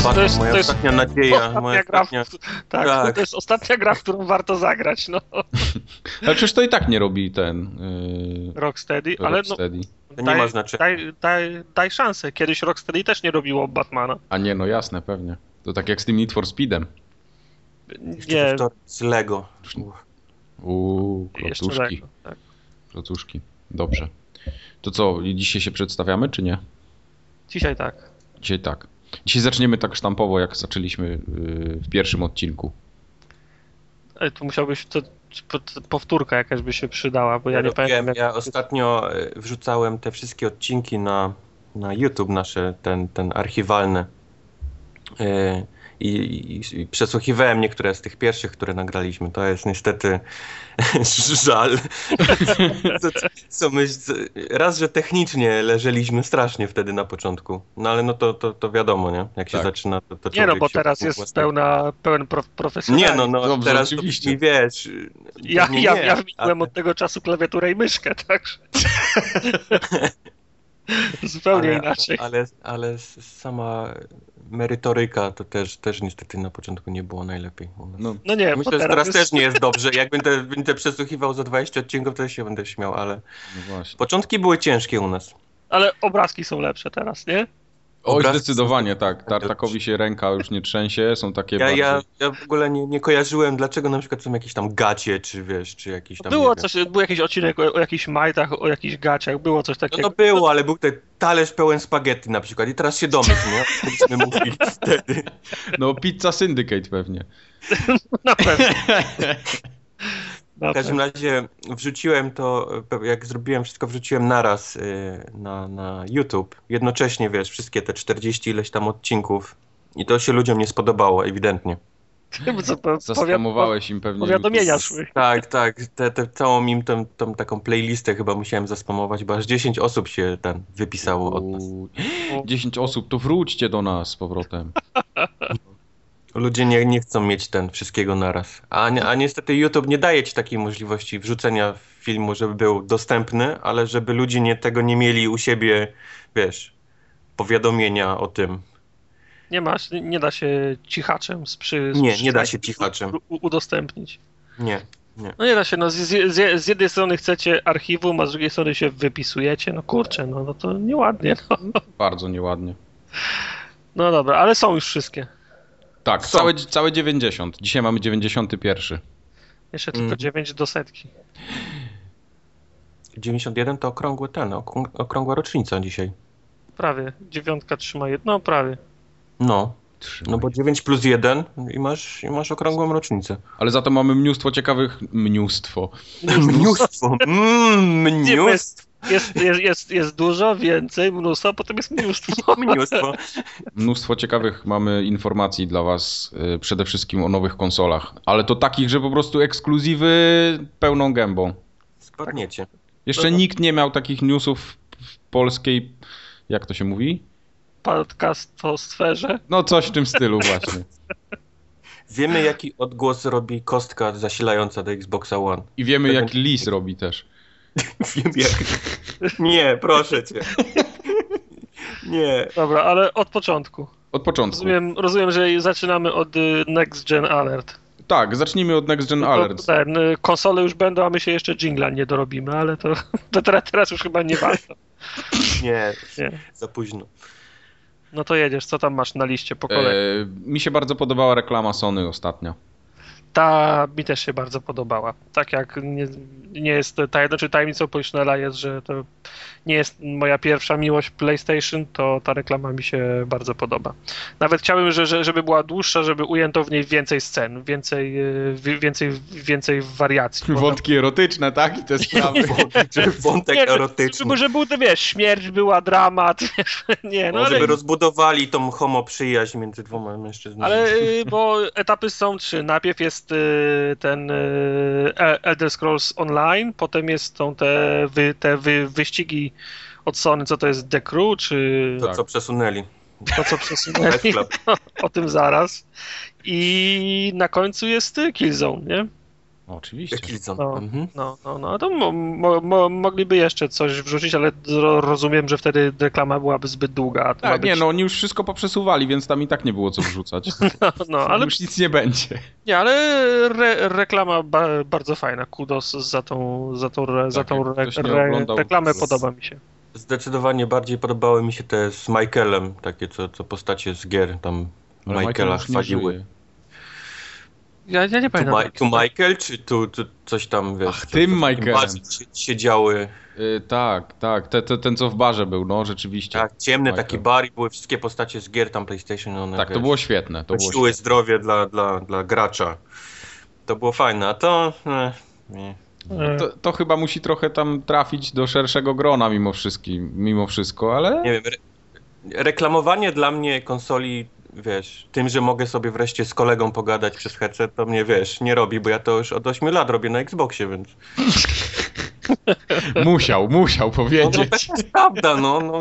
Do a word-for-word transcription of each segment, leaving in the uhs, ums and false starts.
Batman, to jest, moja to jest ostatnia nadzieja. ostatnia Moja gra, ostatnia... w, tak, tak. to jest ostatnia gra, w którą warto zagrać, no. Ale przecież to i tak nie robi ten... Yy, Rocksteady, ale Rocksteady. no, To nie daj, ma znaczenia. daj, daj, daj szansę. Kiedyś Rocksteady też nie robiło Batmana. A nie, no jasne, pewnie. To tak jak z tym Need for Speedem. Nie, To z Lego. Uuu, jeszcze klocuszki. Lego, tak. Klocuszki. Dobrze. To co, dzisiaj się przedstawiamy, czy nie? Dzisiaj tak. Dzisiaj tak. Dzisiaj zaczniemy tak sztampowo, jak zaczęliśmy yy, w pierwszym odcinku. Ej, tu musiałbyś, to, to powtórka jakaś by się przydała, bo ja, Ja, nie robiłem, pamiętam. Jak... ja ostatnio e, wrzucałem te wszystkie odcinki na, na YouTube nasze, ten, ten archiwalny. E, I, i, I przesłuchiwałem niektóre z tych pierwszych, które nagraliśmy. To jest niestety żal. To, co my, raz, że technicznie leżeliśmy strasznie wtedy na początku. No ale no to, to, to wiadomo, nie? Jak się Tak. zaczyna, to, to Nie no, bo się teraz własnego- jest pełna, pełen prof, profesjonalizm. Nie no, no Dobrze, teraz to oczywiście. mi wiesz. Ja, pewnie ja, nie, ja wbiłem ale- od tego czasu klawiaturę i myszkę, także... Zupełnie ale, inaczej. Ale, ale sama merytoryka to też, też niestety na początku nie było najlepiej u nas. No, No nie, bo Myślę, że teraz, teraz jest... też nie jest dobrze. Jakbym te, bym te przesłuchiwał za dwadzieścia odcinków, to też się będę śmiał, ale no właśnie. początki były ciężkie u nas. Ale obrazki są lepsze teraz, nie? Oj, Obrazki zdecydowanie są- tak. Tartakowi się ręka już nie trzęsie, są takie Ja, bardziej... ja, ja w ogóle nie, nie kojarzyłem, dlaczego na przykład są jakieś tam gacie, czy wiesz, czy jakieś tam... Było nie coś, był jakiś odcinek o, o jakichś majtach, o jakichś gaciach, było coś wiem. No takiego. to było, ale był ten talerz pełen spaghetti na przykład i teraz się domyśl, nie? Myśmy mówili wtedy. No, Pizza Syndicate pewnie. Na pewno. Na W każdym pewno. razie wrzuciłem to, jak zrobiłem wszystko, wrzuciłem naraz y, na, na YouTube. Jednocześnie, wiesz, wszystkie te czterdzieści ileś tam odcinków. I to się ludziom nie spodobało, ewidentnie. Co, po, Zaspamowałeś im pewnie. powiadomienia YouTube. szły. Tak, tak. Te, te, całą im tą, tą taką playlistę chyba musiałem zaspamować, bo aż dziesięć osób się tam wypisało od nas. Uuu, dziesięć osób, to wróćcie do nas z powrotem. Ludzie nie, nie chcą mieć ten wszystkiego naraz. A, nie, a niestety YouTube nie daje ci takiej możliwości wrzucenia filmu, żeby był dostępny, ale żeby ludzie nie, tego nie mieli u siebie, wiesz, powiadomienia o tym. Nie masz, nie da się cichaczem z przy, z Nie, przy- nie da się cichaczem. u- udostępnić. Nie, nie. No nie da się, no z, z, z jednej strony chcecie archiwum, a z drugiej strony się wypisujecie, no kurczę, no, no to nieładnie. No. Bardzo nieładnie. no dobra, ale są już wszystkie. Tak, Są. całe, całe dziewięćdziesiąt. Dzisiaj mamy dziewięćdziesiąty pierwszy. Jeszcze tylko Mm. dziewięć do setki. dziewięćdziesiąt jeden to okrągły ten, okrą- okrągła rocznica dzisiaj. Prawie, dziewiątka trzyma jedno, no prawie. No, Trzymaj. no bo dziewięć plus jeden i masz, i masz okrągłą rocznicę. Ale za to mamy mnóstwo ciekawych... Mnóstwo. Mnóstwo, mm, mnóstwo, Jest, jest, jest, jest dużo, więcej, mnóstwo, a potem jest mnóstwo. mnóstwo. Mnóstwo ciekawych mamy informacji dla was, y, przede wszystkim o nowych konsolach. Ale to takich, że po prostu ekskluzywy pełną gębą. Spadniecie. Jeszcze No. nikt nie miał takich newsów w polskiej... Jak to się mówi? Podcastosferze. No coś w tym stylu właśnie. Wiemy, jaki odgłos robi kostka zasilająca do Xboxa One. I wiemy, Pewien- jak Lis robi też. Wiem jak... Nie, proszę cię. Nie. Dobra, ale od początku. Od początku. Rozumiem, rozumiem, że zaczynamy od y, Next Gen Alert. Tak, zacznijmy od Next Gen To Alert. Ten, y, konsole już będą, a my się jeszcze jingla nie dorobimy, ale to, to teraz, teraz już chyba nie warto. Nie, Nie. za późno. No to jedziesz, co tam masz na liście po kolei? E, mi się bardzo podobała reklama Sony ostatnio. Ta mi też się bardzo podobała. Tak jak nie, nie jest, ta jednoczy tajemnicą Poliszynela jest, że to nie jest moja pierwsza miłość PlayStation, to ta reklama mi się bardzo podoba. Nawet chciałbym, że, że, żeby była dłuższa, żeby ujęto w niej więcej scen, więcej, yy, wi- więcej, więcej wariacji. Bo tam- Wątki erotyczne, tak? I te sprawy. Czy wątek Nie, że- erotyczny. Żeby, żeby był, to wiesz, śmierć była, dramat, wiesz, nie, no No, ale... żeby rozbudowali tą homo przyjaźń między dwoma mężczyznami. Ale y, bo etapy są trzy. Najpierw jest y, ten y, E- Elder Scrolls Online, potem jest są te, wy, te wy, wyścigi od Sony, co to jest The Crew, czy To, tak. co przesunęli. to, co przesunęli. Fight Club. O tym zaraz. I na końcu jest y, Killzone, nie? Oczywiście. Killzone. No, Mhm. no, no, no to mo, mo, mo, mogliby jeszcze coś wrzucić, ale ro, rozumiem, że wtedy reklama byłaby zbyt długa. A to ma Tak, być... nie, no oni już wszystko poprzesuwali, więc tam i tak nie było co wrzucać. No, no, ale, Już nic nie będzie. nie, ale re, reklama ba, bardzo fajna. Kudos za tą, za tą, re, za tą jak re, ktoś nie re, oglądał, reklamę, to- podoba mi się. Zdecydowanie bardziej podobały mi się te z Michaelem, takie co, co postacie z gier tam Ale Michaela Michael już nie chwaliły. żyje. Ja, ja nie Tu, pamiętam. Ma, tu Michael, czy tu, tu coś tam, wiesz... Ach, co- tym co w takim Michaelem. barze sie- Siedziały, Y, tak, tak, te, te, ten co w barze był, no rzeczywiście. tak, ciemny Michael. taki bar i były wszystkie postacie z gier tam PlayStation, one, Tak, to wiesz, było świetne. To było siły, świetne. zdrowie dla, dla, dla gracza. To było fajne, a to... E, nie. E, To, to chyba musi trochę tam trafić do szerszego grona mimo wszystkim, mimo wszystko, ale Nie wiem, re reklamowanie dla mnie konsoli, wiesz, tym, że mogę sobie wreszcie z kolegą pogadać przez headset, to mnie, wiesz, nie robi, bo ja to już od ośmiu lat robię na Xboxie, więc... musiał, musiał No, no powiedzieć. tak jest prawda, no, no.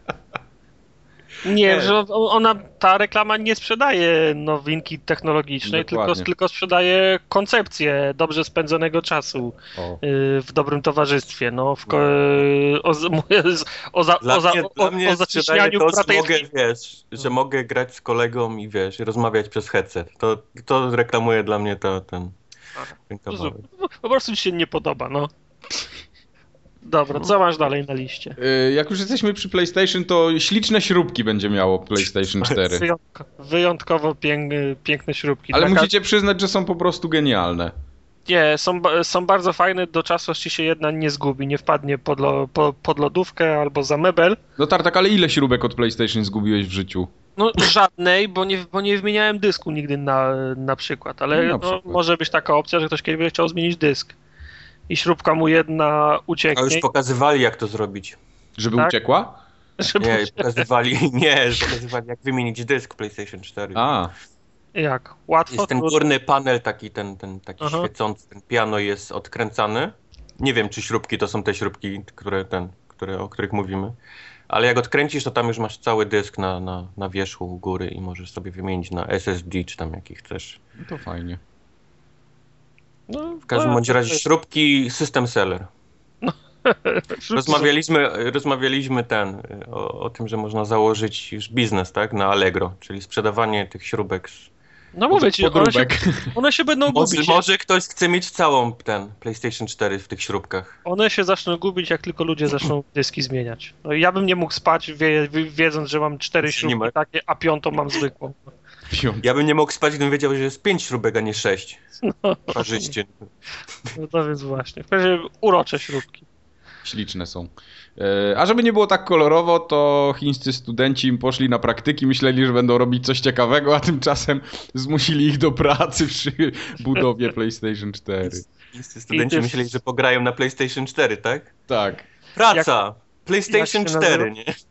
Nie, że on- ona, ta reklama nie sprzedaje nowinki technologicznej, tylko, Dokładnie. tylko sprzedaje koncepcję dobrze spędzonego czasu O. y, w dobrym towarzystwie. No, w, ko- o, z- mówię z- o, za, Dla o, za, mnie, o, dla o, mnie o sprzedaje zacieśnianiu to, że braterskiej- mogę, wiesz, że mogę grać z kolegą i, wiesz, rozmawiać przez headset. To, to reklamuje dla mnie to, ten, ten kawałek. Po prostu ci się nie podoba, no. Dobra, co masz dalej na liście? Y, Jak już jesteśmy przy PlayStation, to śliczne śrubki będzie miało PlayStation cztery. Wyjątko, wyjątkowo pięk, piękne śrubki. Ale Taka- musicie przyznać, że są po prostu genialne. Nie, są, ba- są bardzo fajne do czasu, aż ci się jedna nie zgubi, nie wpadnie pod, lo, po, pod lodówkę albo za mebel. No Tartak, ale ile śrubek od PlayStation zgubiłeś w życiu? No żadnej, bo nie, bo nie wymieniałem dysku nigdy na, na przykład, ale No, na no, przykład. może być taka opcja, że ktoś kiedyś będzie chciał zmienić dysk i śrubka mu jedna A ucieknie. już pokazywali, jak to zrobić. Żeby Tak? uciekła? Żeby Nie, pokazywali, nie, pokazywali, jak wymienić dysk PlayStation cztery. A, Jak? Łatwo? Jest ten Trudno? górny panel, taki ten, ten taki Aha. świecący, ten piano jest odkręcany. Nie wiem, czy śrubki to są te śrubki, które, ten, które, o których mówimy. Ale jak odkręcisz, to tam już masz cały dysk na, na, na wierzchu u góry i możesz sobie wymienić na S S D, czy tam jaki chcesz. no to fajnie. No, W każdym no, bądź to razie jest- śrubki system seller. śrubki Rozmawialiśmy, rozmawialiśmy ten, o, o tym, że można założyć już biznes, tak, na Allegro, czyli sprzedawanie tych śrubek. Z... są- No mówię ci, one się, Podróbek. one się będą Może, gubić. może ktoś chce mieć całą ten PlayStation cztery w tych śrubkach. One się zaczną gubić, jak tylko ludzie zaczną dyski zmieniać. No, ja bym nie mógł spać, wie, wie- wiedząc, że mam cztery Nic się nie śrubki ma. takie, a piątą mam zwykłą. Piąt. Ja bym nie mógł spać, gdybym wiedział, że jest pięć śrubek, a nie sześć. Parzyście. No to więc właśnie. W każdym razie urocze śrubki. Śliczne są. E, A żeby nie było tak kolorowo, to chińscy studenci poszli na praktyki, myśleli, że będą robić coś ciekawego, a tymczasem zmusili ich do pracy przy budowie PlayStation cztery. Wszyscy studenci I ty- myśleli, że pograją na PlayStation cztery, tak? Tak. Praca! PlayStation jak się cztery, nazywa? nie?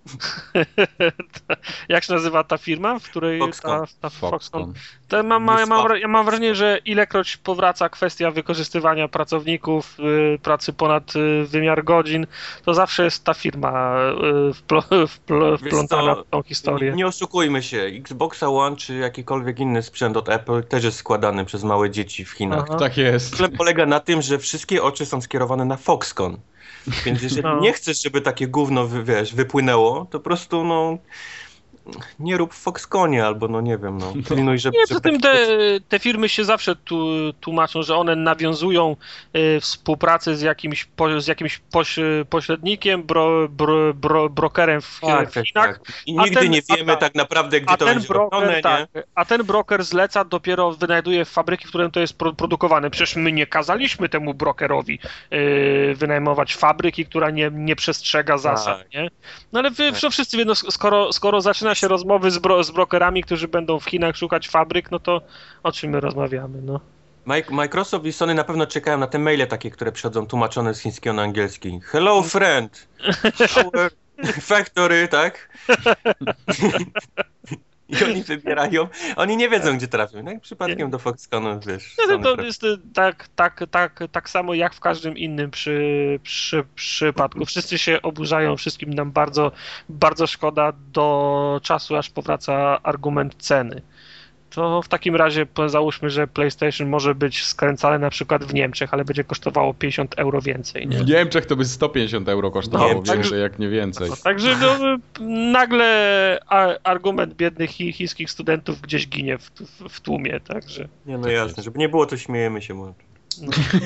Jak się nazywa ta firma, w której Foxconn. ta, ta Foxconn. Foxconn. To ma, ma, ja, mam, Słabo. wra- ja mam wrażenie, że ilekroć powraca kwestia wykorzystywania pracowników, y, pracy ponad y, wymiar godzin, to zawsze jest ta firma y, wplo, wplo, Wiesz wplątana co, w tą historię. Nie, nie oszukujmy się, Xboxa One czy jakikolwiek inny sprzęt od Apple też jest składany przez małe dzieci w Chinach. Aha. Tak jest. Problem polega na tym, że wszystkie oczy są skierowane na Foxconn. Więc jeżeli No. nie chcesz, żeby takie gówno, wy- wiesz, wypłynęło, to po prostu, no, nie rób w Foxconnie, albo no nie wiem, no, pilnuj, żeby... Nie, żeby poza tym takie te, rzeczy- te firmy się zawsze tu, tłumaczą, że one nawiązują y, współpracę z jakimś, po, z jakimś poś, pośrednikiem, bro, bro, bro, brokerem w, Tak, w tak, Chinach. tak. I A nigdy ten- nie a wiemy tak. tak naprawdę, gdzie A to ten, będzie robione, broker, nie? tak, a ten broker zleca, dopiero wynajduje fabryki, w którym to jest pro, produkowane. Przecież my nie kazaliśmy temu brokerowi yy, wynajmować fabryki, która nie, nie przestrzega zasad, Tak. nie? No ale wy, Tak. no wszyscy wiedzą, skoro, skoro zaczyna się rozmowy z, bro, z brokerami, którzy będą w Chinach szukać fabryk, no to o czym my rozmawiamy, no? Mike- Microsoft i Sony na pewno czekają na te maile takie, które przychodzą tłumaczone z chińskiego na angielski. Hello friend! Our factory, tak? I oni wybierają, oni nie wiedzą, gdzie trafią. No i przypadkiem do Foxconnu, wiesz. No, Sony to trafi. jest y, tak, tak, tak, tak samo jak w każdym innym przy, przy, przypadku. Wszyscy się oburzają, wszystkim nam bardzo, bardzo szkoda do czasu, aż powraca argument ceny. to w takim razie załóżmy, że PlayStation może być skręcane na przykład w Niemczech, ale będzie kosztowało pięćdziesiąt euro więcej. Nie? W Niemczech to by sto pięćdziesiąt euro kosztowało No, więcej, tak, jak nie więcej. No, także no, nagle a, argument biednych chi, chińskich studentów gdzieś ginie w, w, w tłumie, także... Nie, no jasne, żeby nie było, to śmiejemy się może. No.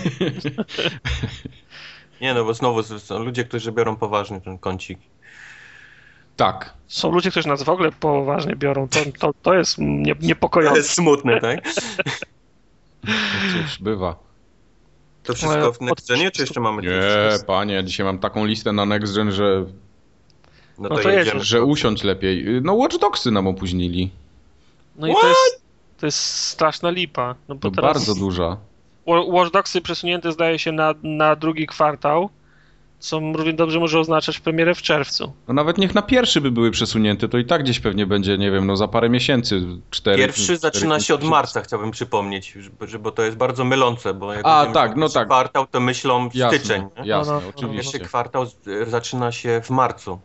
Nie no, bo znowu są ludzie, którzy biorą poważnie ten kącik. Tak. Są ludzie, którzy nas w ogóle poważnie biorą, to, to, to jest nie, niepokojące. To jest smutne, tak? No cóż, bywa. To wszystko w Next Genie, czy jeszcze mamy Nie, coś? panie, dzisiaj mam taką listę na Next Gen, że, No No to to jedziemy. jedziesz. że usiąść lepiej. No Watch Dogsy nam opóźnili. No i to jest, to jest straszna lipa. No bo To teraz bardzo duża. Wa- Watch Dogsy przesunięte zdaje się na, na drugi kwartał, co równie dobrze może oznaczać premierę w czerwcu. No nawet niech na pierwszy by były przesunięte, to i tak gdzieś pewnie będzie, nie wiem, no za parę miesięcy. Cztery, Pierwszy cztery, zaczyna się od miesięcy. marca, chciałbym przypomnieć, że- że, bo to jest bardzo mylące, bo jak A, będziemy tak, mieli no pierwszy tak. kwartał, to myślą w Jasne, styczeń. Nie? jasne, No, no, no, no. oczywiście. Pierwszy kwartał z- zaczyna się w marcu.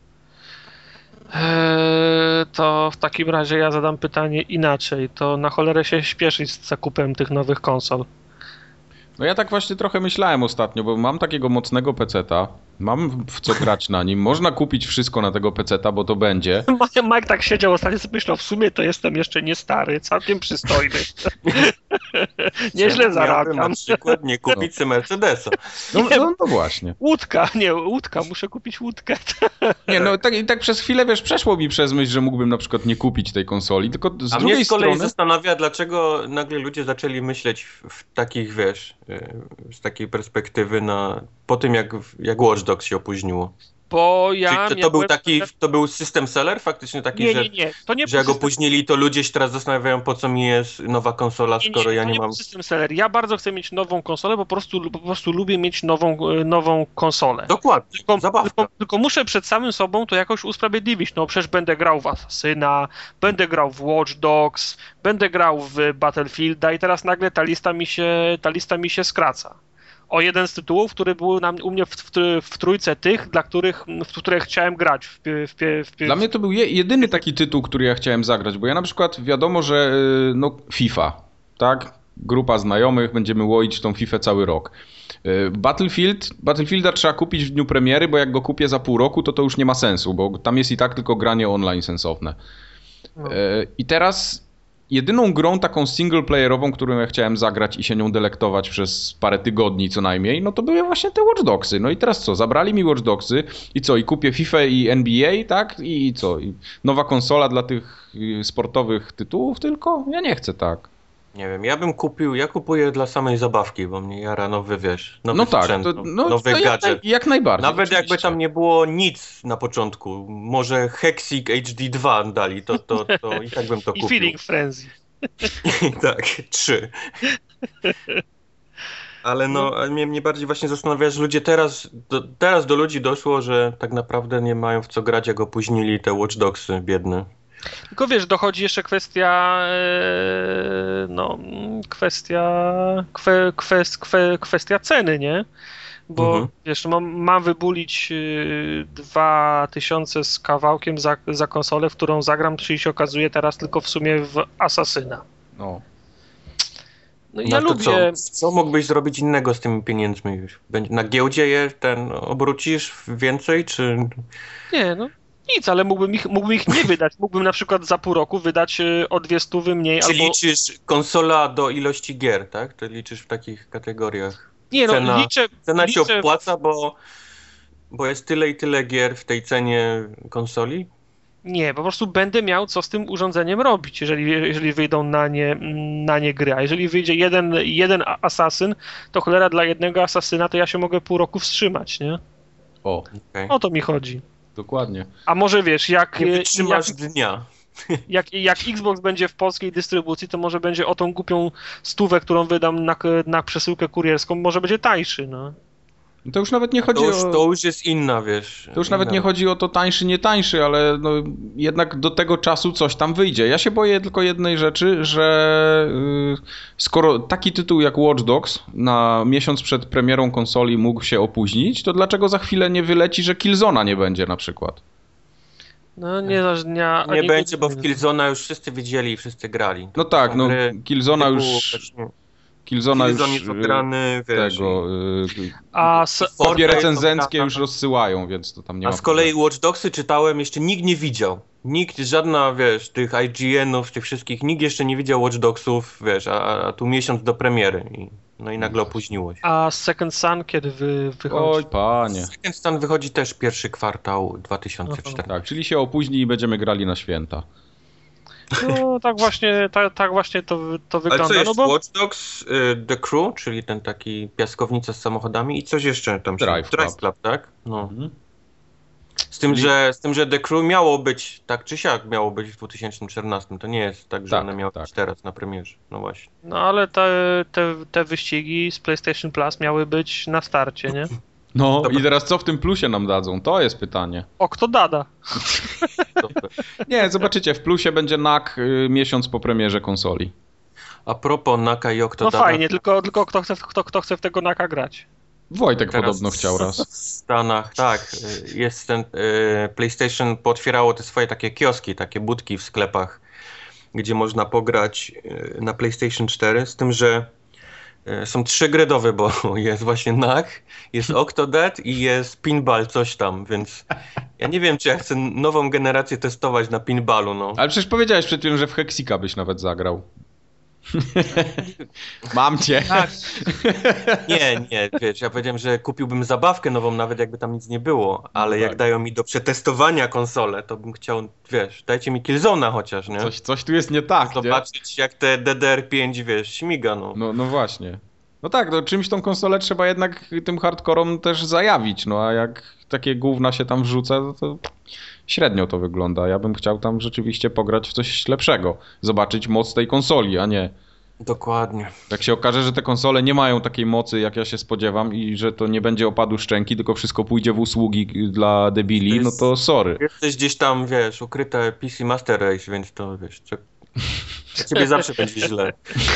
Eee, to w takim razie ja zadam pytanie inaczej. To na cholerę się śpieszyć z zakupem tych nowych konsol. No ja tak właśnie trochę myślałem ostatnio, bo mam takiego mocnego peceta, mam w co grać na nim, można kupić wszystko na tego peceta, bo to będzie. Mike tak siedział ostatnio, sobie myślał, w sumie to jestem jeszcze nie stary, całkiem przystojny. Nieźle Miałbym zarabiam. na przykład nie kupić sobie Mercedesa. No, no, no właśnie. Łódka, nie, łódka, muszę kupić łódkę. Nie, no tak, i tak przez chwilę, wiesz, przeszło mi przez myśl, że mógłbym na przykład nie kupić tej konsoli, tylko z A drugiej mnie z kolei strony... zastanawia, dlaczego nagle ludzie zaczęli myśleć w, w takich, wiesz, y, z takiej perspektywy na, po tym jak, jak Watch Dogs się opóźniło. Bo ja Czyli to, to miałem- był taki, to był system seller faktycznie taki, Nie, że, nie, nie, to nie że był jak system- opóźnili, to ludzie się teraz zastanawiają, po co mi jest nowa konsola, Nie, skoro ja to nie nie mam... był system seller. Ja bardzo chcę mieć nową konsolę, bo po prostu, po prostu lubię mieć nową, e, nową konsolę. Dokładnie, Tylko, zabawka. tylko, tylko muszę przed samym sobą to jakoś usprawiedliwić. No przecież będę grał w Assassina, będę grał w Watch Dogs, będę grał w Battlefielda i teraz nagle ta lista mi się, ta lista mi się skraca. O jeden z tytułów, który był na, u mnie w, w, w trójce tych, dla których, w które chciałem grać. W, w, w, w, Dla mnie to był je, jedyny taki tytuł, który ja chciałem zagrać, bo ja na przykład wiadomo, że y, no FIFA, tak? Grupa znajomych, będziemy łoić tą FIFA cały rok. Y, Battlefield, Battlefielda trzeba kupić w dniu premiery, bo jak go kupię za pół roku, to to już nie ma sensu, bo tam jest i tak tylko granie online sensowne. No. Y, I teraz jedyną grą taką singleplayerową, którą ja chciałem zagrać i się nią delektować przez parę tygodni co najmniej, no to były właśnie te Watch Dogsy. No i teraz co? Zabrali mi Watch Dogsy i co? I kupię FIFA i N B A, tak? I co? I nowa konsola dla tych y, sportowych tytułów tylko? Ja nie chcę tak. Nie wiem, ja bym kupił, ja kupuję dla samej zabawki, bo mnie jara nowy, wiesz, nowy No tak, sprzęt, to, no, nowy to jak, gadżet. naj, jak najbardziej. Nawet jakby oczywiście. tam nie było nic na początku, może Hexik H D dwa dali, to, to, to i tak bym to I kupił. Feeling Frenzy. Tak, trzy. Ale no, a mnie, mnie bardziej właśnie zastanawia, że ludzie teraz, do, teraz do ludzi doszło, że tak naprawdę nie mają w co grać, jak opóźnili te Watch Dogsy biedne. Tylko wiesz, dochodzi jeszcze kwestia, e, no, kwestia, kwe, kwest, kwe, kwestia ceny, nie? Bo Mhm. wiesz, mam, mam wybulić y, dwa tysiące z kawałkiem za, za konsolę, w którą zagram, czyli się okazuje teraz tylko w sumie w Assassina. No. No i No ja to lubię... co? Co mógłbyś zrobić innego z tymi pieniędzmi już? Będzie- Na giełdzie je ten obrócisz więcej, czy... Nie, no nic, ale mógłbym ich, mógłbym ich nie wydać. Mógłbym na przykład za pół roku wydać y, o dwie stówy mniej, Czy albo... liczysz konsola do ilości gier, tak? To liczysz w takich kategoriach. Nie, no cena- liczę... Cena się liczę... opłaca, bo, bo jest tyle i tyle gier w tej cenie konsoli? Nie, po prostu będę miał co z tym urządzeniem robić, jeżeli, jeżeli wyjdą na nie, na nie gry. A jeżeli wyjdzie jeden, jeden asasyn, to cholera dla jednego asasyna, to ja się mogę pół roku wstrzymać, nie? O, Okay. O to mi chodzi. dokładnie. A może wiesz, jak, Nie jak, wytrzymasz dnia. jak, jak Xbox będzie w polskiej dystrybucji, to może będzie o tą głupią stówę, którą wydam na, na przesyłkę kurierską, może będzie tańszy, no. To już nawet nie chodzi To już, o... to już jest inna, wiesz. To już nawet inna- nie chodzi o to tańszy, nie tańszy, ale no, jednak do tego czasu coś tam wyjdzie. Ja się boję tylko jednej rzeczy, że yy, skoro taki tytuł jak Watch Dogs na miesiąc przed premierą konsoli mógł się opóźnić, to dlaczego za chwilę nie wyleci, że Killzone'a nie będzie na przykład? No nie, nie, Nie będzie, bo w Killzone'a już wszyscy widzieli i wszyscy grali. No tak, no Killzone'a już... Killzone'a Killzone już jest ograny, wiesz, tego... i... A kopie recenzenckie już rozsyłają, więc to tam nie A ma z kolei problemu. Watch Dogsy czytałem, jeszcze nikt nie widział. Nikt, żadna, wiesz, tych I G N-ów, tych wszystkich, nikt jeszcze nie widział Watch Dogsów, wiesz, a, a tu miesiąc do premiery. I, no i nagle opóźniło się. A Second Son kiedy wy, wychodzi? Oj, panie. Second Son wychodzi też pierwszy kwartał dwa tysiące czternasty. Tak, czyli się opóźni i będziemy grali na święta. No tak właśnie, tak, tak właśnie to, to wygląda. Ale co jeszcze? No bo... Watch Dogs, y, The Crew, czyli ten taki piaskownica z samochodami i coś jeszcze tam się... Drive Club. Drive Club, tak? No. Mhm. Z tym, Czyli- że, z tym, że The Crew miało być, tak czy siak miało być w dwa tysiące czternastym. To nie jest tak, że Tak, one miały tak. być teraz na premierze. No właśnie. No ale te, te, te wyścigi z PlayStation Plus miały być na starcie, nie? No Dobra. i teraz co w tym plusie nam dadzą? To jest pytanie. O, kto dada? Super. Nie, zobaczycie, w plusie będzie N A C y, miesiąc po premierze konsoli. A propos Naka i No Octodada. fajnie, tylko, tylko kto, chce, kto, kto chce w tego Naka grać? Wojtek Teraz podobno chciał raz. W Stanach, tak, y, jest ten, y, PlayStation pootwierało te swoje takie kioski, takie budki w sklepach, gdzie można pograć y, na PlayStation cztery, z tym, że y, są trzy gry do wyboru. Jest właśnie Nak, jest Octodad i jest Pinball coś tam, więc ja nie wiem, czy ja chcę nową generację testować na pinballu, no. Ale przecież powiedziałeś przed tym, że w Hexika byś nawet zagrał. Mam cię. Tak. Nie, nie, wiesz, ja powiedziałem, że kupiłbym zabawkę nową, nawet jakby tam nic nie było, ale No jak tak. dają mi do przetestowania konsolę, to bym chciał, wiesz, dajcie mi Killzone'a chociaż, nie? Coś, coś tu jest nie tak, nie? Zobaczyć jak te D D R pięć, wiesz, śmiga, no. No, no właśnie. No tak, no czymś tą konsolę trzeba jednak tym hardcorom też zajawić, no a jak takie gówna się tam wrzuca, to, to średnio to wygląda. Ja bym chciał tam rzeczywiście pograć w coś lepszego. Zobaczyć moc tej konsoli, a nie... Dokładnie. Jak się okaże, że te konsole nie mają takiej mocy, jak ja się spodziewam i że to nie będzie opadu szczęki, tylko wszystko pójdzie w usługi dla debili, To jest- no to sorry. Jesteś gdzieś tam, wiesz, ukryte P C Master Race, więc to, wiesz, co... Dla ciebie zawsze będzie źle.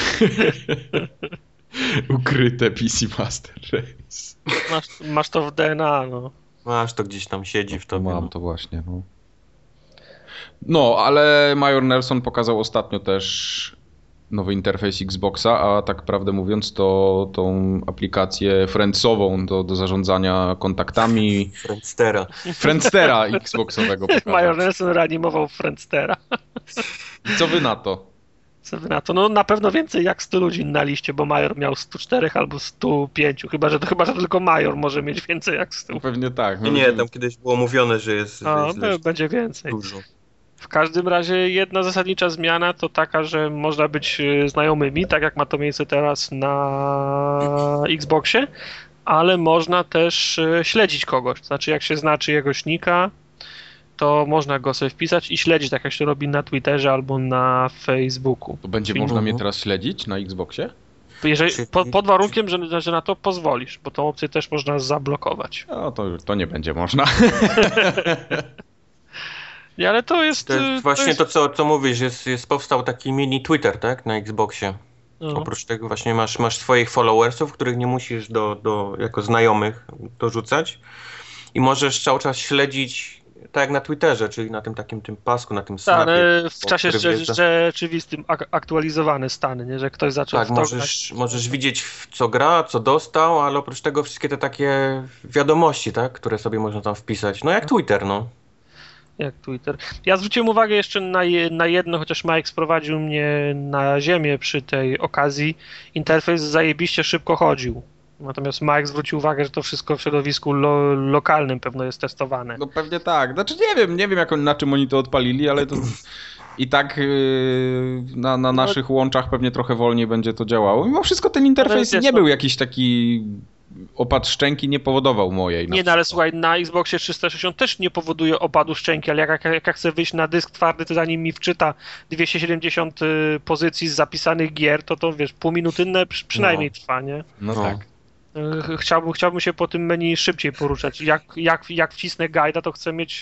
Ukryte P C Master Race. Masz, masz to w D N A, no. Masz to gdzieś tam siedzi w tobie. Mam no. to właśnie, no. No, ale Major Nelson pokazał ostatnio też nowy interfejs Xboxa, a tak prawdę mówiąc to tą aplikację friendsową do, do zarządzania kontaktami. Friendstera. Friendstera Xboxowego pokazał. Major Nelson reanimował Friendstera. Co wy na to? Co wy na to? No na pewno więcej jak sto ludzi na liście, bo Major miał sto cztery albo sto pięć. Chyba, że to chyba, że tylko Major może mieć więcej jak sto. No pewnie tak. No, Nie, nie, tam kiedyś było mówione, że jest, że No, jest b- lecz- będzie więcej. dużo. W każdym razie jedna zasadnicza zmiana to taka, że można być e, znajomymi, tak jak ma to miejsce teraz na Xboxie, ale można też e, śledzić kogoś. To znaczy jak się zna czyjegoś nika, to można go sobie wpisać i śledzić, tak jak się robi na Twitterze albo na Facebooku. To będzie Czyli- można mnie Mhm. teraz śledzić na Xboxie? Jeżeli, Czyli- po, pod warunkiem, że, że na to pozwolisz, bo tą opcję też można zablokować. No to, to nie będzie można. Nie, ale to jest... To e, jest właśnie jest, to, co, co mówisz, jest, jest powstał taki mini Twitter, tak, na Xboxie. no. Oprócz tego właśnie masz, masz swoich followersów, których nie musisz do, do, jako znajomych dorzucać i możesz cały czas śledzić, tak jak na Twitterze, czyli na tym takim tym pasku, na tym Tak, snapie. ale w o czasie który rze- wjeżdża. rzeczywistym ak- aktualizowane stany, nie? Że ktoś zaczął Tak, w to grać. możesz, możesz widzieć w co gra, co dostał, ale oprócz tego wszystkie te takie wiadomości, tak, które sobie można tam wpisać. No jak Twitter, no. Jak Twitter. Ja zwróciłem uwagę jeszcze na, je, na jedno, chociaż Mike sprowadził mnie na ziemię przy tej okazji. Interfejs zajebiście szybko chodził. Natomiast Mike zwrócił uwagę, że to wszystko w środowisku lo, lokalnym pewno jest testowane. No pewnie tak. Znaczy nie wiem, nie wiem jak on, na czym oni to odpalili, ale to i tak yy, na, na naszych łączach pewnie trochę wolniej będzie to działało. Mimo wszystko ten interfejs wiesz, nie no- był jakiś taki opad szczęki, nie powodował mojej. na Nie, no ale przykład. słuchaj, na Xboxie trzysta sześćdziesiąt też nie powoduje opadu szczęki, ale jak, jak, jak ja chcę wyjść na dysk twardy, to zanim mi wczyta dwieście siedemdziesiąt y, pozycji z zapisanych gier, to to wiesz, pół minutynne przy, przynajmniej No. trwa, nie? No No. tak. Y, Chciałbym, chciałbym się po tym menu szybciej poruszać. Jak, jak, jak wcisnę guida, to chcę mieć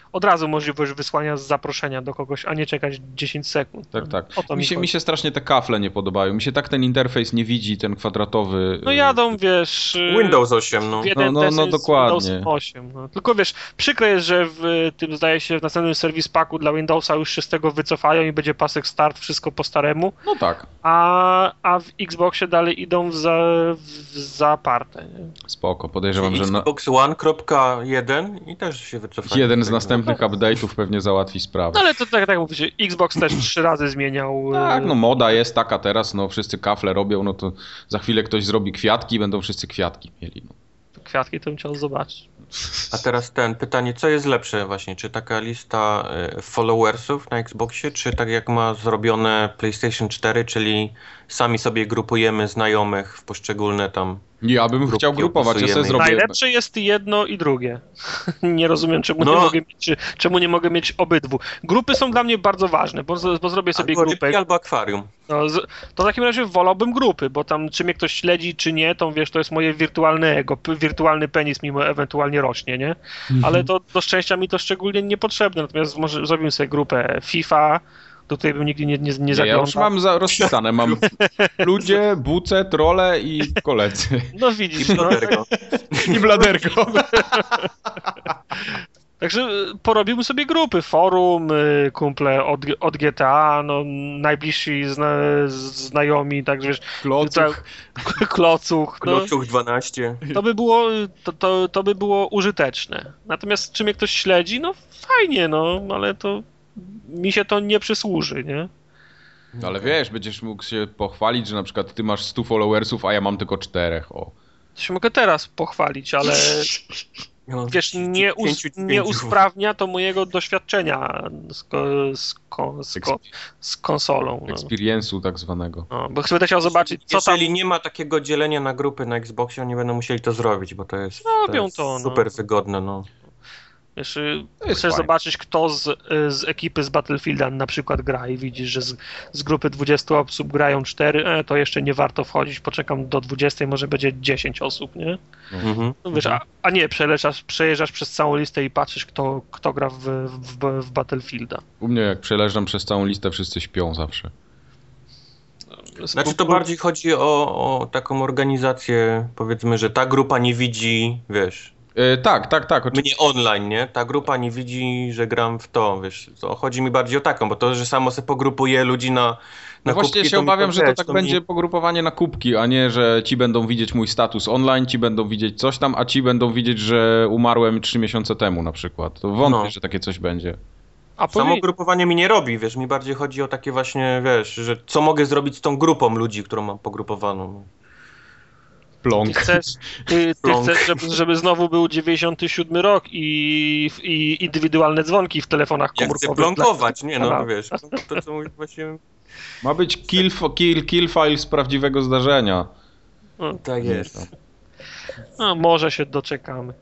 od razu możliwość wysłania z zaproszenia do kogoś, a nie czekać dziesięć sekund. Tak, no. tak. O to Mi się, chodzi. mi się strasznie te kafle nie podobają. Mi się tak ten interfejs nie widzi, ten kwadratowy. No jadą, wiesz... y, Windows osiem, no. w jeden No, no, no, deseń z dokładnie. Windowsem osiem. No. Tylko wiesz, przykre jest, że w tym, zdaje się, w następnym serwis packu dla Windowsa już się z tego wycofają i będzie pasek start, wszystko po staremu, No tak, a, a w Xboxie dalej idą w, za, w zaparte. Nie? spoko. Podejrzewam, że na... Xbox One kropka jeden i też się wycofają. jeden z Tak, następnych update'ów pewnie załatwi sprawę. No ale to tak jak mówicie, Xbox też trzy razy zmieniał. Tak, y, no moda jest taka teraz, no wszyscy kafle robią, no to za chwilę ktoś zrobi kwiatki i będą wszyscy kwiatki mieli. No. Kwiatki, to bym chciał zobaczyć. A teraz ten, pytanie, co jest lepsze właśnie? Czy taka lista y, followersów na Xboxie, czy tak jak ma zrobione PlayStation cztery, czyli sami sobie grupujemy znajomych w poszczególne tam... Ja bym Grupki chciał grupować, ja sobie opisujemy. zrobię... Najlepsze jest jedno i drugie. Nie rozumiem, czemu, No. nie mogę mieć, czy- czemu nie mogę mieć obydwu. Grupy są dla mnie bardzo ważne, bo, z- bo zrobię sobie Albo grupę. rybki, albo akwarium. No, z, to w takim razie wolałbym grupy, bo tam czy mnie ktoś śledzi, czy nie, to wiesz, to jest moje wirtualne ego, p- wirtualny penis mimo ewentualnie rośnie, nie? Ale to do szczęścia mi to szczególnie niepotrzebne, natomiast może zrobimy sobie grupę FIFA, do której bym nigdy nie, nie, nie Nie, ja zaglądał. już mam za, rozpisane, mam ludzie, buce, trole i koledzy. No widzisz, I no. Bladergo. I bladerko. Także y, porobimy sobie grupy, forum, y, kumple od, od G T A, no najbliżsi zna, znajomi, także wiesz, Klocuch. klocuch, no, Klocuch dwanaście. to by było, to, to, to by było użyteczne. Natomiast czy mnie ktoś śledzi, no fajnie, no, ale to mi się to nie przysłuży, nie? Ale wiesz, będziesz mógł się pochwalić, że na przykład ty masz stu followersów, a ja mam tylko czterech, o. To się mogę teraz pochwalić, ale No, wiesz, nie, us, pięciu, nie pięciu. usprawnia to mojego doświadczenia z, ko, z, ko, z, ko, z konsolą. No. Experience'u tak zwanego. No, bo będę chciał zobaczyć, co tam... Jeżeli nie ma takiego dzielenia na grupy na Xboxie, oni będą musieli to zrobić, bo to jest, Robią to jest to, no. super wygodne, no. Wiesz, y, To jest chcesz fajne. zobaczyć, kto z, y, z ekipy z Battlefielda na przykład gra i widzisz, że z, z grupy dwudziestu osób grają cztery, e, to jeszcze nie warto wchodzić, poczekam do dwudziestej, może będzie dziesięć osób, nie? Mhm. No wiesz, a, a nie, przejeżdżasz, przejeżdżasz przez całą listę i patrzysz, kto, kto gra w, w, w Battlefielda. U mnie jak przeleżam przez całą listę, wszyscy śpią zawsze. Znaczy to bardziej chodzi o, o taką organizację, powiedzmy, że ta grupa nie widzi, wiesz, E, tak, tak, tak. Oczywiście. mnie online, nie? Ta grupa nie widzi, że gram w to, wiesz, to chodzi mi bardziej o taką, bo to, że samo se pogrupuje ludzi na, na No właśnie kubki, się to mi obawiam, to, że to wiesz, tak to będzie mi... pogrupowanie na kubki, a nie, że ci będą widzieć mój status online, ci będą widzieć coś tam, a ci będą widzieć, że umarłem trzy miesiące temu na przykład. To wątpię, No. że takie coś będzie. A Samo powie... grupowanie mi nie robi, wiesz, mi bardziej chodzi o takie właśnie, wiesz, że co mogę zrobić z tą grupą ludzi, którą mam pogrupowaną. Ty Plonk. chcesz, ty, ty Plonk. chcesz żeby, żeby znowu był dziewięćdziesiąty siódmy rok i, i indywidualne dzwonki w telefonach Ja chcę komórkowych. plonkować, nie no, kanału. wiesz, to co mówię właśnie... Ma być kill, kill, kill file z prawdziwego zdarzenia. Tak jest. No, może się doczekamy.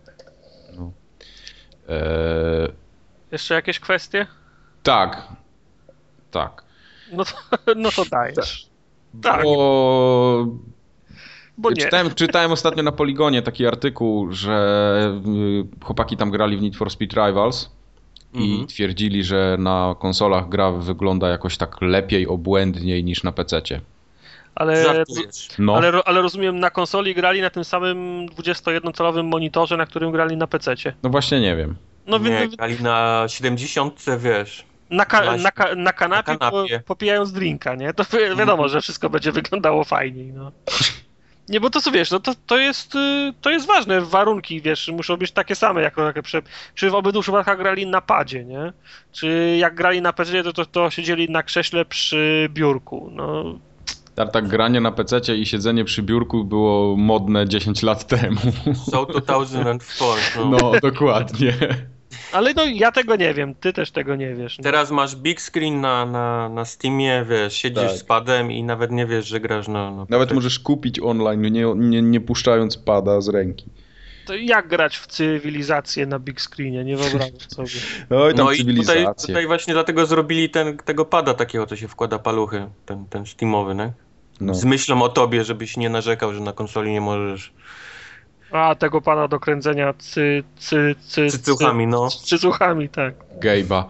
Eee, Jeszcze jakieś kwestie? tak. Tak. No to, no to dajesz. Tak, Bo bo nie. czytałem, czytałem ostatnio na Poligonie taki artykuł, że y, chłopaki tam grali w Need for Speed Rivals i Mhm. twierdzili, że na konsolach gra wygląda jakoś tak lepiej, obłędniej niż na pececie. Ale, Żartujesz. No, ale, ro- ale rozumiem, na konsoli grali na tym samym dwudziestojednocalowym monitorze, na którym grali na pececie. no właśnie nie wiem. No wy- Nie, wy- grali na siedemdziesiątce, wiesz. na, ka- Właśnie. na, ka- na kanapie, Na kanapie. Po, popijając drinka, nie? To wi- wiadomo, że wszystko będzie wyglądało fajniej, no. Nie, bo to co wiesz, no to, to jest y, to jest ważne, warunki, wiesz, muszą być takie same, jak, jak przy, czy w obydwu przypadkach grali na padzie, nie? Czy jak grali na P C, to, to, to siedzieli na krześle przy biurku, no. Tak granie na pececie i siedzenie przy biurku było modne dziesięć lat temu. So dwa tysiące cztery, no. No, dokładnie. Ale no ja tego nie wiem, ty też tego nie wiesz. No. Teraz masz big screen na, na, na Steamie, wiesz, siedzisz Tak. z padem i nawet nie wiesz, że grasz na... na Nawet PC. możesz kupić online, nie, nie, nie puszczając pada z ręki. To jak grać w cywilizację na big screenie, nie wyobrażam sobie. Oj, tam No i tutaj, cywilizację. tutaj właśnie dlatego zrobili ten, tego pada takiego, co się wkłada paluchy, ten, ten Steamowy, nie? No. Z myślą o tobie, żebyś nie narzekał, że na konsoli nie możesz A, tego pana do kręcenia cy, cy, cy, Cycuchami, no. cy, cycuchami, tak. Gabe'a.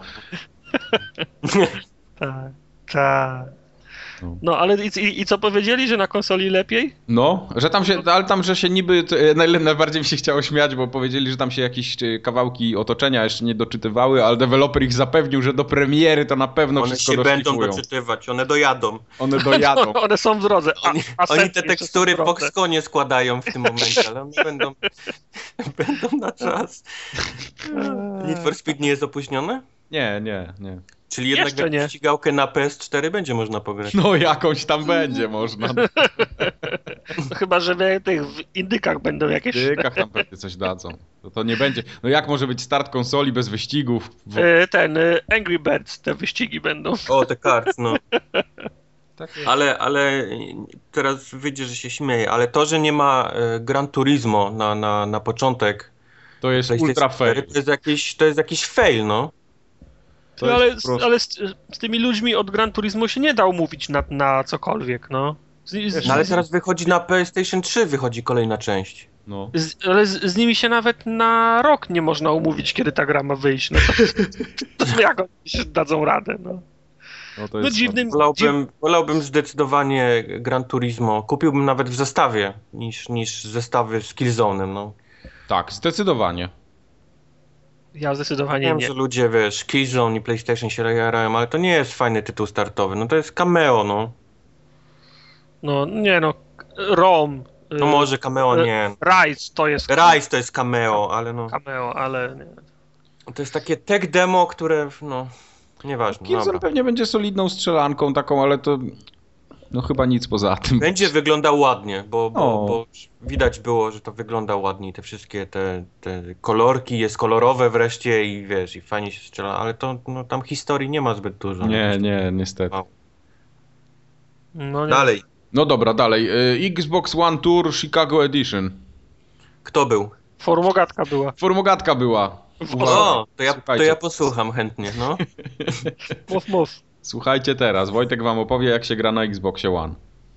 Tak, tak. No. No, ale i, i, i co powiedzieli, że na konsoli lepiej? No, że tam się, ale tam, że się niby, to, e, najle- najbardziej mi się chciało śmiać, bo powiedzieli, że tam się jakieś e, kawałki otoczenia jeszcze nie doczytywały, ale deweloper ich zapewnił, że do premiery to na pewno One wszystko się będą doszlifują. doczytywać, one dojadą. One dojadą. One są w drodze. A, Oni, a oni setki te jeszcze tekstury są w w drodze. Foxconnie składają w tym momencie, ale one będą, będą na czas. Need for Speed nie jest opóźnione? Nie, nie, nie. Czyli jednak Jeszcze nie. w ścigałkę na P S cztery będzie można pograć. No jakąś tam będzie można. No, chyba, że w tych w indykach będą jakieś... W dykach tam pewnie coś dadzą. To, to nie będzie. No jak może być start konsoli bez wyścigów? W... E, Ten e, Angry Birds, te wyścigi będą. O, te karty, no. Tak jest. Ale, ale teraz wyjdzie, że się śmieje, ale to, że nie ma e, Gran Turismo na, na, na początek To jest PlayStation ultra cztery, fail. to jest jakiś, to jest jakiś fail, no. To No, jest ale po prostu- ale z, z tymi ludźmi od Gran Turismo się nie da umówić na, na cokolwiek, no. Z, z, No ale teraz wychodzi na PlayStation trzy, wychodzi kolejna część. No. z, ale z, z nimi się nawet na rok nie można umówić, kiedy ta gra ma wyjść. No to, to jak oni się dadzą radę, no. No, to No jest dziwnym... Wolałbym, wolałbym zdecydowanie Gran Turismo. Kupiłbym nawet w zestawie niż, niż zestawy z Killzone'em, no. Tak, zdecydowanie. Ja zdecydowanie Wiem, nie. że ludzie, wiesz, Killzone i PlayStation się jarają, ale to nie jest fajny tytuł startowy. No to jest cameo, no. No nie no, Rom, No może cameo nie. Rise to jest Rise to jest cameo, ale no. cameo, ale nie. To jest takie tech demo, które, no, nieważne. Killzone Dobra. pewnie będzie solidną strzelanką taką, ale to no chyba nic poza tym. Będzie wyglądał ładnie, bo, bo, O. bo widać było, że to wygląda ładnie. Te wszystkie te, te kolorki, jest kolorowe wreszcie i wiesz, i fajnie się strzela, ale to no, tam historii nie ma zbyt dużo. Nie, nie, niestety. No nie. Dalej, No dobra, dalej. Y, Xbox One Tour Chicago Edition. kto był? Formogatka była. Formogatka była. W O, to ja, to Słuchajcie. ja posłucham chętnie, no. Mów, mów. Słuchajcie teraz, Wojtek wam opowie, jak się gra na Xboxie One.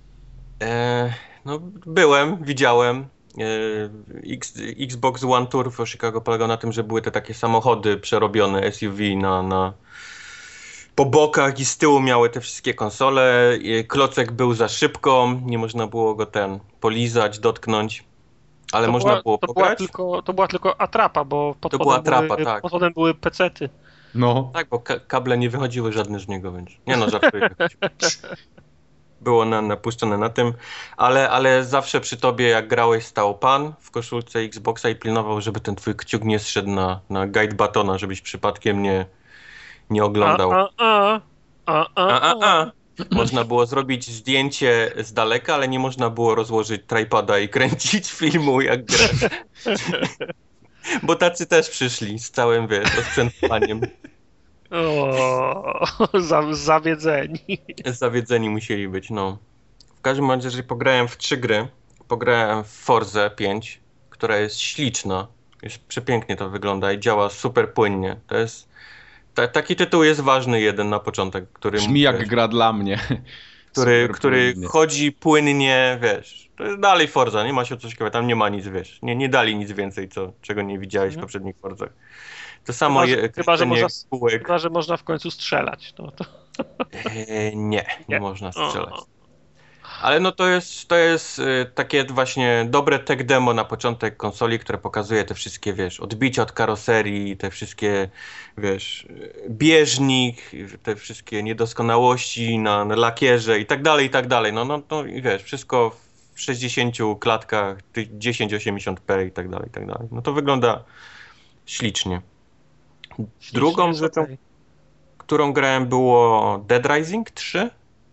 E, no, byłem, widziałem. E, X, Xbox One Tour w Chicago polegał na tym, że były te takie samochody przerobione S U V na, na po bokach i z tyłu miały te wszystkie konsole. I klocek był za szybko, nie można było go ten polizać, dotknąć, ale To można była, było to była, pograć. tylko, to była tylko atrapa, bo pod To była spodem atrapa, były, tak. pod spodem były pecety. No. Tak, bo ka kable nie wychodziły żadne z niego, więc nie no, żartuję. Było na, napuszczone na tym, ale, ale zawsze przy tobie, jak grałeś, stał pan w koszulce Xboxa i pilnował, żeby ten twój kciuk nie zszedł na, na guide batona, żebyś przypadkiem nie, nie oglądał. A, a, a, a, A, a, a, a. Można było zrobić zdjęcie z daleka, ale nie można było rozłożyć tripada i kręcić filmu, jak grasz. Bo tacy też przyszli z całym, wiesz, osprzętowaniem. O, za, zawiedzeni. Zawiedzeni musieli być, no. W każdym razie, jeżeli pograłem w trzy gry, pograłem w Forzę pięć, która jest śliczna, jest przepięknie to wygląda i działa super płynnie. To jest, ta, taki tytuł jest ważny jeden na początek, który, Brzmi jak wiesz, gra dla mnie. który, Super który płynnie. chodzi płynnie, wiesz. To jest dalej Forza, nie ma się o co ciekawe, tam nie ma nic, wiesz. Nie, nie dali nic więcej, co, czego nie widziałeś w Mhm. poprzednich Forzach. To samo Chyba, że- je, chyba, że kręcenie można- kółek. Chyba, że można w końcu strzelać. No, to... E, nie, nie Nie? można O, strzelać. o. Ale no to jest, to jest y, takie właśnie dobre tech demo na początek konsoli, które pokazuje te wszystkie, wiesz, odbicia od karoserii, te wszystkie, wiesz, y, bieżnik, te wszystkie niedoskonałości na, na lakierze i tak dalej, i tak dalej. No, no, no i wiesz, wszystko w sześćdziesięciu klatkach, tysiąc osiemdziesiąt p i tak dalej, i tak dalej. No to wygląda ślicznie. Drugą Jest rzeczą, okej. którą grałem, było Dead Rising trzy.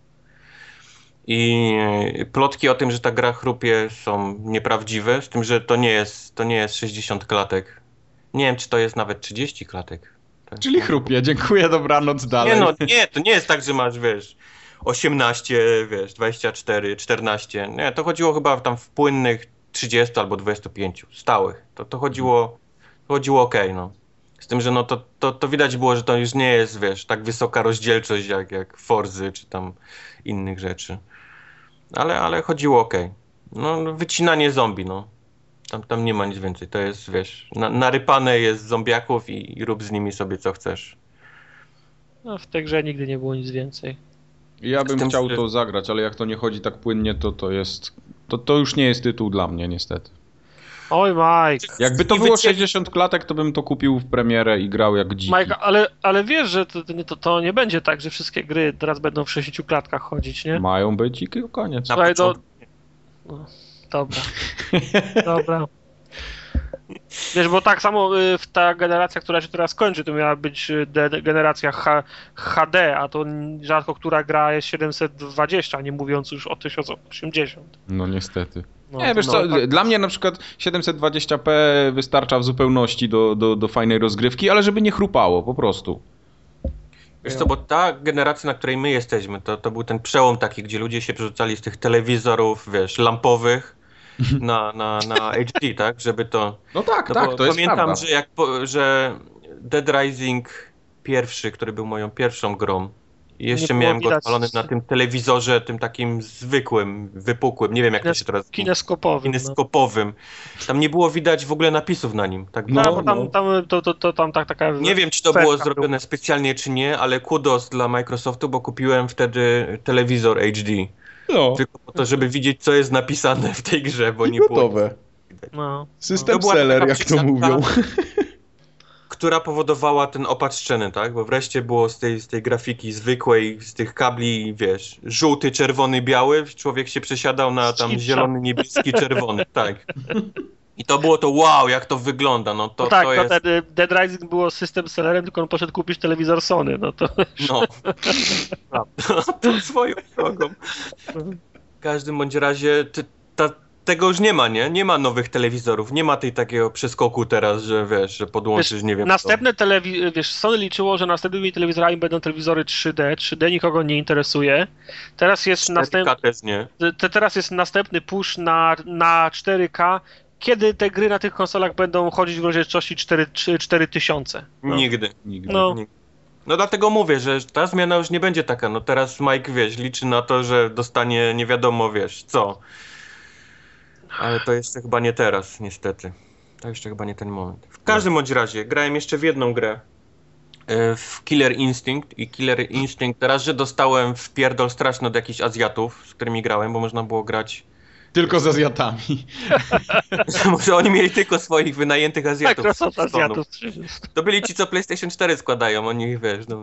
I plotki o tym, że ta gra chrupie, są nieprawdziwe, z tym, że to nie jest, to nie jest sześćdziesiąt klatek. Nie wiem, czy to jest nawet trzydzieści klatek. Tak. Czyli chrupie, dziękuję, dobranoc, dalej. Nie no, nie, to nie jest tak, że masz, wiesz, osiemnaście, wiesz, dwadzieścia cztery, czternaście. Nie, to chodziło chyba tam w płynnych trzydziestu albo dwudziestu pięciu, stałych. To, to chodziło, chodziło okej, no. Z tym, że no to, to, to widać było, że to już nie jest, wiesz, tak wysoka rozdzielczość jak, jak Forzy czy tam innych rzeczy. Ale, ale chodziło okej. No, wycinanie zombie, no. Tam, tam nie ma nic więcej. To jest, wiesz, na, narypane jest zombiaków i, i rób z nimi sobie co chcesz. No, w tej grze nigdy nie było nic więcej. Ja bym Z tym, chciał że- to zagrać, ale jak to nie chodzi tak płynnie, to to jest... To, to już nie jest tytuł dla mnie, niestety. Oj, Mike. Jakby to I było wyciek- sześćdziesiąt klatek, to bym to kupił w premierę i grał jak dziki. Mike, ale, ale wiesz, że to, to, to nie będzie tak, że wszystkie gry teraz będą w sześciu klatkach chodzić, nie? Mają być i koniec. Na Słuchaj, do... początku. No, dobra. Dobra. Wiesz, bo tak samo y, w ta generacja, która się teraz kończy, to miała być y, de, generacja H, H D, a to rzadko która gra jest siedemset dwadzieścia, nie mówiąc już o tysiąc osiemdziesiąt. No niestety. No, Nie, wiesz no, co, tak. dla mnie na przykład siedemset dwadzieścia p wystarcza w zupełności do, do, do fajnej rozgrywki, ale żeby nie chrupało, po prostu. Wiesz co, bo ta generacja, na której my jesteśmy, to, to był ten przełom taki, gdzie ludzie się przerzucali z tych telewizorów, wiesz, lampowych na, na, na H D, tak? Żeby to... No tak, No tak, bo to jest pamiętam, prawda. że jak po, że Dead Rising pierwszy, który był moją pierwszą grą, jeszcze Nie było miałem go widać- odpalony na tym telewizorze, tym takim zwykłym, wypukłym, nie wiem jak to się teraz... Kineskopowym. No. Kineskopowym. Tam nie było widać w ogóle napisów na nim. Tak No, No, było. bo tam, tam, to, to, to tam tak, taka... Nie wiem, czy to Ferka było była. zrobione specjalnie, czy nie, ale kudos dla Microsoftu, bo kupiłem wtedy telewizor H D. No, Tylko po to, żeby widzieć, co jest napisane w tej grze, bo nie było... gotowe. No, System To była seller, taka jak to przesiadka. mówią. Która powodowała ten opad szczeny, tak? Bo wreszcie było z tej, z tej grafiki zwykłej, z tych kabli, wiesz, żółty, czerwony, biały, człowiek się przesiadał na tam Cisza. zielony, niebieski, czerwony, tak. I to było to wow, jak to wygląda, no to, no tak, to to jest... wtedy Dead Rising było system sellerem, tylko on poszedł kupić telewizor Sony, no to... No, prawda, to swoją drogą. W każdym bądź razie ty, ta, tego już nie ma, nie? Nie ma nowych telewizorów, nie ma tej takiego przeskoku teraz, że wiesz, że podłączysz, Wiesz, nie wiem Następne telewi- wiesz, Sony liczyło, że następnymi telewizorami będą telewizory trzy D. trzy D nikogo nie interesuje. Teraz jest, co. następ... też nie. te, teraz jest następny push na, na cztery K. Kiedy te gry na tych konsolach będą chodzić w rozdzielczości cztery tysiące? No. Nigdy. Nigdy. No. Nigdy. No dlatego mówię, że ta zmiana już nie będzie taka. No teraz Mike, wiesz, liczy na to, że dostanie nie wiadomo, wiesz, co. Ale to jeszcze chyba nie teraz, niestety. To jeszcze chyba nie ten moment. W każdym bądź razie, grałem jeszcze w jedną grę. e, W Killer Instinct i Killer Instinct teraz, że dostałem w pierdol straszny od jakichś Azjatów, z którymi grałem, bo można było grać. Tylko z Azjatami. Może oni mieli tylko swoich wynajętych Azjatów. Microsoft z Stonu. Azjatów trzydzieści. To byli ci, co PlayStation cztery składają, oni wiesz, no.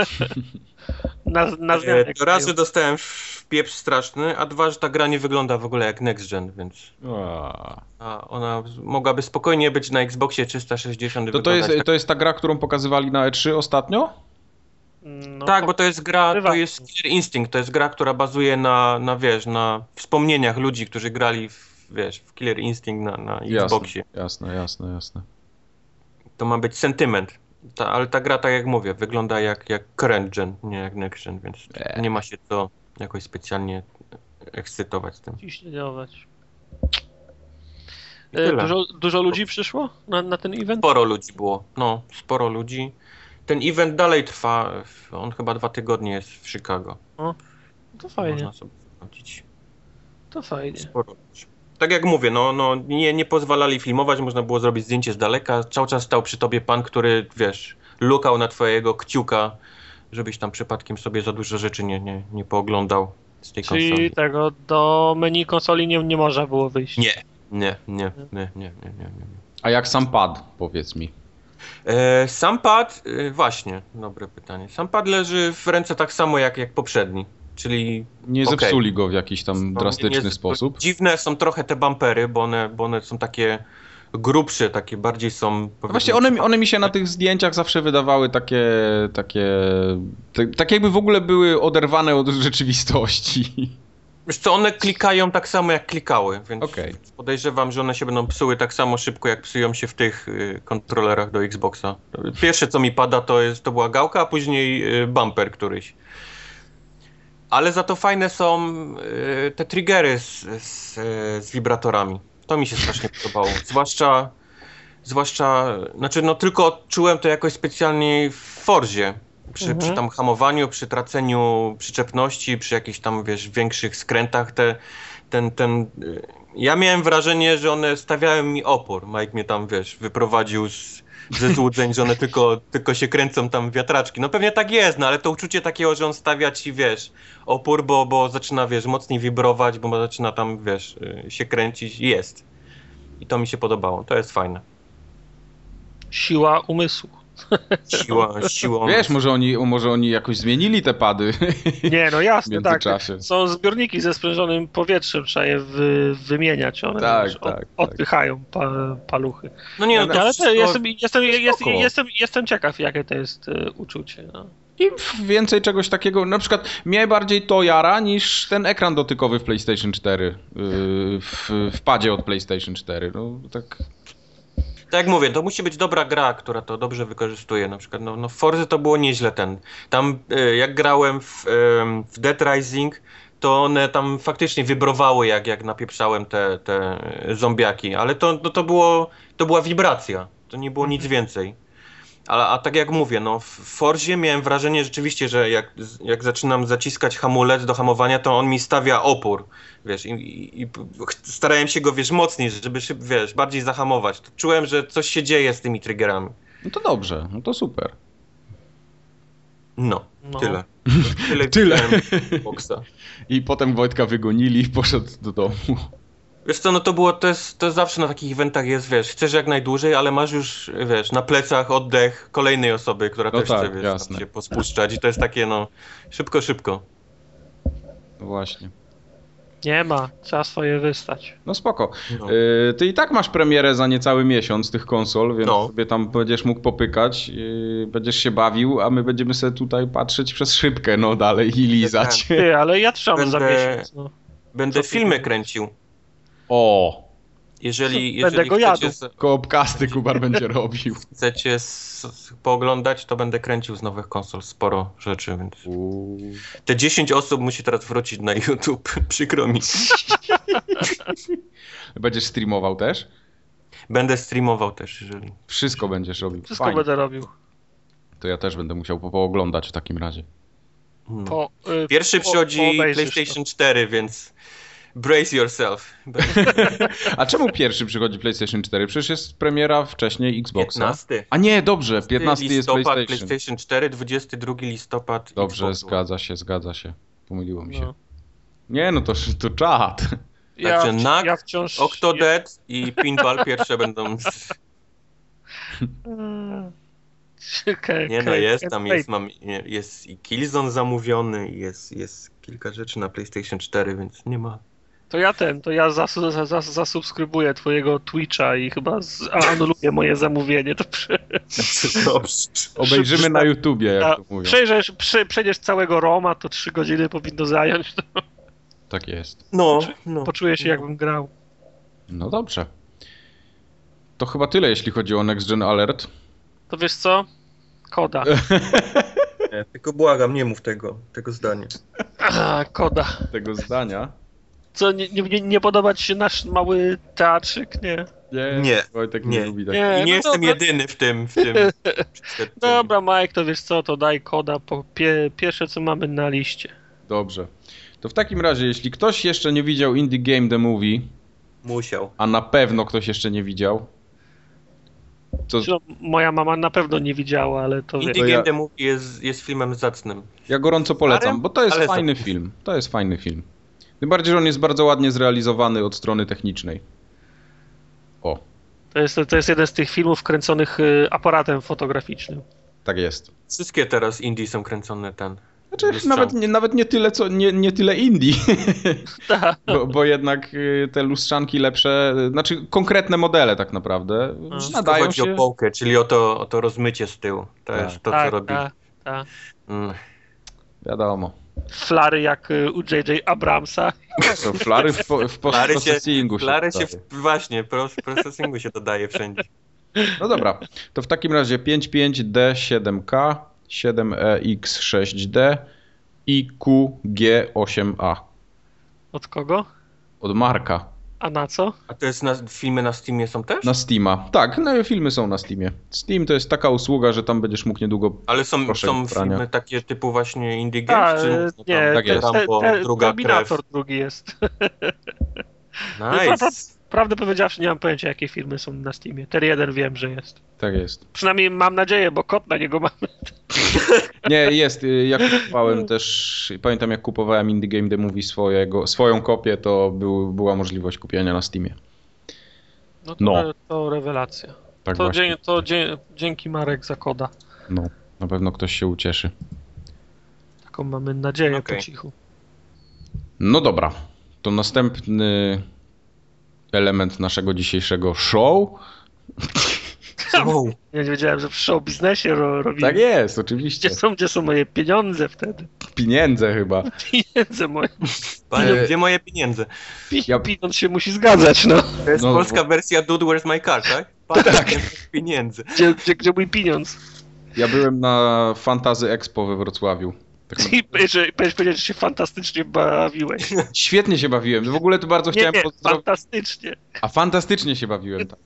Na, na E, zmianę to raz, że dostałem w pieprz straszny, a dwa, że ta gra nie wygląda w ogóle jak Next Gen, więc A. a ona mogłaby spokojnie być na Xboxie trzysta sześćdziesiąt. i To, to, wyglądać jest, tak. to jest ta gra, którą pokazywali na E trzy ostatnio? No, Tak, bo to jest gra, to prywatnie. jest Killer Instinct, to jest gra, która bazuje na, na wiesz, na wspomnieniach ludzi, którzy grali w, wiesz, w Killer Instinct na, na Xboxie. Jasne, jasne, jasne. To ma być sentyment. Ta, ale ta gra, tak jak mówię, wygląda jak, jak current gen, nie jak next gen, więc Eee. nie ma się co jakoś specjalnie ekscytować z tym. ciśnieniować. I E, tyle. Dużo, dużo ludzi przyszło na, na ten event? Sporo ludzi było, no, sporo ludzi. Ten event dalej trwa, on chyba dwa tygodnie jest w Chicago. To fajnie, Można sobie sprawdzić. to fajnie. Sporo ludzi. Tak jak mówię, no, no nie, nie pozwalali filmować, można było zrobić zdjęcie z daleka. Cały czas stał przy tobie pan, który, wiesz, lukał na twojego kciuka, żebyś tam przypadkiem sobie za dużo rzeczy nie, nie, nie pooglądał z tej Czyli konsoli. tego do menu konsoli nie, nie można było wyjść. Nie, nie, nie, nie, nie, nie, nie, nie. nie. A jak sam pad, powiedz mi. E, sam pad, e, właśnie, dobre pytanie. Sam pad leży w ręce tak samo jak, jak poprzedni, czyli Nie Okej. zepsuli go w jakiś tam No, drastyczny nie- sposób? Dziwne są trochę te bumpery, bo one, bo one są takie grubsze, takie bardziej są... No powiedzmy, właśnie one, one mi się na tych zdjęciach zawsze wydawały takie, takie, tak, tak jakby w ogóle były oderwane od rzeczywistości. Wiesz co, one klikają tak samo jak klikały, więc Okej. podejrzewam, że one się będą psuły tak samo szybko jak psują się w tych y, kontrolerach do Xboxa. Pierwsze co mi pada to jest, to była gałka, a później y, bumper któryś. Ale za to fajne są y, te triggery z, z, y, z wibratorami. To mi się strasznie podobało. Zwłaszcza, zwłaszcza, znaczy no tylko odczułem to jakoś specjalnie w Forzie. Przy, Mhm. przy tam hamowaniu, przy traceniu przyczepności, przy jakichś tam, wiesz, większych skrętach te, ten, ten... y, Ja miałem wrażenie, że one stawiały mi opór. Mike mnie tam, wiesz, wyprowadził z, ze złudzeń, że one tylko, tylko się kręcą tam wiatraczki. No pewnie tak jest, no ale to uczucie takiego, że on stawia ci, wiesz, opór, bo, bo zaczyna, wiesz, mocniej wibrować, bo zaczyna tam, wiesz, y, się kręcić, jest. I to mi się podobało, to jest fajne. Siła umysłu. Siła, siła. Wiesz, może oni, może oni jakoś zmienili te pady Nie, no w jasne, tak. międzyczasie. Są zbiorniki ze sprężonym powietrzem, trzeba je wy, wymieniać. One Tak, wiesz, tak, tak. odpychają pa, paluchy. No nie, no to Ale wszystko... to jestem, jestem, jest, spoko. jestem, jestem ciekaw, jakie to jest e, uczucie. No. I więcej czegoś takiego, na przykład mnie bardziej to jara niż ten ekran dotykowy w PlayStation cztery, yy, w, w padzie od PlayStation cztery. No tak. Tak jak mówię, to musi być dobra gra, która to dobrze wykorzystuje. Na przykład, no, no w Forzy to było nieźle ten. Tam y, jak grałem w, y, w Dead Rising, to one tam faktycznie wibrowały, jak, jak napieprzałem te, te zombiaki, ale to, no, to, było, to była wibracja, to nie było nic więcej. A, a tak jak mówię, no w Forzie miałem wrażenie rzeczywiście, że jak, jak zaczynam zaciskać hamulec do hamowania, to on mi stawia opór, wiesz, i, i, i starałem się go, wiesz, mocniej, żeby się, wiesz, bardziej zahamować. To czułem, że coś się dzieje z tymi triggerami. No to dobrze, no to super. No, No. tyle. Tyle. Tyle. widziałem Xboxa. I potem Wojtka wygonili i poszedł do domu. Wiesz co, no to było, to jest, to zawsze na takich eventach jest, wiesz, chcesz jak najdłużej, ale masz już, wiesz, na plecach oddech kolejnej osoby, która No też tak, chce, wiesz, jasne. tam się pospuszczać i to jest takie, no, szybko, szybko. No właśnie. Nie ma, trzeba swoje wystać. No spoko. No. Yy, ty i tak masz premierę za niecały miesiąc tych konsol, więc No. sobie tam będziesz mógł popykać, yy, będziesz się bawił, a my będziemy sobie tutaj patrzeć przez szybkę, no dalej i lizać. Ty, ale ja trzymam za Będę- miesiąc. No. Będę Co ty filmy mówisz? kręcił. O! Jeżeli, Będę jeżeli go chcecie, jadł. s- Koopkasty Kubar będzie robił. chcecie s- s- pooglądać, to będę kręcił z nowych konsol sporo rzeczy, więc Uuu. te dziesięć osób musi teraz wrócić na YouTube, przykro mi. Będziesz streamował też? Będę streamował też, jeżeli... Wszystko będziesz robił. Wszystko Fajnie. będę robił. To ja też będę musiał po- pooglądać w takim razie. No. Po, y, Pierwszy po- przychodzi poobejrzysz PlayStation cztery, więc brace yourself. A czemu pierwszy przychodzi PlayStation cztery? Przecież jest premiera wcześniej Xboxa. piętnasty. A nie, dobrze, piętnasty jest listopad PlayStation. PlayStation cztery, dwudziesty drugi listopad Dobrze, Xbox. zgadza się, zgadza się. Pomyliło mi się. No. Nie, no to, to czad. Ja, Także wci- Knack, ja wciąż... Octodad i Pinball pierwsze będą... Mm. Ke- Nie no, ke- jest ke- tam, hej, jest, mam, jest i Killzone zamówiony, jest, jest kilka rzeczy na PlayStation cztery, więc nie ma... To ja ten, to ja zasu, za, za, zasubskrybuję twojego Twitcha i chyba z, a, anuluję moje zamówienie. To przy, Dobrze. Obejrzymy na YouTubie, a, jak to mówią. przejrzysz, przy, przejdziesz całego Roma, to trzy godziny powinno zająć. To Tak jest. No, no. poczuję się jakbym grał. No dobrze. To chyba tyle, jeśli chodzi o Next Gen Alert. To wiesz co? Koda. Nie, tylko błagam, nie mów tego, tego zdania. Aha, koda. Tego zdania. Co, nie, nie, nie podoba ci się nasz mały teatrzyk? Nie. Nie, Nie, Wojtek nie, nie. lubi tak. Nie. I nie no jestem dobra. jedyny w tym, w tym. przed tym. Dobra, Mike, to wiesz co, to daj koda po pie, pierwsze, co mamy na liście. Dobrze. To w takim razie, jeśli ktoś jeszcze nie widział Indie Game The Movie, Musiał. a na pewno ktoś jeszcze nie widział, to Zresztą moja mama na pewno nie widziała, ale to wiesz. Indie To Game ja- The Movie jest, jest filmem zacnym. ja gorąco polecam, Starym, bo to jest ale fajny za- film. To jest fajny film. Tym bardziej, że on jest bardzo ładnie zrealizowany od strony technicznej. O, To jest, to jest jeden z tych filmów kręconych y, aparatem fotograficznym. tak jest. Wszystkie teraz indie są kręcone ten. Znaczy, Lustrzanki. nawet nie, nawet nie tyle, co nie, nie tyle indie, Tak. bo, bo jednak y, te lustrzanki lepsze, y, znaczy konkretne modele tak naprawdę, Wszystko nadają chodzi się. o połkę, czyli o to, o to rozmycie z tyłu. To Tak. jest to, co tak, robi. tak, tak. Mm. Wiadomo. Flary jak y, u J J Abramsa. To flary w, po- w Flary się, post-processingu się flary się dodaje. w, właśnie, pro- w processingu się dodaje wszędzie. No dobra, to w takim razie pięć pięć D siedem K, siedem E X sześć D i Q G osiem A. Od kogo? Od Marka. A na co? A to jest na, filmy na Steamie są też? Na Steama. Tak, no, filmy są na Steamie. Steam to jest taka usługa, że tam będziesz mógł niedługo... Ale są, proszę są brania. filmy takie typu właśnie Indie A, Games, czy e, no, nie, tam tak jest. Rambo, te, te, druga Terminator krew. drugi jest. Nice. Prawdę powiedziawszy, nie mam pojęcia, jakie filmy są na Steamie. Ten jeden wiem, że jest. Tak jest. Przynajmniej mam nadzieję, bo kod na niego mamy. Nie, jest. y, Ja kupowałem też, pamiętam jak kupowałem Indie Game The Movie swojego, swoją kopię, to był, była możliwość kupienia na Steamie. No to, No. to rewelacja. Tak to właśnie. dzie, to dzie, dzięki Marek za koda. No, na pewno ktoś się ucieszy. Taką mamy nadzieję Okej. po cichu. No dobra, to następny element naszego dzisiejszego show. Wow. Ja nie wiedziałem, że w show biznesie ro, robimy. Tak jest, oczywiście. Gdzie są, gdzie są moje pieniądze wtedy? Pieniądze chyba. Pieniądze moje. Panie, E, gdzie moje pieniądze? Pi, Ja- Pieniądz się musi zgadzać, no. To jest No, polska wersja Dude, Where's My Car, tak? Panie, tak. Pieniędzy. Gdzie, gdzie, gdzie mój pieniądz? Ja byłem na Fantasy Expo we Wrocławiu. Tak I powinieneś powiedzieć, że się fantastycznie bawiłeś. świetnie się bawiłem. W ogóle to bardzo Nie, chciałem nie, pozdrowić. fantastycznie. A fantastycznie się bawiłem, tak.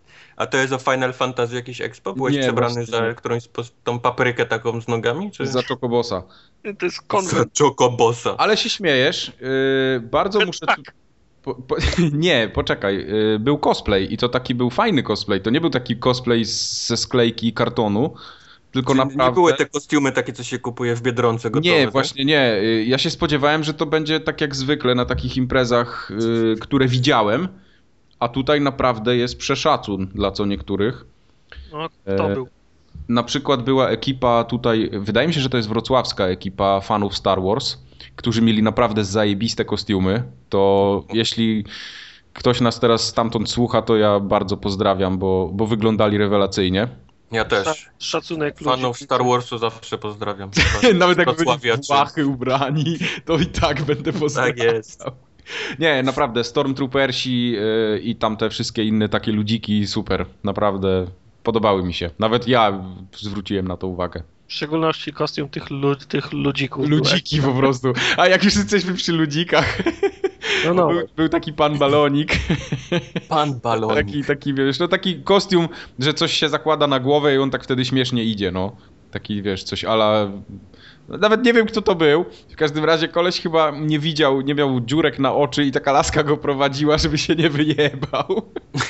A to jest o Final Fantasy jakiś expo? Byłeś Nie, przebrany właśnie za nie. którąś pos- tą paprykę taką z nogami? Czy Za Chocobosa. To jest za konwent. Chocobossa? Ale się śmiejesz. Yy, bardzo muszę... Tak. Po, po, nie, poczekaj. Yy, był cosplay i to taki był fajny cosplay. To nie był taki cosplay z- ze sklejki i kartonu, tylko Czy naprawdę... Nie były te kostiumy takie, co się kupuje w Biedronce gotowe? Nie, tak? właśnie nie. Y, Ja się spodziewałem, że to będzie tak jak zwykle na takich imprezach, y, które widziałem, a tutaj naprawdę jest przeszacun dla co niektórych. No, kto E, był? Na przykład była ekipa tutaj, wydaje mi się, że to jest wrocławska ekipa fanów Star Wars, którzy mieli naprawdę zajebiste kostiumy. To jeśli ktoś nas teraz stamtąd słucha, to ja bardzo pozdrawiam, bo, bo wyglądali rewelacyjnie. Ja też. Szacunek ludzi. Fanów Star Warsu zawsze pozdrawiam. Nawet jak byli Wrocławia, w czy- błachy ubrani, to i tak będę pozdrawiał. Tak jest. Nie, naprawdę, Stormtroopersi yy, i tam te wszystkie inne takie ludziki, super, naprawdę podobały mi się. Nawet ja zwróciłem na to uwagę. W szczególności kostium tych, lud, tych ludzików. Ludziki po prostu. A jak już jesteśmy przy ludzikach, No, no. był, był taki pan balonik, Pan balonik. taki, taki, wiesz, no taki kostium, że coś się zakłada na głowę i on tak wtedy śmiesznie idzie, no. Taki, wiesz, coś ala... Nawet nie wiem, kto to był. W każdym razie koleś chyba nie widział, nie miał dziurek na oczy i taka laska go prowadziła, żeby się nie wyjebał.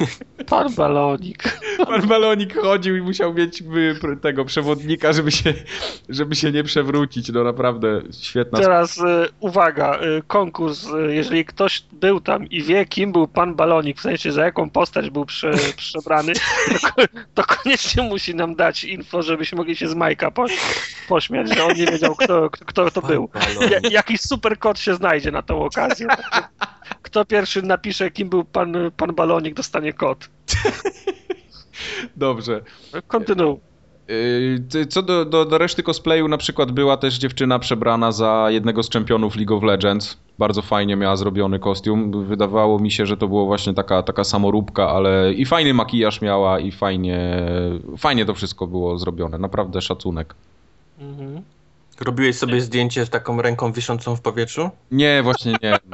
Pan balonik. Pan balonik chodził i musiał mieć y, pr- tego przewodnika, żeby się, żeby się nie przewrócić. No naprawdę świetna Teraz e, uwaga, e, konkurs. E, jeżeli ktoś był tam i wie, kim był pan balonik, w sensie za jaką postać był prze, przebrany, to, ko- to koniecznie musi nam dać info, żebyśmy mogli się z Majka po, pośmiać, że on nie wiedział, kto, kto, kto to Pan był. balonik. Ja, jakiś super kod się znajdzie na tą okazję. Kto pierwszy napisze, kim był pan, pan balonik, dostanie kod. Dobrze. Kontynuuj. Yy, ty- Co do, do, do reszty cosplayu, na przykład była też dziewczyna przebrana za jednego z czempionów League of Legends. Bardzo fajnie miała zrobiony kostium. Wydawało mi się, że to było właśnie taka, taka samoróbka, ale i fajny makijaż miała i fajnie, fajnie to wszystko było zrobione. Naprawdę szacunek. Mhm. Robiłeś sobie zdjęcie z taką ręką wiszącą w powietrzu? Nie, właśnie nie. No.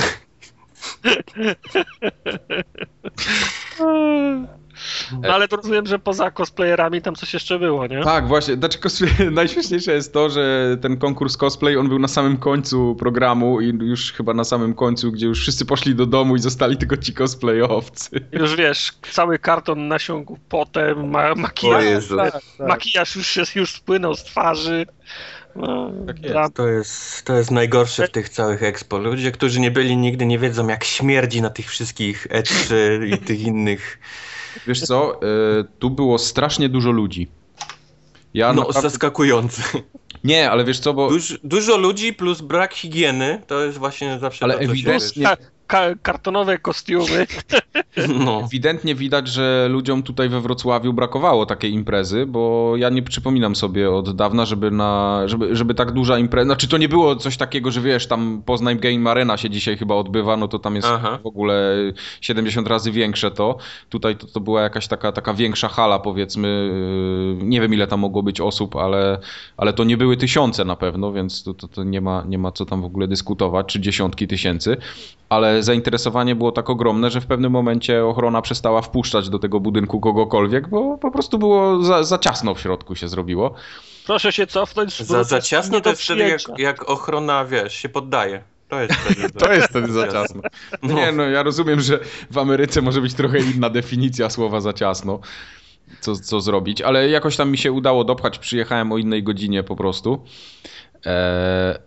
No ale to rozumiem, że poza cosplayerami tam coś jeszcze było, nie? Tak, właśnie. Znaczy, cosplay, najśmieszniejsze jest to, że ten konkurs cosplay, on był na samym końcu programu i już chyba na samym końcu, gdzie już wszyscy poszli do domu i zostali tylko ci cosplayowcy. Już wiesz, cały karton nasiągł potem, ma, O makijaż, Jezu. makijaż już, się, już spłynął z twarzy. No, Tak jest. dla- To jest, to jest najgorsze w tych całych expo. Ludzie, którzy nie byli nigdy, nie wiedzą, jak śmierdzi na tych wszystkich E trzy i tych innych. Wiesz co, y, tu było strasznie dużo ludzi. Ja No, naprawdę... zaskakujące. Nie, ale wiesz co, bo... Duż, dużo ludzi plus brak higieny, to jest właśnie zawsze Ale to, co się ewidentnie- wiesz. ka- ka- kartonowe kostiumy. No. Ewidentnie widać, że ludziom tutaj we Wrocławiu brakowało takiej imprezy, bo ja nie przypominam sobie od dawna, żeby na, żeby, żeby tak duża impreza, znaczy to nie było coś takiego, że wiesz, tam Poznań Game Arena się dzisiaj chyba odbywa, no to tam jest Aha. w ogóle siedemdziesiąt razy większe to. Tutaj to, to była jakaś taka, taka większa hala, powiedzmy, yy, nie wiem ile tam mogło być osób, ale, ale to nie były tysiące na pewno, więc to, to, to nie ma, nie ma co tam w ogóle dyskutować, czy dziesiątki tysięcy. ale zainteresowanie było tak ogromne, że w pewnym momencie ochrona przestała wpuszczać do tego budynku kogokolwiek, bo po prostu było za, za ciasno w środku się zrobiło. Proszę się cofnąć. Za, za ciasno nie to do jest wtedy, jak, przyjęcia. jak ochrona, wiesz, się poddaje. To jest wtedy, To jest wtedy za ciasno. No. Nie, no ja rozumiem, że w Ameryce może być trochę inna definicja słowa za ciasno, co, co zrobić, ale jakoś tam mi się udało dopchać, przyjechałem o innej godzinie po prostu. Eee,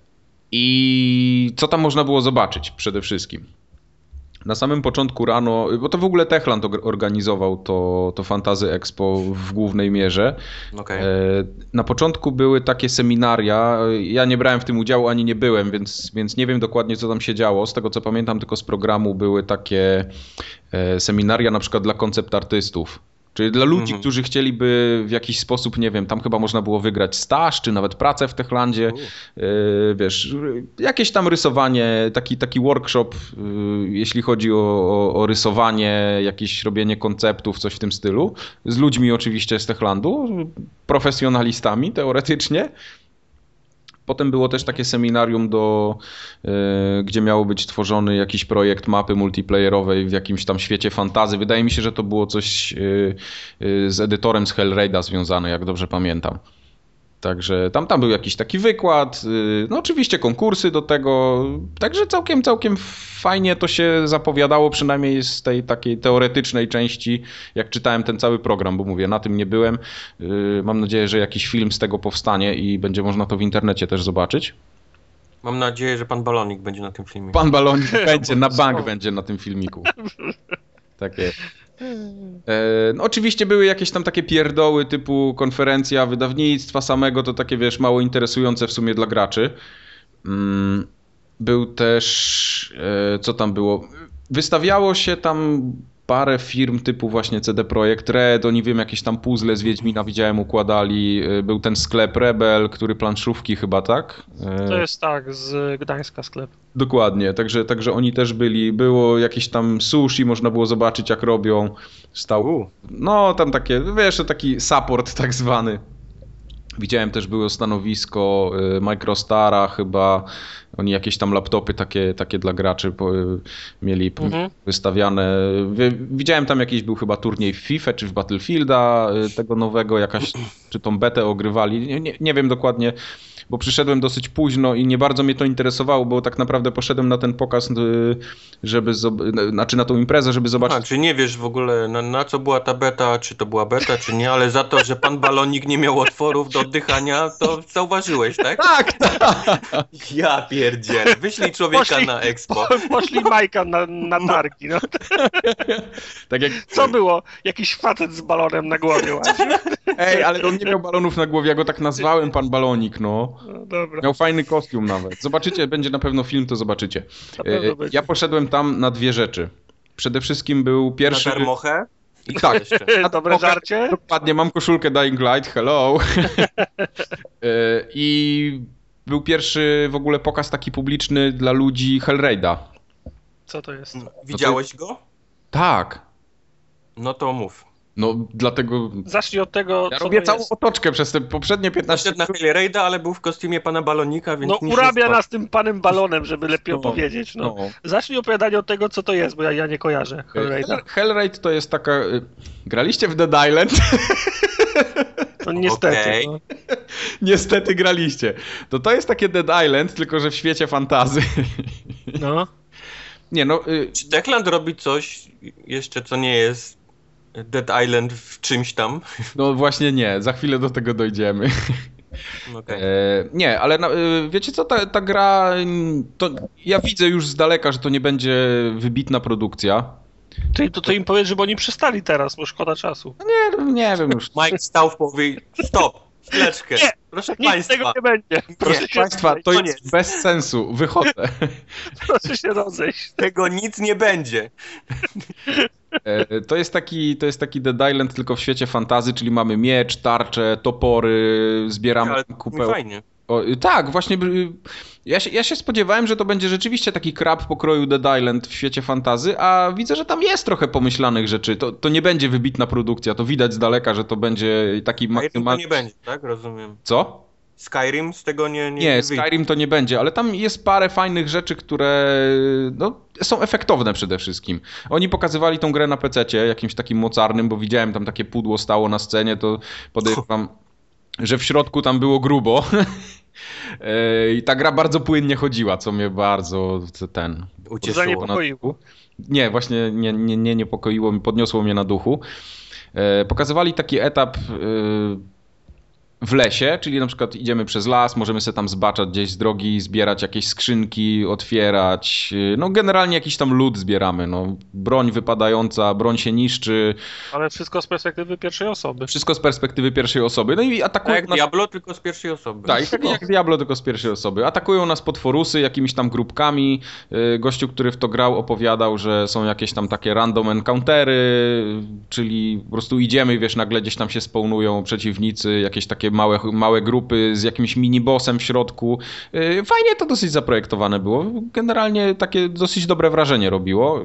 I co tam można było zobaczyć przede wszystkim? Na samym początku rano, bo to w ogóle Techland og- organizował to, to Fantasy Expo w głównej mierze. Okej. E, Na początku były takie seminaria, ja nie brałem w tym udziału ani nie byłem, więc, więc nie wiem dokładnie co tam się działo. Z tego co pamiętam tylko z programu były takie e, seminaria na przykład dla koncept artystów. Czyli dla ludzi, Mhm. którzy chcieliby w jakiś sposób, nie wiem, tam chyba można było wygrać staż, czy nawet pracę w Techlandzie, U. yy, wiesz, jakieś tam rysowanie, taki, taki workshop, yy, jeśli chodzi o, o, o rysowanie, jakieś robienie konceptów, coś w tym stylu, z ludźmi oczywiście z Techlandu, profesjonalistami teoretycznie. Potem było też takie seminarium, do, yy, gdzie miało być tworzony jakiś projekt mapy multiplayerowej w jakimś tam świecie fantasy. Wydaje mi się, że to było coś yy, yy, z edytorem z Hellraida związane, jak dobrze pamiętam. Także tam, tam był jakiś taki wykład, yy, no oczywiście konkursy do tego, także całkiem, całkiem fajnie to się zapowiadało, przynajmniej z tej takiej teoretycznej części, jak czytałem ten cały program, bo mówię, na tym nie byłem. Yy, mam nadzieję, że jakiś film z tego powstanie i będzie można to w internecie też zobaczyć. Mam nadzieję, że pan Balonik będzie na tym filmie. Pan Balonik będzie, na bank będzie na tym filmiku. Takie. E, no oczywiście były jakieś tam takie pierdoły typu konferencja wydawnictwa samego, to takie wiesz, mało interesujące w sumie dla graczy. Mm, był też, e, co tam było? Wystawiało się tam parę firm typu właśnie C D Projekt Red, oni wiem jakieś tam puzzle z Wiedźmina widziałem układali, e, był ten sklep Rebel, który planszówki chyba, tak? E, To jest tak, z Gdańska sklep. Dokładnie, także, także oni też byli, było jakieś tam sushi, można było zobaczyć jak robią, stał, U. no tam takie, wiesz, to taki support tak zwany. Widziałem też było stanowisko y, Microstara chyba, oni jakieś tam laptopy takie, takie dla graczy po, y, mieli p- Mhm. wystawiane. Wi- Widziałem tam jakiś był chyba turniej w FIFA czy w Battlefielda y, tego nowego, jakaś, czy tą betę ogrywali, nie, nie, nie wiem dokładnie, bo przyszedłem dosyć późno i nie bardzo mnie to interesowało, bo tak naprawdę poszedłem na ten pokaz, y, żeby, zob- znaczy na tą imprezę, żeby zobaczyć. A, czy nie wiesz w ogóle na, na co była ta beta, czy to była beta, czy nie, ale za to, że pan Balonik nie miał otworów do oddychania, to zauważyłeś, tak? Tak, tak. Ja pierdzielę. Wyślij człowieka Poszli- na expo. Poszli Majka na, na targi. No. Tak jak, Co było? Jakiś facet z balonem na głowie łaził. ej, ale on nie miał balonów na głowie, ja go tak nazwałem, pan Balonik, no. No, dobra. Miał fajny kostium nawet. Zobaczycie, będzie na pewno film, to zobaczycie. Na pewno E, będzie. Ja poszedłem tam na dwie rzeczy. Przede wszystkim był Na pierwszy... darmochę? I Tak. jeszcze. Dobre żarcie? Dokładnie, mam koszulkę Dying Light, hello. E, I był pierwszy w ogóle pokaz taki publiczny dla ludzi Hellraida. Co to jest? Widziałeś go? Tak. No to mów. No dlatego... Zacznij od tego, Ja co robię to całą jest. otoczkę przez te poprzednie piętnaście Poszedł na Hellraida, ale był w kostiumie pana Balonika, więc No nic nie urabia spadł. nas tym panem balonem, żeby lepiej No, opowiedzieć. No. No. Zacznij opowiadanie od tego, co to jest, bo ja, ja nie kojarzę Hellraida. Hell- Hellraid to jest taka... y, Graliście w Dead Island? No niestety. Okej. No. Niestety graliście. To to jest takie Dead Island, tylko że w świecie fantazy. No. Nie no, y, Czy Techland robi coś jeszcze, co nie jest Dead Island w czymś tam? no właśnie nie, za chwilę do tego dojdziemy. Okej. E, nie, ale na, y, wiecie co, ta, ta gra, mm, to ja widzę już z daleka, że to nie będzie wybitna produkcja. Czyli to, to im powiedz, żeby oni przestali teraz, bo szkoda czasu. Nie, nie wiem już. Mike stał w połowie. Stop! Chwileczkę. Nie, Proszę Nic z państwa. tego nie będzie. Proszę Proszę się Państwa, to koniec. jest bez sensu, wychodzę. Proszę się rozejść. Tego nic nie będzie. E, To jest taki, to jest taki Dead Island tylko w świecie fantazy, czyli mamy miecz, tarcze, topory, zbieramy Ale kupę. mi fajnie. O, y, tak, właśnie y, ja się, ja się spodziewałem, że to będzie rzeczywiście taki krab pokroju Dead Island w świecie fantazy, a widzę, że tam jest trochę pomyślanych rzeczy. To, to nie będzie wybitna produkcja, to widać z daleka, że to będzie taki A jednym to maksymalny... nie będzie, tak? Rozumiem. Co? Skyrim z tego nie Nie, Nie, nie Skyrim to nie będzie, ale tam jest parę fajnych rzeczy, które no, są efektowne przede wszystkim. Oni pokazywali tą grę na pececie, jakimś takim mocarnym, bo widziałem tam takie pudło stało na scenie, to podejrzewam, że w środku tam było grubo. I ta gra bardzo płynnie chodziła, co mnie bardzo ten ucieszyło. Zaniepokoiło. Nie, właśnie nie, nie, nie niepokoiło, podniosło mnie na duchu. E, pokazywali taki etap e, w lesie, czyli na przykład idziemy przez las, możemy sobie tam zbaczać gdzieś z drogi, zbierać jakieś skrzynki, otwierać. No generalnie jakiś tam lód zbieramy. No, broń wypadająca, broń się niszczy. Ale wszystko z perspektywy pierwszej osoby. Wszystko z perspektywy pierwszej osoby. No i atakują Tak jak nas... Diablo, tylko z pierwszej osoby. Tak, tak jak Diablo, tylko z pierwszej osoby. Atakują nas potworusy jakimiś tam grupkami. Gościu, który w to grał, opowiadał, że są jakieś tam takie random encountery, czyli po prostu idziemy i wiesz, nagle gdzieś tam się spawnują przeciwnicy, jakieś takie małe, małe grupy z jakimś minibossem w środku. Fajnie to dosyć zaprojektowane było. Generalnie takie dosyć dobre wrażenie robiło.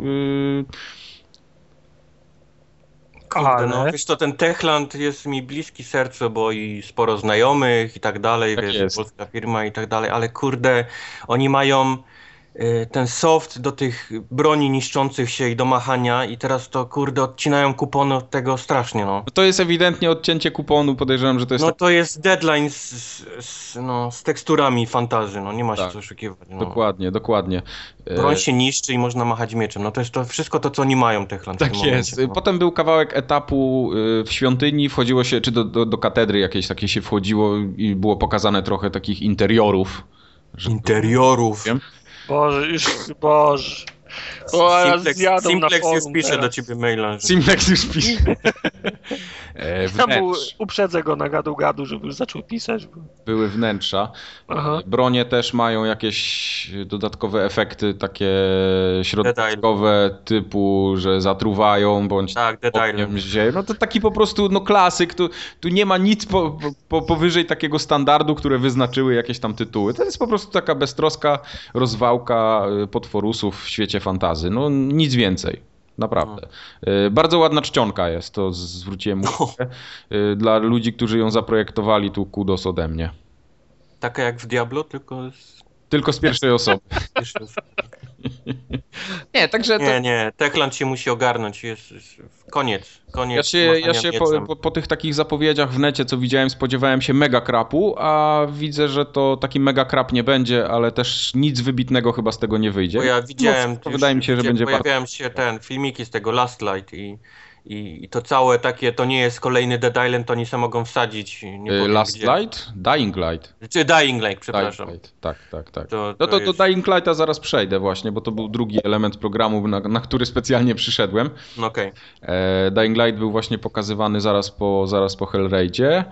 Kurde, Ale... no wiesz to, ten Techland jest mi bliski sercu, bo i sporo znajomych i tak dalej, Tak wiesz, jest. polska firma i tak dalej, ale kurde, oni mają y, ten soft do tych broni niszczących się i do machania i teraz to kurde odcinają kupony od tego strasznie, no. To jest ewidentnie odcięcie kuponu, podejrzewam, że to jest... No tak... to jest deadline z, z, no, z teksturami fantazy, no nie ma się Tak. co oszukiwać. No. Dokładnie, dokładnie. Broń się niszczy i można machać mieczem, no to jest to wszystko to, co oni mają, Techland. w Tak tym jest. momencie, no. Potem był kawałek etapu w świątyni, wchodziło się, czy do, do, do katedry jakiejś takiej się wchodziło i było pokazane trochę takich interiorów. Że... Interiorów. Wiem. Boże, już, Boże. O, Simplex, zjadą Simplex na już forum pisze teraz. do ciebie maila. Że... Simplex już pisze. E, Ja mu wnętrz. uprzedzę go na gadu-gadu, żeby już zaczął pisać. Bo... Były wnętrza. Aha. Bronie też mają jakieś dodatkowe efekty takie środowiskowe typu, że zatruwają bądź Tak, Dead ogniem Island. zieje. No to taki po prostu no klasyk. Tu, tu nie ma nic po, po, powyżej takiego standardu, które wyznaczyły jakieś tam tytuły. To jest po prostu taka beztroska rozwałka potworusów w świecie fantazy. No nic więcej. Naprawdę. No. Bardzo ładna czcionka jest, to zwróciłem uwagę. No. Dla ludzi, którzy ją zaprojektowali, tu kudos ode mnie. Taka jak w Diablo, tylko z... Tylko z pierwszej osoby. Nie, także... To... Nie, nie, Techland się musi ogarnąć, jest, jest koniec, koniec. Ja się, ja się po, po, po tych takich zapowiedziach w necie, co widziałem, spodziewałem się mega krapu, a widzę, że to taki mega krap nie będzie, ale też nic wybitnego chyba z tego nie wyjdzie. Bo ja widziałem, no, to wydaje mi się, że będzie bardzo... Pojawiają się ten filmiki z tego Last Light i, i, i to całe takie, to nie jest kolejny Dead Island, to oni se mogą wsadzić. Nie powiem Last gdzie. Light? Dying Light. Czy Dying Light, przepraszam. Dying Light. Tak, tak, tak. To, no to jest... do Dying Lighta zaraz przejdę właśnie, bo to był drugi element programu, na, na który specjalnie przyszedłem. No okej. Okay. Dying Light był właśnie pokazywany zaraz po, zaraz po Hellraidzie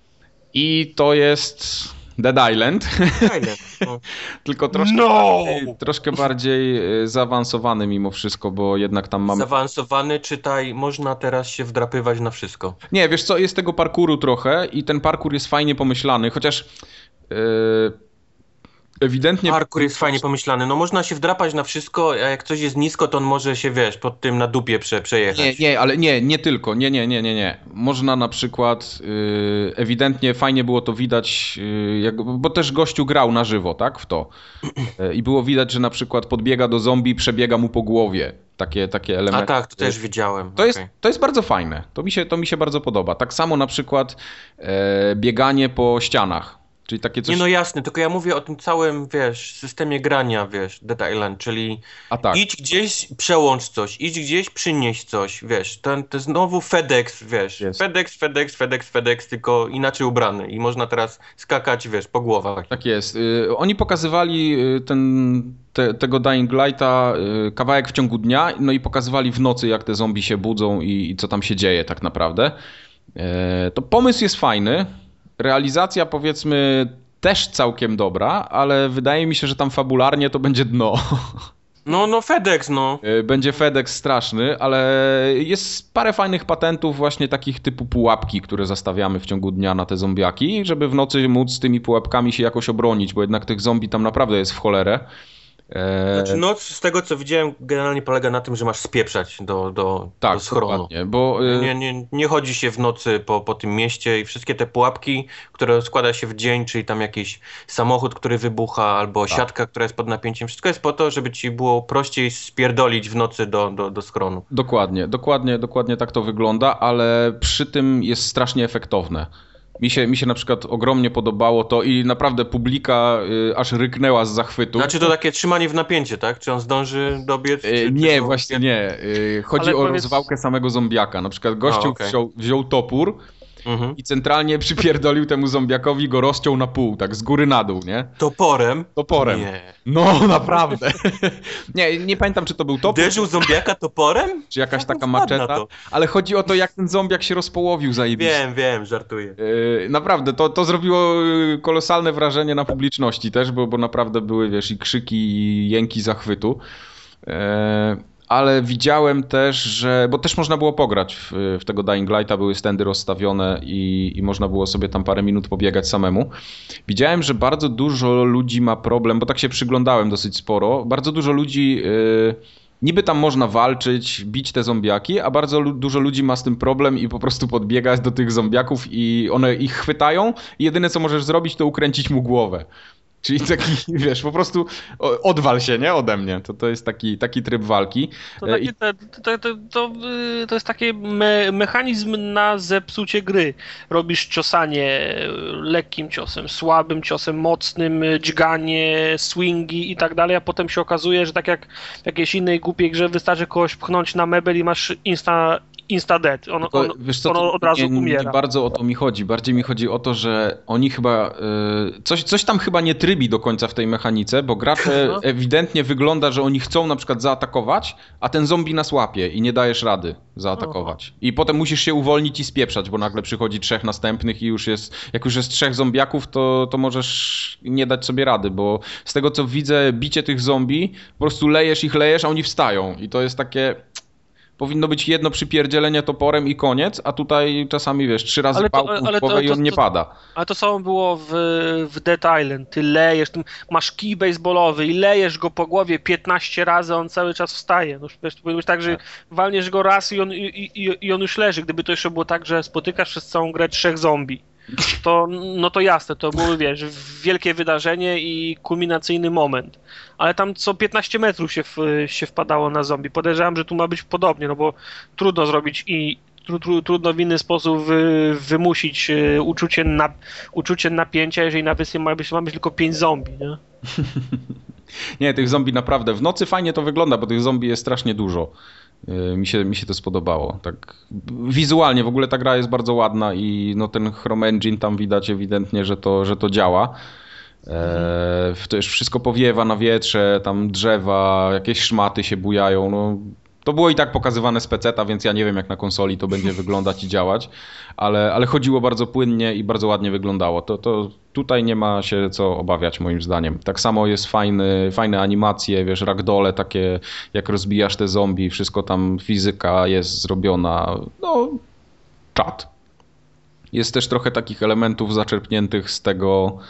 i to jest... Dead Island. Island. No. Tylko troszkę, No! bardziej, troszkę bardziej zaawansowany mimo wszystko, bo jednak tam mamy... Zaawansowany, czytaj, można teraz się wdrapywać na wszystko. Nie, wiesz co, jest tego parkouru trochę i ten parkour jest fajnie pomyślany, chociaż yy, ewidentnie... Parkour jest fajnie pomyślany, no można się wdrapać na wszystko, a jak coś jest nisko, to on może się, wiesz, pod tym na dupie prze, przejechać. Nie, nie, ale nie, nie tylko, nie, nie, nie, nie, nie. Można na przykład, yy, ewidentnie fajnie było to widać, yy, jak, bo też gościu grał na żywo, tak, w to. Yy, I było widać, że na przykład podbiega do zombie, przebiega mu po głowie. Takie, takie elementy. A tak, to też widziałem. To jest, okay. to jest bardzo fajne, to mi się, to mi się bardzo podoba. Tak samo na przykład e, bieganie po ścianach. Czyli takie coś... Nie no jasne, tylko ja mówię o tym całym, wiesz, systemie grania, wiesz, Dead Island, czyli A tak. idź gdzieś, przełącz coś, idź gdzieś, przynieś coś, wiesz, ten, to znowu FedEx, wiesz, Jest. FedEx, FedEx, FedEx, FedEx, tylko inaczej ubrany i można teraz skakać, wiesz, po głowach. Tak jest. Y, oni pokazywali ten, te, tego Dying Lighta y, kawałek w ciągu dnia, no i pokazywali w nocy, jak te zombie się budzą i, i co tam się dzieje tak naprawdę. Y, to pomysł jest fajny. Realizacja, powiedzmy, też całkiem dobra, ale wydaje mi się, że tam fabularnie to będzie dno. No, no FedEx, no. Będzie FedEx straszny, ale jest parę fajnych patentów właśnie takich typu pułapki, które zastawiamy w ciągu dnia na te zombiaki, żeby w nocy móc z tymi pułapkami się jakoś obronić, bo jednak tych zombie tam naprawdę jest w cholerę. E, Znaczy noc, z tego co widziałem, generalnie polega na tym, że masz spieprzać do, do, tak, do schronu. dokładnie, bo y, Nie, nie, nie chodzi się w nocy po, po tym mieście i wszystkie te pułapki, które składa się w dzień, czyli tam jakiś samochód, który wybucha, albo Tak. siatka, która jest pod napięciem, wszystko jest po to, żeby ci było prościej spierdolić w nocy do, do, do schronu. dokładnie, dokładnie, dokładnie tak to wygląda, ale przy tym jest strasznie efektowne. Mi się, mi się na przykład ogromnie podobało to i naprawdę publika y, aż ryknęła z zachwytu. Znaczy to takie trzymanie w napięcie, tak? Czy on zdąży dobiec? Y, Czy, nie, czy to- właśnie nie. Y, chodzi Ale o powiedz- rozwałkę samego zombiaka. Na przykład gościu A, okej. wziął, wziął topór Mhm. i centralnie przypierdolił temu zombiakowi, go rozciął na pół, tak z góry na dół, nie? Toporem? Toporem. Nie. No, naprawdę. nie, nie pamiętam, czy to był topór, Uderzył zombiaka toporem? czy jakaś Jak on taka wpadł na maczeta, to? ale chodzi o to, jak ten zombiak się rozpołowił zajebiście. Wiem, wiem, żartuję. Yy, naprawdę, to, to zrobiło yy, kolosalne wrażenie na publiczności też, bo, bo naprawdę były, wiesz, i krzyki, i jęki zachwytu. Yy, ale widziałem też, że, bo też można było pograć w, w tego Dying Lighta, były stędy rozstawione i, i można było sobie tam parę minut pobiegać samemu. Widziałem, że bardzo dużo ludzi ma problem, bo tak się przyglądałem dosyć sporo, bardzo dużo ludzi... Yy, Niby tam można walczyć, bić te zombiaki, a bardzo lu- dużo ludzi ma z tym problem i po prostu podbiegać do tych zombiaków i one ich chwytają i jedyne co możesz zrobić to ukręcić mu głowę. Czyli taki, wiesz, po prostu o- odwal się, nie? Ode mnie. To, to jest taki, taki tryb walki. To, E, takie, i- to, to, to, to, y, to jest taki me, mechanizm na zepsucie gry. Robisz ciosanie lekkim ciosem, słabym ciosem, mocnym, dźganie, swingi i tak dalej, a potem się okazuje, że tak jak w jakiejś innej głupiej grze wystarczy kogoś pchnąć na mebel i masz insta, insta dead. On, Tylko, on, wiesz co, on to od razu nie, nie umiera. bardzo o to mi chodzi. Bardziej mi chodzi o to, że oni chyba... y, coś, coś tam chyba nie trybi do końca w tej mechanice, bo gracze No. ewidentnie wygląda, że oni chcą na przykład zaatakować, a ten zombie nas łapie i nie dajesz rady zaatakować. I potem musisz się uwolnić i spieprzać, bo nagle przychodzi trzech następnych i już jest... Jak już jest trzech zombiaków, to, to możesz nie dać sobie rady, bo z tego co widzę, bicie tych zombie, po prostu lejesz ich, lejesz, a oni wstają. I to jest takie... Powinno być jedno przypierdzielenie toporem i koniec, a tutaj czasami, wiesz, trzy razy Ale to- pałką w ale to- głowę i to- on nie to- pada. Ale to samo było w, w Dead Island. Ty lejesz, ty masz kij baseballowy i lejesz go po głowie piętnaście razy, on cały czas wstaje. No, wiesz, to powinno być tak, że walniesz go raz i on, i, i, i on już leży. Gdyby to jeszcze było tak, że spotykasz przez całą grę trzech zombie, to, no to jasne, to były, wiesz, wielkie wydarzenie i kulminacyjny moment. Ale tam co piętnaście metrów się, w, się wpadało na zombie. Podejrzewam, że tu ma być podobnie, no bo trudno zrobić i tru, tru, trudno w inny sposób wy, wymusić e, uczucie, na, uczucie napięcia, jeżeli na wyspie ma być, ma być tylko pięć zombie, nie? Nie, tych zombie naprawdę. W nocy fajnie to wygląda, bo tych zombie jest strasznie dużo. Yy, Mi się, mi się to spodobało. Tak wizualnie w ogóle ta gra jest bardzo ładna i no ten Chrome Engine tam widać ewidentnie, że to, że to działa. E, to już wszystko powiewa na wietrze, tam drzewa, jakieś szmaty się bujają. No, to było i tak pokazywane z peceta, więc ja nie wiem jak na konsoli to będzie wyglądać i działać, ale, ale chodziło bardzo płynnie i bardzo ładnie wyglądało. To, to tutaj nie ma się co obawiać moim zdaniem. Tak samo jest fajny, fajne animacje, wiesz, ragdole takie, jak rozbijasz te zombie, wszystko tam, fizyka jest zrobiona, no, czad. Jest też trochę takich elementów zaczerpniętych z tego,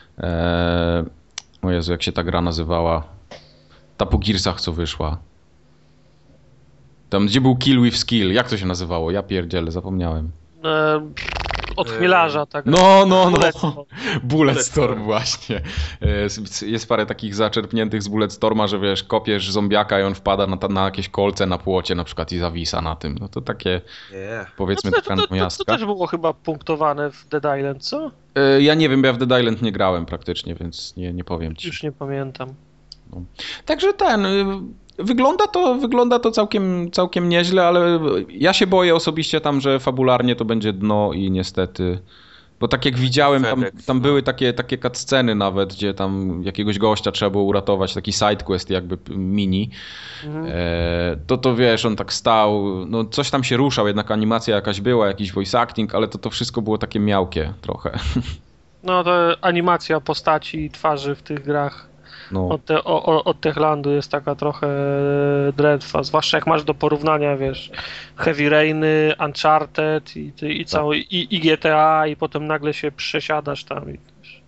e, o Jezu, jak się ta gra nazywała, ta po Gearsach co wyszła. Tam gdzie był Kill with Skill, jak to się nazywało? Ja pierdzielę, zapomniałem. E, od chmielarza, tak? No, no, no. Bulletstorm. Bulletstorm właśnie. Jest, jest parę takich zaczerpniętych z Bulletstorma, że wiesz, kopiesz zombiaka i on wpada na, ta- na jakieś kolce na płocie na przykład i zawisa na tym. No to takie, Yeah. powiedzmy, No to, taka to, to, to namiastka. też było chyba punktowane w Dead Island, co? E, Ja nie wiem, bo ja w Dead Island nie grałem praktycznie, więc nie, nie powiem ci. Już nie pamiętam. Także ten, y, wygląda to, wygląda to całkiem, całkiem nieźle, ale ja się boję osobiście tam, że fabularnie to będzie dno i niestety, bo tak jak widziałem, tam, FedEx, tam no. były takie, takie cutsceny nawet, gdzie tam jakiegoś gościa trzeba było uratować, taki sidequest jakby mini, Mhm. e, to to wiesz, on tak stał, no coś tam się ruszał, jednak animacja jakaś była, jakiś voice acting, ale to to wszystko było takie miałkie trochę. No to animacja postaci i twarzy w tych grach No. od, te, o, o, od Techlandu jest taka trochę drętwa, zwłaszcza jak masz do porównania, wiesz, Heavy Rainy, Uncharted i, i, i, cały, i, i G T A i potem nagle się przesiadasz tam i wiesz.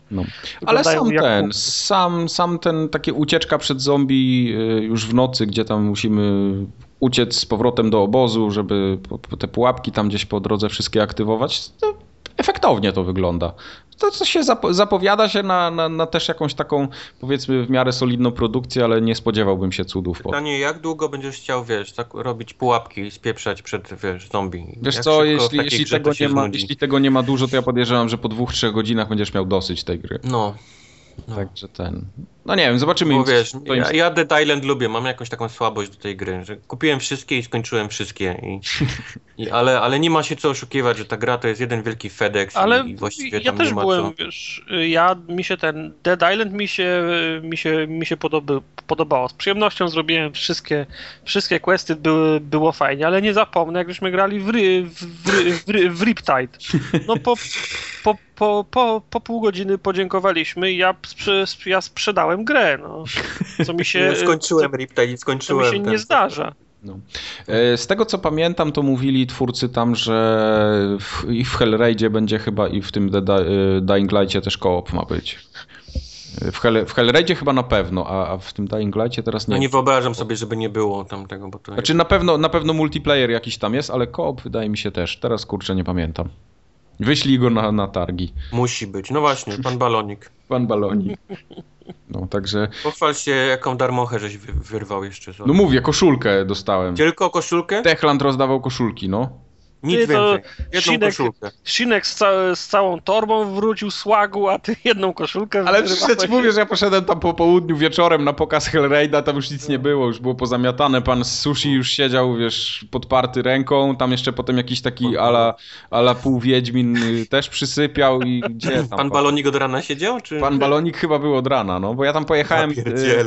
No. Ale Wyglądają sam jak ten, kupy. sam, sam ten, takie ucieczka przed zombie y, już w nocy, gdzie tam musimy uciec z powrotem do obozu, żeby po, po te pułapki tam gdzieś po drodze wszystkie aktywować, to efektownie to wygląda. To, to się zapo- zapowiada się na, na, na też jakąś taką, powiedzmy, w miarę solidną produkcję, ale nie spodziewałbym się cudów. Po. Pytanie, jak długo będziesz chciał, wiesz, tak robić pułapki i spieprzać przed, wiesz, zombie? Wiesz Jak co, szybko w jeśli, takiej jeśli, grze tego to się nie ma, znudzi? jeśli tego nie ma dużo, to ja podejrzewam, że po dwóch, trzech godzinach będziesz miał dosyć tej gry. No. no. Także ten... No nie wiem, zobaczymy. Bo wiesz, to im- ja, ja Dead Island lubię, mam jakąś taką słabość do tej gry, że kupiłem wszystkie i skończyłem wszystkie. I, i, ale, ale nie ma się co oszukiwać, że ta gra to jest jeden wielki FedEx Ale i, i właściwie ja tam też nie ma byłem, co. wiesz, ja, mi się ten Dead Island mi się, mi się, mi się podoba, podobało. Z przyjemnością zrobiłem wszystkie, wszystkie questy, były, było fajnie, ale nie zapomnę, jak żeśmy grali w, ry, w, w, w, w Riptide. No po, po, po, po, po pół godziny podziękowaliśmy i ja, sprze, ja sprzedałem grę, no. Co mi się, Ja skończyłem co, Riptide i co skończyłem mi się ten, nie zdarza. No. E, Z tego co pamiętam, to mówili twórcy tam, że w, i w Hellraidzie będzie chyba i w tym The Di- e, Dying Light'cie też co-op ma być. E, W, Hell, w Hellraidzie chyba na pewno, a, a w tym Dying Light'cie teraz nie. No nie wyobrażam sobie, żeby nie było tam tego, bo to Znaczy na pewno, na pewno multiplayer jakiś tam jest, ale co-op wydaje mi się też. Teraz kurczę nie pamiętam. Wyślij go na, na targi. musi być. No właśnie, pan Balonik. Pan Balonik. No także. Pochwal się, jaką darmochę żeś wy, wyrwał jeszcze. z- No mówię, koszulkę dostałem. Tylko koszulkę? Techland rozdawał koszulki, no. Nic Ty, to więcej. Jedną Sinek- koszulkę. Sinek z, ca- z całą torbą wrócił słagu, a ty jedną koszulkę Ale wyrywałeś. przecież mówię, że ja poszedłem tam po południu wieczorem na pokaz Hellraida, tam już nic nie było, już było pozamiatane, pan z sushi już siedział, wiesz, podparty ręką, tam jeszcze potem jakiś taki ala, ala półwiedźmin y, też przysypiał i gdzie tam? Pan Balonik od rana siedział, czy? Pan Balonik chyba był od rana, no, bo ja tam pojechałem... Ja pierdzielę.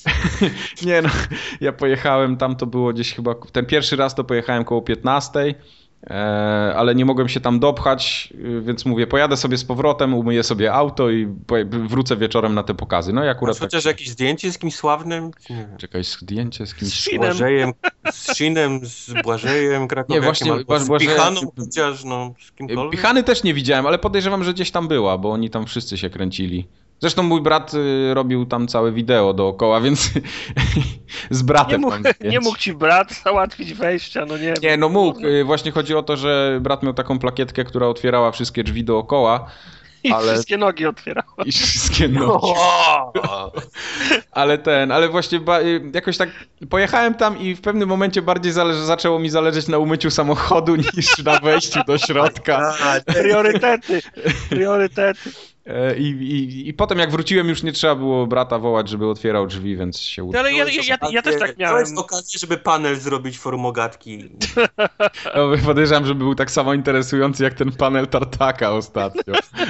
y, nie no, ja pojechałem tam, to było gdzieś chyba, ten pierwszy raz to pojechałem koło piętnastej, e, ale nie mogłem się tam dopchać, y, więc mówię, pojadę sobie z powrotem, umyję sobie auto i poje- wrócę wieczorem na te pokazy. No i akurat Masz chociaż tak... jakieś zdjęcie z kimś sławnym? Nie wiem. Czekaj, zdjęcie z kimś... Z Z Shinem. Błażejem, z Shinem, z Błażejem Krakowiakiem, Nie, właśnie, albo z Błażejem- Pichaną chociaż, no, z kimkolwiek. Pichany też nie widziałem, ale podejrzewam, że gdzieś tam była, bo oni tam wszyscy się kręcili. Zresztą mój brat y, robił tam całe wideo dookoła, więc z Nie bratem mógł, tam zdjęć. nie mógł ci brat załatwić wejścia, no nie Nie, no mógł. Y, Właśnie chodzi o to, że brat miał taką plakietkę, która otwierała wszystkie drzwi dookoła I ale- wszystkie nogi otwierał. i wszystkie nogi. O! Ale ten, ale właśnie ba- y, jakoś tak pojechałem tam i w pewnym momencie bardziej zale- zaczęło mi zależeć na umyciu samochodu niż na wejściu do środka. A, Priorytety, priorytety. E, I, i, I potem jak wróciłem już nie trzeba było brata wołać, żeby otwierał drzwi, więc się udało. Ale ja, ja, ja, ja też tak miałem. Miałeś okazję, żeby panel zrobić formogatki. No, podejrzewam, że był tak samo interesujący jak ten panel Tartaka ostatnio.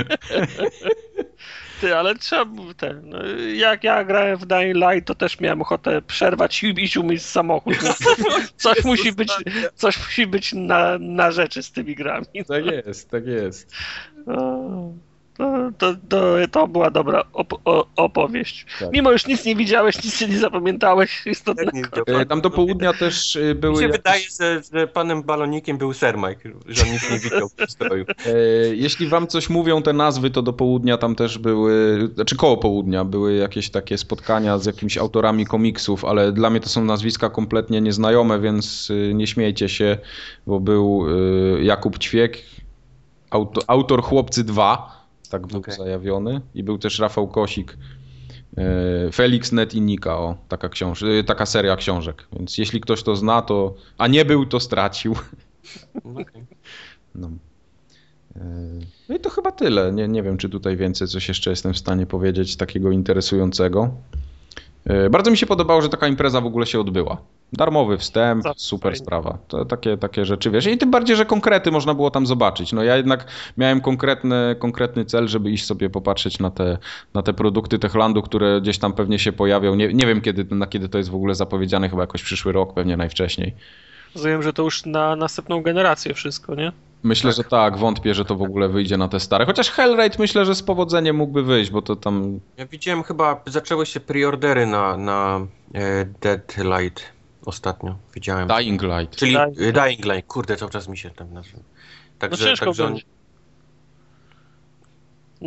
Ty, ale trzeba było ten. no, Jak ja grałem w Dying Light, to też miałem ochotę przerwać i iść umyć samochód. Coś musi być, coś musi być na, na rzeczy z tymi grami. Tak jest, tak jest. No, To, to, to, to była dobra op- o- opowieść. Tak. Mimo już nic nie widziałeś, nic się nie zapamiętałeś istotnego. E, Tam do południa też e, Mi były... się jakieś- wydaje, że, że panem Balonikiem był Sir Mike, że on nic nie widział w przystroju. E, Jeśli wam coś mówią te nazwy, to do południa tam też były, znaczy koło południa były jakieś takie spotkania z jakimiś autorami komiksów, ale dla mnie to są nazwiska kompletnie nieznajome, więc y, nie śmiejcie się, bo był y, Jakub Ćwiek, auto, autor Chłopcy dwa, tak był Okej. zajawiony, i był też Rafał Kosik, y, Felix, Net i Nika, o, taka, książ- y, taka seria książek, więc jeśli ktoś to zna, to, a nie był, to stracił. Okay. No. No i to chyba tyle. Nie, nie wiem, czy tutaj więcej coś jeszcze jestem w stanie powiedzieć takiego interesującego. Bardzo mi się podobało, że taka impreza w ogóle się odbyła. Darmowy wstęp, Zawsze super fajnie. sprawa. To takie, takie rzeczy, wiesz. I tym bardziej, że konkrety można było tam zobaczyć. No ja jednak miałem konkretny, konkretny cel, żeby iść sobie popatrzeć na te, na te produkty Techlandu, które gdzieś tam pewnie się pojawią. Nie, nie wiem, kiedy, na kiedy to jest w ogóle zapowiedziane, chyba jakoś przyszły rok, pewnie najwcześniej. Rozumiem, że to już na następną generację wszystko, nie? Myślę, że tak, wątpię, że to w ogóle wyjdzie na te stare. Chociaż Hellraid myślę, że z powodzeniem mógłby wyjść, bo to tam... Ja widziałem chyba, zaczęły się preordery na, na e, Dead Light ostatnio, widziałem. Dying Light. Czyli Dying e, Dying Light, kurde, cały czas mi się tam nazywa. No Także, ciężko także on, będzie. No,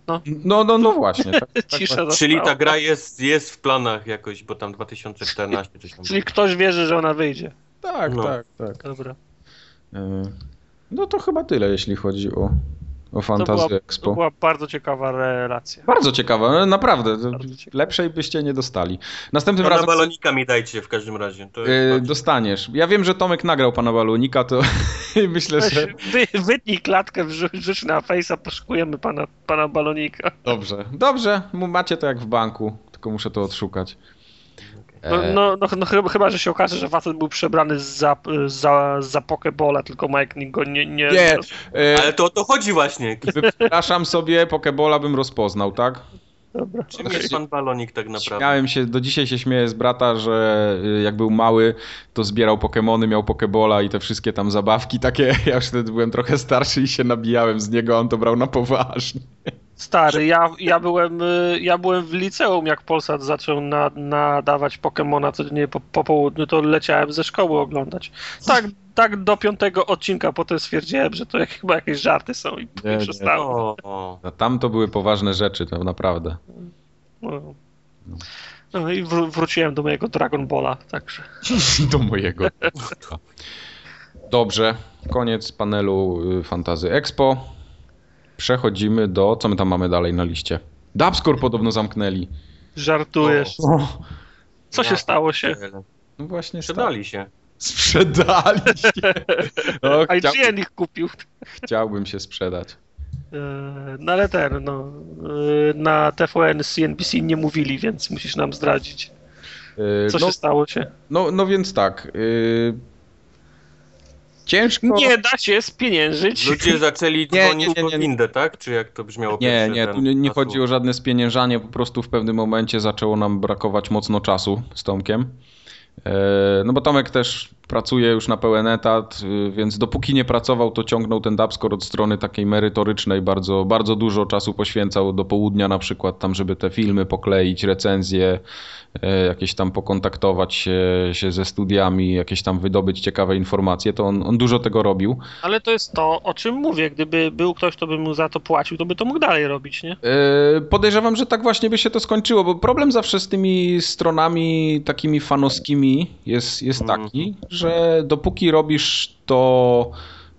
no. No, no, no właśnie. Tak, tak Cisza właśnie. Czyli ta została. gra jest, jest w planach jakoś, bo tam dwa tysiące czternaście coś tam Czyli było. ktoś wierzy, że ona wyjdzie. Tak, No. tak, tak. Dobra. Y, No to chyba tyle, jeśli chodzi o, o To Fantasy była, Expo. to była bardzo ciekawa relacja. Bardzo ciekawe, no naprawdę. to Bardzo ciekawe. Lepszej byście nie dostali. Następnym Pana razem balonika mi dajcie w każdym razie. To y, jest dostaniesz. Ja wiem, że Tomek nagrał pana balonika, to myślę, Weź, że... wy, wytnij klatkę, wrzu- wrzuć na Face'a, poszukujemy pana, pana balonika. Dobrze, dobrze. mu- Macie to jak w banku, tylko muszę to odszukać. No, E, no, no, no chyba, chyba, że się okaże, że facet był przebrany za, za, za Pokebola, tylko Mike go nie... nie, Nie, e, Ale to o to chodzi właśnie. wypraszam sobie, Pokebola bym rozpoznał, tak? Dobra. Czym jest pan balonik tak naprawdę? Śmiałem się, do dzisiaj się śmieję z brata, że y, jak był mały, to zbierał Pokemony, miał Pokebola i te wszystkie tam zabawki takie. Ja już wtedy byłem trochę starszy i się nabijałem z niego, a on to brał na poważnie. Stary, ja, ja, byłem, y, ja byłem w liceum, jak Polsat zaczął na, nadawać Pokemona codziennie po, po południu, to leciałem ze szkoły oglądać. Tak, tak do piątego odcinka, potem stwierdziłem, że to jak, chyba jakieś żarty są i Nie, nie. przestałem. O, o. A tam to były poważne rzeczy, to naprawdę. No. No i wró- wróciłem do mojego Dragon Balla, także. Do mojego. Dobrze, koniec panelu y, Fantasy Expo. Przechodzimy do... Co my tam mamy dalej na liście? Dubscore podobno zamknęli. Żartujesz. O, Co się Ja stało się? pierdzielę. no właśnie Sprzedali się. Sprzedali się. O, chciał, I G N ich kupił. chciałbym się sprzedać. E, No ale ten, no, e, na T V N C N B C nie mówili, więc musisz nam zdradzić, Y, co no, się stało się. no, no więc tak. y, Ciężko... Nie da się spieniężyć. Ludzie zaczęli Nie, dzwonić nie, nie, po nie. windę, tak? Czy jak to brzmiało Nie, pierwszy nie, ten tu nie, nie hasło? chodzi o żadne spieniężanie, po prostu w pewnym momencie zaczęło nam brakować mocno czasu z Tomkiem. E, No bo Tomek też pracuje już na pełen etat, y, więc dopóki nie pracował, to ciągnął ten Dubscore od strony takiej merytorycznej, bardzo, bardzo dużo czasu poświęcał do południa na przykład tam, żeby te filmy pokleić, recenzje, e, jakieś tam pokontaktować się, się ze studiami, jakieś tam wydobyć ciekawe informacje, to on, on dużo tego robił. Ale to jest to, o czym mówię. Gdyby był ktoś, kto by mu za to płacił, to by to mógł dalej robić, nie? E, Podejrzewam, że tak właśnie by się to skończyło, bo problem zawsze z tymi stronami takimi fanowskimi jest, jest taki, że dopóki robisz to,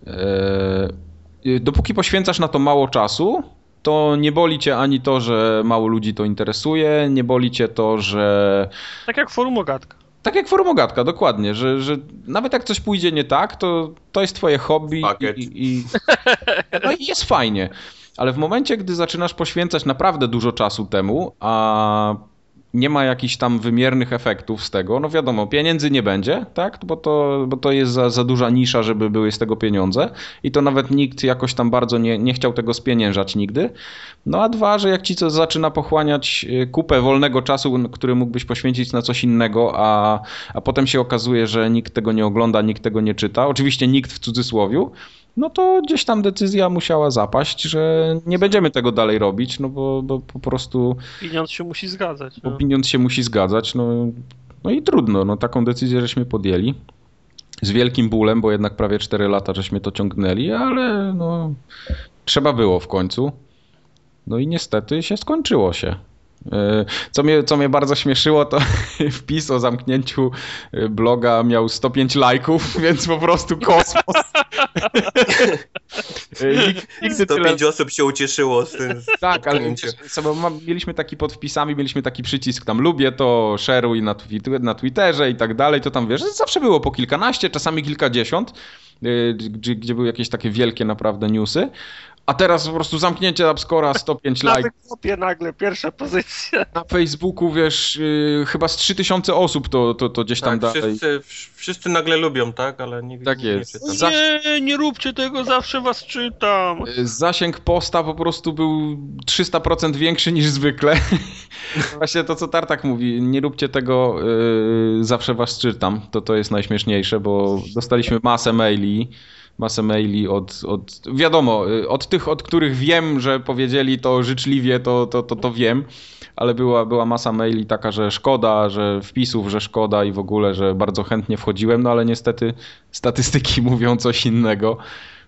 e, dopóki poświęcasz na to mało czasu, to nie boli cię ani to, że mało ludzi to interesuje, nie boli cię to, że... Tak jak forum Ogatka. Tak jak Forumogatka, dokładnie, że, że nawet jak coś pójdzie nie tak, to to jest twoje hobby Pakiet. i, i, no i jest fajnie. Ale w momencie, gdy zaczynasz poświęcać naprawdę dużo czasu temu, a nie ma jakichś tam wymiernych efektów z tego, no wiadomo, pieniędzy nie będzie, tak? Bo to, bo to jest za, za duża nisza, żeby były z tego pieniądze i to nawet nikt jakoś tam bardzo nie, nie chciał tego spieniężać nigdy. No a dwa, że jak ci co zaczyna pochłaniać y, kupę wolnego czasu, który mógłbyś poświęcić na coś innego, a, a potem się okazuje, że nikt tego nie ogląda, nikt tego nie czyta, oczywiście nikt w cudzysłowiu, no to gdzieś tam decyzja musiała zapaść, że nie będziemy tego dalej robić, no bo, bo po prostu Pieniądz się musi zgadzać. bo No. pieniądz się musi zgadzać, no, no i trudno, no taką decyzję żeśmy podjęli. Z wielkim bólem, bo jednak prawie cztery lata żeśmy to ciągnęli, ale no trzeba było w końcu. No i niestety się skończyło się. Co mnie, co mnie bardzo śmieszyło, to wpis o zamknięciu bloga miał sto pięć lajków, więc po prostu kosmos. Nikt, nigdy sto tyle... pięć osób się ucieszyło z tym. Tak, ale zamknięciem. wiesz, sobie, mam- mieliśmy taki pod wpisami, mieliśmy taki przycisk tam lubię to, szeruj na, twi- na Twitterze i tak dalej, to tam wiesz, zawsze było po kilkanaście, czasami kilkadziesiąt, yy, gdzie, gdzie były jakieś takie wielkie naprawdę newsy. A teraz po prostu zamknięcie Dubscora, sto pięć Na lajków. wykopie nagle, pierwsza pozycja. Na Facebooku, wiesz, yy, chyba z trzy tysiące osób to, to, to gdzieś tam Tak, dalej. wszyscy, wszyscy nagle lubią, tak? Ale nikt Tak nikt jest. nie czyta. Za- Nie, nie róbcie tego, zawsze was czytam. Zasięg posta po prostu był trzysta procent większy niż zwykle. Właśnie to, co Tartak mówi, nie róbcie tego, yy, zawsze was czytam. To, to jest najśmieszniejsze, bo dostaliśmy masę maili, masę maili od, od, wiadomo, yy, od tych, od których wiem, że powiedzieli to życzliwie, to, to, to, to wiem, ale była, była masa maili taka, że szkoda, że wpisów, że szkoda i w ogóle, że bardzo chętnie wchodziłem, no ale niestety statystyki mówią coś innego.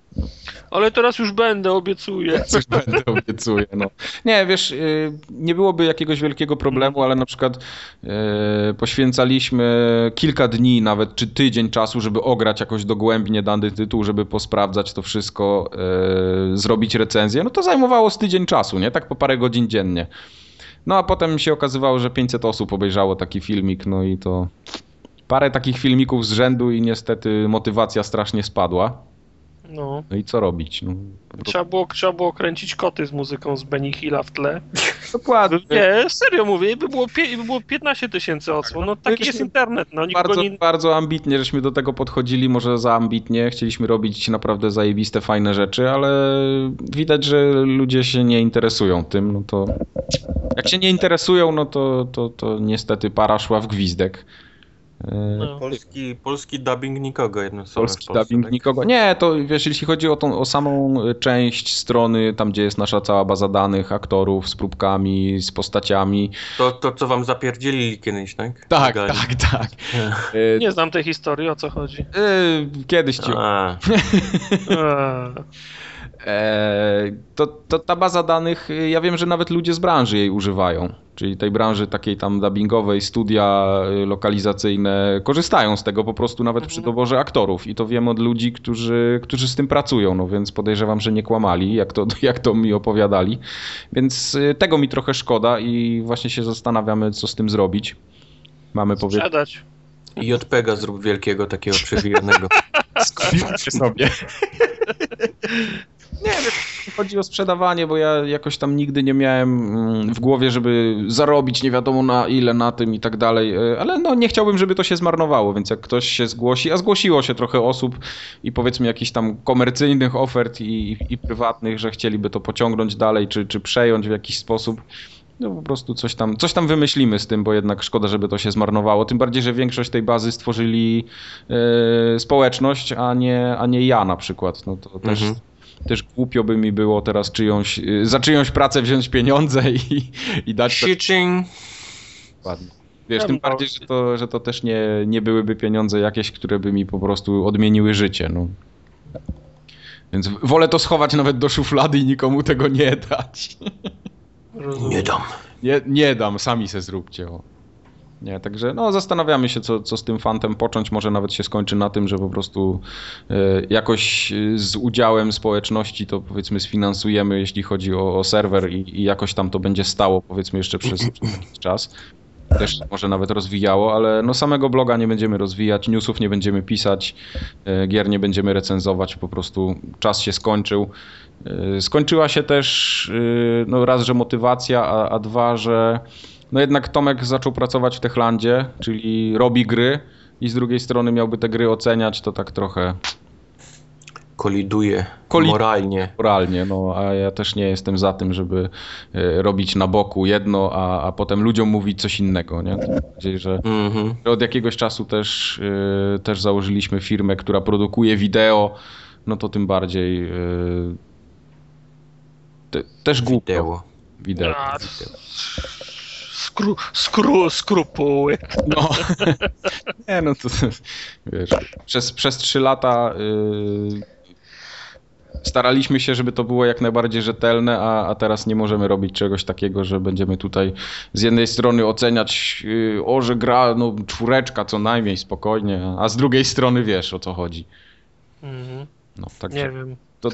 Ale teraz już będę, obiecuję. Coś będę, obiecuję, no. Nie, wiesz, y, nie byłoby jakiegoś wielkiego problemu, ale na przykład y, poświęcaliśmy kilka dni nawet, czy tydzień czasu, żeby ograć jakoś dogłębnie dany tytuł, żeby posprawdzać to wszystko, y, zrobić recenzję. No to zajmowało z tydzień czasu, nie? Tak po parę godzin dziennie. No a potem się okazywało, że pięćset osób obejrzało taki filmik, no i to parę takich filmików z rzędu i niestety motywacja strasznie spadła. No. No i co robić? No, po prostu- Trzeba było, trzeba było kręcić koty z muzyką z Benny Hilla w tle. Dokładnie. Nie, serio mówię, by było, pie, by było piętnaście tysięcy odsłon. No taki jest internet, no nikogo Bardzo, nie... bardzo ambitnie żeśmy do tego podchodzili, może za ambitnie. Chcieliśmy robić naprawdę zajebiste, fajne rzeczy, ale widać, że ludzie się nie interesują tym. No to jak się nie interesują, no to, to, to niestety para szła w gwizdek. No. Polski, polski dubbing nikogo, jednym słowem. Polski w Polsce, dubbing tak? nikogo. Nie, to wiesz, jeśli chodzi o, tą, o samą część strony, tam gdzie jest nasza cała baza danych, aktorów z próbkami, z postaciami. To, to co wam zapierdzielili kiedyś, tak? Tak, Legalnie. tak, tak. Y, Nie znam tej historii, o co chodzi. y, Kiedyś ci A, Eee, Eee, to, to ta baza danych, y, ja wiem, że nawet ludzie z branży jej używają, czyli tej branży takiej tam dubbingowej, studia y, lokalizacyjne korzystają z tego po prostu nawet przy doborze aktorów i to wiem od ludzi, którzy, którzy z tym pracują, no więc podejrzewam, że nie kłamali, jak to, jak to mi opowiadali, więc y, tego mi trochę szkoda i właśnie się zastanawiamy, co z tym zrobić. Mamy powiedzmy... sprzedać. i J P G a zrób wielkiego, takiego przewijanego. Skupimy się sobie. Nie wiem, chodzi o sprzedawanie, bo ja jakoś tam nigdy nie miałem mm, w głowie, żeby zarobić nie wiadomo na ile na tym i tak dalej, e, ale no nie chciałbym, żeby to się zmarnowało, więc jak ktoś się zgłosi, a zgłosiło się trochę osób i powiedzmy jakichś tam komercyjnych ofert i, i prywatnych, że chcieliby to pociągnąć dalej, czy, czy przejąć w jakiś sposób, no po prostu coś tam, coś tam wymyślimy z tym, bo jednak szkoda, żeby to się zmarnowało. Tym bardziej, że większość tej bazy stworzyli e, społeczność, a nie, a nie ja na przykład. No to też, Mhm. też głupio by mi było teraz czyjąś, e, za czyjąś pracę wziąć pieniądze i, i dać to Shitching. dokładnie. Wiesz, Ja tym bym- bardziej, że to, że to też nie, nie byłyby pieniądze jakieś, które by mi po prostu odmieniły życie. No. Więc wolę to schować nawet do szuflady i nikomu tego nie dać. Rozumiem. Nie dam. Nie, nie dam, sami se zróbcie. O. Nie, także no zastanawiamy się, co, co z tym fantem począć. Może nawet się skończy na tym, że po prostu e, jakoś e, z udziałem społeczności to powiedzmy sfinansujemy, jeśli chodzi o, o serwer i, i jakoś tam to będzie stało powiedzmy jeszcze przez, przez jakiś czas. Też może nawet rozwijało, ale no samego bloga nie będziemy rozwijać, newsów nie będziemy pisać, e, gier nie będziemy recenzować, po prostu czas się skończył. E, Skończyła się też e, no raz, że motywacja, a, a dwa, że no jednak Tomek zaczął pracować w Techlandzie, czyli robi gry i z drugiej strony miałby te gry oceniać, to tak trochę Koliduje Koli- moralnie. moralnie, no a ja też nie jestem za tym, żeby e, robić na boku jedno, a, a potem ludziom mówić coś innego, nie? Tym bardziej, że Mhm. od jakiegoś czasu też, y, też założyliśmy firmę, która produkuje wideo, no to tym bardziej y, te, też głupio. Wideo. Wideo. A, skru, skru, skrupuły. No. Nie, no to wiesz, przez, przez trzy lata y, staraliśmy się, żeby to było jak najbardziej rzetelne, a, a teraz nie możemy robić czegoś takiego, że będziemy tutaj z jednej strony oceniać, y, o, że gra, no czwóreczka co najmniej, spokojnie, a z drugiej strony wiesz, o co chodzi. Mhm. No, tak Nie wiem. To,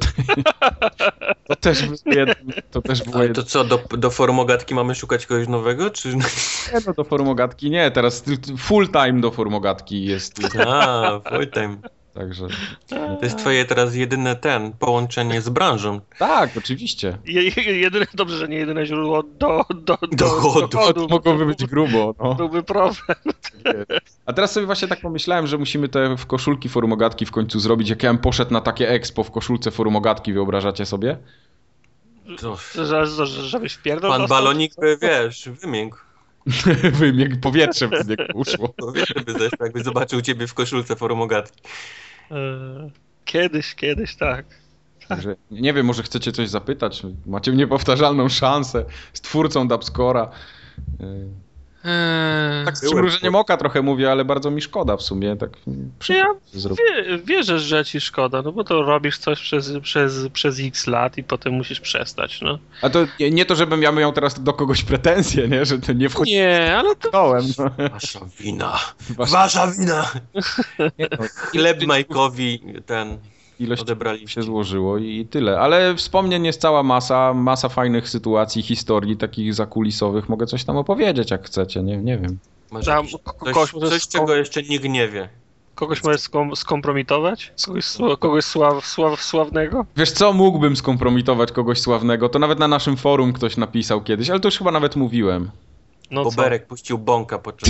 to też było jedno, to też było Ale jedno. to co, do, do formogatki mamy szukać kogoś nowego, czy... Nie, no do formogatki nie, teraz full time do formogatki jest, A, full time. także To jest twoje teraz jedyne ten, połączenie z branżą. tak, oczywiście. Je, je- jedyne, dobrze, że nie jedyne źródło do, do, do, Dochodu. dochodu. Mogłoby być grubo, no. Byłby problem. A teraz sobie właśnie tak pomyślałem, że musimy te w koszulki forumogatki w końcu zrobić. Jak ja bym poszedł na takie expo w koszulce forumogatki, wyobrażacie sobie? To, Że, że, żebyś wpierdol pan dostał? balonik by, wiesz, wymiękł. Wymięk, powietrze wymięk uszło. Powietrze by zeszło, jakby zobaczył ciebie w koszulce formogatki. E, Kiedyś, kiedyś, tak. Także nie wiem, może chcecie coś zapytać? Macie niepowtarzalną szansę z twórcą Dubscora. Yy, Eee, Tak z Byłem przymrużeniem po- oka trochę mówię, ale bardzo mi szkoda w sumie. Tak przykro ja się zrobi. wie, wierzę, że ci szkoda, no bo to robisz coś przez, przez, przez x lat i potem musisz przestać, no. A to nie, nie to, żebym ja miał teraz do kogoś pretensje, nie? Że to nie wchodziłem. Nie, ale to No. Wasza wina. Wasza- Wasza wina. Nie, no, Chleb Majkowi ten ilość odebraliście. się złożyło i tyle. Ale wspomnień jest cała masa, masa fajnych sytuacji, historii takich zakulisowych. Mogę coś tam opowiedzieć, jak chcecie, nie, nie wiem. Może Tam jakiś- ko- coś, kogoś może coś, skom- czego jeszcze nikt nie wie. kogoś możesz skom, skompromitować? Kogoś, sła- kogoś sław, sław, sławnego? Wiesz co, mógłbym skompromitować kogoś sławnego. To nawet na naszym forum ktoś napisał kiedyś, ale to już chyba nawet mówiłem. No co? Boberek puścił bąka podczas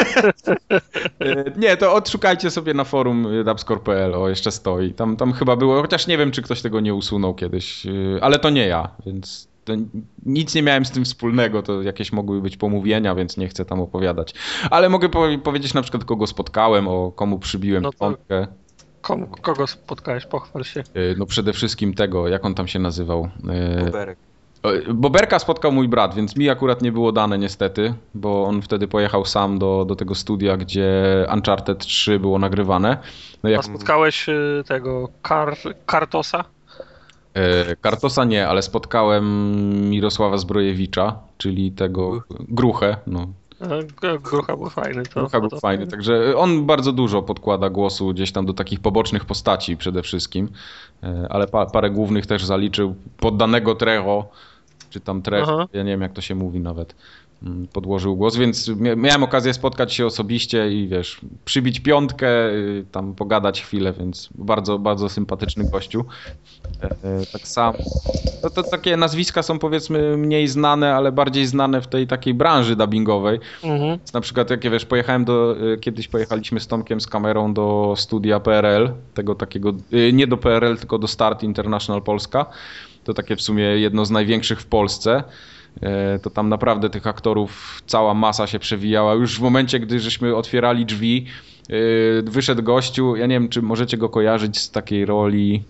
E, Nie, to odszukajcie sobie na forum dubscore kropka p l, o jeszcze stoi. Tam, tam chyba było, chociaż nie wiem, czy ktoś tego nie usunął kiedyś, e, ale to nie ja, więc to nic nie miałem z tym wspólnego, to jakieś mogły być pomówienia, więc nie chcę tam opowiadać. Ale mogę po powiedzieć na przykład, kogo spotkałem, o komu przybiłem No to- piątkę. Komu, kogo spotkałeś? Pochwal się. E, No przede wszystkim tego, jak on tam się nazywał? E, Boberek. E, Boberka spotkał mój brat, więc mi akurat nie było dane niestety, bo on wtedy pojechał sam do, do tego studia, gdzie Uncharted trzy było nagrywane. No A jak spotkałeś y, tego Kar, Kartosa? e, Kartosa nie, ale spotkałem Mirosława Zbrojewicza, czyli tego Gruchę. No. E, G- Grucha był fajny. To, Grucha był to, fajny, także on bardzo dużo podkłada głosu gdzieś tam do takich pobocznych postaci przede wszystkim, e, ale pa, parę głównych też zaliczył. Poddanego Trejo, czy tam Trejo, Aha. ja nie wiem jak to się mówi nawet, mm, podłożył głos, więc mia- miałem okazję spotkać się osobiście i wiesz, przybić piątkę, y, tam pogadać chwilę, więc bardzo, bardzo sympatyczny gościu. E, e, Tak samo. No to takie nazwiska są powiedzmy mniej znane, ale bardziej znane w tej takiej branży dubbingowej. Mhm. Na przykład, jak wiesz, pojechałem do, y, kiedyś pojechaliśmy z Tomkiem z kamerą do studia P R L, tego takiego, y, nie do P R L, tylko do Start International Polska. To takie w sumie jedno z największych w Polsce. Y, To tam naprawdę tych aktorów cała masa się przewijała. Już w momencie, gdy żeśmy otwierali drzwi, y, wyszedł gościu, ja nie wiem, czy możecie go kojarzyć z takiej roli,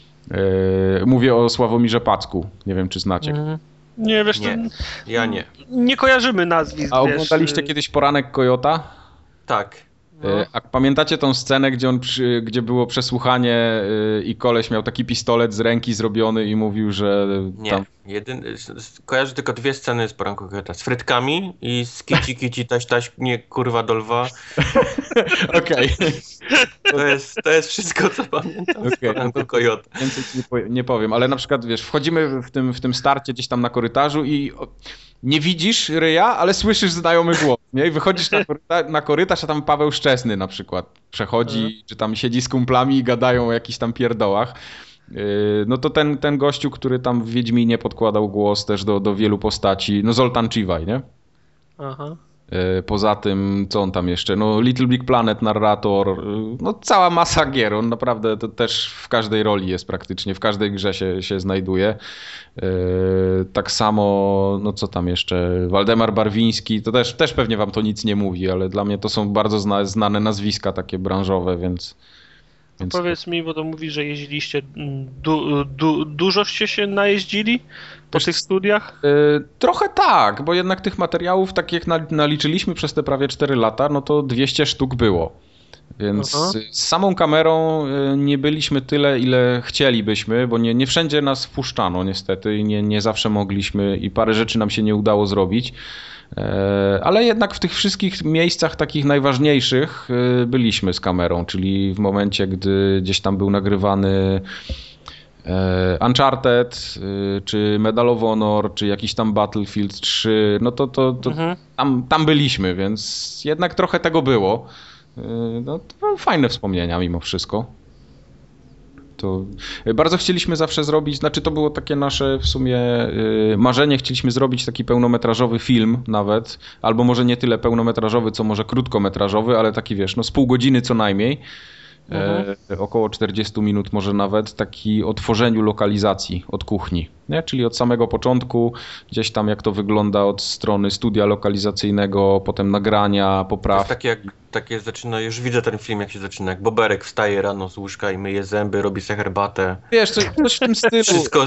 y, mówię o Sławomirze Packu, nie wiem, czy znacie. Mhm. Nie, wiesz, Nie. to Ja nie. nie kojarzymy nazwisk, A wiesz, oglądaliście y, kiedyś Poranek Kojota? Tak. no. E, A pamiętacie tą scenę, gdzie, on przy, gdzie było przesłuchanie y, i koleś miał taki pistolet z ręki zrobiony i mówił, że Nie. tam... Jedyn, s- s- kojarzę tylko dwie sceny z poranku Goethe. Z frytkami i z kici kici taś taś nie kurwa do lwa. Okej, To jest, to jest wszystko, co pamiętam z Okej, poranku no to- Kojota. więcej ci nie, powie- nie powiem, ale na przykład wiesz, wchodzimy w tym, w tym starcie gdzieś tam na korytarzu i o, nie widzisz ryja, ale słyszysz znajomy głos, nie? I wychodzisz na korytarz, na korytarz, a tam Paweł Szczesny na przykład przechodzi, Mhm. czy tam siedzi z kumplami i gadają o jakichś tam pierdołach. Yy, No to ten, ten gościu, który tam w Wiedźminie podkładał głos też do, do wielu postaci, no Zoltan Chivaj, nie? Aha. Yy, Poza tym, co on tam jeszcze? No Little Big Planet, narrator, yy, no cała masa gier. On naprawdę to też w każdej roli jest praktycznie, w każdej grze się, się znajduje. Yy, Tak samo, no co tam jeszcze? Waldemar Barwiński, to też, też pewnie wam to nic nie mówi, ale dla mnie to są bardzo zna, znane nazwiska takie branżowe, więc... więc Powiedz mi, bo to mówi, że jeździliście, mm, du, du, dużoście się najeździli po Wiesz, tych studiach? Yy, Trochę tak, bo jednak tych materiałów, tak jak na- naliczyliśmy przez te prawie cztery lata, no to dwieście sztuk było. Więc Aha. z samą kamerą y, nie byliśmy tyle, ile chcielibyśmy, bo nie, nie wszędzie nas wpuszczano niestety i nie, nie zawsze mogliśmy i parę rzeczy nam się nie udało zrobić. E, Ale jednak w tych wszystkich miejscach takich najważniejszych y, byliśmy z kamerą, czyli w momencie, gdy gdzieś tam był nagrywany e, Uncharted, y, czy Medal of Honor, czy jakiś tam Battlefield trzy, no to, to, to Mhm. tam, tam byliśmy, więc jednak trochę tego było. Yy, No, to były fajne wspomnienia mimo wszystko. To bardzo chcieliśmy zawsze zrobić, znaczy to było takie nasze w sumie yy, marzenie, chcieliśmy zrobić taki pełnometrażowy film nawet, albo może nie tyle pełnometrażowy, co może krótkometrażowy, ale taki wiesz, no z pół godziny co najmniej. Mhm. E, około czterdzieści minut może nawet, taki o tworzeniu lokalizacji od kuchni, nie? Czyli od samego początku, gdzieś tam jak to wygląda od strony studia lokalizacyjnego, potem nagrania, To jest poprawki. takie jak takie zaczyna, już widzę ten film jak się zaczyna, jak Boberek wstaje rano z łóżka i myje zęby, robi sobie herbatę. Wiesz, coś, coś w tym stylu. Wszystko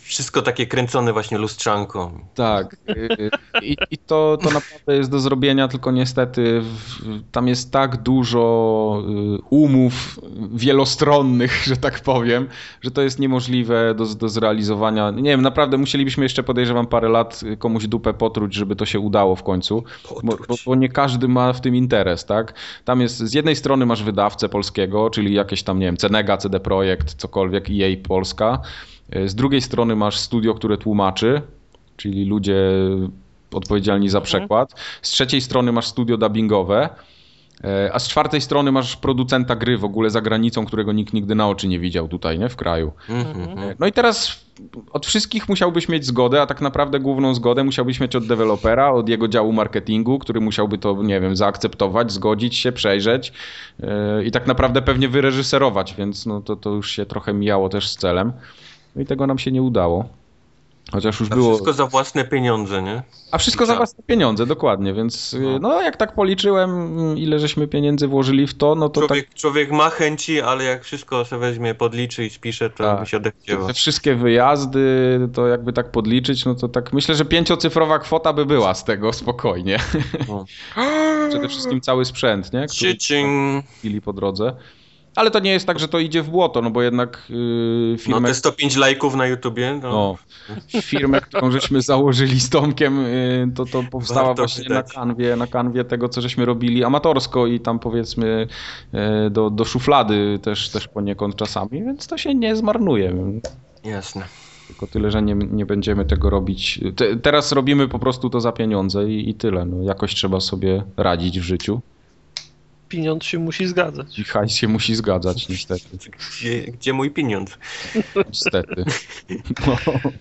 Wszystko takie kręcone właśnie lustrzanką. Tak. y, I, i to, to naprawdę jest do zrobienia, tylko niestety w, tam jest tak dużo y, umów wielostronnych, że tak powiem, że to jest niemożliwe do, do zrealizowania. Nie wiem, naprawdę musielibyśmy jeszcze, podejrzewam, parę lat komuś dupę potruć, żeby to się udało w końcu, bo, bo, bo nie każdy ma w tym interes, tak? Tam jest, z jednej strony masz wydawcę polskiego, czyli jakieś tam, nie wiem, Cenega, C D Projekt, cokolwiek, E A Polska. Z drugiej strony masz studio, które tłumaczy, czyli ludzie odpowiedzialni za przekład. Z trzeciej strony masz studio dubbingowe, a z czwartej strony masz producenta gry w ogóle za granicą, którego nikt nigdy na oczy nie widział tutaj, nie? W kraju. Mhm. No i teraz od wszystkich musiałbyś mieć zgodę, a tak naprawdę główną zgodę musiałbyś mieć od dewelopera, od jego działu marketingu, który musiałby to, nie wiem, zaakceptować, zgodzić się, przejrzeć yy, i tak naprawdę pewnie wyreżyserować, więc no to, to już się trochę mijało też z celem. No i tego nam się nie udało. Chociaż już A było... wszystko za własne pieniądze, nie? A wszystko za własne pieniądze, dokładnie, więc no. no jak tak policzyłem, ile żeśmy pieniędzy włożyli w to, no to człowiek, tak... człowiek ma chęci, ale jak wszystko sobie weźmie, podliczy i spisze, to Tak. by się odechcieło. Te wszystkie wyjazdy, to jakby tak podliczyć, no to tak myślę, że pięciocyfrowa kwota by była z tego spokojnie. No. Przede wszystkim cały sprzęt, nie? Który Ciecień. kupili po drodze. Ale to nie jest tak, że to idzie w błoto, no bo jednak yy, firmę... No te sto pięć lajków na YouTubie, no. No, firmę, którą żeśmy założyli z Tomkiem, yy, to, to powstała Warto właśnie na wydać. kanwie, na kanwie tego, co żeśmy robili amatorsko i tam powiedzmy yy, do, do szuflady też, też poniekąd czasami, więc to się nie zmarnuje. Jasne. Tylko tyle, że nie, nie będziemy tego robić. Te, teraz robimy po prostu to za pieniądze i, i tyle. No, jakoś trzeba sobie radzić w życiu. Pieniądz się musi zgadzać. I hajs się musi zgadzać, niestety. Gdzie, gdzie mój pieniądz? Niestety. No.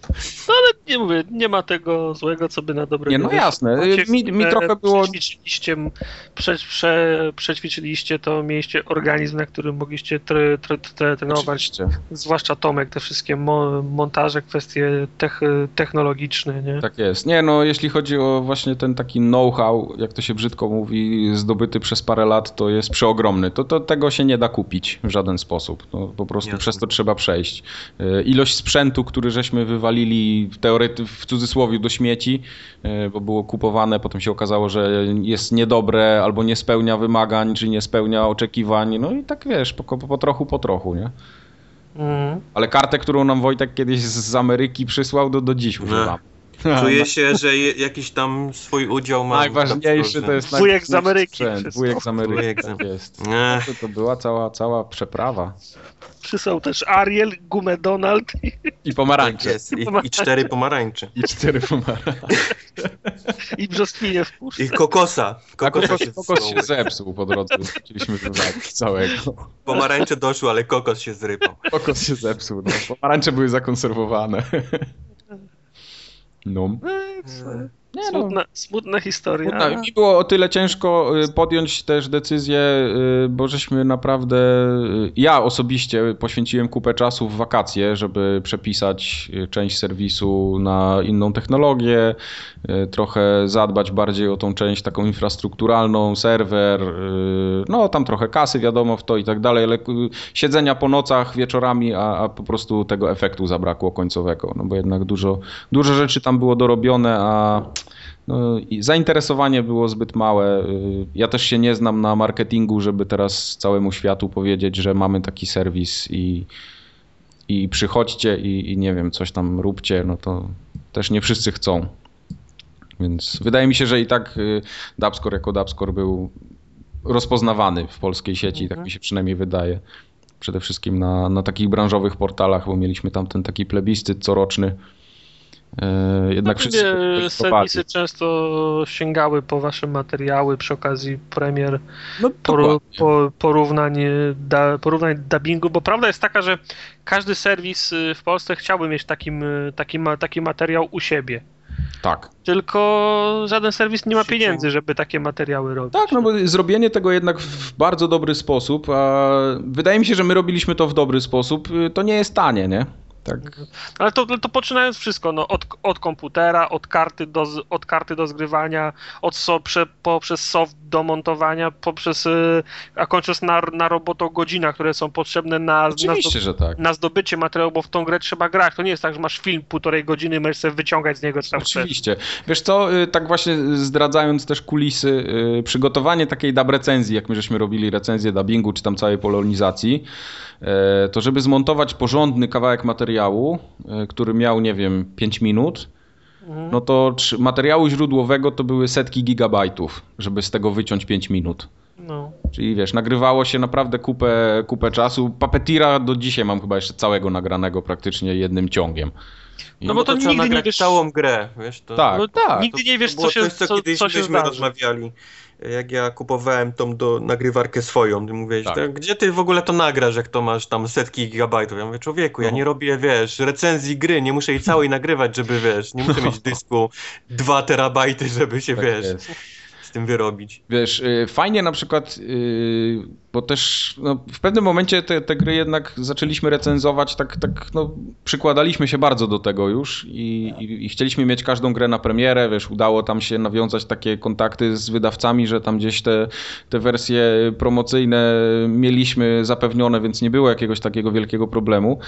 No ale nie mówię, nie ma tego złego, co by na dobre Nie, no wyszło. jasne. Macie, Mi, mi e, trochę było... Przećwiczyliście, prze, prze, przećwiczyliście to, mieliście organizm, na którym mogliście tre, tre, tre, trenować. Oczywiście. Zwłaszcza Tomek, te wszystkie mo, montaże, kwestie tech, technologiczne, nie? Tak jest. Nie, no jeśli chodzi o właśnie ten taki know-how, jak to się brzydko mówi, zdobyty przez parę lat, to jest przeogromny. To, to tego się nie da kupić w żaden sposób. No, po prostu Jasne. przez to trzeba przejść. E, Ilość sprzętu, który żeśmy wywalili teorety, w cudzysłowie do śmieci, e, bo było kupowane, potem się okazało, że jest niedobre albo nie spełnia wymagań, czy nie spełnia oczekiwań. No i tak wiesz, po, po trochu, po trochu, nie? Mhm. Ale kartę, którą nam Wojtek kiedyś z Ameryki przysłał, do, do dziś używam. Czuję się, że je, jakiś tam swój udział ma. Najważniejszy to jest Wujek z Ameryki sprzęt. przysłał. Wujek z Ameryki, Wujek z- tak jest. Ech, To, to była cała, cała przeprawa. Przysłał też Ariel, gumę Donald i, I tak pomarańcze. jest. I, I cztery pomarańcze. I cztery pomarańcze. i brzoskwinię w puszce. I kokosa. A Kokosa kokos, się kokos zsłały. się zepsuł po drodze. Chcieliśmy wywalić całego. Pomarańcze doszły, ale kokos się zrypał. Kokos się zepsuł. No. Pomarańcze były zakonserwowane. No. Nie, no. Smutna, smutna historia. Smutna. Mi było o tyle ciężko y, podjąć też decyzję, y, bo żeśmy naprawdę, y, ja osobiście poświęciłem kupę czasu w wakacje, żeby przepisać y, część serwisu na inną technologię, y, trochę zadbać bardziej o tą część taką infrastrukturalną, serwer, y, no tam trochę kasy wiadomo w to i tak dalej, ale y, siedzenia po nocach, wieczorami, a, a po prostu tego efektu zabrakło końcowego, no bo jednak dużo, dużo rzeczy tam było dorobione, a no, i zainteresowanie było zbyt małe. Ja też się nie znam na marketingu, żeby teraz całemu światu powiedzieć, że mamy taki serwis i, i przychodźcie i, i nie wiem, coś tam róbcie, no to też nie wszyscy chcą. Więc wydaje mi się, że i tak Dubscore jako Dubscore był rozpoznawany w polskiej sieci, mhm. tak mi się przynajmniej wydaje. Przede wszystkim na, na takich branżowych portalach, bo mieliśmy tam ten taki plebiscyt coroczny. Jednak no, wszyscy serwisy często sięgały po wasze materiały przy okazji premier, no, poru, po, porównań, da, porównań dubbingu, bo prawda jest taka, że każdy serwis w Polsce chciałby mieć taki, taki, taki materiał u siebie. Tak. Tylko żaden serwis nie ma pieniędzy, żeby takie materiały robić. Tak, no bo zrobienie tego jednak w bardzo dobry sposób, a wydaje mi się, że my robiliśmy to w dobry sposób, to nie jest tanie, nie? tak. Ale to, to poczynając wszystko, no, od, od komputera, od karty do, z- od karty do zgrywania, od so, prze, poprzez soft do montowania, poprzez, y, a kończąc na, na robotogodzinach, które są potrzebne na, na, Oczywiście, że tak. na zdobycie materiału, bo w tą grę trzeba grać. To nie jest tak, że masz film półtorej godziny, możesz sobie wyciągać z niego, co tam chcesz. Oczywiście. Wiesz co, y, tak właśnie zdradzając też kulisy, y, przygotowanie takiej dub recenzji, jak my żeśmy robili recenzję dubbingu, czy tam całej polonizacji, y, to żeby zmontować porządny kawałek materiału, y, który miał, nie wiem, pięć minut, Mhm. no to trzy- materiału źródłowego to były setki gigabajtów, żeby z tego wyciąć pięć minut. No. Czyli wiesz, nagrywało się naprawdę kupę, kupę czasu. Puppeteera do dzisiaj mam chyba jeszcze całego nagranego praktycznie jednym ciągiem. I- No bo to trzeba nigdy nie nagrać wiesz- całą grę, wiesz, to... Tak, No, tak. nigdy nie wiesz, to co było się, coś, co, co, kiedyś co się żeśmy zdarzy. rozmawiali, jak ja kupowałem tą do, nagrywarkę swoją, ty mówiłeś, Tak. tak. Gdzie ty w ogóle to nagrasz, jak to masz tam setki gigabajtów? Ja mówię, człowieku, ja No. nie robię, wiesz, recenzji gry, nie muszę jej całej nagrywać, żeby, wiesz, nie muszę mieć dysku dwa terabajty, żeby się, Tak wiesz, jest. z tym wyrobić. Wiesz, y, fajnie na przykład, y, bo też no, w pewnym momencie te, te gry jednak zaczęliśmy recenzować, tak, tak no, przykładaliśmy się bardzo do tego już i, i, i chcieliśmy mieć każdą grę na premierę, wiesz, udało tam się nawiązać takie kontakty z wydawcami, że tam gdzieś te, te wersje promocyjne mieliśmy zapewnione, więc nie było jakiegoś takiego wielkiego problemu.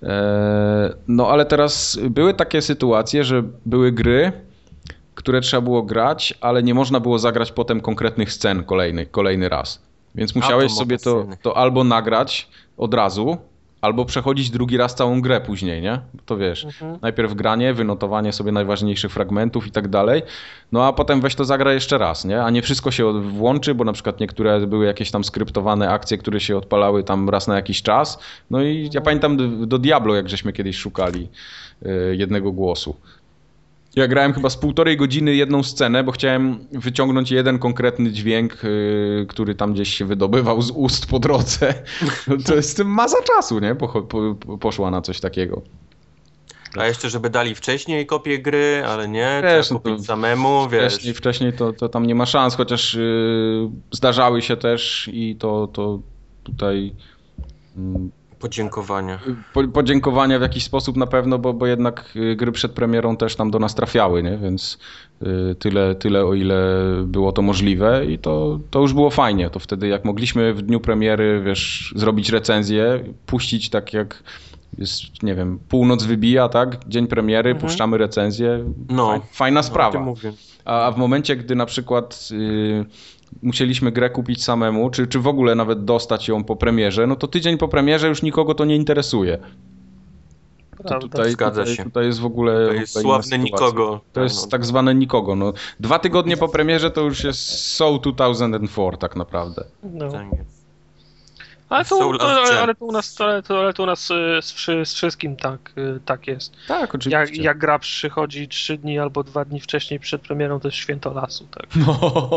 E, no ale teraz były takie sytuacje, że były gry, które trzeba było grać, ale nie można było zagrać potem konkretnych scen kolejnych, kolejny raz. Więc musiałeś to sobie to, sceny. to albo nagrać od razu, albo przechodzić drugi raz całą grę później, nie? To wiesz, Mhm. najpierw granie, wynotowanie sobie najważniejszych fragmentów i tak dalej, no a potem weź to zagra jeszcze raz, nie? A nie wszystko się od- włączy, bo na przykład niektóre były jakieś tam skryptowane akcje, które się odpalały tam raz na jakiś czas. No i ja pamiętam do, do Diablo, jak żeśmy kiedyś szukali y, jednego głosu. Ja grałem chyba z półtorej godziny jedną scenę, bo chciałem wyciągnąć jeden konkretny dźwięk, yy, który tam gdzieś się wydobywał z ust po drodze. No to jest z tym masa czasu, nie? Po, po, poszła na coś takiego. A jeszcze, żeby dali wcześniej kopię gry, ale nie, Wiesz, trzeba no to kupić samemu, wiesz. Wcześniej, wcześniej to, to tam nie ma szans, chociaż yy, zdarzały się też i to, to tutaj... Yy, Podziękowania. Po, podziękowania w jakiś sposób na pewno, bo, bo jednak y, gry przed premierą też tam do nas trafiały, nie? Więc y, tyle, tyle o ile było to możliwe i to, to już było fajnie. To wtedy jak mogliśmy w dniu premiery, wiesz, zrobić recenzję, puścić tak jak jest, nie wiem, północ wybija, tak? Dzień premiery, Mhm. puszczamy recenzję. No. Faj, fajna O tym sprawa. mówię. A, a w momencie, gdy na przykład y, musieliśmy grę kupić samemu, czy, czy w ogóle nawet dostać ją po premierze, no to tydzień po premierze już nikogo to nie interesuje. To Prawda. tutaj, Zgadza tutaj, się. tutaj jest w ogóle... To jest w ogóle inna sławne sytuacja. nikogo. To jest tak zwane nikogo. No, dwa tygodnie po premierze to już jest So dwa tysiące cztery tak naprawdę. No. Tak jest. Ale, to, Soul to, of ale, Jam. ale to u nas, ale to, ale to u nas y, z, wszy- z wszystkim tak, y, tak jest. Tak, oczywiście. Jak, jak gra przychodzi trzy dni albo dwa dni wcześniej przed premierą, to jest święto lasu. Tak. No.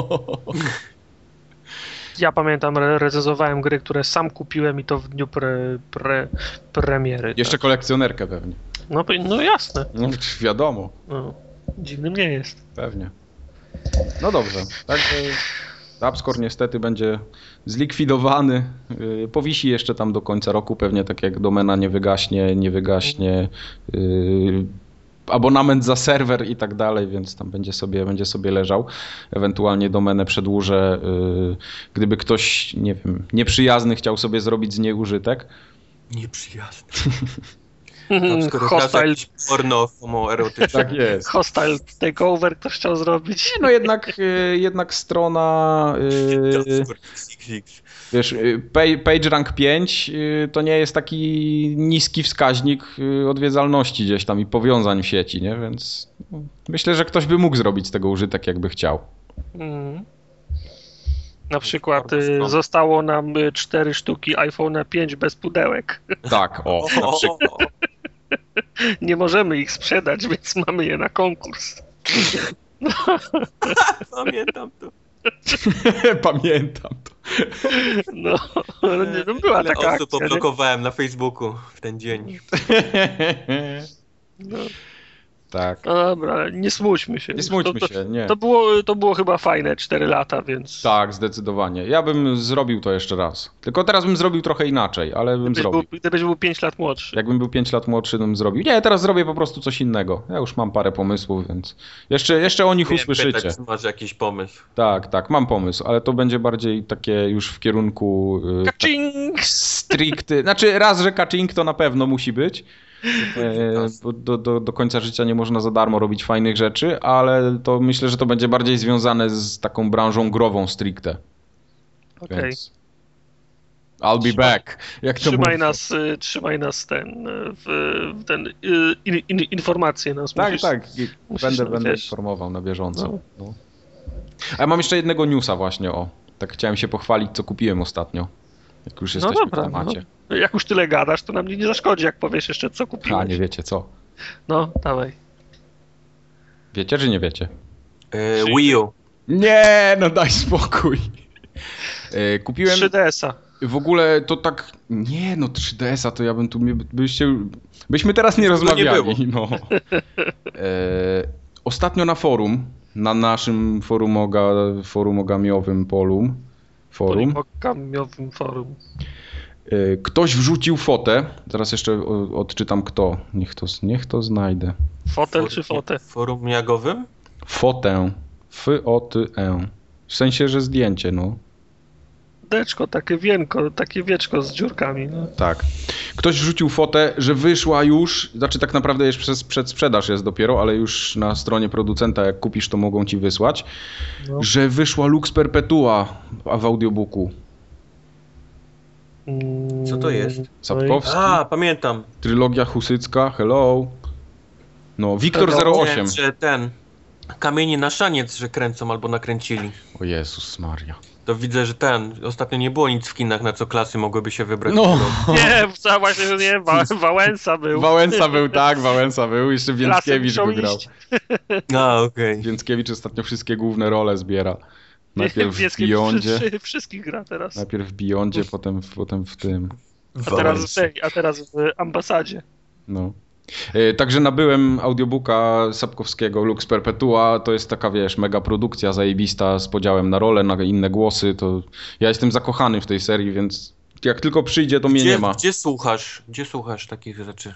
Ja pamiętam, re- recenzowałem gry, które sam kupiłem i to w dniu pre, pre, premiery. Jeszcze Tak. kolekcjonerkę pewnie. No, no jasne. No, wiadomo, No. Dziwnym nie jest. pewnie. No dobrze. Także Dubscore niestety będzie zlikwidowany. Yy, Powisi jeszcze tam do końca roku, pewnie tak jak domena nie wygaśnie, nie wygaśnie. Yy, abonament za serwer i tak dalej, więc tam będzie sobie, będzie sobie leżał. Ewentualnie domenę przedłużę, yy, gdyby ktoś, nie wiem, nieprzyjazny chciał sobie zrobić z niej użytek. Nieprzyjazne. Hostile, Hostile. Porno homoerotyczne. Tak jest. hostile takeover ktoś chciał zrobić. No jednak, yy, jednak strona... Yy, Wiesz, y, page- PageRank pięć y, to nie jest taki niski wskaźnik y, odwiedzalności gdzieś tam i powiązań w sieci, nie? Więc no, myślę, że ktoś by mógł zrobić z tego użytek, jakby chciał. Mm. Na przykład Bardzo y, stron. zostało nam y, cztery sztuki iPhone'a pięć bez pudełek. Tak, o, na O, przykład. o, o. Nie możemy ich sprzedać, więc mamy je na konkurs. Pamiętam to. Pamiętam to. No, no, nie, no była Ile taka osób akcja, nie? poblokowałem na Facebooku w ten dzień. No. Tak. No dobra, ale nie smućmy się. Nie smućmy to, to, się, nie. To było, to było chyba fajne cztery lata, więc... Tak, zdecydowanie. Ja bym zrobił to jeszcze raz. Tylko teraz bym zrobił trochę inaczej, ale bym Gdybyś zrobił. był, gdybyś był pięć lat młodszy. Jakbym był pięć lat młodszy, to bym zrobił. Nie, teraz zrobię po prostu coś innego. Ja już mam parę pomysłów, więc jeszcze, jeszcze o nich Miałem usłyszycie. pytać, czy masz jakiś pomysł. Tak, tak, mam pomysł, ale to będzie bardziej takie już w kierunku yy, tak Kaczing! stricte. Znaczy raz, że kaczing to na pewno musi być. E, bo do, do, do końca życia nie można za darmo robić fajnych rzeczy, ale to myślę, że to będzie bardziej związane z taką branżą grową stricte. Okej. Więc I'll be Trzymaj- back. Jak to Trzymaj mówią. nas, y, trzymaj nas ten, y, w, w ten y, in, in, informacje nas Tak, musisz, tak. musisz Będę, nam, będę wiesz. informował na bieżąco. No. No. A ja mam jeszcze jednego newsa właśnie, o. Tak chciałem się pochwalić, co kupiłem ostatnio. Jak już No jesteśmy dobra, w temacie. no. Jak już tyle gadasz, to nam nie, nie zaszkodzi, jak powiesz jeszcze, co A, kupiłeś. nie wiecie co. No, dawaj. Wiecie czy nie wiecie? E, Wii U. Nie, no daj spokój. E, Kupiłem... trzy D S a. W ogóle to tak. Nie, no trzy D S a to ja bym tu. Byście, byśmy teraz nie Tego nie rozmawiali. No. E, ostatnio na forum, na naszym forumoga, forumogamiowym polum, forum, Poligamiowym forum. e, ktoś wrzucił fotę. Zaraz jeszcze o- odczytam kto. Niech to, niech to znajdę. Fotel czy fotę? Forum jagowym? Fotę. F-O-T-E. W sensie, że zdjęcie, no. Deczko, takie wienko, takie wieczko z dziurkami. No. Tak. Ktoś wrzucił fotę, że wyszła już, znaczy tak naprawdę już przez przedsprzedaż jest dopiero, ale już na stronie producenta jak kupisz, to mogą ci wysłać, No. że wyszła Lux Perpetua w audiobooku. Mm, Co to jest? Sapkowski, A, pamiętam. trylogia husycka, hello. No, Wiktor zero osiem. Nie, że ten kamienie na szaniec, że kręcą albo nakręcili. O Jezus Maria. To widzę, że ten, ostatnio nie było nic w kinach, na co klasy mogłyby się wybrać. No, Nie, co właśnie, że nie, Wa Wałęsa był. Wałęsa był, tak, Wałęsa był, jeszcze Lasem Więckiewicz muszą go grał. iść. A, okej. Więckiewicz ostatnio wszystkie główne role zbiera. Najpierw w Wiejskie Beyondzie, wszy- Wszystkich gra teraz. najpierw w Beyondzie, potem, w- potem w tym. A teraz, w tej, a teraz w ambasadzie. No. E, Także nabyłem audiobooka Sapkowskiego Lux Perpetua. To jest taka, wiesz, mega produkcja zajebista z podziałem na role, na inne głosy. To ja jestem zakochany w tej serii, więc jak tylko przyjdzie, to mnie Gdzie, nie ma. gdzie słuchasz? Gdzie słuchasz takich rzeczy?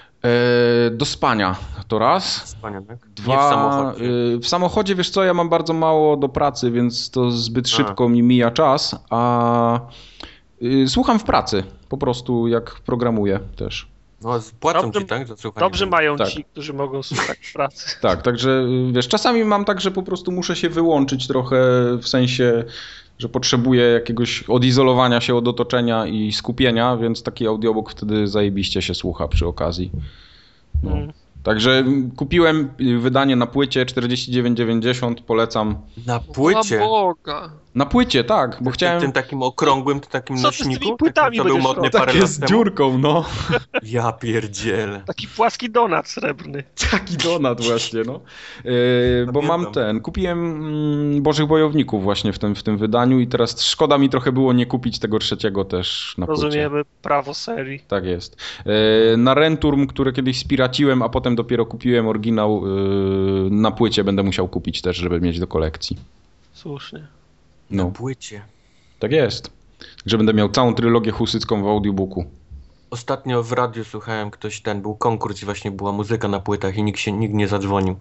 E, do spania to raz. Wspaniale. tak? Dwa, Nie w samochodzie. e, w samochodzie, wiesz co, ja mam bardzo mało do pracy, więc to zbyt szybko mi mija czas, a e, słucham w pracy, po prostu jak programuję też. No, płacą Dobrze- ci, tak? Za słuchanie. Dobrze mają Tak. ci, którzy mogą słuchać w pracy. Tak, także wiesz, czasami mam tak, że po prostu muszę się wyłączyć trochę, w sensie, że potrzebuję jakiegoś odizolowania się od otoczenia i skupienia, więc taki audiobook wtedy zajebiście się słucha przy okazji. No. Mm. Także kupiłem wydanie na płycie czterdzieści dziewięć dziewięćdziesiąt, polecam. Na płycie? O Boga. Na płycie, tak, bo chciałem... Tym takim okrągłym, tym takim Co ty z tymi nośniku? płytami Takim, co był będziesz modny robił? parę Takie lat z temu? dziurką, no. Ja pierdzielę. Taki płaski donat srebrny. Taki donat właśnie, no. Yy, bo Pamiętam. mam ten, kupiłem mm, Bożych Bojowników właśnie w tym, w tym wydaniu i teraz szkoda mi trochę było nie kupić tego trzeciego też na płycie. Rozumiemy prawo serii. Tak jest. Yy, na Renturm, które kiedyś spiraciłem, a potem dopiero kupiłem oryginał, yy, na płycie będę musiał kupić też, żeby mieć do kolekcji. Słusznie. Na No, płycie. tak jest. Że będę miał całą trylogię husycką w audiobooku. Ostatnio w radiu słuchałem, ktoś ten, był konkurs i właśnie była muzyka na płytach i nikt się, nikt nie zadzwonił.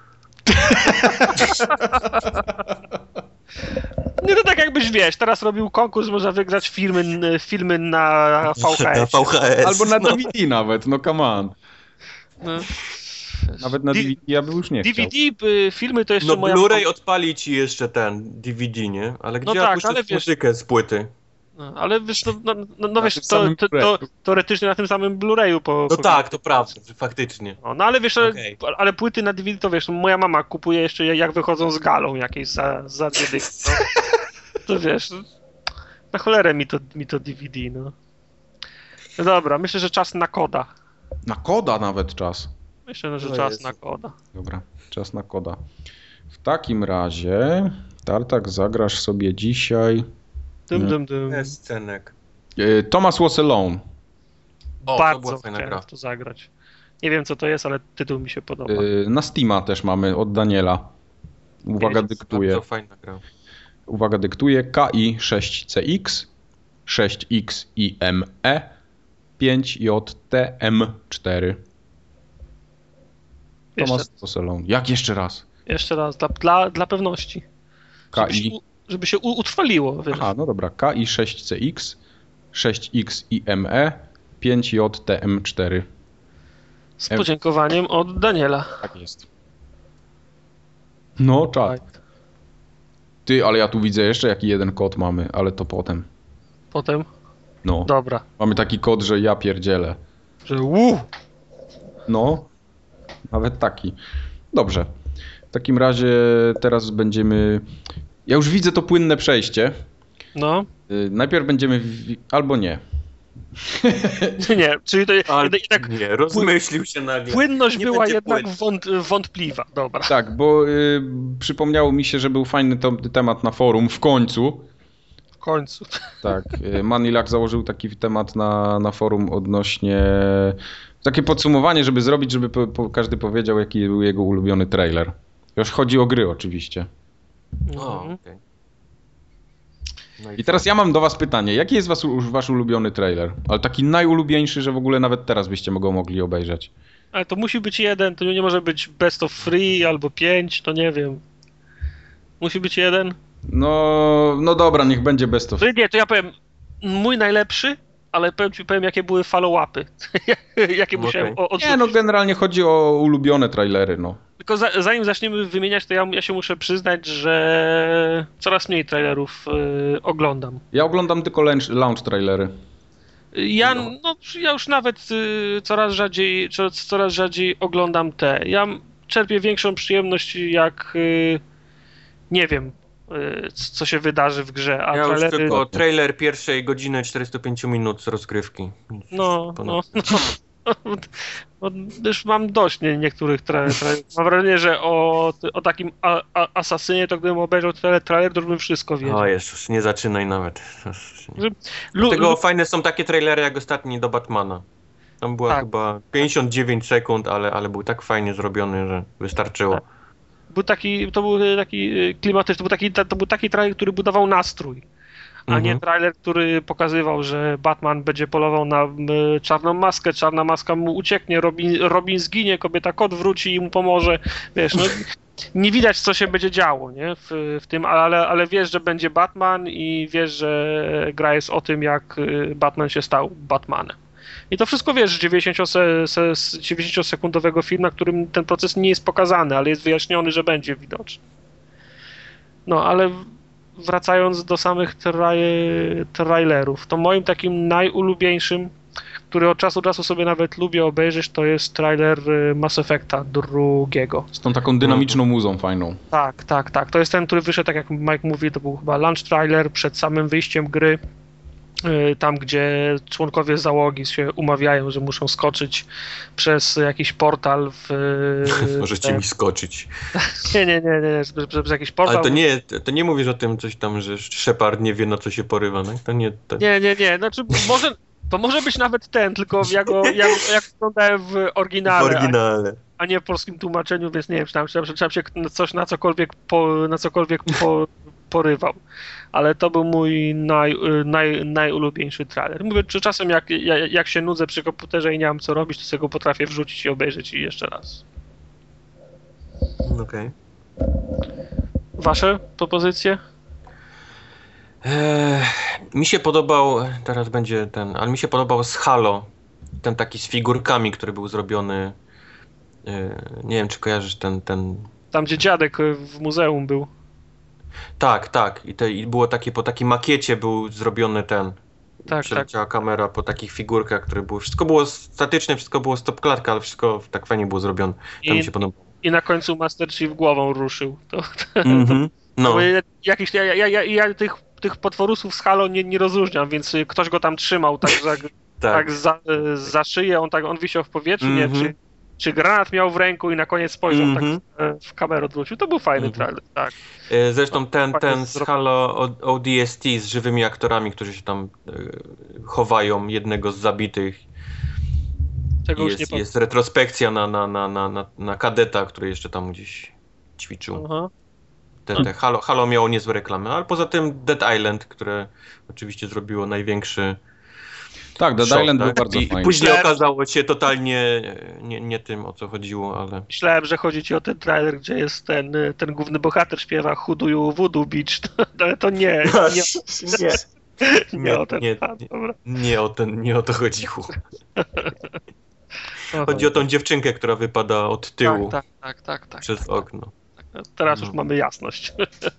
Nie, to tak jakbyś, wiesz, teraz robił konkurs, można wygrać filmy, filmy na V H Na S. V H S. Albo na no. D V D nawet, no come on. No. Nawet na D- D V D ja bym już nie D chciał. V D, y, filmy to jeszcze No moja... Blu-ray odpali ci jeszcze ten D V D, nie? Ale gdzie No ja tak, puszczę ale wiesz- muzykę z płyty? No, ale wiesz, no, no, no, no Na wiesz, tym to, samym to, to, Blu-rayu. teoretycznie na tym samym Blu-rayu po... No po- tak, to prawda, że faktycznie. No, no ale wiesz, ale- Okej. ale płyty na D V D to wiesz, moja mama kupuje jeszcze je, jak wychodzą z galą jakieś za, za dwie dychy, no. To wiesz, no, na cholerę mi to, mi to D V D, no. No dobra, myślę, że czas na koda. Na koda nawet czas. Myślę, że O czas Jezu. na koda. Dobra, czas na koda. W takim razie, Tartak, zagrasz sobie dzisiaj Dym, Nie. dym, dym. Jest scenek. e, Thomas Was Alone. O, to była Bardzo fajna chciałem gra. w to zagrać. Nie wiem, co to jest, ale tytuł mi się podoba. Yy, na Steama też mamy od Daniela. Uwaga, Jest dyktuję. Bardzo fajna gra. Uwaga, dyktuję K I sześć C X, sześć X I M E, pięć J T M cztery. Jeszcze, Thomas Toselon. Jak jeszcze raz? jeszcze raz, dla, dla, dla pewności. Żeby się, K I. u- żeby się u- utrwaliło, wiesz. Aha, no dobra. K I sześć C X, sześć X I M E, pięć J T M cztery. Z podziękowaniem od Daniela. Tak jest. No, czad. Tak. Ty, ale ja tu widzę jeszcze jaki jeden kod mamy, ale to potem. Potem, No. dobra, Mamy taki kod, że ja pierdzielę. że uu, No, nawet taki. Dobrze. W takim razie teraz będziemy... Ja już widzę to płynne przejście. no, Y, Najpierw będziemy... W... Albo nie. nie, czyli to Ale jednak, jednak nie, rozmyślił się nagle. płynność Nie była będzie jednak płyn. wąt, wątpliwa, dobra. Tak, bo y, przypomniało mi się, że był fajny to, temat na forum w końcu. W końcu. Tak, y, Manilak założył taki temat na, na forum odnośnie... Takie podsumowanie, żeby zrobić, żeby po, po, każdy powiedział, jaki był jego ulubiony trailer. Już chodzi o gry oczywiście. O, Mhm. okej. No I teraz ja mam do was pytanie. Jaki jest was, wasz ulubiony trailer? Ale taki najulubieńszy, że w ogóle nawet teraz byście go mogli obejrzeć. Ale to musi być jeden, to nie może być best of three albo pięć, to nie wiem. Musi być jeden? No, no dobra, niech będzie best of. To nie, to ja powiem mój najlepszy, ale powiem ci, powiem jakie były follow-upy. Jakie Okej. musiałem o- odrzucić. Nie, no generalnie chodzi o ulubione trailery, no. Tylko za, zanim zaczniemy wymieniać, to ja, ja się muszę przyznać, że coraz mniej trailerów y, oglądam. Ja oglądam tylko launch, launch trailery. Ja, No. no, ja już nawet y, coraz rzadziej, co, coraz rzadziej oglądam te. Ja czerpię większą przyjemność, jak y, nie wiem, y, co się wydarzy w grze, a Ja już trailery... tylko trailer pierwszej godziny czterdzieści pięć minut z rozgrywki. No, Ponad- no, no. No, już mam dość nie, niektórych tra- trailerów. Mam wrażenie, że o, o takim a, a, asasynie, to gdybym obejrzał trailer, trailer, to już bym wszystko wiedział. O Jezus, nie zaczynaj nawet. Lu- Tego lu- fajne są takie trailery jak ostatni do Batmana. Tam była Tak. chyba pięćdziesiąt dziewięć sekund, ale, ale był tak fajnie zrobiony, że wystarczyło. Tak. Był taki, to był taki y, klimatyczny, to był taki, to był taki trailer, który budował nastrój, a Mhm. nie trailer, który pokazywał, że Batman będzie polował na y, czarną maskę, czarna maska mu ucieknie, Robin, Robin zginie, kobieta kot wróci i mu pomoże, wiesz, no nie widać, co się będzie działo, nie, w, w tym, ale, ale wiesz, że będzie Batman i wiesz, że gra jest o tym, jak y, Batman się stał Batmanem. I to wszystko wiesz, z dziewięćdziesięciosekundowego filmu, na którym ten proces nie jest pokazany, ale jest wyjaśniony, że będzie widoczny. No, ale wracając do samych tra- trailerów, to moim takim najulubieńszym, który od czasu do czasu sobie nawet lubię obejrzeć, to jest trailer y, Mass Effecta drugiego. Z tą taką dynamiczną muzą fajną. Tak, tak, tak. To jest ten, który wyszedł, tak jak Mike mówi, to był chyba launch trailer przed samym wyjściem gry. y, Tam, gdzie członkowie załogi się umawiają, że muszą skoczyć przez jakiś portal w... Możecie mi skoczyć. Nie, nie, nie, nie, przez, przez jakiś portal. Ale to nie, to nie mówisz o tym coś tam, że Shepard nie wie, na co się porywa, no? To nie... To... Nie, nie, nie, znaczy może... To może być nawet ten, tylko ja go ja, jak oglądałem w W oryginale, oryginale. a nie w polskim tłumaczeniu, więc nie wiem, czy tam, czy tam, czy tam się coś na cokolwiek, po, na cokolwiek po, porywał. Ale to był mój naj, naj, najulubieńszy trailer. Mówię, czy czasem jak, jak, jak się nudzę przy komputerze i nie mam co robić, to sobie go potrafię wrzucić i obejrzeć i jeszcze raz. Okej. Wasze propozycje? Eee, mi się podobał, teraz będzie ten, ale mi się podobał z Halo, ten taki z figurkami, który był zrobiony, eee, nie wiem czy kojarzysz ten, ten, Tam, gdzie dziadek w muzeum był. tak, tak, i, te, i było takie, po takiej makiecie był zrobiony ten, Tak, przeleciała kamera po takich figurkach, które były, wszystko było statyczne, wszystko było stopklatka, ale wszystko tak fajnie było zrobione, to I, mi się podobało. I na końcu Master Chief głową ruszył. To, Mhm. No, Bo ja, jakiś, ja, ja, ja, ja tych, tych potworusów z Halo nie, nie rozróżniam, więc y, ktoś go tam trzymał tak, za, tak. tak, za, y, za szyję, on tak on wisiał w powietrzu, nie, Mhm. czy, czy granat miał w ręku i na koniec spojrzał Mhm. tak y, w kamerę odwrócił. To był fajny Mhm. trailer, tak. Eee, zresztą ten, Fajnie ten z zrobione. Halo O- O D S T z żywymi aktorami, którzy się tam e, chowają, jednego z zabitych. Tego już Jest, nie pamiętam. jest retrospekcja na, na, na, na, na, na kadeta, który jeszcze tam gdzieś ćwiczył. Aha. Te, te Halo, Halo miało niezłe reklamy, ale poza tym Dead Island, które oczywiście zrobiło największy Tak, Dead szok, Island tak? był bardzo I, fajny. I później Myślałem, okazało się totalnie nie, nie tym, o co chodziło, ale... Myślałem, że chodzi ci o ten trailer, gdzie jest ten, ten główny bohater śpiewa Who do you voodoo beach, ale to nie, nie, nie, nie o ten. nie, A, dobra. nie, o ten, nie o to chodziło. Aha. Chodzi o tą dziewczynkę, która wypada od tyłu Tak, tak, tak, tak, tak. przez okno. Teraz już No. mamy jasność.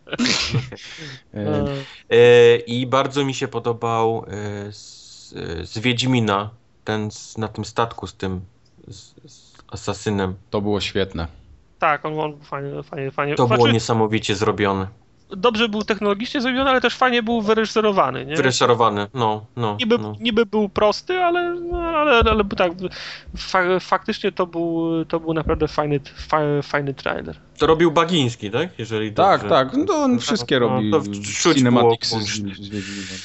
E, E, I bardzo mi się podobał e, z, e, z Wiedźmina, ten z, na tym statku z tym z, z asasynem. To było świetne. Tak, on, on fajnie, fajnie, fajnie. To było Znaczy, niesamowicie zrobione. dobrze był technologicznie zrobiony, ale też fajnie był wyreżyserowany, nie? Wyreżyserowany, no, no, Niby, no. niby był prosty, ale, no, ale, ale tak, fa, faktycznie to był, to był naprawdę fajny, fa, fajny trailer. To robił Bagiński, tak? Jeżeli Tak, dobrze... tak. No on wszystkie No, robi to czuć Cinematicsy było z, łącznie. z Wiedźminem.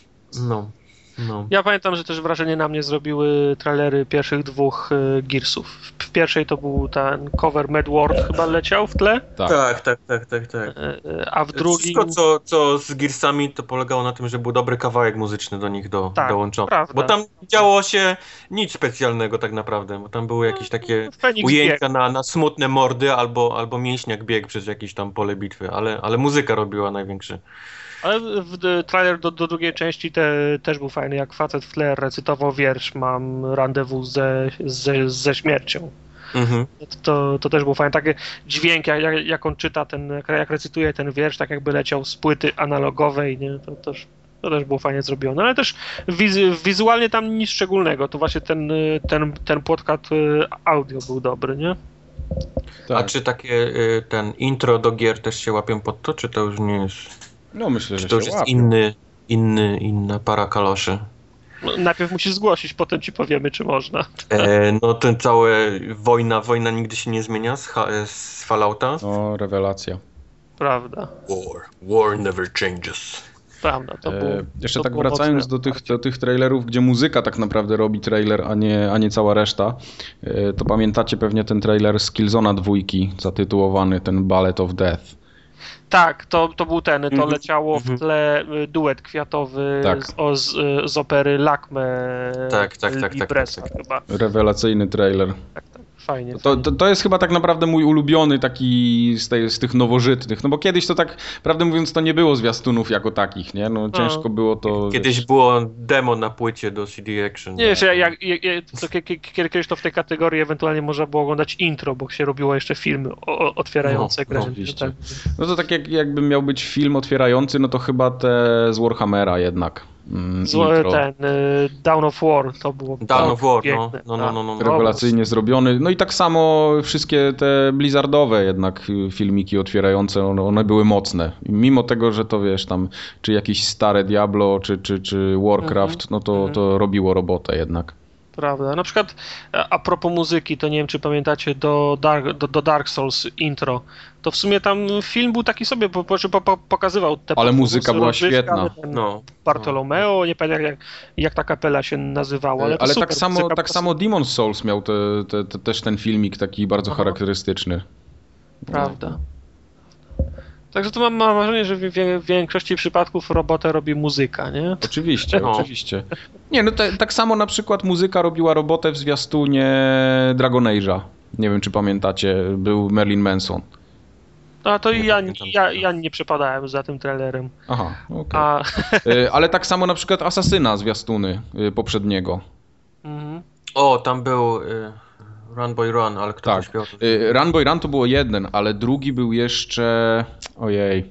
No, no. Ja pamiętam, że też wrażenie na mnie zrobiły trailery pierwszych dwóch y, Gearsów. W, w pierwszej to był ten cover Mad World chyba leciał w tle, Tak. Tak, tak, tak, tak, tak. y, y, a w drugim... Wszystko, co, co z Gearsami, to polegało na tym, że był dobry kawałek muzyczny do nich do, Tak, dołączony. prawda. Bo tam działo się nic specjalnego tak naprawdę, bo tam były jakieś takie Feniks ujęcia biegł. na, na smutne mordy albo, albo mięśniak biegł przez jakieś tam pole bitwy, ale, ale muzyka robiła największy. Ale w, w, trailer do, do drugiej części te, też był fajny, jak facet w tle recytował wiersz Mam rendezvous ze, ze, ze śmiercią. Mhm. To, to też był fajny. Taki dźwięk, jak, jak, jak on czyta ten, jak recytuje ten wiersz, tak jakby leciał z płyty analogowej, nie? To też, to też było fajnie zrobione, ale też wiz, wizualnie tam nic szczególnego. To właśnie ten, ten, ten podcast audio był dobry, nie? Tak. A czy takie y, ten intro do gier też się łapią pod to, czy to już nie jest... No myślę, Czy że to już się jest łapie. inny, inny, inna para kaloszy? No, najpierw musisz zgłosić, potem ci powiemy, czy można. E, no ten całe wojna, wojna nigdy się nie zmienia z, ha- z Fallouta. O, rewelacja. Prawda, War, war never changes. prawda. To było, E, jeszcze to tak było wracając mocne do tych, otwarcie. do tych trailerów, gdzie muzyka tak naprawdę robi trailer, a nie, a nie cała reszta, e, to pamiętacie pewnie ten trailer z Killzona dwójki, zatytułowany ten Ballet of Death. Tak, to, to był ten, to Mhm, leciało w mhm. tle y, duet kwiatowy Tak. z, o, z, y, z opery Lakme Tak, tak, tak, i tak, Bresa tak, tak. chyba. Rewelacyjny trailer. Tak, tak, fajnie. To, fajnie. to, to jest chyba tak naprawdę mój ulubiony taki z, tej, z tych nowożytnych, no bo kiedyś to tak, prawdę mówiąc, to nie było zwiastunów jako takich, nie? No ciężko było to... Kiedyś wiesz, było demo na płycie do C D Action. Nie, że jak, jak, jak, to, kie- kie- kiedyś to w tej kategorii ewentualnie można było oglądać intro, bo się robiło jeszcze filmy o, o, otwierające No, grę. no, oczywiście. tak. No to tak jak, jakby miał być film otwierający, no to chyba te z Warhammera jednak. Mm, Zło, intro. ten y, Dawn of War to było Dawn of War, no, piękne, no, no, tak. no, no, no. Rewelacyjnie zrobiony. No i tak samo wszystkie te blizzardowe jednak y, filmiki otwierające, one, one były mocne. I mimo tego, że to wiesz tam, czy jakieś stare Diablo, czy, czy, czy Warcraft, Mhm, no to, mhm. to robiło robotę jednak. Prawda. Na przykład a a propos muzyki, to nie wiem, czy pamiętacie do Dark, do, do Dark Souls intro, to w sumie tam film był taki sobie, po, po, po, po- pokazywał te Ale muzyka podwójne była rozrywki, świetna. ale ten No. Bartolomeo, nie pamiętam jak, jak ta kapela się nazywała, ale, Ale, to super, tak samo, muzyka tak po samo Demon's Souls miał te, te, te, też ten filmik taki bardzo Aha. charakterystyczny. Prawda. Także to mam, mam wrażenie, że w, wie- w większości przypadków robotę robi muzyka, nie? Oczywiście, No. oczywiście. Nie, no te, tak samo na przykład muzyka robiła robotę w zwiastunie Dragon Age'a. Nie wiem, czy pamiętacie, był Marilyn Manson. No a to Nie ja, pamiętam ja, tego. ja nie przepadałem za tym trailerem. Aha, okej. A, Y, Ale tak samo na przykład Asasyna zwiastuny y, poprzedniego. mhm. O, tam był y, Run Boy Run, ale kto Tak. to śpiewał? To- Y, Run Boy Run to było jeden, ale drugi był jeszcze... Ojej,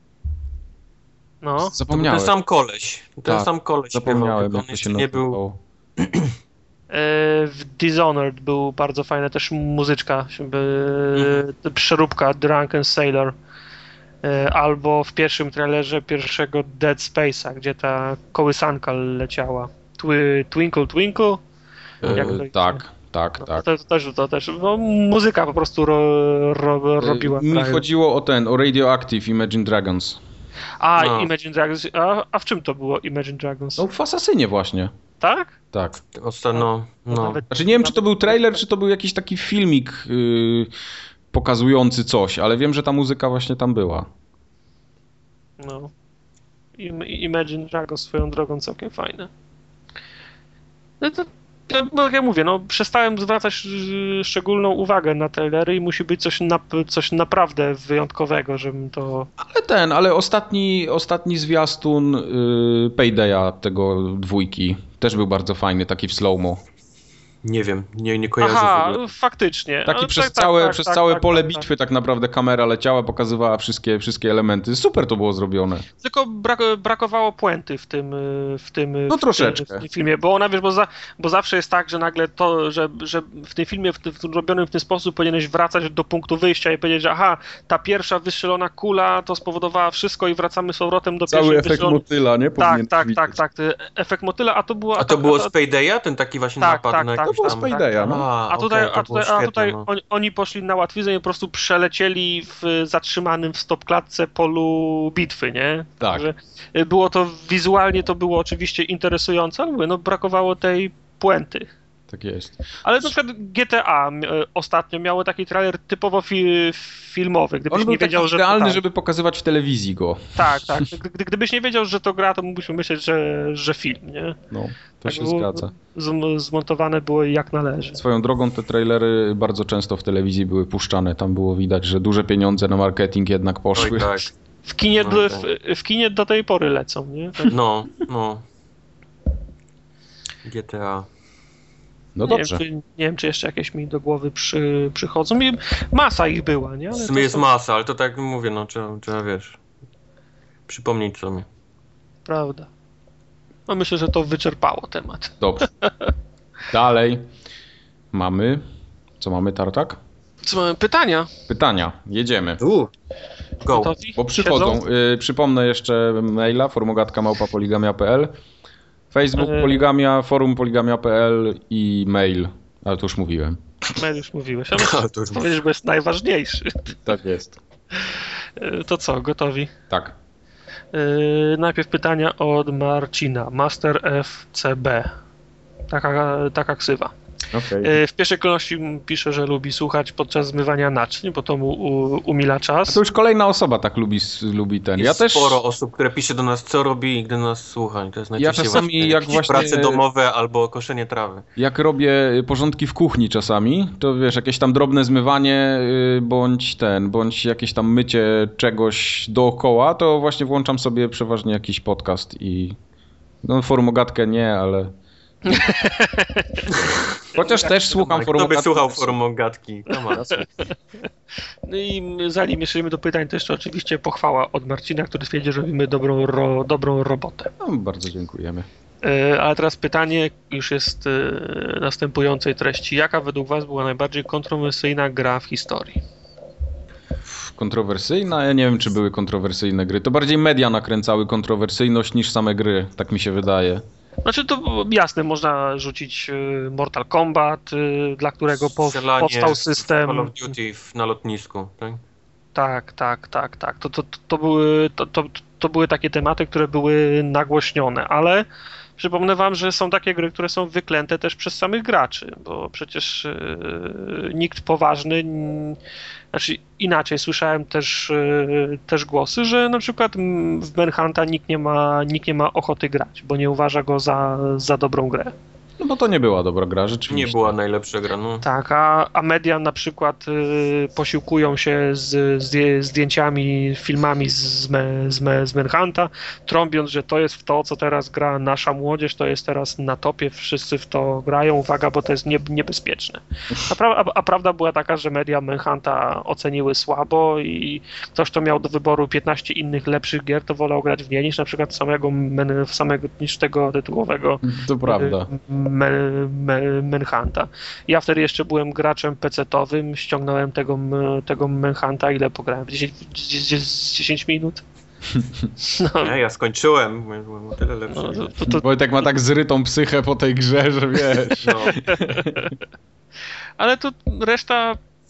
No. To był zapomniałem. ten sam koleś. Ten Tak, sam koleś śpiewał, Zapomniałem, tylko jak on to jeszcze się nie był... nazywało. E, W Dishonored był bardzo fajna też muzyczka, by, przeróbka Drunken Sailor. E, Albo w pierwszym trailerze pierwszego Dead Space'a, gdzie ta kołysanka leciała. Twi, twinkle Twinkle. Jak to- Y, Tak, tak, No, tak. to, to też, to też no, muzyka po prostu ro, ro, robiła. Y, Mi trailer. chodziło o ten, o Radioactive Imagine Dragons. A, No. Imagine Dragons. A, a w czym to było Imagine Dragons? No w Asasynie właśnie. Tak? Tak. Ostatnio, no. Nawet- Znaczy nie wiem, czy to był trailer, czy to był jakiś taki filmik yy, pokazujący coś, ale wiem, że ta muzyka właśnie tam była. No. Im- Imagine Dragons swoją drogą całkiem fajne. No to, to, no jak ja mówię, no przestałem zwracać y, szczególną uwagę na trailery i musi być coś, nap- coś naprawdę wyjątkowego, żebym to... Ale ten, ale ostatni, ostatni zwiastun yy, Paydaya tego dwójki też był bardzo fajny, taki w slow-mo. Nie wiem, nie, nie kojarzę w Aha, ogóle. faktycznie. Taki Ale przez tak, tak, całe, tak, przez tak, całe tak, pole tak, tak. bitwy tak naprawdę kamera leciała, pokazywała wszystkie, wszystkie elementy. Super to było zrobione. Tylko brak, brakowało puenty w tym, y, w tym, No w troszeczkę. tym, w tym filmie, bo ona, wiesz, bo, za, bo zawsze jest tak, że nagle to, że, że w tym filmie w tym, w tym robionym w ten sposób powinieneś wracać do punktu wyjścia i powiedzieć, że aha, ta pierwsza wystrzelona kula to spowodowała wszystko i wracamy z powrotem do Cały pierwszej efekt wystrzelonej... motyla, nie? Tak, Powinien tak, widzieć. tak, tak, ty- efekt motyla, a to było... A to było a z Paydaya? Ten taki właśnie Tak, napad tak, na tak, jakiś To było z tam... Paydaya, no. A, A tutaj, okej, to a tutaj, było a świetne, tutaj no. oni, oni poszli na łatwiznę i po prostu przelecieli w zatrzymanym w stopklatce polu bitwy, nie? Tak. Także było to wizualnie, to było oczywiście interesujące, ale mówię, no brakowało tej puenty. Tak jest. Ale na przykład G T A m- ostatnio miało taki trailer typowo fi- filmowy, gdybyś On był nie wiedział, taki że idealny, to, tak, żeby pokazywać w telewizji go. tak, tak. Gdy, gdybyś nie wiedział, że to gra, to mógłbyś myśleć, że, że film, nie? No, to Tak się było- zgadza. Z, zmontowane było jak należy. Swoją drogą te trailery bardzo często w telewizji były puszczane. Tam było widać, że duże pieniądze na marketing jednak poszły. Oj, tak. W kinie, No, do, tak. w, w kinie do tej pory lecą, nie? Tak, No, no. G T A. No nie, dobrze. wiem, czy, nie wiem, czy jeszcze jakieś mi do głowy przy, przychodzą. I masa ich była, nie? W Ale sumie to jest są- masa, ale to tak mówię, no trzeba, trzeba wiesz, przypomnieć sobie. Prawda. No myślę, że to wyczerpało temat. Dobrze. Dalej mamy... Co mamy, Tartak? Co mamy? Pytania? Pytania. Jedziemy. U, go. Gotowi? Bo przychodzą. Siedzą? Y, przypomnę jeszcze maila formogatka małpa poligamia kropka p l, Facebook E. Poligamia, forum poligamia kropka p l i mail. Ale to już mówiłem. Mail już mówiłeś, ale A, to już powiedzieć, bo jest najważniejszy. Tak jest. E, To co, gotowi? Tak. E, Najpierw pytania od Marcina. Master F C B. Taka, taka ksywa. Okej. E, W pierwszej kolejności pisze, że lubi słuchać podczas zmywania naczyń, bo to mu u, umila A czas. to już kolejna osoba tak lubi, lubi ten. Jest Ja też. sporo osób, które pisze do nas, co robi i gdy nas słucha. I to jest najczęściej czasami właśnie jak jakieś właśnie- prace domowe albo koszenie trawy. Jak robię porządki w kuchni czasami, to wiesz, jakieś tam drobne zmywanie, yy, bądź ten, bądź jakieś tam mycie czegoś dookoła, to właśnie włączam sobie przeważnie jakiś podcast i. No, formogatkę nie, ale. Chociaż też słucham Kto by formogatki. słuchał formogatki? Come on. No i zanim jeszcze idziemy do pytań, to jeszcze oczywiście pochwała od Marcina, który twierdzi, że robimy dobrą, ro, dobrą robotę. No, bardzo dziękujemy. E, Ale teraz pytanie już jest e, następującej treści. Jaka według Was była najbardziej kontrowersyjna gra w historii? Kontrowersyjna? Ja nie wiem, czy były kontrowersyjne gry. To bardziej media nakręcały kontrowersyjność niż same gry, tak mi się wydaje. Znaczy to jasne, można rzucić e, Mortal Kombat, e, dla którego po, Strzelanie powstał w system. Call of Duty w, na lotnisku, tak? Tak, tak, tak, tak. To, to, to, były, to, to, to były takie tematy, które były nagłośnione, ale przypomnę wam, że są takie gry, które są wyklęte też przez samych graczy, bo przecież yy, nikt poważny, n- znaczy inaczej, słyszałem też, yy, też głosy, że na przykład mm, w Manhunta nikt nie ma, nikt nie ma ochoty grać, bo nie uważa go za, za dobrą grę. No bo to nie była dobra gra, rzeczywiście. Nie była najlepsza gra, no. Tak, a, a media na przykład y, posiłkują się z, z zdjęciami, filmami z, me, z, me, z Manhunta, trąbiąc, że to jest w to, co teraz gra nasza młodzież, to jest teraz na topie, wszyscy w to grają, uwaga, bo to jest nie, niebezpieczne. A, pra, a, a prawda była taka, że media Manhunta oceniły słabo i ktoś, kto miał do wyboru piętnaście innych lepszych gier, to wolał grać w nie niż na przykład samego, men, samego niż tego tytułowego To prawda. Me, me, Manhunta. Ja wtedy jeszcze byłem graczem pecetowym, ściągnąłem tego, m- tego Manhunta, ile pograłem? dziesięć, dziesięć minut? No, Nie, ja skończyłem, byłem o tyle lepszy. no, to, to, to, Wojtek ma tak zrytą psychę po tej grze, że wiesz. No. ale to reszta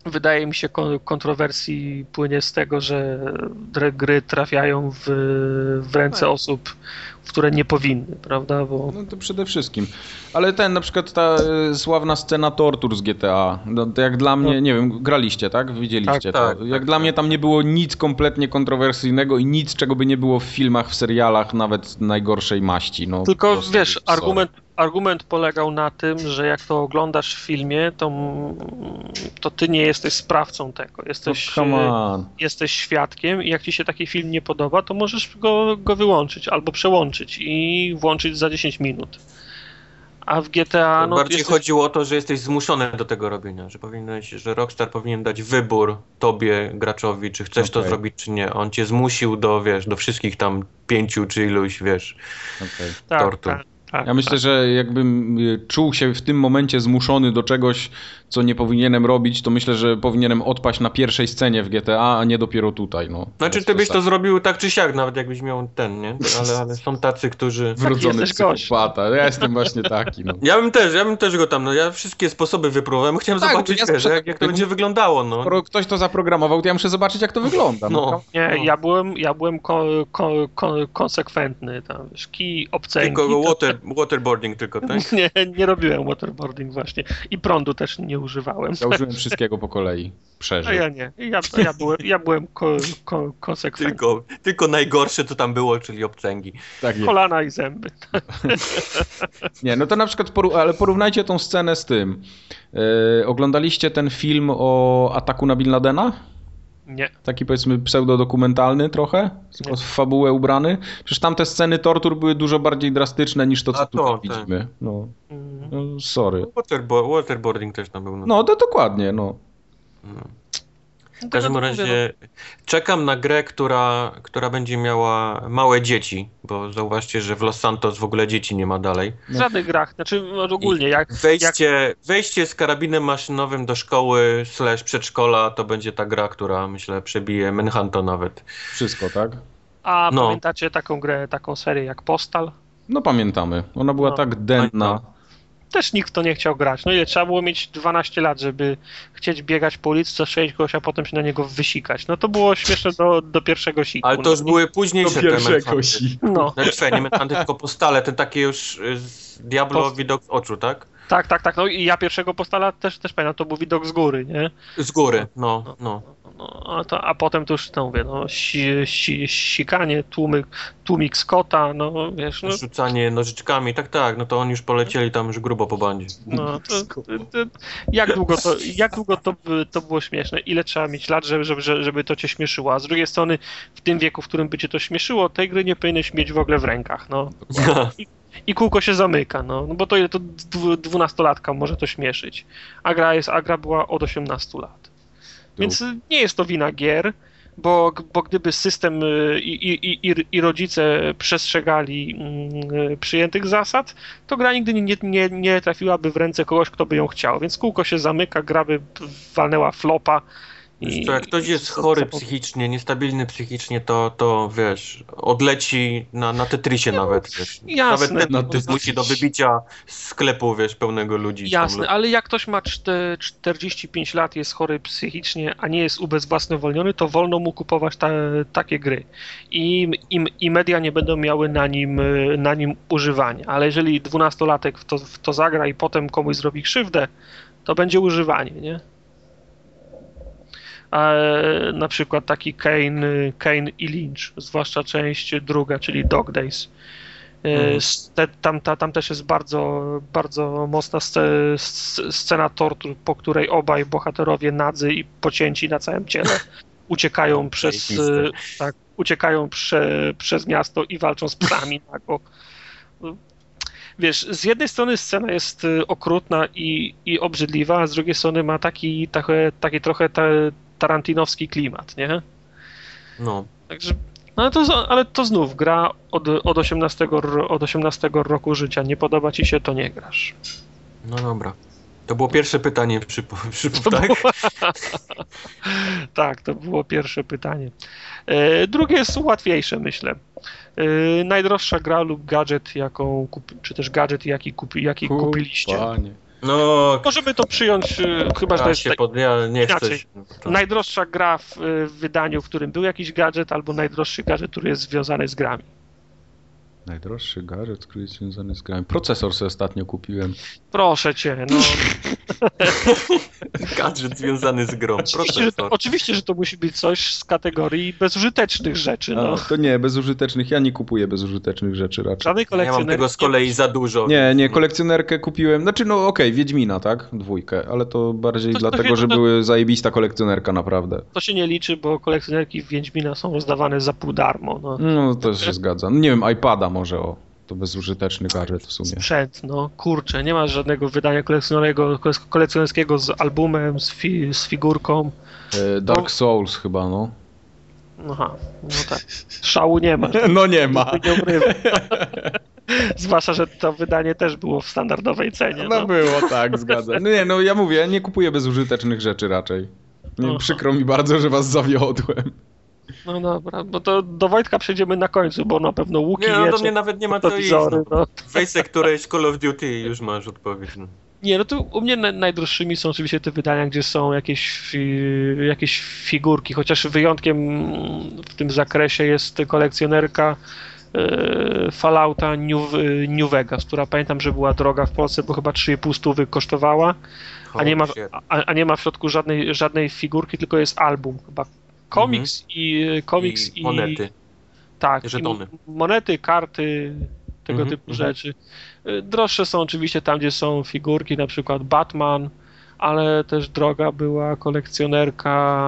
wydaje mi się, kon- kontrowersji płynie z tego, że dre- gry trafiają w, w ręce Tak. osób, w które nie powinny, prawda? Bo No to przede wszystkim. Ale ten, na przykład ta e, sławna scena tortur z G T A, no, to jak dla mnie, nie wiem, graliście, tak? Widzieliście Tak, to. tak, Jak tak, dla tak. mnie tam nie było nic kompletnie kontrowersyjnego i nic, czego by nie było w filmach, w serialach, nawet najgorszej maści. No, po tylko prostu, wiesz, sorry. argument, argument polegał na tym, że jak to oglądasz w filmie, to, to ty nie jesteś sprawcą tego. No, Jesteś, come on. jesteś świadkiem i jak ci się taki film nie podoba, to możesz go, go wyłączyć albo przełączyć i włączyć za dziesięć minut. A w G T A no, Bardziej jesteś... chodziło o to, że jesteś zmuszony do tego robienia, że powinieneś, że Rockstar powinien dać wybór tobie, graczowi, czy chcesz to Okej. zrobić, czy nie. On cię zmusił do, wiesz, do wszystkich tam pięciu czy iluś, wiesz, Okej. tak, tortur. tak, tak, Ja myślę, tak. że jakbym y, czuł się w tym momencie zmuszony do czegoś, co nie powinienem robić, to myślę, że powinienem odpaść na pierwszej scenie w G T A, a nie dopiero tutaj. No. Znaczy, Bez ty byś to przesady. zrobił tak czy siak, nawet jakbyś miał ten, nie? Ale, ale są tacy, którzy... Wrodzony jesteś gość. psychopata. Ja jestem właśnie taki. No. Ja bym też, ja bym też go tam, no ja wszystkie sposoby wypróbowałem, chciałem Tak, zobaczyć, ja wiesz, sprzed- jak, jak to będzie wyglądało, no. Skoro ktoś to zaprogramował, to ja muszę zobaczyć, jak to wygląda. No. Nie, No. ja byłem, ja byłem ko, ko, ko, konsekwentny, tam, wiesz, kij, obcęgi. Tylko to- water, waterboarding tylko, tak? Nie, nie robiłem waterboarding właśnie. I prądu też nie używałem. Ja użyłem wszystkiego po kolei. A Przeżył. ja nie. Ja, ja byłem, ja byłem ko, ko, konsekwentny. Tylko, tylko najgorsze, co tam było, czyli obcęgi. Tak jest. Kolana i zęby. Nie, no to na przykład, poru- ale porównajcie tą scenę z tym. Yy, oglądaliście ten film o ataku na Bin Ladena? Nie. Taki powiedzmy pseudodokumentalny trochę, tylko Nie. w fabułę ubrany. Przecież tam te sceny tortur były dużo bardziej drastyczne niż to, co A tutaj to, tak. widzimy. No, Mm. no sorry. Waterbo waterboarding też tam był. No. No to dokładnie, no. No. No W każdym to razie mówię, czekam na grę, która, która będzie miała małe dzieci, bo zauważcie, że w Los Santos w ogóle dzieci nie ma dalej. no, w żadnych grach, znaczy no, ogólnie, jak, jak Wejście, wejście z karabinem maszynowym do szkoły slash przedszkola to będzie ta gra, która myślę przebije Manhunta nawet. Wszystko, tak? a No. pamiętacie taką grę, taką serię jak Postal? No pamiętamy. Ona była No, tak denna. pamiętam. Też nikt w to nie chciał grać. No ile trzeba było mieć dwanaście lat, żeby chcieć biegać po ulicy, zastrzelić kogoś, a potem się na niego wysikać. No to było śmieszne do, do pierwszego siku. Ale to już no. były późniejsze te Manhunty. No, Znaczy, nie Manhunty, tylko Postale, ten takie już y, z Diablo Post- widok z oczu, tak? tak, tak, tak. No i ja pierwszego Postala też, też pamiętam, to był widok z góry, nie? Z góry, no, no. No, a, to, a potem to już, no mówię, no, si, si, sikanie, tłumyk, tłumik Scotta, no wiesz, no, Rzucanie nożyczkami, tak, tak, no to oni już polecieli tam już grubo po bandzie. no to, to, to, jak długo, to, jak długo to, by- to było śmieszne? Ile trzeba mieć lat, żeby, żeby, żeby to cię śmieszyło? A z drugiej strony, w tym wieku, w którym by cię to śmieszyło, tej gry nie powinieneś mieć w ogóle w rękach, no. I kółko się zamyka, no, no bo to ile to dwu- dwunastolatka może to śmieszyć. A gra jest, a gra była od osiemnastu lat. Więc y, nie jest to wina gier, bo, bo gdyby system y, i, i, i, i rodzice przestrzegali mm, y, przyjętych zasad, to gra nigdy nie, nie, nie trafiłaby w ręce kogoś, kto by ją chciał. Więc kółko się zamyka, gra by walnęła flopa. Wiesz co, jak ktoś jest chory psychicznie, niestabilny psychicznie, to, to wiesz, odleci na, na Tetrisie nawet, wiesz. jasne. Nawet Na Tetris musi do wybicia z sklepu, wiesz, pełnego ludzi. Jasne, Tam, ale jak ktoś ma czte- czterdzieści pięć lat, jest chory psychicznie, a nie jest ubezwłasnowolniony, to wolno mu kupować ta, takie gry. I, i, I media nie będą miały na nim, y, na nim używania. Ale jeżeli dwunastolatek w to, w to zagra i potem komuś zrobi krzywdę, to będzie używanie, nie? A, na przykład taki Kane, Kane i Lynch, zwłaszcza część druga, czyli Dog Days. Mhm. Ste- Tam, ta, tam też jest bardzo, bardzo mocna sce- sc- scena tortur, po której obaj bohaterowie nadzy i pocięci na całym ciele uciekają przez, Zajebiste. e, tak, uciekają prze, przez miasto i walczą z psami nago. Wiesz, z jednej strony scena jest e, okrutna i, i obrzydliwa, a z drugiej strony ma taki, taki, taki trochę ta, tarantinowski klimat, nie? No. Także, no ale to, ale to znów gra od, od, osiemnastego, ro- od osiemnastego roku życia. Nie podoba ci się, to nie grasz. No dobra. To było pierwsze pytanie przy, przy To tak? było... tak, to było pierwsze pytanie. E, drugie jest łatwiejsze, myślę. E, najdroższa gra lub gadżet, jaką kupi, czy też gadżet, jaki, kupi, jaki kupiliście. Panie. No, Możemy to przyjąć, y, chyba że to ja jest się tak, pod... ja nie chcę... inaczej. się- to- najdroższa gra w, y, w wydaniu, w którym był jakiś gadżet, albo najdroższy gadżet, który jest związany z grami. Najdroższy gadżet, który jest związany z grami. Procesor sobie ostatnio kupiłem. Proszę cię, no. Gadżet związany z grą, Oczywiście że, to, procesor. oczywiście, że to musi być coś z kategorii bezużytecznych rzeczy, no. A, to nie, bezużytecznych. Ja nie kupuję bezużytecznych rzeczy raczej. Żadnej Ja kolekcjonerki. mam tego z kolei za dużo. Nie, więc nie, kolekcjonerkę kupiłem. Znaczy, no okej, Wiedźmina, tak? Dwójkę, ale to bardziej To- to dlatego, wie- że to- były zajebista kolekcjonerka, naprawdę. To się nie liczy, bo kolekcjonerki Wiedźmina są rozdawane za pół darmo, no. No, też się zgadzam. Nie wiem, iPada może, o. To bezużyteczny gadżet w sumie. Sprzęt, no kurczę, nie ma żadnego wydania kolekcjonerskiego, kolekcjonerskiego z albumem, z, fi, z figurką. E, Dark Souls chyba, no. Aha, no tak. Szału nie ma. No nie ma. Nie obrywa. Zwłaszcza, że to wydanie też było w standardowej cenie. No No. było, tak, zgadzam. No nie, no ja mówię, ja nie kupuję bezużytecznych rzeczy raczej. Nie, Aha. przykro mi bardzo, że was zawiodłem. No dobra, bo to do Wojtka przejdziemy na końcu, bo na pewno łuki Nie, no do miecze, mnie nawet nie ma co iść. prowizory, No. no. Weź se któreś Call of Duty i już masz odpowiedź. No. Nie, no to u mnie na- najdroższymi są oczywiście te wydania, gdzie są jakieś, fi- jakieś figurki, chociaż wyjątkiem w tym zakresie jest kolekcjonerka e, Fallouta New, New Vegas, która pamiętam, że była droga w Polsce, bo chyba trzy i pół stówy kosztowała, a nie, ma, Holy shit. a, a nie ma w środku żadnej, żadnej figurki, tylko jest album chyba. Komiks i komiks i, I monety. tak, i żetony. monety, karty, tego Mhm, typu mhm. rzeczy. Y, Droższe są oczywiście tam, gdzie są figurki, na przykład Batman, ale też droga była kolekcjonerka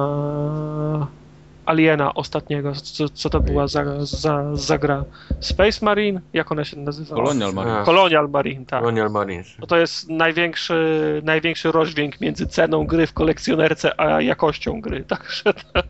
Aliena ostatniego. Co, co to była za, za, za gra? Space Marine? Jak ona się nazywała? Colonial Marine. A, Colonial Marine, tak. Colonial Marines. No to jest największy, największy rozdźwięk między ceną gry w kolekcjonerce, a jakością gry. Także to,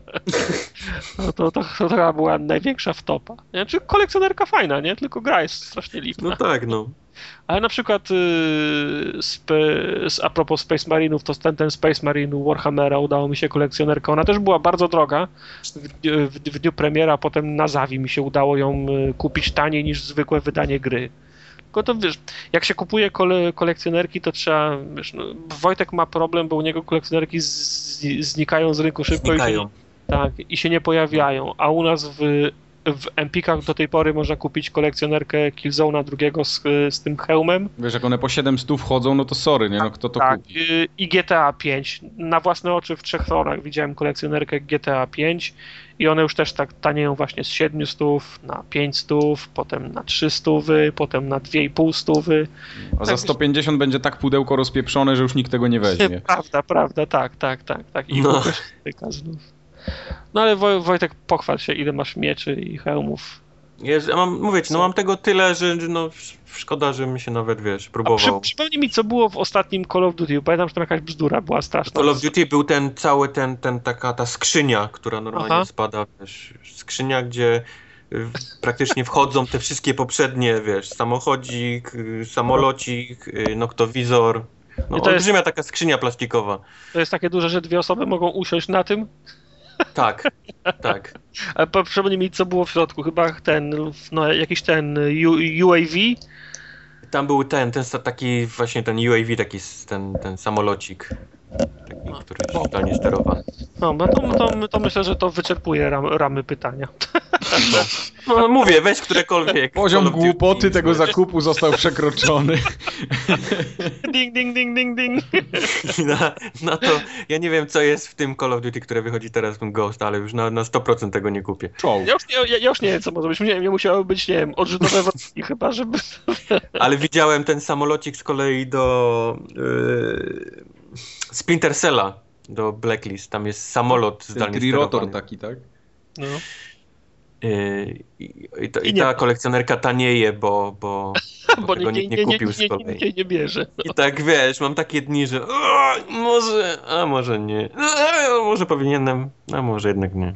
no to, to, to, to była największa wtopa. Nie? Czy kolekcjonerka fajna, nie? Tylko gra jest strasznie lipna. No tak, no. Ale na przykład yy, spe, z- a propos Space Marinów, to ten, ten Space Marine Warhammera udało mi się kolekcjonerka. Ona też była bardzo droga w, dniu- w, w dniu premiera, a potem na Zawi mi się udało ją y, kupić taniej niż zwykłe wydanie gry. Tylko to wiesz, jak się kupuje kole, kolekcjonerki, to trzeba, wiesz, no, Wojtek ma problem, bo u niego kolekcjonerki z, z, znikają z rynku szybko i się, Znikają. nie- tak, i się nie pojawiają, a u nas w, w Empikach do tej pory można kupić kolekcjonerkę Killzone'a drugiego z, z tym hełmem, Wiesz, jak one po siedem stów chodzą, no to sorry, nie? No kto to tak, kupi? y, i G T A pięć. Na własne oczy w trzech stronach widziałem kolekcjonerkę G T A pięć i one już też tak tanieją właśnie z siedmiu stów na pięć stów, potem na trzy stówy, potem na dwie i pół stówy. A za sto pięćdziesiąt będzie tak pudełko rozpieprzone, że już nikt tego nie weźmie. Prawda, prawda, tak, tak, tak, tak. I No. no. tyka znów. No ale Woj- Wojtek, pochwal się, ile masz mieczy i hełmów. Jest, ja mam, mówię ci, no mam tego tyle, że że no szkoda, że mi się nawet, wiesz, A przy, próbował. przypomnij mi, co było w ostatnim Call of Duty. Pamiętam, że tam jakaś bzdura była straszna. Call of Duty był ten cały ten, ten taka ta skrzynia, która normalnie Aha. spada, wiesz, skrzynia, gdzie y, praktycznie wchodzą te wszystkie poprzednie, wiesz, samochodzik, y, samolocik, y, noktowizor. No, I to jest- olbrzymia taka skrzynia plastikowa. To jest takie duże, że dwie osoby mogą usiąść na tym. Tak, tak. A po- przypomnij mi, co było w środku. Chyba ten, no jakiś ten U, U A V. Tam był ten, ten sta- taki właśnie ten U A V, taki s- ten, ten samolocik, taki, który jest totalnie sterowany. No, no to, to, to myślę, że to wyczerpuje ram, ramy pytania. No mówię, weź którekolwiek. Poziom Call of Duty, głupoty tego słuchaj. zakupu został przekroczony. Ding, ding, ding, ding, ding. Na, na to, ja nie wiem co jest w tym Call of Duty, które wychodzi teraz, ten Ghost, ale już na, na sto procent tego nie kupię. Czoł. Ja już, nie, ja, ja już nie wiem, co może być. Nie, nie musiało być, nie wiem, odrzutowe wrotki chyba, żeby... Ale widziałem ten samolocik z kolei do yy, Splinter Cella, do Blacklist. Tam jest samolot Ten zdalnie trirotor sterowany. taki, tak? No. Yy, i, i, to, I I nie- ta kolekcjonerka tanieje, bo, bo, bo, Bo tego nie, nikt nie, nie nie, kupił z nie, kolei. nie, nie, nie bierze. I tak wiesz, mam takie dni, że o, może, a może nie, a, może powinienem, a może jednak nie.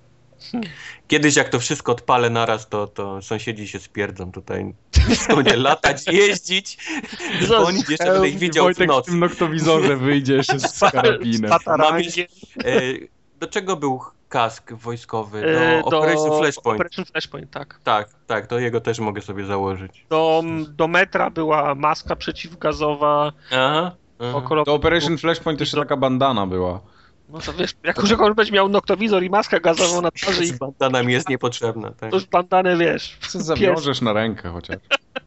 Kiedyś jak to wszystko odpalę naraz, to, to sąsiedzi się spierdzą tutaj. Wszystko będzie latać, jeździć, dzwonić, jeszcze będę ich widział w Wojtek w nocy. tym noktowizorze wyjdzie jeszcze z karabinem. Z patarangiem. E, do czego był kask wojskowy E, do Operation Flashpoint. Operation Flashpoint, tak. Tak, tak, to jego też mogę sobie założyć. Do, do metra była maska przeciwgazowa. Aha. aha. Okolo... Do Operation Flashpoint jeszcze taka bandana była. No to wiesz, jak już kogoś będzie miał noktowizor i maskę gazową na twarzy i Z bandanami jest niepotrzebna. Tak. to już bandanę, wiesz. Co zawiążesz na rękę chociaż.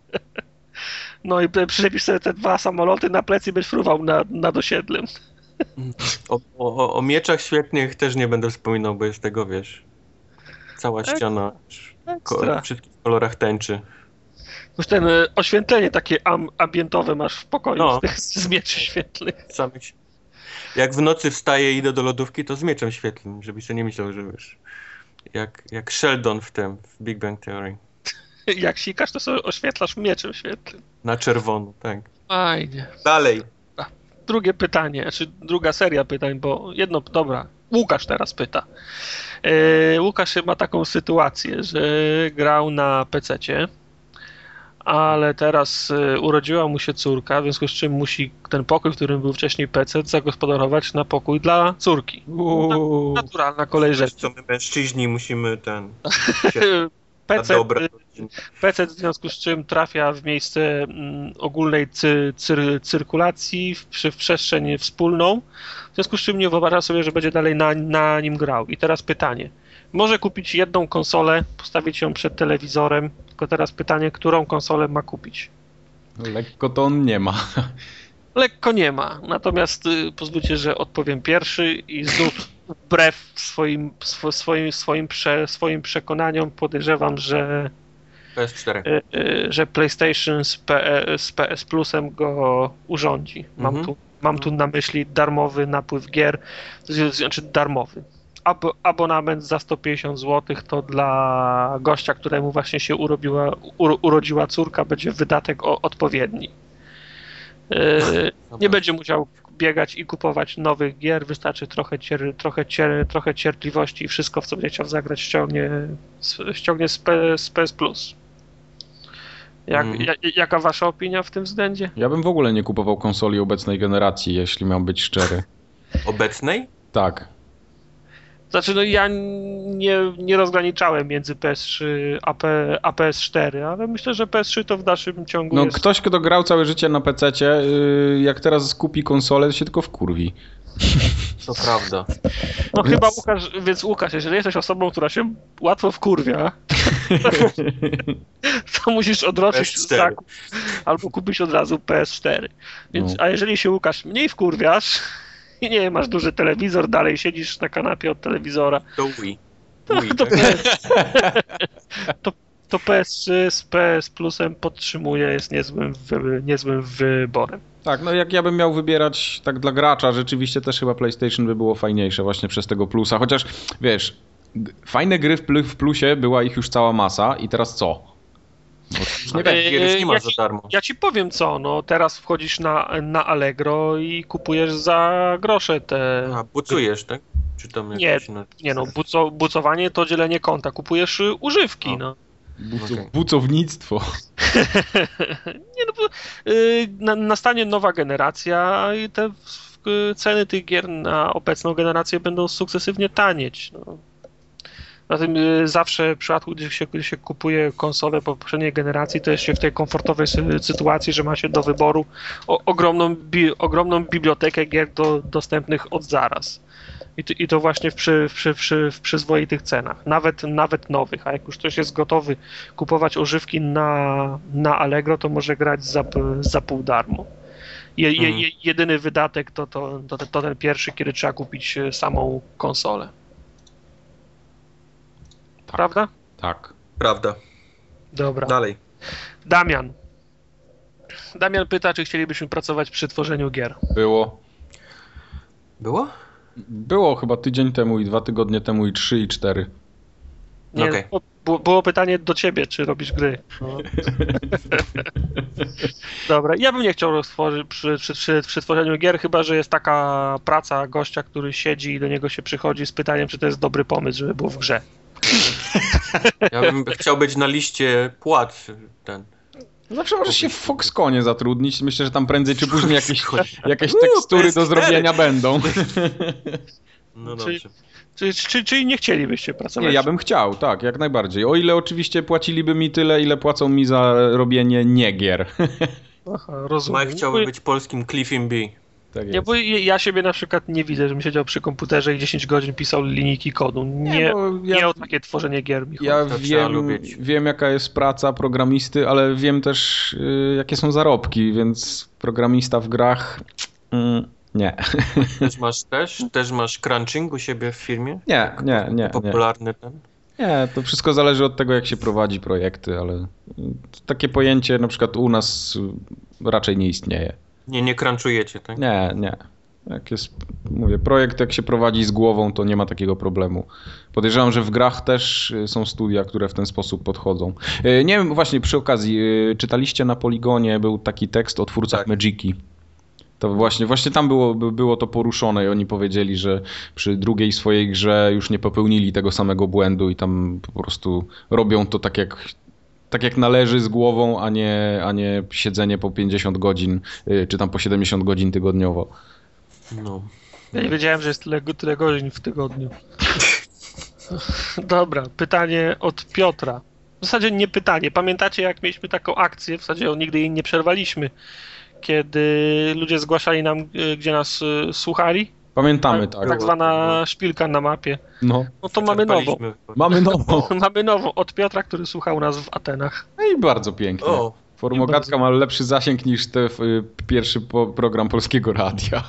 No i przyczepisz sobie te dwa samoloty na plecy i będziesz fruwał na, nad osiedlem. O, o, o mieczach świetnych też nie będę wspominał, bo jest tego, wiesz, cała ściana ko- Ekstra. w wszystkich kolorach tęczy. Już ten e, oświetlenie takie am, ambientowe masz w pokoju No. z, tych, z mieczy świetlnych. Samych się. Jak w nocy wstaję i idę do lodówki, to z mieczem świetlnym, żebyś sobie nie myślał, że wiesz, jak, jak Sheldon w tym, w Big Bang Theory. Jak sikasz, to sobie oświetlasz mieczem świetlnym. Na czerwono, tak. Fajnie. Dalej. Drugie pytanie, czy druga seria pytań, bo jedno, dobra, Łukasz teraz pyta. E, Łukasz ma taką sytuację, że grał na pececie, ale teraz e, urodziła mu się córka, w związku z czym musi ten pokój, w którym był wcześniej pecet, zagospodarować na pokój dla córki. Uuu. Naturalna kolej Wiesz rzeczy. co, my mężczyźni musimy ten... się na Pecet, dobre. pecet, w związku z czym trafia w miejsce mm, ogólnej cy, cyr, cyrkulacji, w, przy- w przestrzeń wspólną, w związku z czym nie wyobraża sobie, że będzie dalej na, na nim grał. I teraz pytanie. Może kupić jedną konsolę, postawić ją przed telewizorem, tylko teraz pytanie, którą konsolę ma kupić? Lekko to on nie ma. Lekko nie ma, natomiast y, pozwólcie, że odpowiem pierwszy i znów wbrew swoim, swo, swoim, swoim, prze, swoim przekonaniom podejrzewam, że P S cztery. y, y, że PlayStation z, P, z P S Plusem go urządzi. Mam, Mhm. tu, mam tu na myśli darmowy napływ gier, z- znaczy darmowy. Ab, abonament za sto pięćdziesiąt złotych to dla gościa, któremu właśnie się urobiła, uro, urodziła córka, będzie wydatek o, odpowiedni. Y, nie będzie musiał biegać i kupować nowych gier, wystarczy trochę, cier, trochę, cier, trochę cierpliwości i wszystko, w co będzie chciał zagrać, ściągnie, ściągnie z, P, z P S Plus. Jak, Mhm. ja, jaka wasza opinia w tym względzie? Ja bym w ogóle nie kupował konsoli obecnej generacji, jeśli mam być szczery. Obecnej? Tak. Znaczy, no ja nie, nie rozgraniczałem między P S trzy a, P, a P S cztery, ale myślę, że P S trzy to w dalszym ciągu No jest... ktoś, kto grał całe życie na pececie, yy, jak teraz kupi konsolę, to się tylko wkurwi. To prawda. No chyba Łukasz, więc Łukasz, jeżeli jesteś osobą, która się łatwo wkurwia, to musisz odroczyć P S cztery. zakup albo kupić od razu P S cztery. Więc, No. a jeżeli się, Łukasz, mniej wkurwiasz i nie masz duży telewizor, dalej siedzisz na kanapie od telewizora, To Wii. to, Wii, to, tak? to, to P S trzy z P S Plusem podtrzymuje, jest niezłym, wy, niezłym wyborem. Tak, no jak ja bym miał wybierać tak dla gracza, rzeczywiście też chyba PlayStation by było fajniejsze właśnie przez tego plusa. Chociaż, wiesz, g- fajne gry w, pl- w plusie, była ich już cała masa i teraz co? Bo już nie Nie wiem, Eee, gier już nie ma ja za ci- darmo. Ja ci powiem co, no teraz wchodzisz na, na Allegro i kupujesz za grosze te... A, bucujesz, tak? Czy tam Nie, jakoś na... Nie no, buco, bucowanie to dzielenie konta, kupujesz y, używki, O. no. buco- Okej. bucownictwo. Nie no, bo y, na, nastanie nowa generacja i te y, ceny tych gier na obecną generację będą sukcesywnie tanieć, no. Zatem y, zawsze w przypadku, gdy się, gdy się kupuje konsolę poprzedniej generacji, to jest się w tej komfortowej sy- sytuacji, że ma się do wyboru o, ogromną, bi, ogromną bibliotekę gier do, dostępnych od zaraz. I to, I to właśnie w, przy, w, przy, przy, w przyzwoitych cenach, nawet, nawet nowych. A jak już ktoś jest gotowy kupować używki na, na Allegro, to może grać za, za pół darmo. Je, je, Mhm. je, jedyny wydatek to, to, to, to ten pierwszy, kiedy trzeba kupić samą konsolę. Tak. Prawda? Tak. Prawda. Dobra. Dalej. Damian. Damian pyta, czy chcielibyśmy pracować przy tworzeniu gier. Było. Było? Było chyba tydzień temu i dwa tygodnie temu i trzy i cztery. Nie, Okej. bo- było, było pytanie do ciebie, czy robisz gry. No. Dobra, ja bym nie chciał roztworzyć przy, przy, przy, przy tworzeniu gier, chyba że jest taka praca gościa, który siedzi i do niego się przychodzi z pytaniem, czy to jest dobry pomysł, żeby było w grze. Ja bym chciał być na liście płac ten. Zawsze możesz się w Foxconnie zatrudnić. Myślę, że tam prędzej czy później jakieś, jakieś Uuu, tekstury P S do cztery. zrobienia będą. No Czyli- dobrze. Czyli, czyli, czyli nie chcielibyście pracować? Nie, ja bym chciał, tak, jak najbardziej. O ile oczywiście płaciliby mi tyle, ile płacą mi za robienie nie gier. Aha, rozumiem. Mike chciałby być polskim Cliffem B. Tak Nie, jest. bo ja siebie na przykład nie widzę, żebym siedział przy komputerze i dziesięć godzin pisał linijki kodu. Nie, nie, bo ja- o takie tworzenie gier mi chodzi. Ja To trzeba wiem, lubić. wiem, jaka jest praca programisty, ale wiem też, y, jakie są zarobki, więc programista w grach... Mm, nie. Też masz też? Też masz crunching u siebie w firmie? Nie, nie, nie, nie. Popularny ten? Nie, to wszystko zależy od tego, jak się prowadzi projekty, ale takie pojęcie na przykład u nas raczej nie istnieje. Nie, nie crunchujecie, tak? Nie, nie. Jak jest, mówię, projekt jak się prowadzi z głową, to nie ma takiego problemu. Podejrzewam, że w grach też są studia, które w ten sposób podchodzą. E, Nie wiem, właśnie przy okazji, e, czytaliście na Poligonie, był taki tekst o twórcach Tak. Magiki. To właśnie, właśnie tam było, by- było to poruszone i oni powiedzieli, że przy drugiej swojej grze już nie popełnili tego samego błędu i tam po prostu robią to tak jak, tak jak należy z głową, a nie, a nie siedzenie po pięćdziesiąt godzin, y, czy tam po siedemdziesiąt godzin tygodniowo. No. Ja nie wiedziałem, że jest tyle, tyle godzin w tygodniu. Dobra, pytanie od Piotra. W zasadzie nie pytanie. Pamiętacie, jak mieliśmy taką akcję, w zasadzie nigdy jej nie przerwaliśmy, kiedy ludzie zgłaszali nam, y, gdzie nas y, słuchali? Pamiętamy, tak, tak. tak zwana szpilka na mapie. No, No to mamy nową. Wyczerpaliśmy. mamy nową. Mamy nową od Piotra, który słuchał nas w Atenach. No i bardzo pięknie. O, Formogatka ma lepszy zasięg niż ten y, pierwszy po, program Polskiego Radia.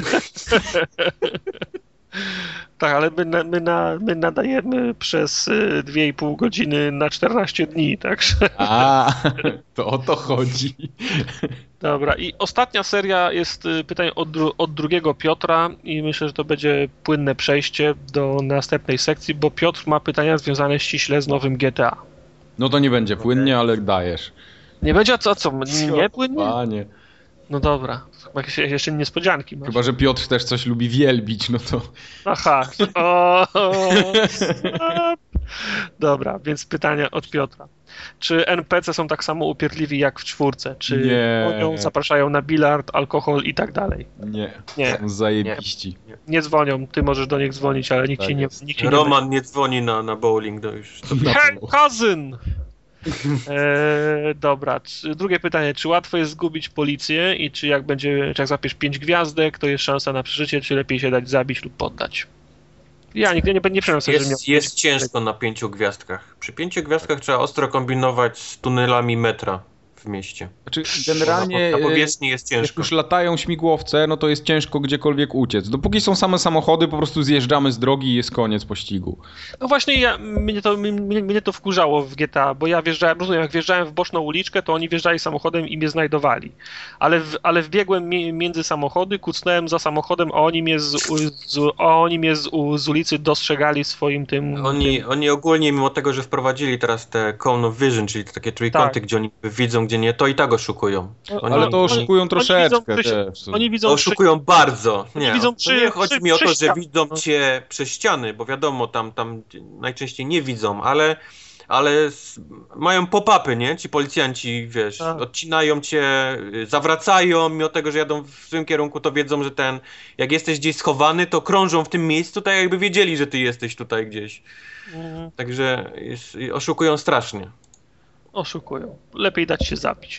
Tak, ale my, na, my, na, my nadajemy przez y, dwie i pół godziny na czternaście dni, także... A, to o to chodzi. Dobra, i ostatnia seria jest y, pytań od, dru- od drugiego Piotra i myślę, że to będzie płynne przejście do następnej sekcji, bo Piotr ma pytania związane ściśle z nowym G T A. No to nie będzie płynnie, ale dajesz. Nie będzie, a co, co, nie płynnie? Panie. No dobra, jakieś jeszcze niespodzianki masz. Chyba, że Piotr też coś lubi wielbić, no to... Aha. O, stop. Dobra, więc pytania od Piotra. Czy N P C są tak samo upierdliwi jak w czwórce? Czy Nie. dzwonią, zapraszają na bilard, alkohol i tak dalej? Nie, Nie, są zajebiści. nie dzwonią. Ty możesz do nich dzwonić, ale nikt Tak ci nie, jest. nikt ci nie Roman nie dzwoni na, na bowling, to już... To... Na Hey, pewno. cousin! Eee, dobra, czy, drugie pytanie. Czy łatwo jest zgubić policję i czy jak będzie, czy jak zapisz pięć gwiazdek, to jest szansa na przeżycie, czy lepiej się dać zabić lub poddać? Ja nigdy nie, nie przemyślę, że miał... Jest, jest ciężko na pięciu gwiazdkach. Przy pięciu gwiazdkach trzeba ostro kombinować z tunelami metra w mieście. Znaczy, generalnie... Na e, powierzchni jest Jak ciężko. już latają śmigłowce, no to jest ciężko gdziekolwiek uciec. Dopóki są same samochody, po prostu zjeżdżamy z drogi i jest koniec pościgu. No właśnie, ja, mnie, to, mnie, mnie to wkurzało w G T A, bo ja wjeżdżałem, rozumiem, jak wjeżdżałem w boczną uliczkę, to oni wjeżdżali samochodem i mnie znajdowali. Ale, w, ale wbiegłem mi, między samochody, kucnąłem za samochodem, a oni mnie z, z, a oni mnie z, z ulicy dostrzegali swoim tym... Oni, tym... oni ogólnie, mimo tego, że wprowadzili teraz te cone of vision, czyli te takie trójkąty, Tak. gdzie oni widzą, gdzie nie, to i tak oszukują. Oni, Ale to oni, oszukują oni troszeczkę. widzą przy- też. Oni widzą... oszukują bardzo. Oni Nie, widzą to przy- nie chodzi przy- mi o przy to, że ścianach, widzą no. cię przez ściany, bo wiadomo, tam, tam najczęściej nie widzą, ale, ale s- mają pop-upy, nie? Ci policjanci, wiesz, Tak. odcinają cię, y, zawracają, mimo tego, że jadą w złym kierunku, to wiedzą, że ten, jak jesteś gdzieś schowany, to krążą w tym miejscu, tak jakby wiedzieli, że ty jesteś tutaj gdzieś. Mhm. Także jest, oszukują strasznie. Oszukują. Lepiej dać się zabić.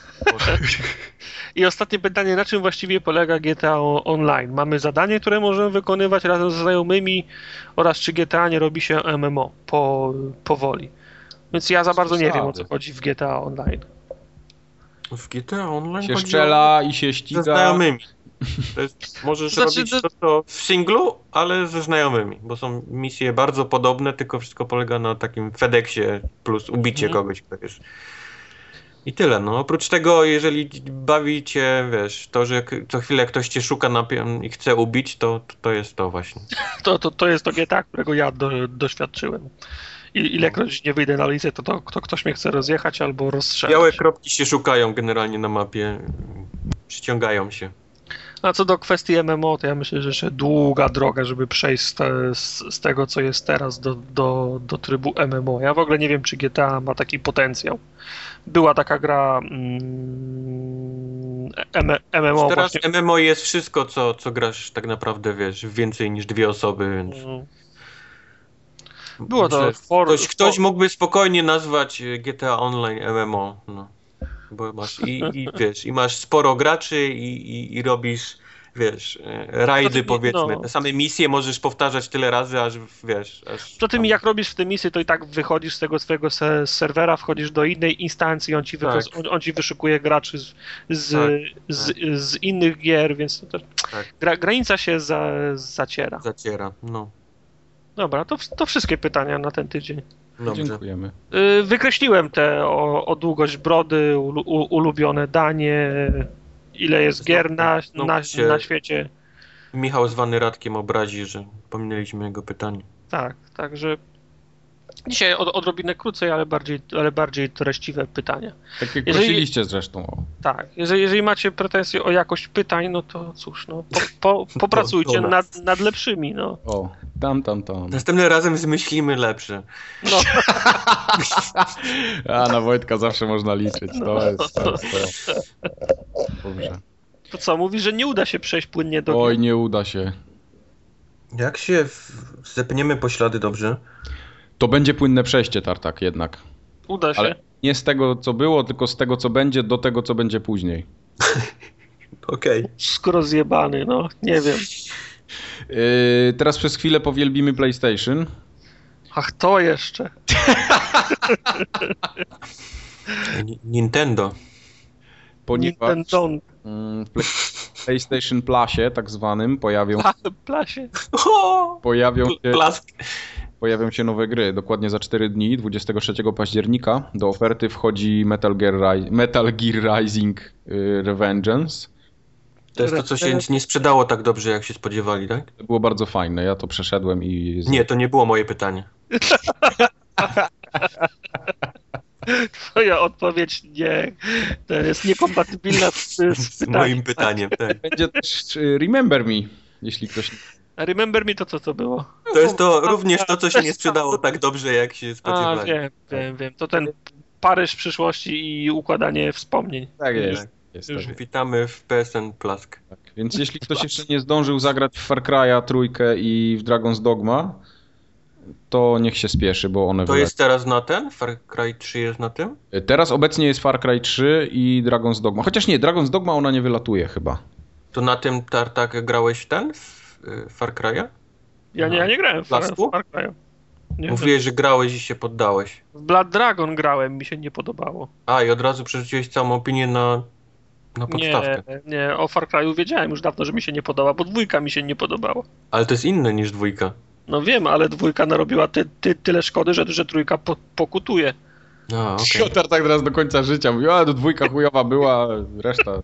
I ostatnie pytanie, na czym właściwie polega G T A Online? Mamy zadanie, które możemy wykonywać razem ze znajomymi oraz czy G T A nie robi się M M O po, powoli. Więc ja za bardzo nie wiem, o co chodzi w G T A Online. W G T A Online Się chodzi strzela i się o... ze ściga. znajomymi. To jest, możesz Znaczy, robić to- to, to w singlu, ale ze znajomymi, bo są misje bardzo podobne, tylko wszystko polega na takim FedExie plus ubicie Mhm. kogoś, kto wiesz. I tyle, no. Oprócz tego, jeżeli bawi cię, wiesz, to, że k- co chwilę ktoś cię szuka na pie- i chce ubić, to, to, to jest to właśnie. To, to, to jest to G T A, którego ja do, doświadczyłem. I, ilekroć nie wyjdę na ulicę, to, to, to ktoś mnie chce rozjechać albo rozstrzelać. Białe kropki się szukają generalnie na mapie, przyciągają się. A co do kwestii M M O, to ja myślę, że jeszcze długa droga, żeby przejść z, te, z, z tego, co jest teraz, do, do, do trybu M M O. Ja w ogóle nie wiem, czy G T A ma taki potencjał. Była taka gra mm, M- MMO Teraz właśnie. M M O jest wszystko, co, co grasz tak naprawdę, wiesz, w więcej niż dwie osoby, więc... Mm. Było to Że for, Ktoś, ktoś for, mógłby spokojnie nazwać G T A Online M M O, no. Bo masz i, i wiesz, i masz sporo graczy i, i, i robisz, wiesz, e, rajdy Znaczy, powiedzmy. no. Te same misje możesz powtarzać tyle razy, aż wiesz, aż Poza tym tam- jak robisz w te misje, to i tak wychodzisz z tego swojego se serwera, wchodzisz do innej instancji, on ci, Tak. wypros- on, on ci wyszukuje graczy z, z, Tak, z, z innych gier, więc to, Tak. gra, granica się za, zaciera. zaciera. No, Dobra, to, to wszystkie pytania na ten tydzień. dobrze. Dziękujemy. Yy, Wykreśliłem te o, o długość brody, ulu, u, ulubione danie, ile jest Znowu- gier na, znowu na, się- na świecie. Michał zwany Radkiem obrazi, że pominęliśmy jego pytanie. Tak, także dzisiaj od, odrobinę krócej, ale bardziej, ale bardziej treściwe pytania. Tak jak Jeżeli- prosiliście zresztą. O. Tak, jeżeli, jeżeli macie pretensje o jakość pytań, no to cóż, no, po, po, popracujcie Do- do nas. nad, nad lepszymi, no. o, tam, tam, tam. Następnym razem zmyślimy lepsze. no. A na Wojtka zawsze można liczyć. To jest, to jest to. Dobrze. To co, mówi, że nie uda się przejść płynnie do Oj, nie uda się. Jak się w... zepniemy po ślady dobrze? To będzie płynne przejście, Tartak, jednak. Uda się. Ale nie z tego, co było, tylko z tego, co będzie, do tego, co będzie później. Okej. Skoro zjebany, no, nie wiem. Yy, teraz przez chwilę powielbimy PlayStation. Ach, to jeszcze. Ni- Nintendo. Ponieważ Nintendo. mm, w Play- PlayStation Plusie, tak zwanym, pojawią, Pla, plasie. O! pojawią, Pl- się, Plask. pojawią się nowe gry. Dokładnie za cztery dni, dwudziestego trzeciego października, do oferty wchodzi Metal Gear, Ri- Metal Gear Rising yy, Revengeance. To jest to, co się nie sprzedało tak dobrze, jak się spodziewali, tak? To było bardzo fajne, ja to przeszedłem i... z- Nie, to nie było moje pytanie. Twoja odpowiedź nie, to jest niekompatybilna z, z Z pytaniem. moim pytaniem, tak. Będzie też yy, Remember Me, jeśli ktoś... A Remember Me to co to było? To jest to również to, co się nie sprzedało tak dobrze, jak się A, spodziewali. wiem, wiem, wiem. To ten Paryż przyszłości i układanie wspomnień. Tak jest. Tak. jest Już tak. Witamy w P S N Plask. Tak, więc jeśli ktoś jeszcze nie zdążył zagrać w Far Cry'a trójkę i w Dragon's Dogma, to niech się spieszy, bo one To wylecą. jest teraz na ten? Far Cry trzy jest na tym? Teraz obecnie jest Far Cry trzy i Dragon's Dogma. Chociaż nie, Dragon's Dogma ona nie wylatuje chyba. To na tym Tartak grałeś w ten? W y, Far Cry'a? Ja nie, ja nie grałem w Far, Plasku? w Far Cry'u. Nie, Mówiłeś, że grałeś i się poddałeś. w Blood Dragon grałem, mi się nie podobało. A, i od razu przerzuciłeś całą opinię na, na Nie, podstawkę. nie, o Far Cry'u wiedziałem już dawno, że mi się nie podoba, bo dwójka mi się nie podobała. Ale to jest inne niż dwójka. No wiem, ale dwójka narobiła ty, ty, tyle szkody, że, że trójka po, pokutuje. A, okej. Piotr tak teraz do końca życia mówił, a do dwójka chujowa była, reszta.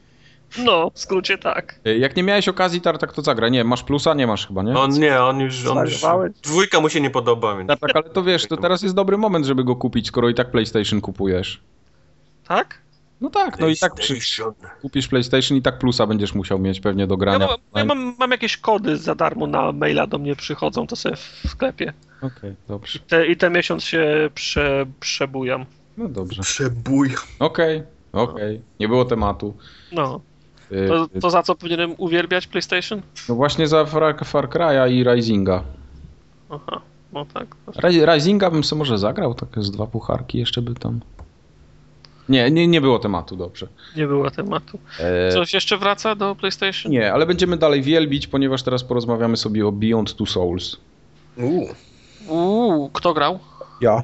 No, w skrócie tak. Jak nie miałeś okazji, Tartak, to zagra. Nie, masz plusa? Nie masz chyba, nie? On nie, on już, on już... Zwariowałeś? Dwójka mu się nie podoba, więc... Tartak, ale to wiesz, to teraz jest dobry moment, żeby go kupić, skoro i tak PlayStation kupujesz. Tak? No tak, no i tak przy, PlayStation. kupisz PlayStation i tak plusa będziesz musiał mieć pewnie do Ja, grania. mam, ja mam, mam jakieś kody za darmo na maila do mnie przychodzą, to sobie w sklepie. Okej, dobrze. Te, I ten miesiąc się prze, przebujam. No dobrze. Przebój. Okej, okej. Nie było tematu. No. Y, To, to za co powinienem uwielbiać PlayStation? No właśnie za Far, Far Cry'a i Risinga. Aha, no tak. Ri- Risinga bym sobie może zagrał, tak z dwa pucharki jeszcze by tam... Nie, nie, nie było tematu, dobrze. Nie było tematu. E, Coś jeszcze wraca do PlayStation? nie, ale będziemy dalej wielbić, ponieważ teraz porozmawiamy sobie o Beyond Two Souls. Uuu, Uuu, kto grał? Ja.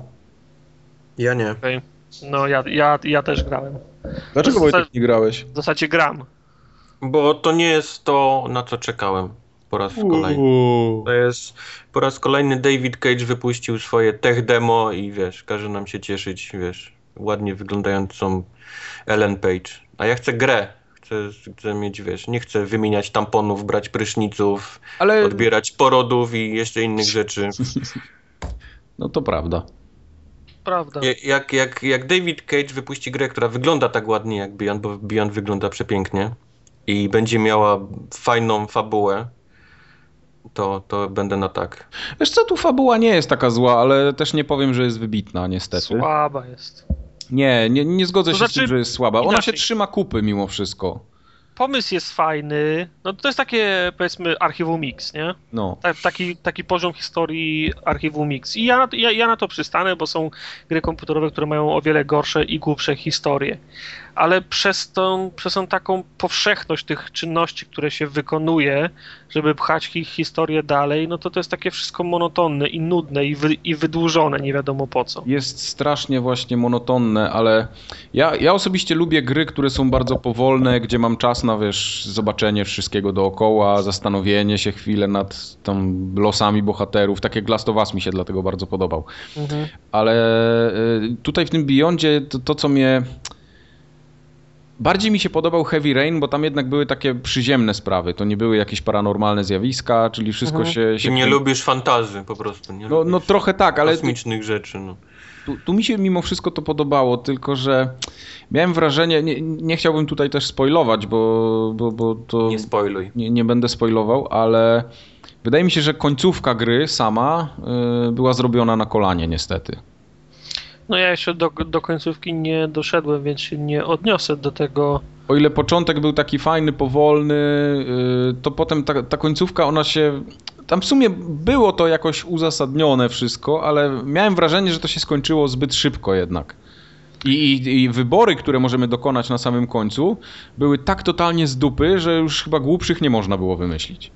ja nie. Okej. No ja, ja, ja też grałem. Dlaczego W Wojtek zasadzie- nie grałeś? W zasadzie gram. Bo to nie jest to, na co czekałem po raz kolejny. Uuu. To jest po raz kolejny David Cage wypuścił swoje tech demo i wiesz, każe nam się cieszyć, wiesz, ładnie wyglądającą Ellen Page. A ja chcę grę. Chcę, chcę mieć, wiesz, nie chcę wymieniać tamponów, brać pryszniców, Ale... odbierać porodów i jeszcze innych rzeczy. No to prawda. Prawda. Ja- Jak, jak, jak David Cage wypuści grę, która wygląda tak ładnie jak Beyond, bo Beyond wygląda przepięknie i będzie miała fajną fabułę, to, to będę na tak. Wiesz co, tu fabuła nie jest taka zła, ale też nie powiem, że jest wybitna, niestety. Słaba jest. Nie, nie, nie zgodzę To się z znaczy, tym, że jest słaba. Ona inaczej. się trzyma kupy mimo wszystko. pomysł jest fajny, no to jest takie, powiedzmy, archiwum Mix, nie? No. Ta, taki, taki poziom historii archiwum Mix. I ja, ja, ja na to przystanę, bo są gry komputerowe, które mają o wiele gorsze i głupsze historie. Ale przez tą, przez tą taką powszechność tych czynności, które się wykonuje, żeby pchać ich historię dalej, no to to jest takie wszystko monotonne i nudne i, wy, i wydłużone, nie wiadomo po co. Jest strasznie właśnie monotonne, ale ja, ja osobiście lubię gry, które są bardzo powolne, gdzie mam czas na, wiesz, zobaczenie wszystkiego dookoła, zastanowienie się chwilę nad tam losami bohaterów. Tak jak Last of Us mi się dlatego bardzo podobał. Mhm. Ale y, tutaj w tym Beyondzie to, to co mnie... Bardziej mi się podobał Heavy Rain, bo tam jednak były takie przyziemne sprawy. To nie były jakieś paranormalne zjawiska, czyli wszystko mhm. się... się Ty nie lubisz fantazy po prostu. Nie no, no trochę tak, ale... Kosmicznych rzeczy, no. Tu, tu mi się mimo wszystko to podobało, tylko że miałem wrażenie... Nie, nie chciałbym tutaj też spoilować, bo, bo, bo to... Nie spoiluj. Nie, nie będę spoilował, ale wydaje mi się, że końcówka gry sama y, była zrobiona na kolanie niestety. No ja jeszcze do, do końcówki nie doszedłem, więc się nie odniosę do tego. O ile początek był taki fajny, powolny, to potem ta, ta końcówka, ona się... Tam w sumie było to jakoś uzasadnione wszystko, ale miałem wrażenie, że to się skończyło zbyt szybko jednak. I, i, i wybory, które możemy dokonać na samym końcu, były tak totalnie z dupy, że już chyba głupszych nie można było wymyślić.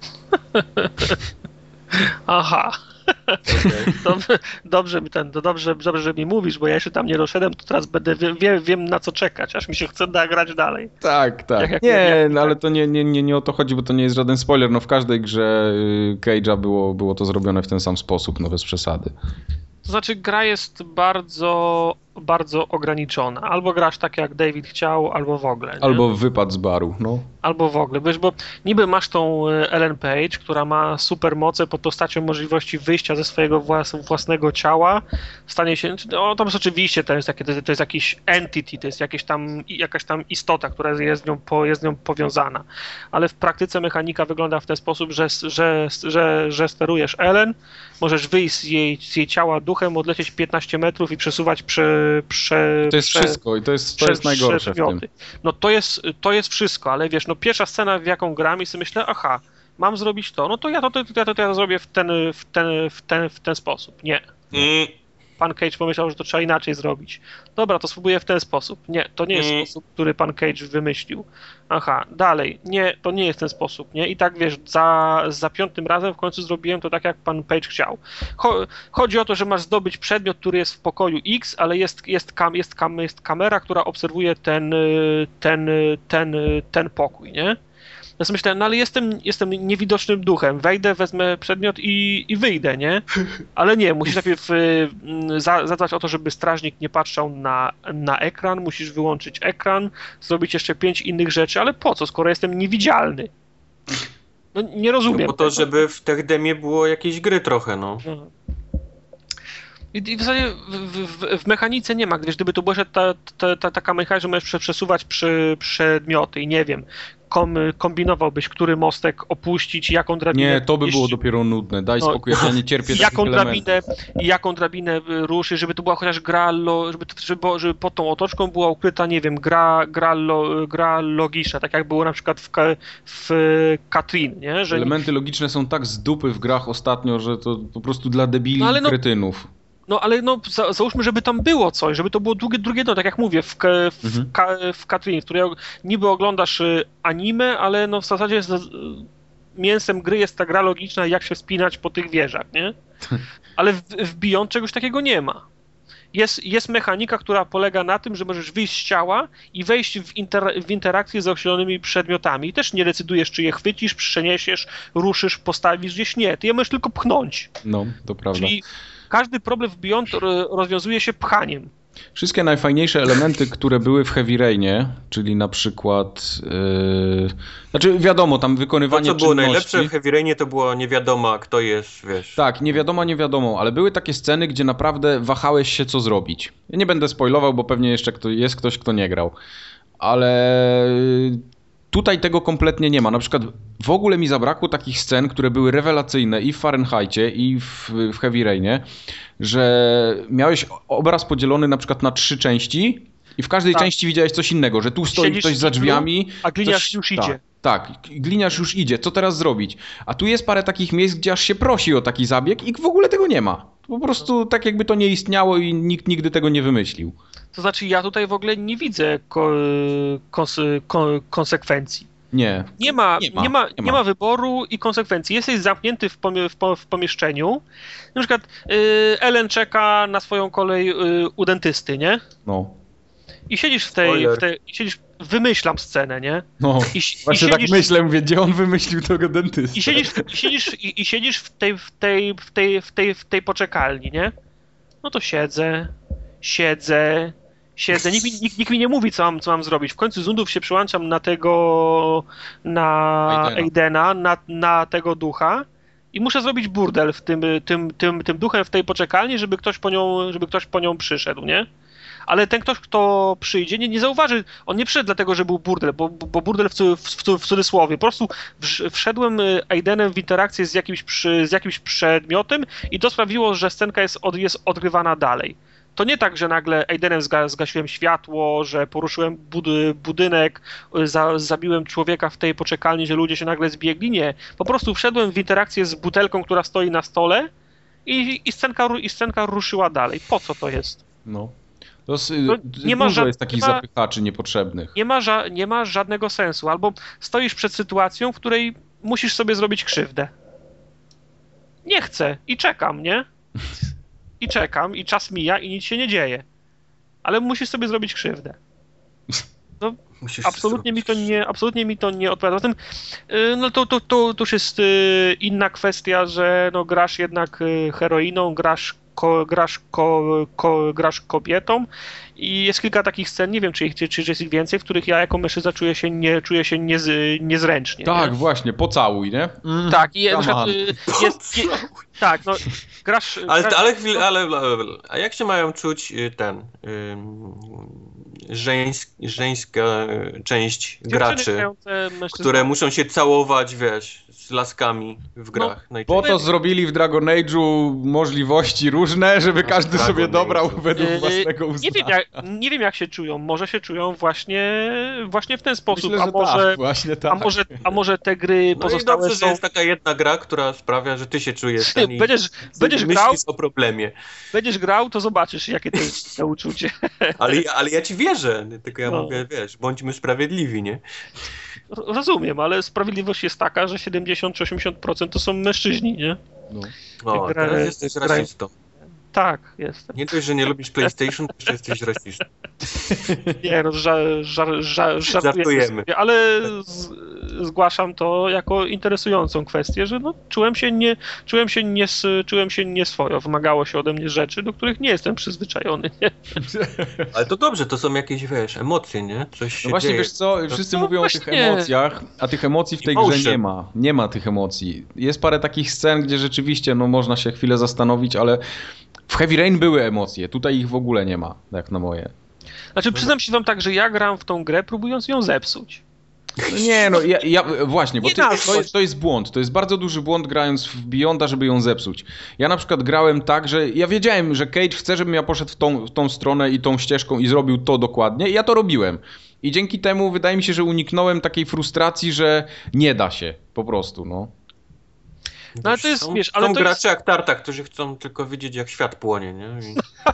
Aha. Okay. Dobrze, dobrze, mi ten, to dobrze, dobrze, że mi mówisz, bo ja jeszcze tam nie doszedłem, to teraz będę wie, wie, wiem na co czekać, aż mi się chce nagrać dalej. Tak, tak. Jak, jak, nie, jak, no, ale to nie, nie, nie, nie o to chodzi, bo to nie jest żaden spoiler. No w każdej grze Cage'a było, było to zrobione w ten sam sposób, no bez przesady. To znaczy gra jest bardzo, bardzo ograniczona. Albo grasz tak jak David chciał, albo w ogóle. Nie? Albo wypad z baru, no. Albo w ogóle, wiesz, bo niby masz tą Ellen Page, która ma super moce pod postacią możliwości wyjścia ze swojego włas, własnego ciała, stanie się, no to jest oczywiście, to jest, takie, to jest jakiś entity, to jest jakieś tam, jakaś tam istota, która jest z nią, po, jest z nią powiązana. Ale w praktyce mechanika wygląda w ten sposób, że, że, że, że sterujesz Ellen, możesz wyjść z jej, z jej ciała duchem, odlecieć piętnaście metrów i przesuwać prze, prze, to jest prze, wszystko i to jest, to jest najgorsze w tym. No to jest, to jest wszystko, ale wiesz, no pierwsza scena, w jaką gram i sobie myślę, aha, mam zrobić to, no to ja to, to, ja to, to ja to zrobię w ten, w, ten, w, ten, w ten sposób. Nie. Mm. Pan Cage pomyślał, że to trzeba inaczej zrobić. Dobra, to spróbuję w ten sposób. Nie, to nie jest mm. sposób, który pan Cage wymyślił. Aha, dalej. Nie, to nie jest ten sposób, nie? I tak, wiesz, za, za piątym razem w końcu zrobiłem to tak, jak pan Page chciał. Chodzi o to, że masz zdobyć przedmiot, który jest w pokoju X, ale jest, jest, kam, jest, kam, jest kamera, która obserwuje ten, ten, ten, ten pokój, nie? Ja sobie myślałem, no ale jestem, jestem niewidocznym duchem, wejdę, wezmę przedmiot i, i wyjdę, nie? Ale nie, musisz najpierw y, za, zadbać o to, żeby strażnik nie patrzał na, na ekran, musisz wyłączyć ekran, zrobić jeszcze pięć innych rzeczy, ale po co, skoro jestem niewidzialny? No nie rozumiem. No po to, tego. Żeby w tech demie było jakieś gry trochę, no. no. I, I w zasadzie w, w, w mechanice nie ma, gdyż gdyby to była ta, ta, ta, taka mechanika, że możesz przesuwać przy, przedmioty i nie wiem, kom, kombinowałbyś, który mostek opuścić, jaką drabinę... Nie, to by było dopiero nudne, daj no, spokój, ja nie cierpię jaką takich drabinę, jaką drabinę ruszy, żeby to była chociaż gra, lo, żeby, żeby, żeby pod tą otoczką była ukryta, nie wiem, gra, gra, lo, gra logiczna, tak jak było na przykład w, w Katrin, nie? Że elementy logiczne są tak z dupy w grach ostatnio, że to po prostu dla debili no, i no, kretynów. No ale no za, załóżmy, żeby tam było coś, żeby to było drugie, drugie no tak jak mówię, w, w, mhm. ka, w Katrin, w której niby oglądasz anime, ale no w zasadzie jest, mięsem gry jest ta gra logiczna, jak się wspinać po tych wieżach, nie? Ale w, w Beyond czegoś takiego nie ma. Jest, jest mechanika, która polega na tym, że możesz wyjść z ciała i wejść w, inter, w interakcję z określonymi przedmiotami. I też nie decydujesz, czy je chwycisz, przeniesiesz, ruszysz, postawisz gdzieś. Nie, ty je możesz tylko pchnąć. No, to prawda. Czyli każdy problem w Beyond rozwiązuje się pchaniem. Wszystkie najfajniejsze elementy, które były w Heavy Rainie, czyli na przykład, yy, znaczy wiadomo, tam wykonywanie czynności... To, co było najlepsze w Heavy Rainie, to było nie wiadomo, kto jest, wiesz... Tak, nie wiadomo, nie wiadomo, ale były takie sceny, gdzie naprawdę wahałeś się, co zrobić. Ja nie będę spoilował, bo pewnie jeszcze kto, jest ktoś, kto nie grał, ale... Tutaj tego kompletnie nie ma. Na przykład w ogóle mi zabrakło takich scen, które były rewelacyjne i w Fahrenheitie, i w, w Heavy Rainie, że miałeś obraz podzielony na przykład na trzy części I w każdej Tak. części widziałeś coś innego, że tu stoi Siedzisz ktoś w za kiblu, drzwiami. a gliniarz coś- już tak, idzie. Tak, gliniarz już idzie, co teraz zrobić? A tu jest parę takich miejsc, gdzie aż się prosi o taki zabieg i w ogóle tego nie ma. Po prostu tak jakby to nie istniało i nikt nigdy tego nie wymyślił. To znaczy ja tutaj w ogóle nie widzę ko, kons, kon, konsekwencji. Nie. Nie ma, Nie ma, nie, ma, nie nie ma. ma wyboru i konsekwencji. Jesteś zamknięty w, pomie, w, po, w pomieszczeniu. Na przykład y, Ellen czeka na swoją kolej y, u dentysty, nie? No. I siedzisz w tej, Spoiler. w tej siedzisz, wymyślam scenę, nie? No. I, i Właśnie siedzisz, tak myślę, mówię, gdzie on wymyślił tego dentystę. I siedzisz, i siedzisz, i, i siedzisz w, tej, w, tej, w, tej, w, tej, w tej poczekalni, nie? No to siedzę, siedzę, siedzę. Nikt, mi- nikt, nikt mi nie mówi, co mam, co mam zrobić. W końcu z nudów się przyłączam na tego, na Aidena. Aidena, na, na tego ducha i muszę zrobić burdel w tym, tym, tym, tym duchem w tej poczekalni, żeby ktoś po nią, żeby ktoś po nią przyszedł, nie? Ale ten ktoś, kto przyjdzie, nie, nie zauważy, on nie przyszedł dlatego, że był burdel, bo, bo burdel w, cu- w, w, w cudzysłowie. Po prostu wsz- wszedłem y, Aidenem w interakcję z jakimś, przy, z jakimś przedmiotem i to sprawiło, że scenka jest, od, jest odgrywana dalej. To nie tak, że nagle Aidenem zga, zgasiłem światło, że poruszyłem bud, budynek, y, za, zabiłem człowieka w tej poczekalni, że ludzie się nagle zbiegli. Nie. Po prostu wszedłem w interakcję z butelką, która stoi na stole i, i, scenka, ru- i scenka ruszyła dalej. Po co to jest? No. To jest, No, nie nie ma dużo żad- jest takich nie ma- zapychaczy niepotrzebnych. Nie ma, ża- nie ma żadnego sensu. Albo stoisz przed sytuacją, w której musisz sobie zrobić krzywdę. Nie chcę i czekam, nie? I czekam, i czas mija, i nic się nie dzieje. Ale musisz sobie zrobić krzywdę. Musisz Absolutnie mi to zrobić- nie, absolutnie mi to nie odpowiada. Zatem, y, no to, to, to, to już jest y, inna kwestia, że no, grasz jednak y, heroiną, grasz, ko, grasz, ko, ko, grasz kobietą i jest kilka takich scen, nie wiem czy, ich, czy, czy jest ich więcej, w których ja jako mężczyzna czuję się, nie, czuję się niez, niezręcznie. Tak, nie? właśnie, pocałuj, nie? Mm, Tak, i na come przykład, on. y, jest, je, tak, no grasz... Ale, grasz ale, chwilę, ale, ale, a jak się mają czuć y, ten y, żeńsk, żeńska y, część dziewczyny graczy, grające mężczyzn- które muszą się całować, wiesz, z laskami w grach Po najczęściej. to zrobili w Dragon Age'u możliwości różne, żeby No, każdy Dragon sobie dobrał Age'u. według Yy, własnego uznania. Nie wiem, jak, nie wiem jak się czują, może się czują właśnie, właśnie w ten sposób, Myślę, a że może, tak, właśnie tak. a, może, a może te gry No pozostałe i dobrze, są... że jest taka jedna gra, która sprawia, że ty się czujesz ten i Będziesz, będziesz, myślisz grał, o problemie. będziesz grał, to zobaczysz jakie to jest to uczucie. Ale, ale ja ci wierzę, tylko ja No. mówię, wiesz, bądźmy sprawiedliwi, nie? R- Rozumiem, ale sprawiedliwość jest taka, że siedemdziesiąt czy osiemdziesiąt procent to są mężczyźni, nie? No. O, Gra- teraz jesteś gra- rasistą. Tak, jestem. Nie dość, że nie lubisz PlayStation, to jeszcze jesteś rasistą. Nie, no, żar, żar, żar, żartujemy Żartujemy. sobie, ale z, zgłaszam to jako interesującą kwestię, że no, czułem się nie, czułem się nie, czułem się nieswojo, wymagało się ode mnie rzeczy, do których nie jestem przyzwyczajony, nie? Ale to dobrze, to są jakieś, wiesz, emocje, nie? Coś się No właśnie, dzieje. wiesz co, wszyscy No mówią o właśnie. tych emocjach, a tych emocji w tej grze Emotion. nie ma. Nie ma tych emocji. Jest parę takich scen, gdzie rzeczywiście no, można się chwilę zastanowić, ale w Heavy Rain były emocje, tutaj ich w ogóle nie ma, jak na moje. Znaczy przyznam się wam tak, że ja gram w tą grę próbując ją zepsuć. No nie, no ja, ja właśnie, bo Nie ty, da to, jest, to jest błąd. To jest bardzo duży błąd grając w Beyonda, żeby ją zepsuć. Ja na przykład grałem tak, że ja wiedziałem, że Cage chce, żebym ja poszedł w tą, w tą stronę i tą ścieżką i zrobił to dokładnie i ja to robiłem. I dzięki temu wydaje mi się, że uniknąłem takiej frustracji, że nie da się po prostu, no. No ale to jest, są, wiesz, ale są to gracze jest... jak Tarta, którzy chcą tylko widzieć, jak świat płonie, nie? I...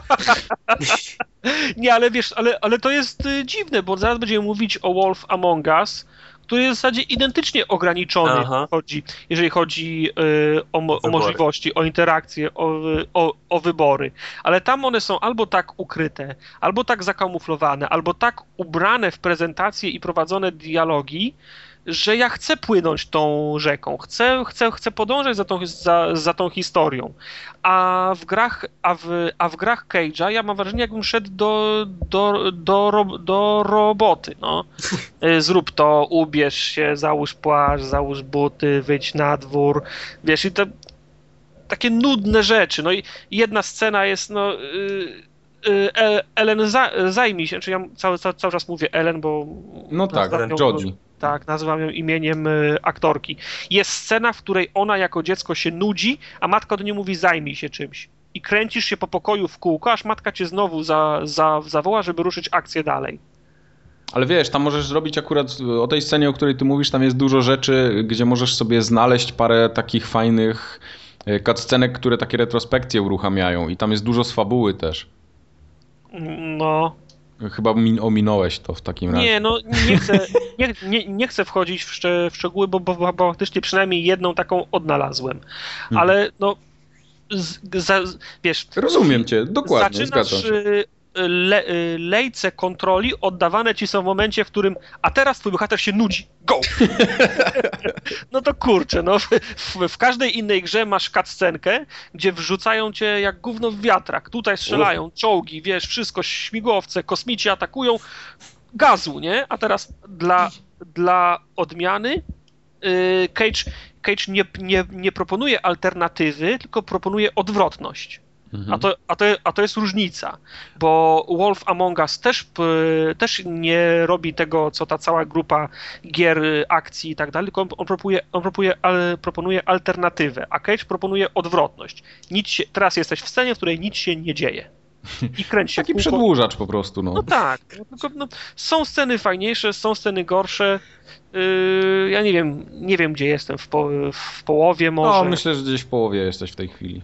Nie, ale wiesz, ale, ale to jest y, dziwne, bo zaraz będziemy mówić o Wolf Among Us, który jest w zasadzie identycznie ograniczony, Aha. jeżeli chodzi, jeżeli chodzi y, o, mo- o Wybory. możliwości, o interakcje, o, o, o wybory. Ale tam one są albo tak ukryte, albo tak zakamuflowane, albo tak ubrane w prezentację i prowadzone dialogi, że ja chcę płynąć tą rzeką, chcę, chcę, chcę podążać za tą, za, za tą historią. A w grach, a w, a w grach Cage'a ja mam wrażenie, jakbym szedł do, do, do, ro, do roboty. No. Y, Zrób to, ubierz się, załóż płaszcz, załóż buty, wyjdź na dwór. Wiesz, i to takie nudne rzeczy. No i jedna scena jest, no... y, y, E- Ellen, za, zajmij się, czy ja cały, cały, cały czas mówię Ellen, bo... No tak, nazywam ją- Jodie. Tak, nazywam ją imieniem y, aktorki. Jest scena, w której ona jako dziecko się nudzi, a matka do niej mówi zajmij się czymś. i kręcisz się po pokoju w kółko, aż matka cię znowu za, za, zawoła, żeby ruszyć akcję dalej. Ale wiesz, tam możesz zrobić akurat, o tej scenie, o której ty mówisz, tam jest dużo rzeczy, gdzie możesz sobie znaleźć parę takich fajnych cutscenek, które takie retrospekcje uruchamiają i tam jest dużo z fabuły też. No... Chyba min- ominąłeś to w takim razie. Nie, no nie chcę, nie, nie, nie chcę wchodzić w, szcze, w szczegóły, bo, bo, bo faktycznie przynajmniej jedną taką odnalazłem. Hmm. Ale no, z, za, z, wiesz... Rozumiem cię, dokładnie, zaczynasz, zgadzam się. Le, lejce kontroli oddawane ci są w momencie, w którym a teraz twój bohater się nudzi. Go! No to kurczę, no w, w, w każdej innej grze masz cutscenkę, gdzie wrzucają cię jak gówno w wiatrak. Tutaj strzelają, czołgi, wiesz, wszystko, śmigłowce, kosmici atakują. Gazu, nie? A teraz dla, dla odmiany yy, Cage, Cage nie, nie, nie proponuje alternatywy, tylko proponuje odwrotność. A to, a, to, a to jest różnica, bo Wolf Among Us też, też nie robi tego, co ta cała grupa gier, akcji i tak dalej, tylko on, on, proponuje, on proponuje, ale, proponuje alternatywę, a Cage proponuje odwrotność. Nic się, teraz jesteś w scenie, w której nic się nie dzieje. I kręć się Taki w kółko. przedłużacz po prostu, no. No tak, no, tylko, no, są sceny fajniejsze, są sceny gorsze. Yy, ja nie wiem, nie wiem gdzie jestem, w, po, w połowie może. No, myślę, że gdzieś w połowie jesteś w tej chwili.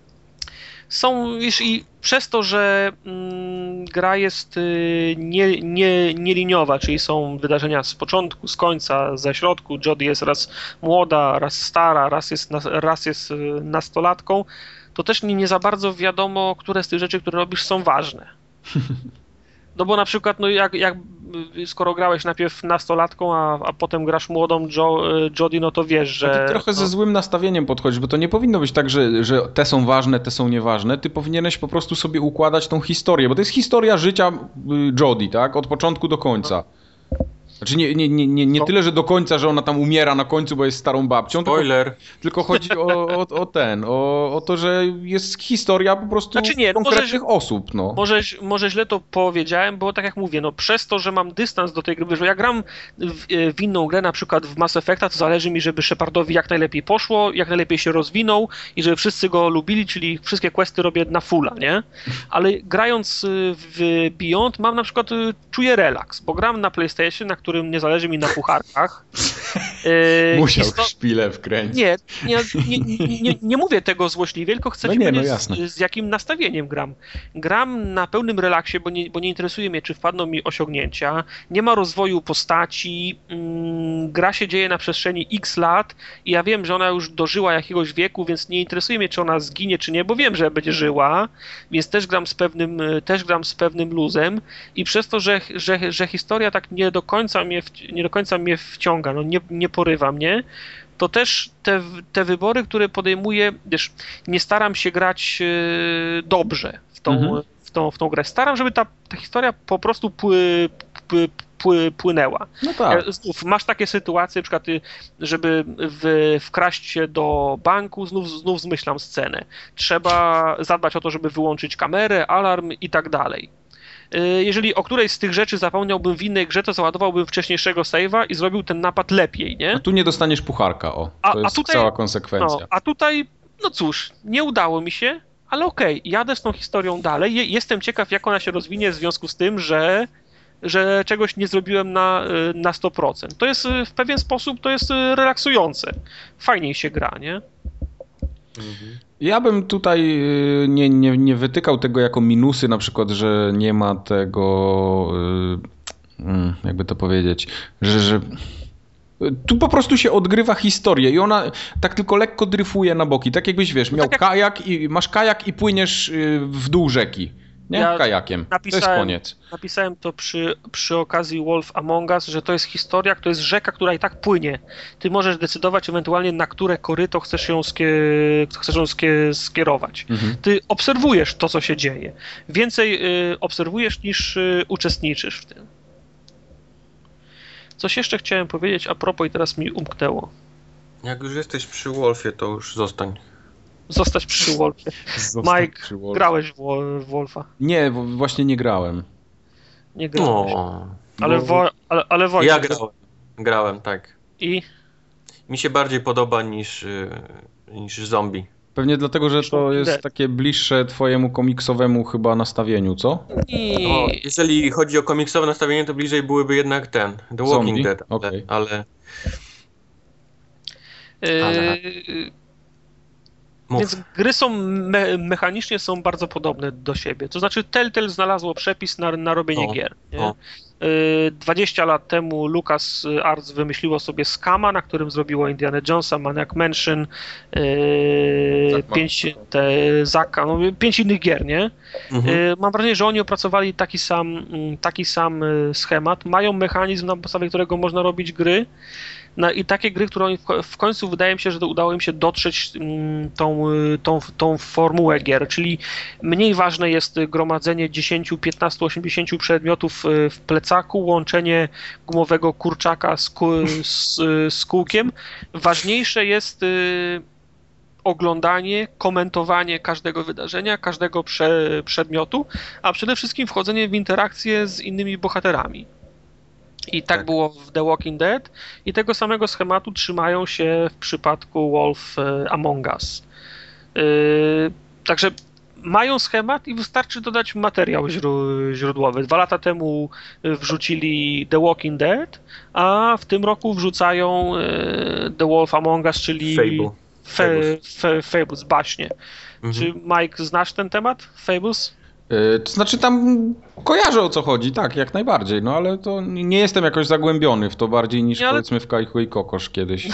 Są, wiesz, i przez to, że mm, gra jest y, nie, nie, nieliniowa, czyli są wydarzenia z początku, z końca, ze środku, Jodie jest raz młoda, raz stara, raz jest, na, raz jest y, nastolatką, to też nie, nie za bardzo wiadomo, które z tych rzeczy, które robisz, są ważne. No bo na przykład, no jak, jak skoro grałeś najpierw nastolatką, a, a potem grasz młodą jo, Jodie, no to wiesz, że... A ty trochę no, ze złym nastawieniem podchodzisz, bo to nie powinno być tak, że, że te są ważne, te są nieważne. Ty powinieneś po prostu sobie układać tą historię, bo to jest historia życia Jodie, tak? Od początku do końca. Znaczy nie, nie, nie, nie, nie No. tyle, że do końca, że ona tam umiera na końcu, bo jest starą babcią, tylko, Spoiler. tylko chodzi o, o, o ten, o, o to, że jest historia po prostu Znaczy nie, no konkretnych może- osób, no. Może, może źle to powiedziałem, bo tak jak mówię, no przez to, że mam dystans do tej gry, że ja gram w, w inną grę, na przykład w Mass Effecta, to zależy mi, żeby Shepardowi jak najlepiej poszło, jak najlepiej się rozwinął i żeby wszyscy go lubili, czyli wszystkie questy robię na fulla, nie? Ale grając w Beyond mam na przykład, czuję relaks, bo gram na PlayStation, na którym nie zależy mi na pucharkach. Yy, Musiał jest to- szpilę wkręcić. Nie, nie, nie, nie, nie, nie mówię tego złośliwie, tylko chcę No ci nie, no powiedzieć, jasne. z, z jakim nastawieniem gram. Gram na pełnym relaksie, bo nie, bo nie interesuje mnie, czy wpadną mi osiągnięcia, nie ma rozwoju postaci, mm, gra się dzieje na przestrzeni X lat i ja wiem, że ona już dożyła jakiegoś wieku, więc nie interesuje mnie, czy ona zginie, czy nie, bo wiem, że będzie żyła, więc też gram z pewnym, też gram z pewnym luzem i przez to, że, że, że historia tak nie do końca mnie, w- nie do końca mnie wciąga, no nie, nie porywa mnie, to też te, te wybory, które podejmuję, wiesz, nie staram się grać e, dobrze w tą, Mhm. w tą, w tą grę. Staram, żeby ta, ta historia po prostu pły, pły, pły, płynęła. No tak. E, Znów masz takie sytuacje, na przykład, y, żeby w, wkraść się do banku, znów, znów zmyślam scenę. Trzeba zadbać o to, żeby wyłączyć kamerę, alarm i tak dalej. Y, Jeżeli o którejś z tych rzeczy zapomniałbym w innej grze, to załadowałbym wcześniejszego save'a i zrobił ten napad lepiej, nie? A tu nie dostaniesz pucharka, o. A- To a jest tutaj- cała No, konsekwencja. a tutaj, no cóż, nie udało mi się, ale okej, jadę z tą historią dalej. Je- Jestem ciekaw, jak ona się rozwinie w związku z tym, że, że czegoś nie zrobiłem na, y, na sto procent. To jest y, w pewien sposób, to jest y, relaksujące. Fajniej się gra, nie? Ja bym tutaj y, nie, nie, nie wytykał tego jako minusy, na przykład, że nie ma tego, y, mm, jakby to powiedzieć, że, że tu po prostu się odgrywa historię i ona tak tylko lekko dryfuje na boki. Tak jakbyś, wiesz, miał tak jak- kajak i masz kajak i płyniesz y, w dół rzeki. Nie? Ja Kajakiem. To jest napisałem- koniec. Napisałem to przy, przy okazji Wolf Among Us, że to jest historia, to jest rzeka, która i tak płynie. Ty możesz decydować ewentualnie, na które koryto chcesz ją, skie, chcesz ją skie, skierować. Mhm. Ty obserwujesz to, co się dzieje. Więcej y, obserwujesz niż y, uczestniczysz w tym. Coś jeszcze chciałem powiedzieć a propos i teraz mi umknęło. Jak już jesteś przy Wolfie, to już zostań. Zostać przy Wolfie. Zostań Mike, przy Wolfie. grałeś w, Wo- w Wolfa. Nie, w- właśnie nie grałem. Nie grałeś. No. Ale, bo- wo, ale, ale Wojtek. Ja grałem. Grałem, tak. I Mi się bardziej podoba niż, y, niż zombie. Pewnie dlatego, że to Walking jest Dead. takie bliższe twojemu komiksowemu chyba nastawieniu, co? I... O, jeżeli chodzi o komiksowe nastawienie, to bliżej byłyby jednak ten, The Walking Zombie? Dead, ale, Okej. ale Yy, Ale- mów. Więc gry są me mechanicznie są bardzo podobne do siebie. To znaczy Telltale znalazło przepis na, na robienie O, gier. Nie? o. Yy, dwadzieścia lat temu Lucas Arts wymyśliło sobie Scama, na którym zrobiło Indiana Jonesa, Maniac Mansion, yy, Zack pięć, te, Zacka, no, pięć innych gier, nie? Mhm. Yy, mam wrażenie, że oni opracowali taki sam, mm, taki sam y, schemat, mają mechanizm, na podstawie którego można robić gry. No i takie gry, które oni w, ko- w końcu wydaje mi się, że to udało im się dotrzeć mm, tą, y, tą, tą formułę gier, czyli mniej ważne jest gromadzenie dziesięć, piętnaście, osiemdziesiąt przedmiotów y, w plecaku, łączenie gumowego kurczaka z, ku, z, y, z kółkiem. Ważniejsze jest y, oglądanie, komentowanie każdego wydarzenia, każdego prze, przedmiotu, a przede wszystkim wchodzenie w interakcję z innymi bohaterami. I tak, Tak. było w The Walking Dead i tego samego schematu trzymają się w przypadku Wolf e, Among Us. Yy, także mają schemat i wystarczy dodać materiał źró- źródłowy. Dwa lata temu y, wrzucili The Walking Dead, a w tym roku wrzucają y, The Wolf Among Us, czyli Fable. Fe, Fables. fe, Fables, baśnie. Mhm. Czy Mike, znasz ten temat? Fables? Yy, to znaczy tam kojarzę o co chodzi, tak, jak najbardziej, no ale to nie jestem jakoś zagłębiony w to bardziej niż Nie, ale- powiedzmy w Kajchu i Kokosz kiedyś.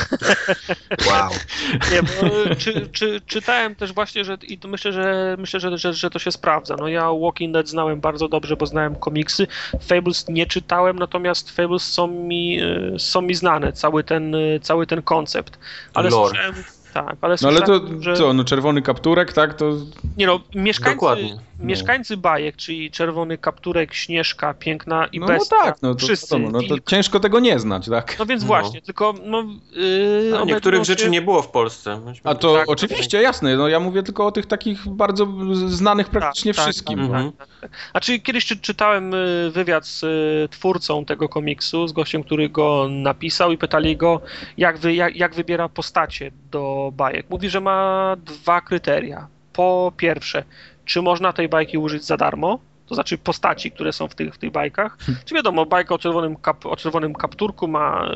Wow. Nie, bo czy, czy, czytałem też właśnie, że i to myślę, że myślę, że, że, że to się sprawdza. No ja Walking Dead znałem bardzo dobrze, bo znałem komiksy. Fables nie czytałem, natomiast Fables są mi, y, są mi znane, cały ten, y, cały ten koncept. Ale Lore. słyszałem, tak, ale No ale to słyszałem, że co, no czerwony kapturek, tak, to nie no, mieszkańcy, Dokładnie. mieszkańcy bajek, czyli Czerwony Kapturek, Śnieżka, Piękna i no, no Bestia, tak, no to wszyscy, wiadomo, no to Wilk. ciężko tego nie znać, tak? No więc No. właśnie, tylko no, yy, A one niektórych no rzeczy się- nie było w Polsce. Myśmy- A to Tak, oczywiście, jasne, no ja mówię tylko o tych takich bardzo znanych praktycznie tak, wszystkim. Tak, no. Mhm. tak, tak. A czyli kiedyś czy, czytałem y, wywiad z y, twórcą tego komiksu, z gościem, który go napisał i pytali go, jak, wy, jak, jak wybiera postacie do bajek. Mówi, że ma dwa kryteria. Po pierwsze, czy można tej bajki użyć za darmo? To znaczy postaci, które są w tych, w tych bajkach. Czy wiadomo, bajka o czerwonym, kap, o czerwonym kapturku ma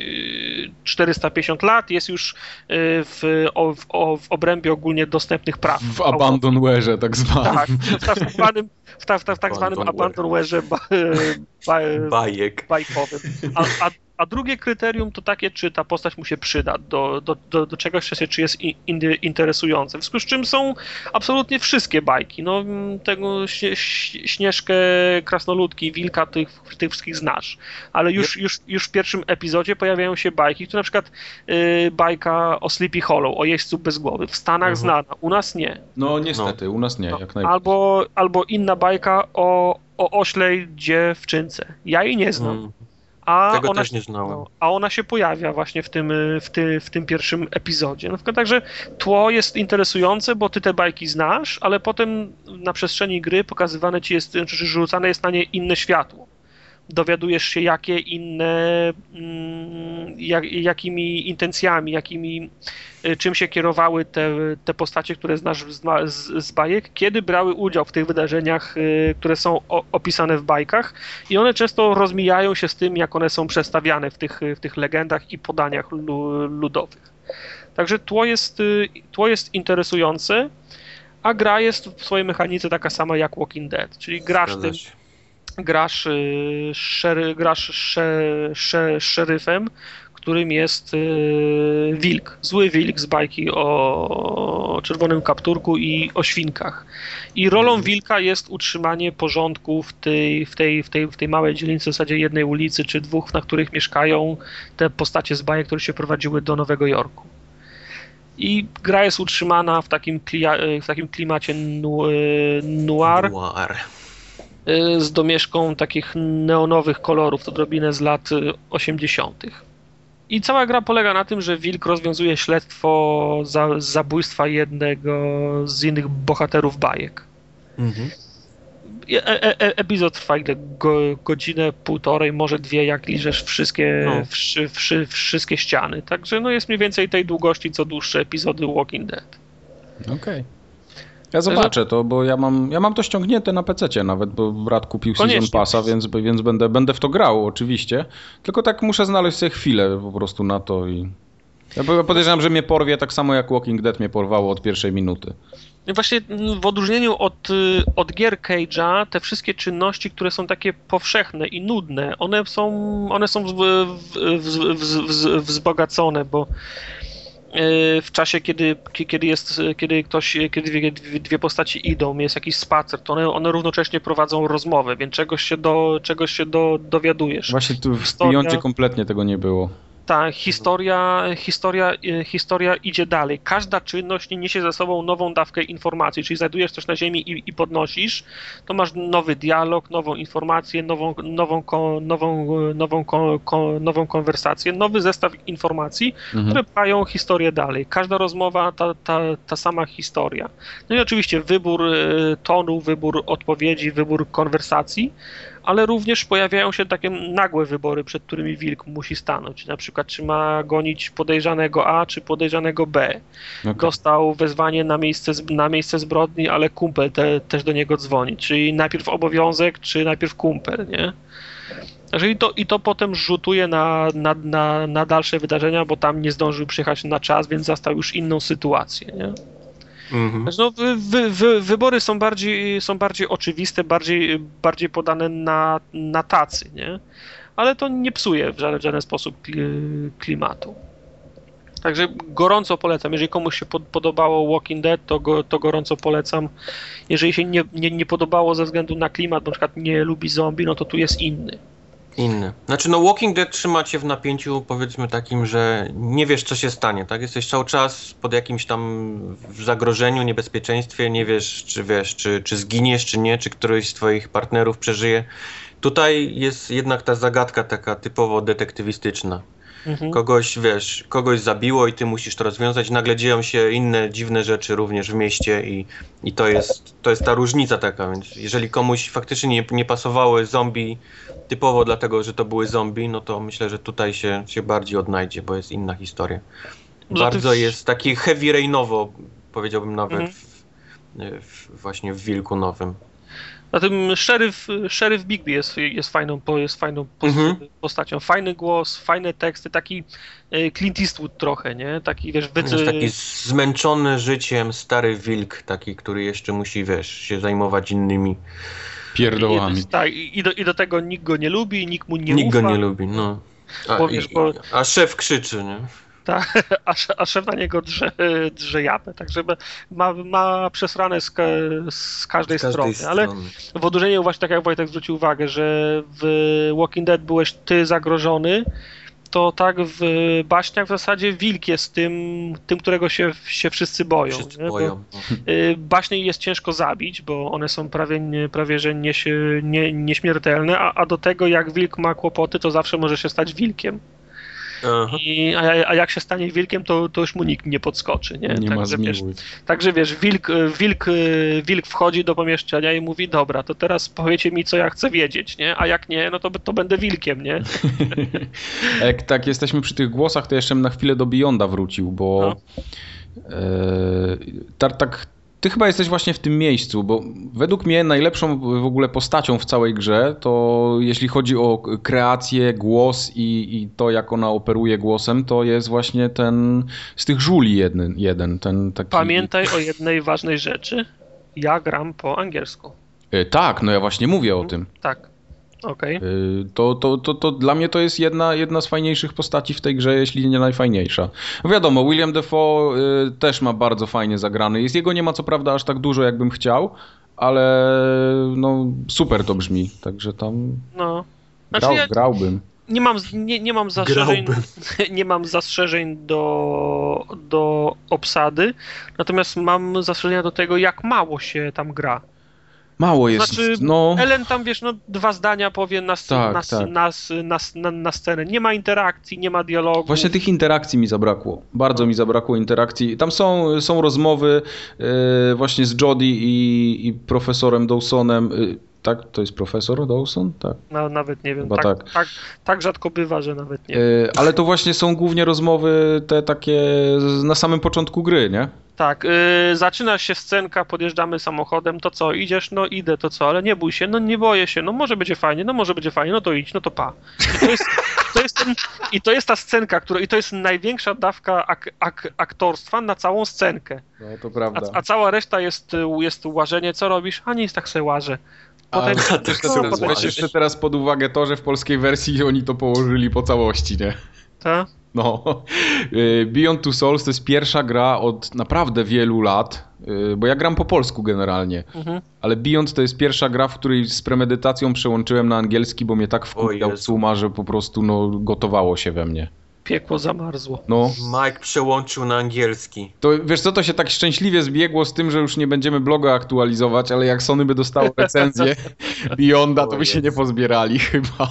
y, czterysta pięćdziesiąt lat, jest już y, w, o, w, o, w obrębie ogólnie dostępnych praw. W abandonware'ze tak zwanym. Tak, w tak zwanym, w tak, w tak, w tak zwanym Abandonware. abandonware'ze ba, ba, Bajek. bajkowym. A, a, a drugie kryterium to takie, czy ta postać mu się przyda do, do, do, do czegoś, czy czy jest in, in, interesujące. W związku z czym są absolutnie wszystkie bajki. No, tego śnie, Śnieżkę, Krasnoludki, Wilka, tych, tych wszystkich znasz. Ale już, już, już w pierwszym epizodzie pojawiają się bajki, które na przykład y, bajka o Sleepy Hollow, o jeźdźcu bez głowy. W Stanach Mhm. znana, u nas nie. No niestety, u nas nie, jak najbardziej. Albo, albo inna bajka o, o oślej dziewczynce. Ja jej nie znam. Mm. A Tego ona, też nie znałem. no, a ona się pojawia właśnie w tym, w, ty, w tym pierwszym epizodzie. Na przykład także tło jest interesujące, bo ty te bajki znasz, ale potem na przestrzeni gry pokazywane ci jest, czy rzucane jest na nie inne światło. Dowiadujesz się, jakie inne, mm, jak, jakimi intencjami, jakimi, y, czym się kierowały te, te postacie, które znasz z, ma- z, z bajek, kiedy brały udział w tych wydarzeniach, y, które są o, opisane w bajkach i one często rozmijają się z tym, jak one są przedstawiane w tych, w tych legendach i podaniach lu, ludowych. Także tło jest, y, tło jest interesujące, a gra jest w swojej mechanice taka sama jak Walking Dead, czyli grasz Zgadza tym, się. grasz, y, szery, grasz sze, sze, szeryfem, którym jest y, wilk, zły wilk z bajki o czerwonym kapturku i o świnkach. I rolą wilka jest utrzymanie porządku w tej, w tej, w tej, w tej małej dzielnicy, w zasadzie jednej ulicy czy dwóch, na których mieszkają te postacie z bajek, które się prowadziły do Nowego Jorku. I gra jest utrzymana w takim, klia, w takim klimacie nu, noir, Noir. y, z domieszką takich neonowych kolorów, to odrobinę z lat y, osiemdziesiątych. I cała gra polega na tym, że wilk rozwiązuje śledztwo za, zabójstwa jednego z innych bohaterów bajek. Mhm. I E, e, e, epizod trwa ile? Go, godzinę, półtorej, może dwie, jak liżesz wszystkie, No. wszy, wszy, wszystkie ściany. Także no jest mniej więcej tej długości, co dłuższe epizody Walking Dead. Okej. Okay. Ja zobaczę to, bo ja mam, ja mam to ściągnięte na pececie nawet, bo brat kupił Season Passa, więc, więc będę, będę w to grał oczywiście. Tylko tak muszę znaleźć sobie chwilę po prostu na to i... Ja podejrzewam, że mnie porwie tak samo jak Walking Dead mnie porwało od pierwszej minuty. Właśnie w odróżnieniu od, od gier Cage'a, te wszystkie czynności, które są takie powszechne i nudne, one są, one są w, w, w, w, wzbogacone, bo w czasie, kiedy, kiedy, jest, kiedy ktoś, kiedy dwie, dwie postaci idą, jest jakiś spacer, to one, one równocześnie prowadzą rozmowę, więc czegoś się, do, czegoś się do, dowiadujesz. Właśnie tu w Beyondzie kompletnie tego nie było. Ta historia, historia, historia idzie dalej. Każda czynność niesie ze sobą nową dawkę informacji, czyli znajdujesz coś na ziemi i, i podnosisz, to masz nowy dialog, nową informację, nową, nową, nową, nową, nową konwersację, nowy zestaw informacji, mhm. które pchają historię dalej. Każda rozmowa, ta, ta, ta sama historia. No i oczywiście wybór tonu, wybór odpowiedzi, wybór konwersacji, ale również pojawiają się takie nagłe wybory, przed którymi wilk musi stanąć. Na przykład, czy ma gonić podejrzanego A, czy podejrzanego B. Okay. Dostał wezwanie na miejsce, na miejsce zbrodni, ale kumpel te, też do niego dzwoni. Czyli najpierw obowiązek, czy najpierw kumpel, nie? I to, i to potem rzutuje na, na, na, na dalsze wydarzenia, bo tam nie zdążył przyjechać na czas, więc zastał już inną sytuację, nie? Mhm. No, wy, wy, wybory są bardziej, są bardziej oczywiste, bardziej, bardziej podane na, na tacy, nie? Ale to nie psuje w żaden, w żaden sposób klimatu. Także gorąco polecam. Jeżeli komuś się podobało Walking Dead, to, go, to gorąco polecam. Jeżeli się nie, nie, nie podobało ze względu na klimat, na przykład nie lubi zombie, no to tu jest inny. Inny. Znaczy no Walking Dead trzyma cię w napięciu, powiedzmy takim, że nie wiesz co się stanie, tak? Jesteś cały czas pod jakimś tam w zagrożeniu, niebezpieczeństwie, nie wiesz czy wiesz, czy, czy zginiesz, czy nie, czy któryś z twoich partnerów przeżyje. Tutaj jest jednak ta zagadka taka typowo detektywistyczna. Mhm. Kogoś, wiesz, kogoś zabiło i ty musisz to rozwiązać. Nagle dzieją się inne dziwne rzeczy również w mieście i, i to jest, to jest ta różnica taka, więc jeżeli komuś faktycznie nie, nie pasowały zombie typowo dlatego, że to były zombie, no to myślę, że tutaj się, się bardziej odnajdzie, bo jest inna historia. Bardzo no jest taki heavy rainowo, powiedziałbym nawet mhm. w, w, właśnie w Wilku Nowym. Na tym szeryf, szeryf Bigby jest, jest fajną, jest fajną mhm. postacią. Fajny głos, fajne teksty, taki Clint Eastwood trochę, nie? Taki, wiesz, wycy... Jest taki zmęczony życiem stary wilk, taki, który jeszcze musi, wiesz, się zajmować innymi pierdołami. I, tak, i do, i do tego nikt go nie lubi, nikt mu nie nikt ufa. Nikt go nie lubi, no. A, bo, wiesz, bo... a szef krzyczy, nie? Tak, a, a szef na niego drze, drze japę, także ma, ma przesrane z, z każdej, z każdej strony. strony. Ale w odróżnieniu właśnie, tak jak Wojtek zwrócił uwagę, że w Walking Dead byłeś ty zagrożony, to tak w baśniach w zasadzie wilk jest tym, tym którego się, się wszyscy boją. Wszyscy nie? boją. Bo, baśnie jest ciężko zabić, bo one są prawie, prawie że nie, nie, nieśmiertelne, a, a do tego jak wilk ma kłopoty, to zawsze może się stać wilkiem. I, a, a jak się stanie wilkiem, to, to już mu nikt nie podskoczy. Nie, nie także, ma wiesz, zmiłuj. Także wiesz, wilk, wilk, wilk wchodzi do pomieszczenia i mówi, dobra, to teraz powiecie mi, co ja chcę wiedzieć, nie? A jak nie, no to, to będę wilkiem, nie? Jak tak jesteśmy przy tych głosach, to jeszcze bym na chwilę do Beyonda wrócił, bo no. e, tak, tak ty chyba jesteś właśnie w tym miejscu, bo według mnie najlepszą w ogóle postacią w całej grze, to jeśli chodzi o kreację, głos i, i to, jak ona operuje głosem, to jest właśnie ten z tych żuli jeden, jeden ten taki... Pamiętaj o jednej ważnej rzeczy. Ja gram po angielsku. E, tak, no ja właśnie mówię o tym. Tak. Okay. To, to, to, to dla mnie to jest jedna, jedna z fajniejszych postaci w tej grze, jeśli nie najfajniejsza. No wiadomo, William Dafoe y, też ma bardzo fajnie zagrany. Jest jego nie ma co prawda aż tak dużo, jakbym chciał, ale no super to brzmi, także tam no. Znaczy grał, ja grałbym. Nie mam, nie, nie mam zastrzeżeń, nie mam zastrzeżeń do, do obsady, natomiast mam zastrzeżenia do tego, jak mało się tam gra. Mało jest, znaczy, no... Ellen tam, wiesz, no dwa zdania powie na, tak, na, tak. Na, na, na, na scenę. Nie ma interakcji, nie ma dialogu. Właśnie tych interakcji mi zabrakło. Bardzo no. mi zabrakło interakcji. Tam są, są rozmowy yy, właśnie z Jodie i, i profesorem Dawsonem. Yy, tak, to jest profesor Dawson? Tak. Na, nawet nie wiem, Chyba tak, tak. tak. Tak, rzadko bywa, że nawet nie wiem. Yy, ale to właśnie są głównie rozmowy te takie z- na samym początku gry, nie? Tak, yy, zaczyna się scenka, podjeżdżamy samochodem, to co, idziesz? No idę, to co, ale nie bój się, no nie boję się, no może będzie fajnie, no może będzie fajnie, no to idź, no to pa. I to jest, to jest, ten, i to jest ta scenka, która, i to jest największa dawka ak, ak, aktorstwa na całą scenkę. No to A, prawda. a cała reszta jest, jest łażenie, co robisz? A nic, tak se łażę. Potem, A, A, też no, sobie potem, weź jeszcze teraz pod uwagę to, że w polskiej wersji oni to położyli po całości, nie? ta? No. Yy, Beyond Two Souls to jest pierwsza gra od naprawdę wielu lat, yy, bo ja gram po polsku generalnie, Mhm. ale Beyond to jest pierwsza gra, w której z premedytacją przełączyłem na angielski, bo mnie tak wkurwiał Jezu. suma, że po prostu no, gotowało się we mnie. Piekło zamarzło. No. Mike przełączył na angielski. To wiesz co, to się tak szczęśliwie zbiegło z tym, że już nie będziemy bloga aktualizować, ale jak Sony by dostało recenzję Beyonda, to by się nie pozbierali chyba.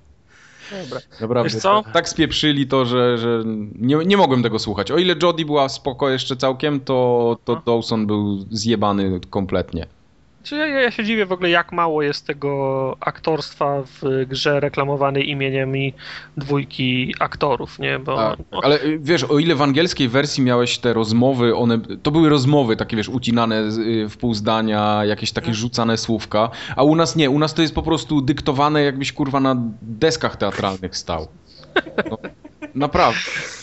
Dobra. Naprawdę, Wiesz co? tak spieprzyli to, że, że nie, nie mogłem tego słuchać. O ile Jodie była spoko jeszcze całkiem, to, to Dawson był zjebany kompletnie. Czy ja, ja się dziwię w ogóle, jak mało jest tego aktorstwa w grze reklamowanej imieniami dwójki aktorów, nie? Bo Tak, ale y, wiesz, o ile w angielskiej wersji miałeś te rozmowy, one, to były rozmowy takie, wiesz, ucinane z- y, w pół zdania, jakieś takie rzucane słówka, a u nas nie, u nas to jest po prostu dyktowane, jakbyś kurwa na deskach teatralnych stał. No, naprawdę.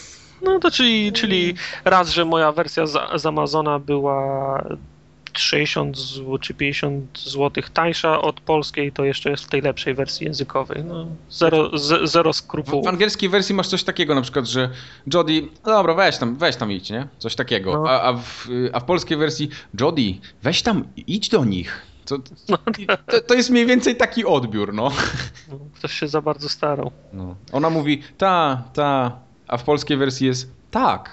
no to czyli, czyli raz, że moja wersja z, z Amazona była sześćdziesiąt złotych czy pięćdziesiąt złotych tańsza od polskiej, to jeszcze jest w tej lepszej wersji językowej. No, zero, z, zero W, skrupułów. w angielskiej wersji masz coś takiego, na przykład, że Jodie, no dobra, weź tam, weź tam idź, nie? Coś takiego. No. A, a, w, a w polskiej wersji Jodie, weź tam, idź do nich. To, to, to jest mniej więcej taki odbiór, no. No, ktoś się za bardzo starał. no. Ona mówi ta, ta, a w polskiej wersji jest tak.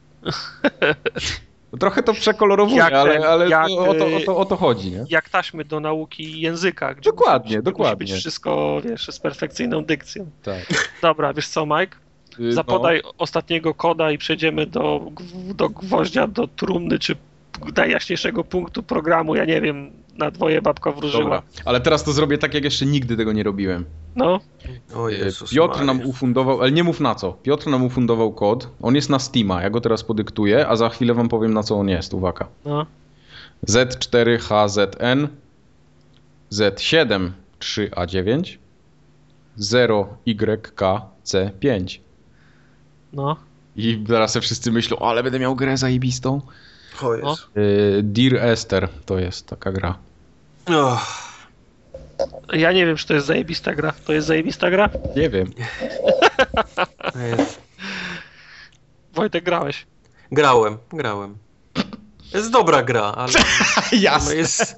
Trochę to przekolorowuje, Jak ten- ale, ale jak, to, o, to, o, to, o to chodzi, nie? Jak taśmy do nauki języka, gdzie Dokładnie, musi, być- dokładnie. musi być wszystko, wiesz, z perfekcyjną dykcją. Tak. Dobra, wiesz co, Mike? Y, Zapodaj ostatniego koda i przejdziemy do, gw- do gwoździa, do trumny, czy najjaśniejszego punktu programu, ja nie wiem, na dwoje babka No, wróżyła. dobra, ale teraz to zrobię tak, jak jeszcze nigdy tego nie robiłem. No, O Y, Jezus Piotr Maria. nam ufundował, ale nie mów na co. Piotr nam ufundował kod, on jest na Steama, ja go teraz podyktuję, a za chwilę wam powiem na co on jest, uwaga. no. Z cztery H Z N Z siedem trzy A dziewięć zero Y K C pięć. No, I zaraz sobie wszyscy myślą, o, ale będę miał grę zajebistą. O Jezu. Y, Dear Esther to jest taka gra. Och, ja nie wiem, czy to jest zajebista gra. To jest zajebista gra? Nie wiem. to jest... Wojtek, grałeś. Grałem, grałem. Jest dobra gra, ale no jest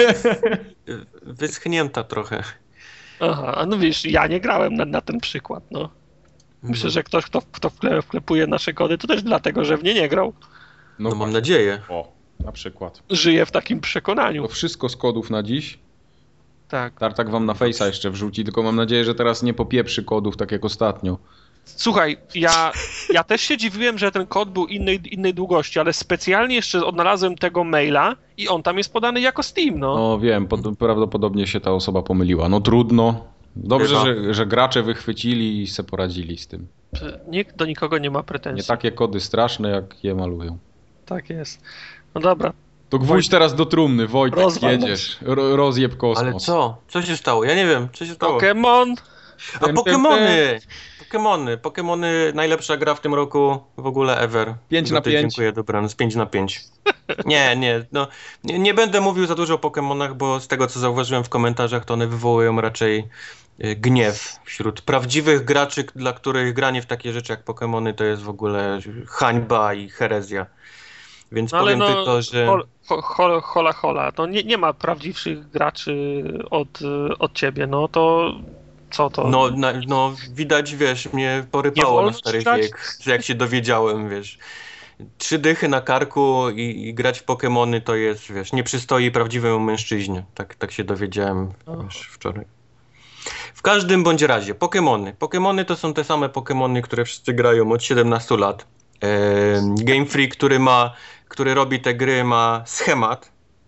wyschnięta trochę. Aha, a no wiesz, ja nie grałem na, na ten przykład, no. Myślę, że ktoś, kto, kto wkle, wklepuje nasze kody, to też dlatego, że w nie nie grał. No mam właśnie. nadzieję. O, na przykład. Żyje w takim przekonaniu. To wszystko z kodów na dziś. Tak. Tartak wam na Face'a jeszcze wrzuci, tylko mam nadzieję, że teraz nie popieprzy kodów tak jak ostatnio. Słuchaj, ja, ja też się dziwiłem, że ten kod był innej, innej długości, ale specjalnie jeszcze odnalazłem tego maila i on tam jest podany jako Steam, no. No wiem, pod, prawdopodobnie się ta osoba pomyliła. No trudno. Dobrze, Bywa. że, że gracze wychwycili i se poradzili z tym. Nikt do nikogo nie ma Nie pretensji. takie kody straszne, jak je malują. Tak jest. No dobra. To gwóźdź teraz do trumny, Wojtek, Rozwal jedziesz. Ro, rozjeb kosmos. Ale co? Co się stało? Ja nie wiem, co się stało. Pokémon! A Pokemony! Pokemony, Pokemony, najlepsza gra w tym roku w ogóle ever. Pięć na Goty, pięć. Dziękuję, dobranoc, pięć na pięć. Nie, nie, no, nie, nie będę mówił za dużo o Pokemonach, bo z tego co zauważyłem w komentarzach, to one wywołują raczej y, gniew wśród prawdziwych graczy, dla których granie w takie rzeczy jak Pokemony to jest w ogóle hańba i herezja. Więc No ale powiem no, tylko, że... hol, ho, ho, hola hola, to nie, nie ma prawdziwszych graczy od, od ciebie, no to co to? No, na, no widać, wiesz, mnie Nie porypało wolno na stary ci grać? wiek, że jak się dowiedziałem, wiesz. Trzy dychy na karku i, i grać w Pokemony to jest, wiesz, nie przystoi prawdziwemu mężczyźnie. Tak, tak się dowiedziałem, O. wiesz, wczoraj. W każdym bądź razie, Pokemony. Pokemony to są te same Pokemony, które wszyscy grają od siedemnastu lat. Ehm, Game Freak, który ma, który robi te gry, ma schemat.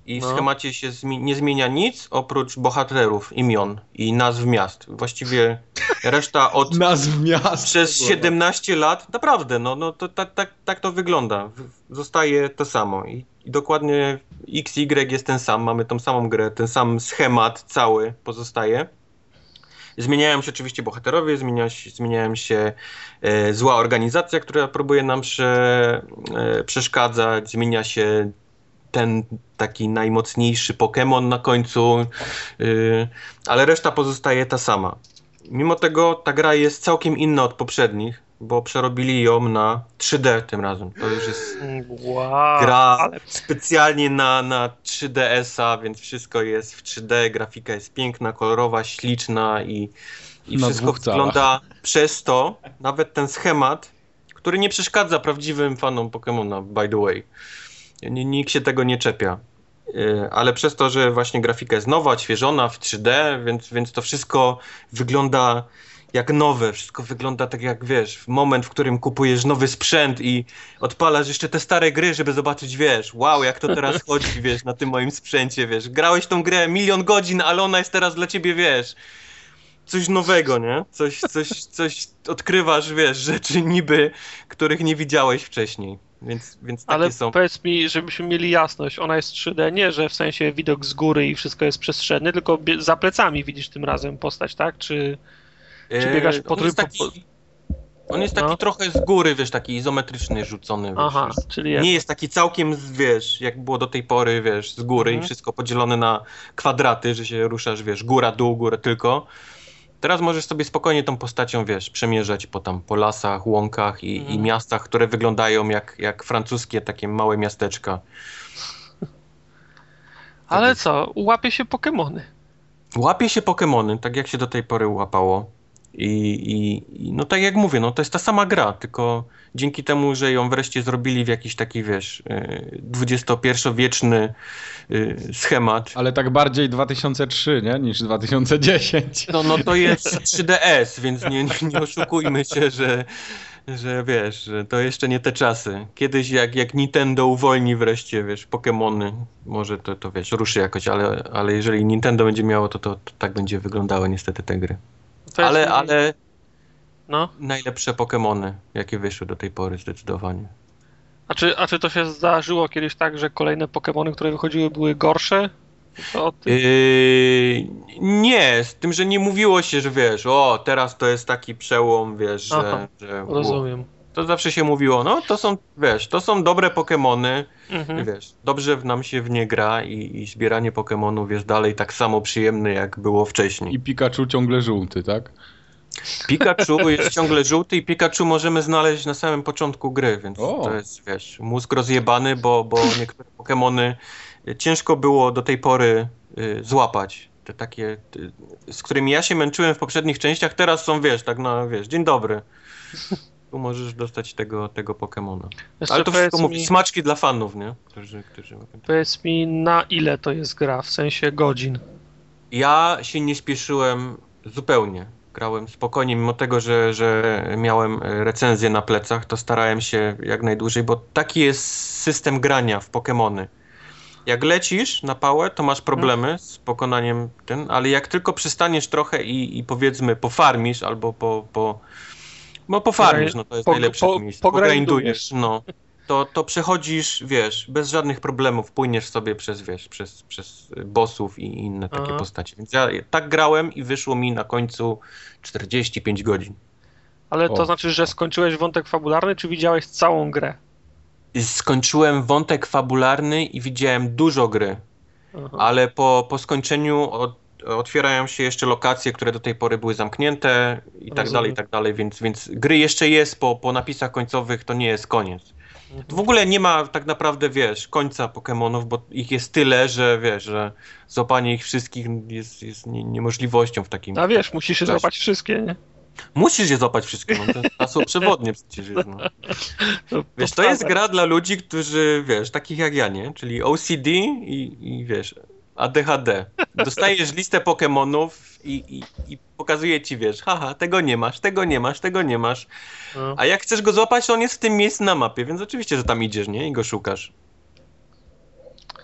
i w No. schemacie się zmi- nie zmienia nic oprócz bohaterów, imion i nazw miast. Właściwie reszta od Nazw miast. przez siedemnaście lat, naprawdę, no, no to tak, tak, tak to wygląda. W- Zostaje to samo i, i dokładnie X Y jest ten sam, mamy tą samą grę, ten sam schemat cały pozostaje. Zmieniają się oczywiście bohaterowie, zmienia się, zmieniają się e, zła organizacja, która próbuje nam prze, e, przeszkadzać, zmienia się ten taki najmocniejszy Pokémon na końcu, y, ale reszta pozostaje ta sama. Mimo tego ta gra jest całkiem inna od poprzednich, bo przerobili ją na trzy D tym razem. To już jest Wow, gra ale specjalnie na, na trzy D S a, więc wszystko jest w trzy D, grafika jest piękna, kolorowa, śliczna i, i Na wszystko dwóch calach. wygląda przez to, nawet ten schemat, który nie przeszkadza prawdziwym fanom Pokemona, by the way. N- Nikt się tego nie czepia. Yy, Ale przez to, że właśnie grafika jest nowa, odświeżona w trzy D, więc, więc to wszystko wygląda jak nowe, wszystko wygląda tak jak, wiesz, w moment, w którym kupujesz nowy sprzęt i odpalasz jeszcze te stare gry, żeby zobaczyć, wiesz, wow, jak to teraz chodzi, wiesz, na tym moim sprzęcie, wiesz. Grałeś tą grę milion godzin, ale ona jest teraz dla ciebie, wiesz, coś nowego, nie? Coś, coś, coś odkrywasz, wiesz, rzeczy niby, których nie widziałeś wcześniej. Więc, więc takie Ale są. powiedz mi, żebyśmy mieli jasność, ona jest trzy D, nie, że w sensie widok z góry i wszystko jest przestrzenny, tylko bie- za plecami widzisz tym razem postać, tak? Czy, czy biegasz Eee, po on jest tryb- taki, on jest taki No. trochę z góry, wiesz, taki izometryczny, rzucony, wiesz. aha, Jest- czyli jest. Nie jest taki całkiem, z- wiesz, jak było do tej pory, wiesz, z góry Mhm. i wszystko podzielone na kwadraty, że się ruszasz, wiesz, góra, dół, góra tylko. Teraz możesz sobie spokojnie tą postacią, wiesz, przemierzać po tam, po lasach, łąkach i, Mhm. i miastach, które wyglądają jak, jak francuskie takie małe miasteczka. Ale co, łapie się Pokemony. Łapie się Pokemony, tak jak się do tej pory łapało. I, i, I no tak jak mówię, no to jest ta sama gra, tylko dzięki temu, że ją wreszcie zrobili w jakiś taki, wiesz, y, dwudziestopierwowieczny y, schemat. Ale tak bardziej dwa tysiące trzy, nie? Niż dwa tysiące dziesięć. No, no to jest trzy D S, więc nie, nie, nie oszukujmy się, że, że wiesz, że to jeszcze nie te czasy. Kiedyś jak, jak Nintendo uwolni wreszcie, wiesz, Pokemony, może to, to wiesz, ruszy jakoś, ale, ale jeżeli Nintendo będzie miało, to, to, to tak będzie wyglądały niestety te gry. Powiedz Ale, mi- ale No, najlepsze Pokemony, jakie wyszły do tej pory, zdecydowanie. a czy, a czy to się zdarzyło kiedyś tak, że kolejne Pokemony, które wychodziły, były gorsze? To o tym... Yy, nie, z tym, że nie mówiło się, że wiesz, o, teraz to jest taki przełom, wiesz, Aha, że, że Rozumiem. to zawsze się mówiło, no to są, wiesz, to są dobre Pokemony, Mhm. wiesz, dobrze w nam się w nie gra i, i zbieranie Pokemonów jest dalej tak samo przyjemne, jak było wcześniej. I Pikachu ciągle żółty, tak? Pikachu jest ciągle żółty i Pikachu możemy znaleźć na samym początku gry, więc O. to jest, wiesz, mózg rozjebany, bo, bo niektóre Pokemony y, ciężko było do tej pory y, złapać. Te takie, y, z którymi ja się męczyłem w poprzednich częściach, teraz są, wiesz, tak na, wiesz, dzień dobry. Tu możesz dostać tego, tego Pokemona. Jeszcze Ale to wszystko powiedz mówi, mi, smaczki dla fanów, nie? Którzy, którzy... powiedz mi, na ile to jest gra, w sensie godzin? Ja się nie spieszyłem zupełnie. Grałem spokojnie, mimo tego, że, że miałem recenzję na plecach, to starałem się jak najdłużej, bo taki jest system grania w Pokemony. Jak lecisz na pałę, to masz problemy z pokonaniem ten, ale jak tylko przystaniesz trochę i, i powiedzmy pofarmisz albo po, po no pofarmisz, no to jest Po- najlepsze po- miejsce, pogrindujesz. pogrindujesz, no. To, to przechodzisz, wiesz, bez żadnych problemów, płyniesz sobie przez, wiesz, przez, przez bossów i inne takie Aha. postacie. Więc ja tak grałem i wyszło mi na końcu czterdzieści pięć godzin. Ale O. to znaczy, że skończyłeś wątek fabularny, czy widziałeś całą grę? I skończyłem wątek fabularny i widziałem dużo gry, Aha. ale po, po skończeniu od, otwierają się jeszcze lokacje, które do tej pory były zamknięte i tak Rozumiem. dalej, i tak dalej, więc, więc gry jeszcze jest po, po napisach końcowych, to nie jest koniec. Mhm. W ogóle nie ma tak naprawdę, wiesz, końca Pokemonów, bo ich jest tyle, że wiesz, że złapanie ich wszystkich jest, jest nie, niemożliwością w takim... A wiesz, musisz je Cześć. złapać wszystkie, nie? Musisz je złapać wszystkie, no to jest hasło przewodnie przecież jest, no. To Wiesz, to jest podstawa. gra dla ludzi, którzy, wiesz, takich jak ja, nie? Czyli O C D i, i wiesz, A D H D. Dostajesz listę Pokemonów i, i, i pokazuje ci, wiesz, haha, tego nie masz, tego nie masz, tego nie masz. No. A jak chcesz go złapać, to on jest w tym miejscu na mapie, więc oczywiście, że tam idziesz, nie? I go szukasz.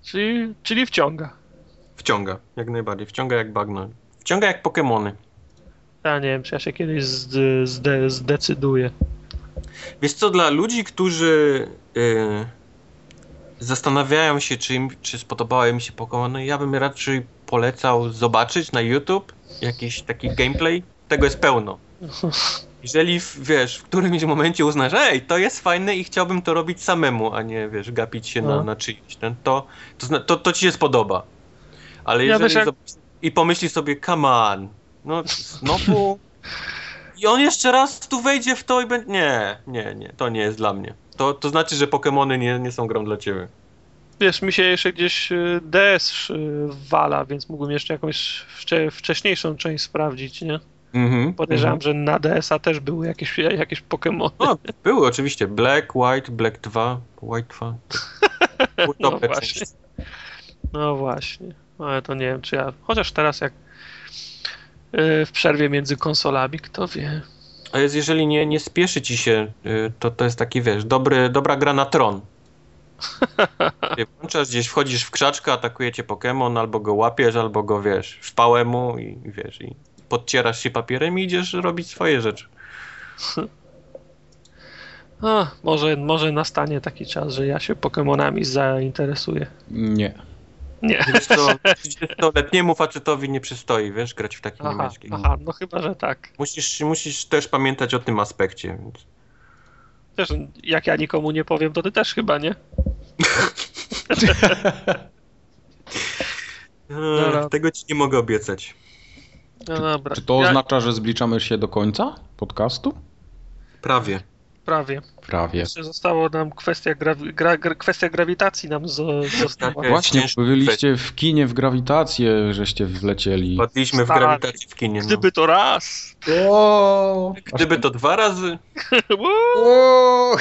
Czyli, czyli wciąga. Wciąga, jak najbardziej. Wciąga jak bagno. Wciąga jak Pokemony. Ja nie wiem, czy ja się kiedyś zde, zde, zdecyduję. Wiesz co, dla ludzi, którzy yy, zastanawiają się, czy, im, czy spodobały im się Pokemony, ja bym raczej polecał zobaczyć na YouTube jakiś taki gameplay. Tego jest pełno. Jeżeli, w- wiesz, w którymś momencie uznasz, ej, to jest fajne i chciałbym to robić samemu, a nie, wiesz, gapić się na, No. na czyjś, ten, to, to, zna- to, to ci się spodoba. Ale Ja jeżeli wiesz, jak- zob- i pomyślisz sobie, come on, no znowu... I on jeszcze raz tu wejdzie w to i będzie... Nie, nie, nie, to nie jest dla mnie. To, to znaczy, że Pokemony nie, nie są grą dla ciebie. Wiesz, mi się jeszcze gdzieś y, D S y, wala, więc mógłbym jeszcze jakąś wcze, wcześniejszą część sprawdzić, nie? Mhm. Podejrzewam, mhm. że na D S a też były jakieś, jakieś Pokémony. No, były oczywiście Black, White, Black dwa, White dwa. To były No dobre właśnie. części. No właśnie. Ale to nie wiem, czy ja... Chociaż teraz jak y, w przerwie między konsolami, kto wie. A jest, jeżeli nie, nie spieszy ci się, y, to to jest taki, wiesz, dobry, dobra gra na tron. Wie, włączasz gdzieś, wchodzisz w krzaczkę, atakuje cię Pokémon, albo go łapiesz, albo go, wiesz, w pałę mu i i wiesz, i podcierasz się papierem i idziesz robić swoje rzeczy. A, może, może nastanie taki czas, że ja się Pokemonami zainteresuję. Nie. Nie. Wiesz co, trzydziestoletniemu facetowi nie przystoi, wiesz, grać w takie Aha, niemieckie. aha, no chyba, że tak. Musisz, musisz też pamiętać o tym aspekcie. Więc... Wiesz, jak ja nikomu nie powiem, to ty też chyba, nie? Ech, tego ci nie mogę obiecać. No dobra. Czy to Ja- oznacza, że zbliżamy się do końca podcastu? Prawie. Prawie. Prawie. Jeszcze zostało nam kwestia, grawi- gra, gra, kwestia grawitacji nam zo, została. Tak, Właśnie, ciężko byliście w kinie w grawitację, żeście wlecieli. Wpadliśmy w Stary. grawitację w kinie. No. Gdyby to raz. O! Gdyby to dwa razy. O!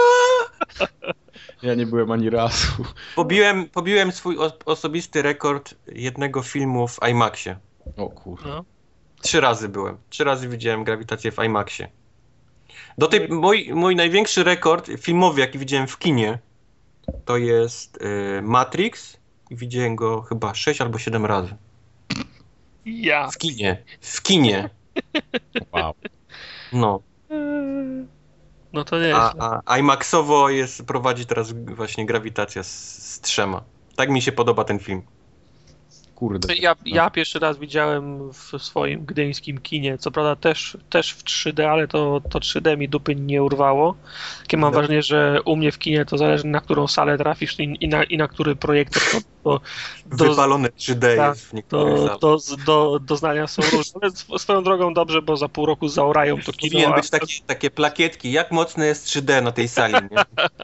Ja nie byłem ani razu. Pobiłem, pobiłem swój o, osobisty rekord jednego filmu w IMAXie. O kurde. No. Trzy razy byłem. Trzy razy widziałem grawitację w IMAXie. Do tej, mój, mój największy rekord filmowy, jaki widziałem w kinie, to jest y, Matrix. I widziałem go chyba sześć albo siedem razy. Ja. W kinie. W kinie. Wow. No. No to nie A, jest. a IMAXowo jest, prowadzi teraz właśnie grawitacja z, z trzema. Tak mi się podoba ten film. Kurde. Ja, ja pierwszy raz widziałem w swoim gdyńskim kinie, co prawda też, też w trzy D, ale to, to trzy D mi dupy nie urwało. Takie mam Dobrze. wrażenie, że u mnie w kinie to zależy, na którą salę trafisz i, i, na, i na który projektor. To, to, do, Wypalone trzy D tak, jest w niektórych do, salach. do, do, doznania są różne. Ale sw- swoją drogą dobrze, bo za pół roku zaorają to kino. Powinien a- być takie, takie plakietki, jak mocne jest trzy D na tej sali, nie?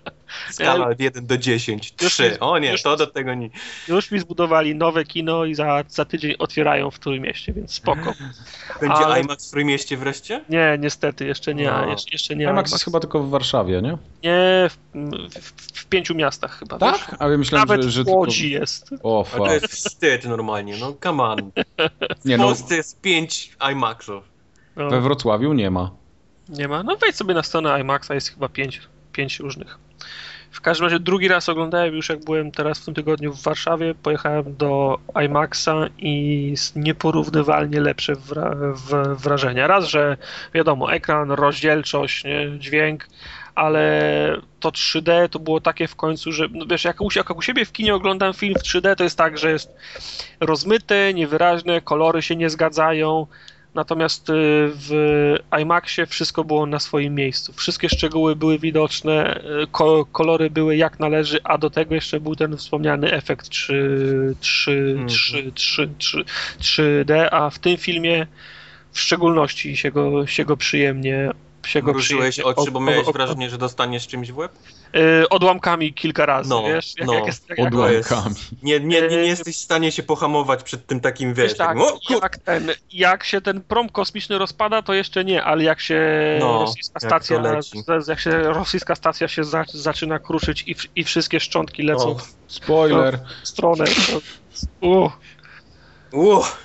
Skala od jeden do dziesięć. Już trzy. jest- O nie, już to jest- do tego nie. Już mi zbudowali nowe kino i za, za tydzień otwierają w Trójmieście, więc spoko. Będzie Ale- IMAX w Trójmieście wreszcie? Nie, niestety, jeszcze nie. No. Jeszcze, jeszcze nie. IMAX jest chyba tylko w Warszawie, nie? Nie, w, w, w pięciu miastach chyba. Wiesz? Tak? Ale myślałem, Nawet że, że w Łodzi jest. tylko... O, Ale to fuck. jest wstyd normalnie, no come on. Nie W no, Polsce jest pięć IMAXów. No, we Wrocławiu nie ma. nie ma. No wejdź sobie na stronę IMAXa, jest chyba pięć, pięć różnych. W każdym razie drugi raz oglądałem już jak byłem teraz w tym tygodniu w Warszawie, pojechałem do IMAXa i s- nieporównywalnie lepsze wra w wrażenia. Raz, że wiadomo, ekran, rozdzielczość, nie, dźwięk, ale to trzy D to było takie w końcu, że no wiesz, jak u, jak u siebie w kinie oglądam film w trzy D, to jest tak, że jest rozmyte, niewyraźne, kolory się nie zgadzają. Natomiast y, w IMAXie wszystko było na swoim miejscu. Wszystkie szczegóły były widoczne, y, ko kolory były jak należy, a do tego jeszcze był ten wspomniany efekt trzy, trzy, Mhm. trzy, trzy, trzy, trzy D, a w tym filmie w szczególności się go, się go przyjemnie się go Mrużyłeś przyjemnie oczy, bo ob- miałeś ob- wrażenie, że dostaniesz czymś w łeb? y, odłamkami kilka razy, No, wiesz? Jak, no, jak jest, jak, jak, Odłamkami. Nie, nie, nie, nie Eee, jesteś w stanie się pohamować przed tym takim, wiesz, Wiesz, tak, takim, o kur... jak, ten, jak się ten prom kosmiczny rozpada, to jeszcze nie, ale jak się No, rosyjska jak stacja, to leci. jak się rosyjska stacja się za, zaczyna kruszyć i, w- i wszystkie szczątki lecą O. w Spoiler. stronę. To, u, Uuu,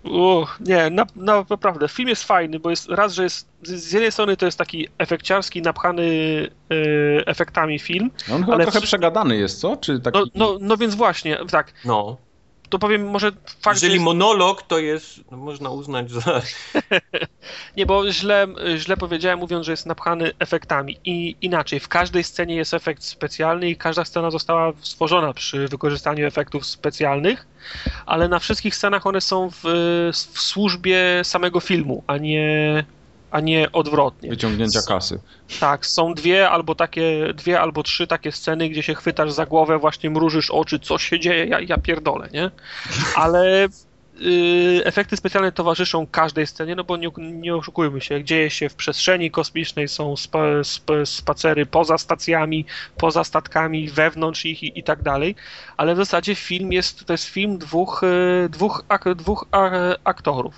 Uch, nie, na, na, naprawdę, film jest fajny, bo jest raz, że jest, z jednej strony to jest taki efekciarski, napchany e, efektami film. No on chyba ale trochę w- przegadany jest, co? Czy taki... No, no, no więc właśnie, tak, No. to powiem może fakt, że Jeżeli jest, monolog, to jest, no, można uznać za... nie, bo źle, źle powiedziałem, mówiąc, że jest napchany efektami. I inaczej, w każdej scenie jest efekt specjalny i każda scena została stworzona przy wykorzystaniu efektów specjalnych, ale na wszystkich scenach one są w, w służbie samego filmu, a nie, a nie odwrotnie. Wyciągnięcia kasy. Tak, są dwie albo takie, dwie albo trzy takie sceny, gdzie się chwytasz za głowę, właśnie mrużysz oczy, co się dzieje, ja, ja pierdolę, nie? Ale y, efekty specjalne towarzyszą każdej scenie, no bo nie, nie oszukujmy się, dzieje się w przestrzeni kosmicznej, są spa, spa, spacery poza stacjami, poza statkami, wewnątrz ich i, i tak dalej, ale w zasadzie film jest, to jest film dwóch, y, dwóch, ak, dwóch a, aktorów.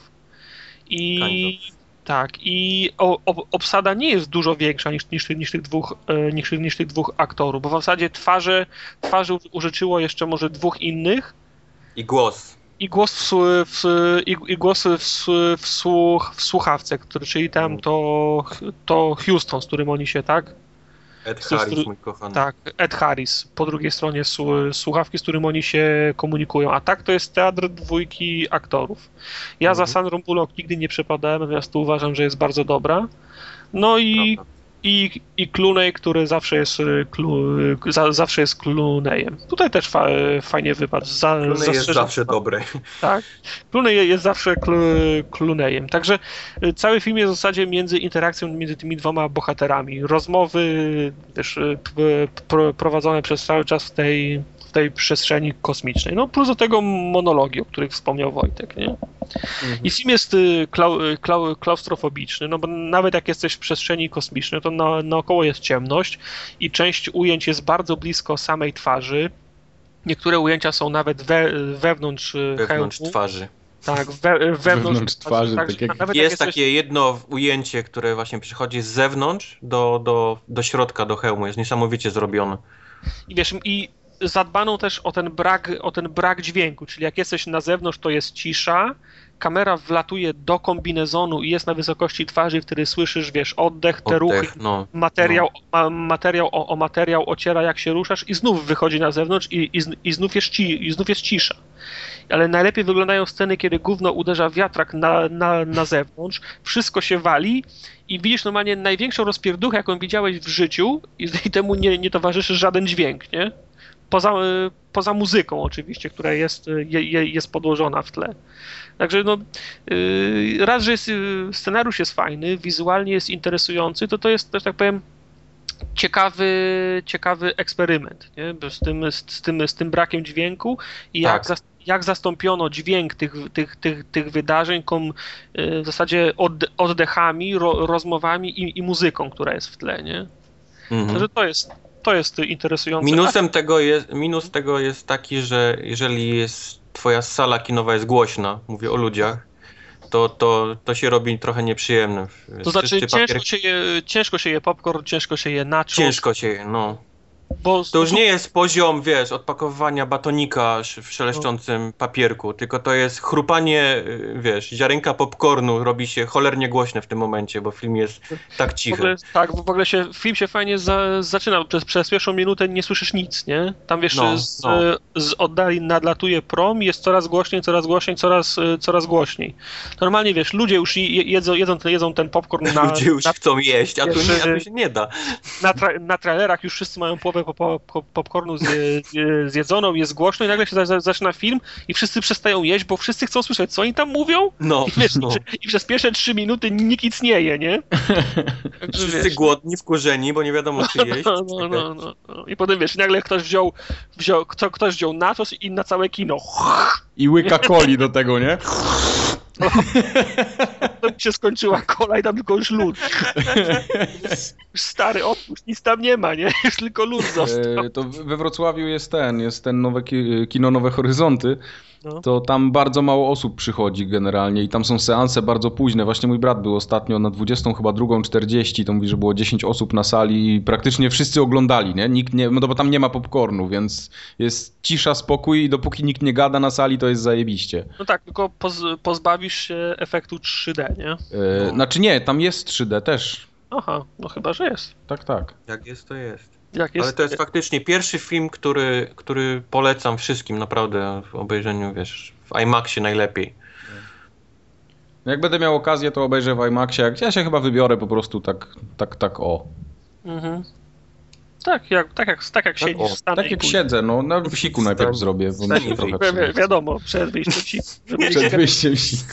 I Kind tak, i o, o, obsada nie jest dużo większa niż, niż, niż, tych dwóch, e, niż, niż tych dwóch aktorów, bo w zasadzie twarze, twarze użyczyło jeszcze może dwóch innych I głos. i głos w, su- w, i, i głos w, su- w, słuch, w słuchawce, który, czyli tam to, to Houston, z którym oni się, tak? Ed Z- z- Harris, mój kochany. Tak, Ed Harris, po drugiej stronie słu- słuchawki, z którym oni się komunikują, a tak to jest teatr dwójki aktorów. Ja Mhm. za Sandrą Bullock nigdy nie przepadałem, natomiast tu uważam, że jest bardzo dobra. No i, Prawda. i, i Clooney, który zawsze jest, y, Clu, y, za, zawsze jest Clooneyem. Tutaj też fa, fajnie wypadł. Za, Clooney jest zastrzeżę- zawsze dobry. Tak. Clooney jest zawsze Clu- Clooneyem. Także y, cały film jest w zasadzie między interakcją między tymi dwoma bohaterami. Rozmowy wiesz, y, p- p- prowadzone przez cały czas w tej, w tej przestrzeni kosmicznej. No plus do tego monologi, o których wspomniał Wojtek, nie? I film jest y, klau, y, klau, klaustrofobiczny, no bo nawet jak jesteś w przestrzeni kosmicznej, to na, naokoło jest ciemność i część ujęć jest bardzo blisko samej twarzy. Niektóre ujęcia są nawet we, wewnątrz, y, Wewnątrz hełmu. twarzy. Tak, we, wewnątrz, Wewnątrz twarzy, Także tak jak- nawet Jest jesteś- takie jedno ujęcie, które właśnie przychodzi z zewnątrz do, do, do środka, do hełmu. Jest niesamowicie zrobione. I wiesz, i zadbano też o ten brak, o ten brak dźwięku, czyli jak jesteś na zewnątrz, to jest cisza, kamera wlatuje do kombinezonu i jest na wysokości twarzy, wtedy słyszysz, wiesz, oddech, te Oddech, ruchy, no. materiał, ma, materiał o, o materiał ociera, jak się ruszasz i znów wychodzi na zewnątrz i, i, z- i, znów, jest ci, i znów jest cisza. Ale najlepiej wyglądają sceny, kiedy gówno uderza wiatrak na, na, na zewnątrz, wszystko się wali i widzisz normalnie największą rozpierduchę, jaką widziałeś w życiu i, i temu nie, nie towarzyszy żaden dźwięk, nie? Poza, y, poza muzyką oczywiście, która jest, y, je, je- jest podłożona w tle. Także no, y, raz, że jest, y, scenariusz jest fajny, wizualnie jest interesujący, to to jest też, tak powiem, ciekawy, ciekawy eksperyment, nie? Bo Z, tym, z, z, tym, z tym brakiem dźwięku i jak, Tak. zas, jak zastąpiono dźwięk tych, tych, tych, tych wydarzeń kom, y, w zasadzie odde- oddechami, ro, rozmowami i, i muzyką, która jest w tle, nie? Mhm. Także to jest, to jest interesujące. Minusem tego jest, minus tego jest taki, że jeżeli jest, twoja sala kinowa jest głośna, mówię o ludziach, to, to, to się robi trochę nieprzyjemne. To znaczy Wszyscy ciężko papier- się, je, ciężko się je popcorn, ciężko się je nachos, Ciężko się je, no. bo To już nie jest poziom, wiesz, odpakowania batonika sz- w szeleszczącym papierku, tylko to jest chrupanie, y, wiesz, ziarenka popcornu robi się cholernie głośne w tym momencie, bo film jest tak w cichy. ogóle, tak, w ogóle się, film się fajnie za, zaczyna, przez, przez pierwszą minutę nie słyszysz nic, nie? Tam wiesz, No, z, no. z oddali nadlatuje prom i jest coraz głośniej, coraz głośniej, coraz, y, coraz głośniej. Normalnie wiesz, ludzie już je- jedzą, jedzą, ten, jedzą ten popcorn na, Ludzie już na, chcą jeść, a tu, Wiesz, nie, a tu się nie da. na, tra, na trailerach, już wszyscy mają połowę po, po, po, popcornu zje, zje- zjedzoną, jest głośno i nagle się za, za, zaczyna film i wszyscy przestają jeść, bo wszyscy chcą słyszeć, co oni tam mówią. No, I, wiesz, no. i, prze- i przez pierwsze trzy minuty nikt nic nie je, nie? Także, Wszyscy wiesz, głodni, wkurzeni, bo nie wiadomo czy jeść. no, no, no, no, no. I potem wiesz, nagle ktoś wziął, wziął kto, ktoś wziął nachos i na całe kino. I łyka coli do tego, nie? się skończyła kola i tam tylko już lód. Już stary, odpuść, nic tam nie ma, nie? Już tylko lód został. E, to we Wrocławiu jest ten, jest ten nowe ki- kino Nowe Horyzonty. No. To tam bardzo mało osób przychodzi generalnie i tam są seanse bardzo późne. Właśnie mój brat był ostatnio na dwudziestą chyba drugą czterdzieści, to mówi, że było dziesięć osób na sali i praktycznie wszyscy oglądali, nie? Nikt nie, no bo tam nie ma popcornu, więc jest cisza, spokój i dopóki nikt nie gada na sali, to jest zajebiście. No tak, tylko poz- pozbawisz się efektu trzy D, nie? E, No. Znaczy nie, tam jest trzy D też. Aha, no chyba, że jest. Tak, tak. Jak jest, to jest. Jak jest Ale to jest faktycznie pierwszy film, który, który polecam wszystkim naprawdę w obejrzeniu, wiesz, w IMAXie najlepiej. Jak będę miał okazję, to obejrzę w IMAXie. Jak ja się chyba wybiorę po prostu tak, tak, tak o. Mhm. Tak, jak, tak jak, tak jak Tak, siedzisz o, w stanie Tak jak siedzę, no na wsiku najpierw Stań- zrobię, bo mi stań się i trochę wyjdź. Wi- wi- przyjdzie. wiadomo, przed wyjściem ci, żeby Przed nie wyjściem siku.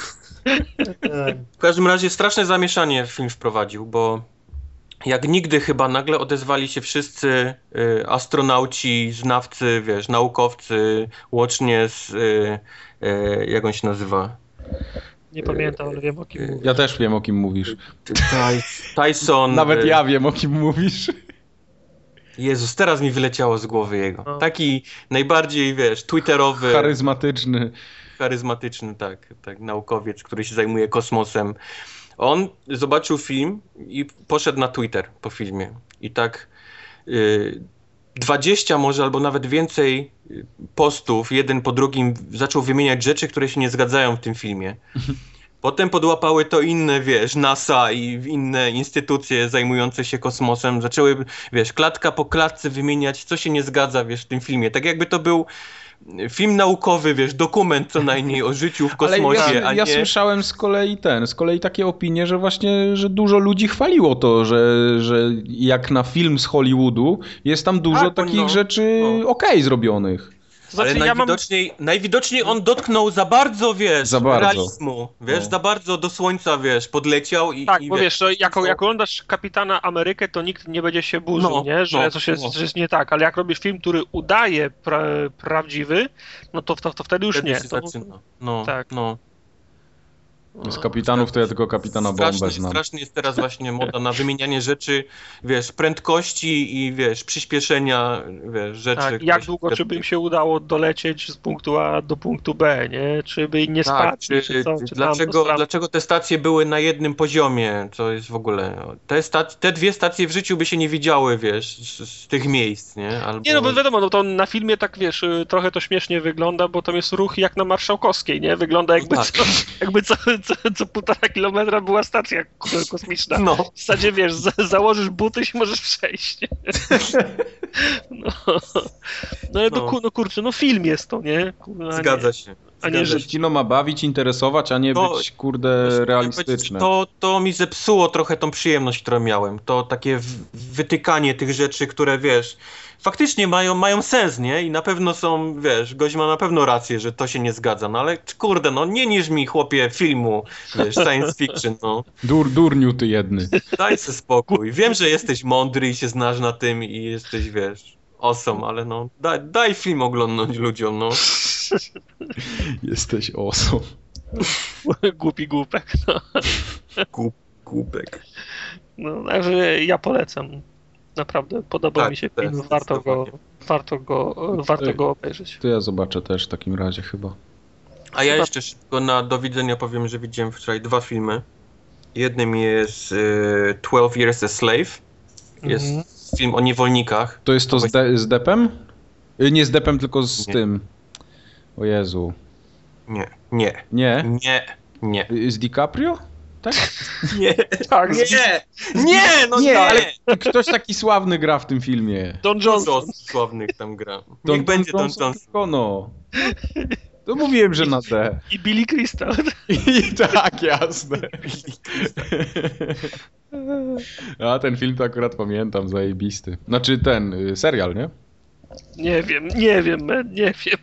W każdym razie straszne zamieszanie film wprowadził, bo jak nigdy chyba nagle odezwali się wszyscy y, astronauci, znawcy, wiesz, naukowcy, łącznie z, y, y, jak on się nazywa? Nie pamiętam, ale wiem o kim mówię. Ja też wiem, o kim mówisz. Ty- Tyson. Nawet y, ja wiem, o kim mówisz. Jezus, teraz mi wyleciało z głowy jego. No. Taki najbardziej, wiesz, twitterowy, Charyzmatyczny. charyzmatyczny, tak, tak, naukowiec, który się zajmuje kosmosem. On zobaczył film i poszedł na Twitter po filmie. I tak y, dwadzieścia może albo nawet więcej y, postów, jeden po drugim, zaczął wymieniać rzeczy, które się nie zgadzają w tym filmie. Potem podłapały to inne, wiesz, NASA i inne instytucje zajmujące się kosmosem. Zaczęły, wiesz, klatka po klatce wymieniać, co się nie zgadza, wiesz, w tym filmie. Tak jakby to był film naukowy, wiesz, dokument co najmniej o życiu w Ale kosmosie, ja, a ja nie... słyszałem z kolei ten, z kolei takie opinie, że właśnie, że dużo ludzi chwaliło to, że, że jak na film z Hollywoodu jest tam dużo Tak, takich no, rzeczy no. okej zrobionych. Znaczy, Ale ja mam... najwidoczniej, najwidoczniej on dotknął za bardzo, wiesz, Za bardzo. realizmu, wiesz, No. za bardzo do słońca, wiesz, podleciał i... Tak, i bo wiesz, to jak, to- jak oglądasz Kapitana Amerykę, to nikt nie będzie się burzył, No, nie? Że no, coś jest, no. że jest nie tak, ale jak robisz film, który udaje pra, prawdziwy, no to, to, to wtedy już wtedy nie. się To, zaczyna. No, tak. no. Z kapitanów to ja tylko kapitana Bombę Strasznie, znam. strasznie jest teraz właśnie moda na wymienianie rzeczy, wiesz, prędkości i, wiesz, przyspieszenia, wiesz, rzeczy. tak, które jak się długo, wtedy- czy by im się udało dolecieć z punktu A do punktu B, nie? Czy by nie Tak, spadli, czy, czy, co, czy dlaczego, tam, dlaczego te stacje były na jednym poziomie, co jest w ogóle... Te, stac- te dwie stacje w życiu by się nie widziały, wiesz, z, z tych miejsc, nie? Albo... Nie, no bo wiadomo, no to na filmie tak, wiesz, y, trochę to śmiesznie wygląda, bo tam jest ruch jak na Marszałkowskiej, nie? Wygląda jakby, No tak. co, jakby co, co, co półtora kilometra była stacja k- kosmiczna. No. W zasadzie, wiesz, za, założysz buty i możesz przejść. nie? No, no ale No. no. no kurczę, no film jest to, nie? Kurwa, nie. Zgadza się. A nie, Zgadza że się. Kino ma bawić, interesować, a nie To- być, kurde, realistyczne. To, to mi zepsuło trochę tą przyjemność, którą miałem. To takie w- wytykanie tych rzeczy, które, wiesz, faktycznie mają, mają sens, nie? I na pewno są, wiesz, gość ma na pewno rację, że to się nie zgadza, no ale kurde, no nie niż mi, chłopie, filmu, wiesz, science fiction, no. Dur, durniu ty jedny. Daj sobie spokój. Wiem, że jesteś mądry i się znasz na tym i jesteś, wiesz, awesome, ale no, daj, daj film oglądnąć ludziom, no. Jesteś osą. Głupi głupek, no. Głup, głupek. no. Także ja polecam. Naprawdę, podoba Tak, mi się też, film, warto go, zdecydowanie. warto go, warto Ej. go obejrzeć. To ja zobaczę też w takim razie chyba. A ja Chyba- jeszcze szybko na do widzenia powiem, że widziałem wczoraj dwa filmy. Jednym jest y, twelve Years a Slave. Jest Mhm. film o niewolnikach. To jest to z, de, z Depem? Y, Nie z Depem, tylko z Nie. tym. O Jezu. Nie, nie, Nie? nie, nie. Y, Z DiCaprio? Tak? Nie, Tak, nie, nie, no Nie, nie. ale ktoś taki sławny gra w tym filmie. Don Dużo Johnson. sławnych tam gra. Niech Don- będzie Don Johnson Johnson. tylko, no. To mówiłem, że na D. I Billy Crystal. I tak, jasne. A ten film to akurat pamiętam, zajebisty. Znaczy ten, y, serial, nie? Nie wiem, nie wiem, man, nie wiem.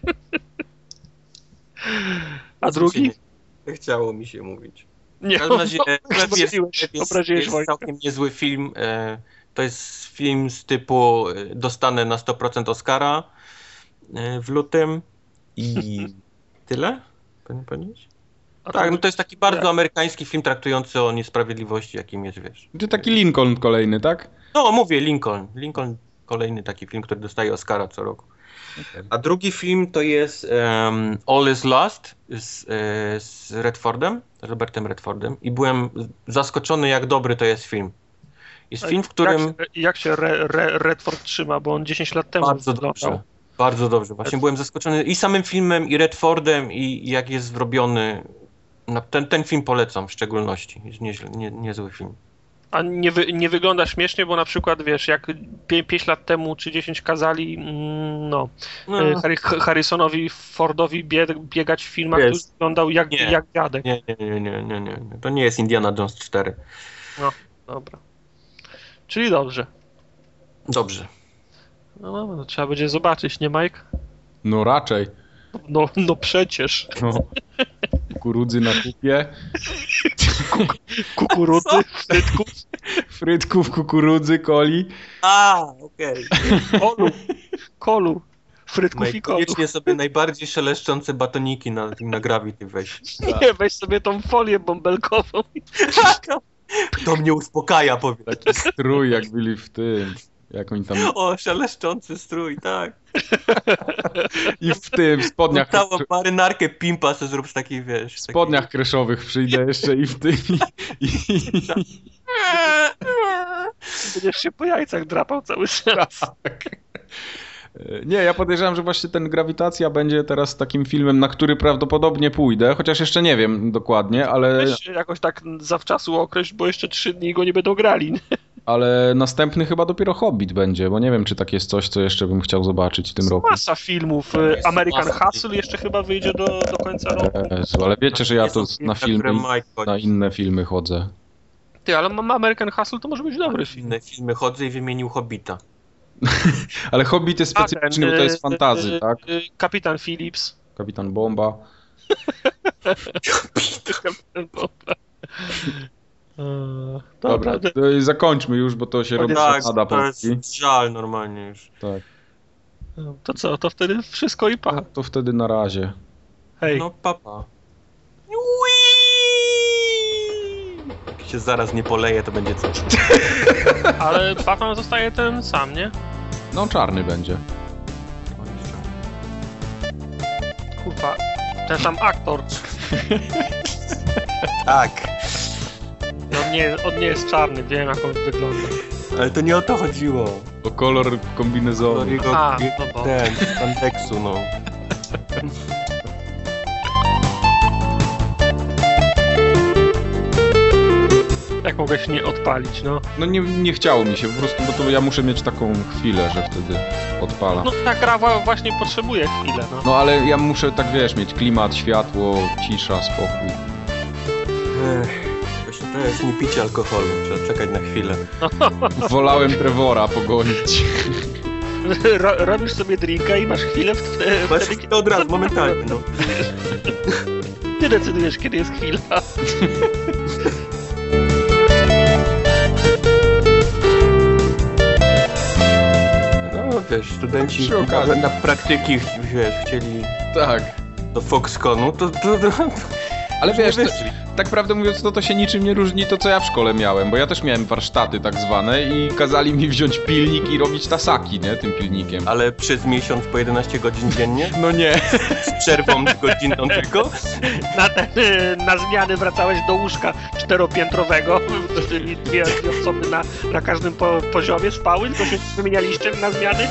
A drugi? Nie chciało mi się mówić. Nie, W każdym razie no, Chleb jest, obraziłeś, Chleb jest, obraziłeś jest Wojtka. całkiem niezły film. E, to jest film z typu e, dostanę na sto procent Oscara e, w lutym i tyle? Powinien powiedzieć? A Tak, to- no to jest taki bardzo amerykański film traktujący o niesprawiedliwości, jakim jest, wiesz. To taki Lincoln kolejny, tak? No, mówię, Lincoln. Lincoln, kolejny taki film, który dostaje Oscara co roku. Okay. A drugi film to jest um, All is Lost z, e, z Redfordem, z Robertem Redfordem i byłem zaskoczony, jak dobry to jest film. Jest film, w którym... Jak się, jak się Re, Re, Redford trzyma, bo on dziesięć lat temu Bardzo wyglądał. dobrze, bardzo dobrze. Właśnie byłem zaskoczony i samym filmem, i Redfordem, i jak jest zrobiony. No, ten, ten film polecam w szczególności. Jest niezły, nie, niezły film. A nie, wy, nie wygląda śmiesznie, bo na przykład, wiesz, jak pięć lat temu czy dziesięć kazali, mm, no, No, e, Harry, Harrisonowi Fordowi bie, biegać w filmach, Jest. który wyglądał jak, Nie. jak dziadek. nie, nie, nie, nie, nie, nie. To nie jest Indiana Jones cztery. No, dobra. Czyli dobrze. Dobrze. No, no, trzeba będzie zobaczyć, nie Mike? No raczej. No, no przecież. No. Kukurydzy na kupie. Kukurydzy, frytków, Frytków, kukurydzy, coli. A, okej. kolu, kolu, frytków Okay. i kolu. Koniecznie sobie najbardziej szeleszczące batoniki na, na Gravity weź. Nie, weź sobie tą folię bąbelkową. To mnie uspokaja, powiem. Taki strój jak byli w tym. Jak oni tam... O, szeleszczący strój, tak. I w tym, w spodniach... Całą marynarkę pimpa sobie zrób z takiej, wiesz. W spodniach kreszowych przyjdę jeszcze i w tym... I, i, Będziesz się po jajcach drapał cały czas. Nie, ja podejrzewam, że właśnie ten Grawitacja będzie teraz takim filmem, na który prawdopodobnie pójdę, chociaż jeszcze nie wiem dokładnie, ale, Weź jakoś tak zawczasu określ, bo jeszcze trzy dni go nie będą grali. ale następny chyba dopiero Hobbit będzie, bo nie wiem, czy tak jest coś, co jeszcze bym chciał zobaczyć w tym roku. Masa filmów. American Hustle jeszcze chyba wyjdzie do, do końca roku. Jezu, ale wiecie, że ja to na filmy, Mike na inne filmy chodzę. Ty, ale mam American Hustle, to może być dobry film. inne filmy chodzę i wymienił Hobbita. Ale Hobbit jest A, specyficzny, ten, bo to jest y, fantazy, y, tak? y, Kapitan Phillips. Kapitan Bomba. Kapitan Bomba. Eee, Dobra, Dobra, to zakończmy już, bo to się robi Tak, przesada to Polski. jest żal normalnie już. Tak. to co, to wtedy wszystko i No, pacha. to wtedy na razie. Hej. No papa. Jak się zaraz nie poleje, to będzie coś. Ale Batman zostaje ten sam, nie? No czarny będzie. Kurwa, ten sam aktor. Tak, On nie, on nie jest czarny, wiem jak on wygląda. ale to nie o to chodziło. O kolor kombinezonu. O jego A, no bo. ten, kontekstu, no. Jak mogę się nie odpalić, no. No nie, nie chciało mi się po prostu, bo to ja muszę mieć taką chwilę, że wtedy odpala. No ta gra wa- właśnie potrzebuje chwilę, no. No ale ja muszę tak, wiesz, mieć klimat, światło, cisza, spokój. Ech, właśnie to jest nie picie alkoholu, trzeba czekać na chwilę. Wolałem Trevora pogonić. Ro- robisz sobie drinka i masz chwilę w, w, Masz wtedy, chwilę od razu, momentalnie, no. Ty decydujesz, kiedy jest chwila. No wiesz, studenci Przy okazji. na, na praktyki, wiesz, chcieli Tak. do Foxconu, to, to, to, to Ale wiesz, nie to, wyszli. tak prawdę mówiąc, to, to się niczym nie różni to, co ja w szkole miałem, bo ja też miałem warsztaty tak zwane i kazali mi wziąć pilnik i robić tasaki, nie, tym pilnikiem. Ale przez miesiąc po jedenaście godzin dziennie? No nie. Z przerwą godzinną tylko? Na, ten, na zmiany wracałeś do łóżka czteropiętrowego i dwie, dwie osoby na, na każdym po, poziomie spały, to się wymienialiście na zmiany?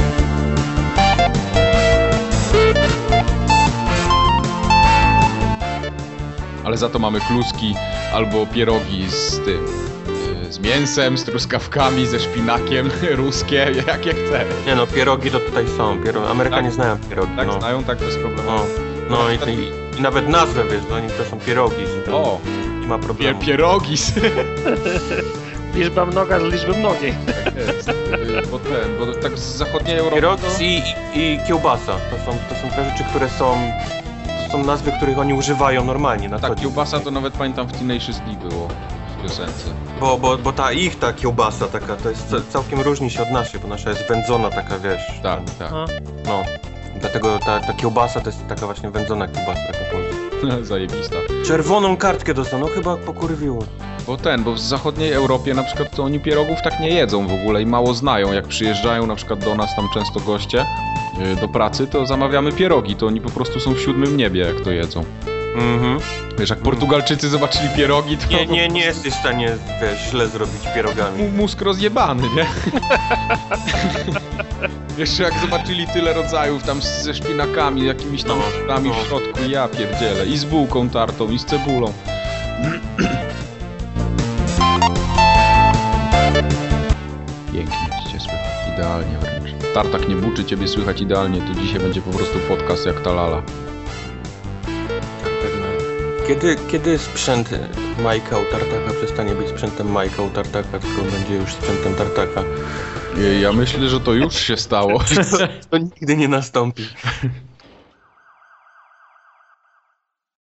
Ale za to mamy kluski albo pierogi z tym, y, z mięsem, z truskawkami, ze szpinakiem, ruskie, jakie chcesz. Nie no, pierogi to tutaj są. Piero... Amerykanie Tak? znają pierogi, Tak, no. znają, tak bez problemu. No, no i, i, i nawet nazwę, wiesz, no oni to są pierogi. I to O, nie ma pier problemu. pierogi, Liczba mnoga z liczby mnogiej. tak jest. Y, bo ten, bo tak z zachodniej Europy Pierogi to... i, i, i kiełbasa. To są, to są te rzeczy, które są... To są nazwy, których oni używają normalnie na co Tak, dzień. kiełbasa to nawet pamiętam w Tenacious D było w piosence. Bo, bo, bo ta ich ta kiełbasa taka, to jest ca- całkiem różni się od naszej, bo nasza jest wędzona taka, wiesz. Tak, tak. No. No. Dlatego ta, ta kiełbasa to jest taka właśnie wędzona kiełbasa, taka polska. Zajebista. Czerwoną kartkę dostał, no chyba pokurwiło. Bo ten, bo w zachodniej Europie na przykład to oni pierogów tak nie jedzą w ogóle i mało znają. Jak przyjeżdżają na przykład do nas tam często goście yy, do pracy, to zamawiamy pierogi, to oni po prostu są w siódmym niebie, jak to jedzą. Mhm. Wiesz, jak Portugalczycy zobaczyli pierogi, to... Nie, nie, nie jesteś w stanie, wiesz, źle zrobić pierogami. M- mózg rozjebany, nie? Jeszcze jak zobaczyli tyle rodzajów tam z- ze szpinakami, jakimiś tam No, szpinami no. w środku, ja pierdzielę. I z bułką tartą, i z cebulą. Pięknie cię słychać, idealnie wręcz. Tartak nie buczy, ciebie słychać idealnie, to dzisiaj będzie po prostu podcast jak ta lala. Kiedy, kiedy sprzęt Majka u Tartaka przestanie być sprzętem Majka u Tartaka, tylko będzie już sprzętem Tartaka? Ja myślę, że to już się stało. To nigdy nie nastąpi.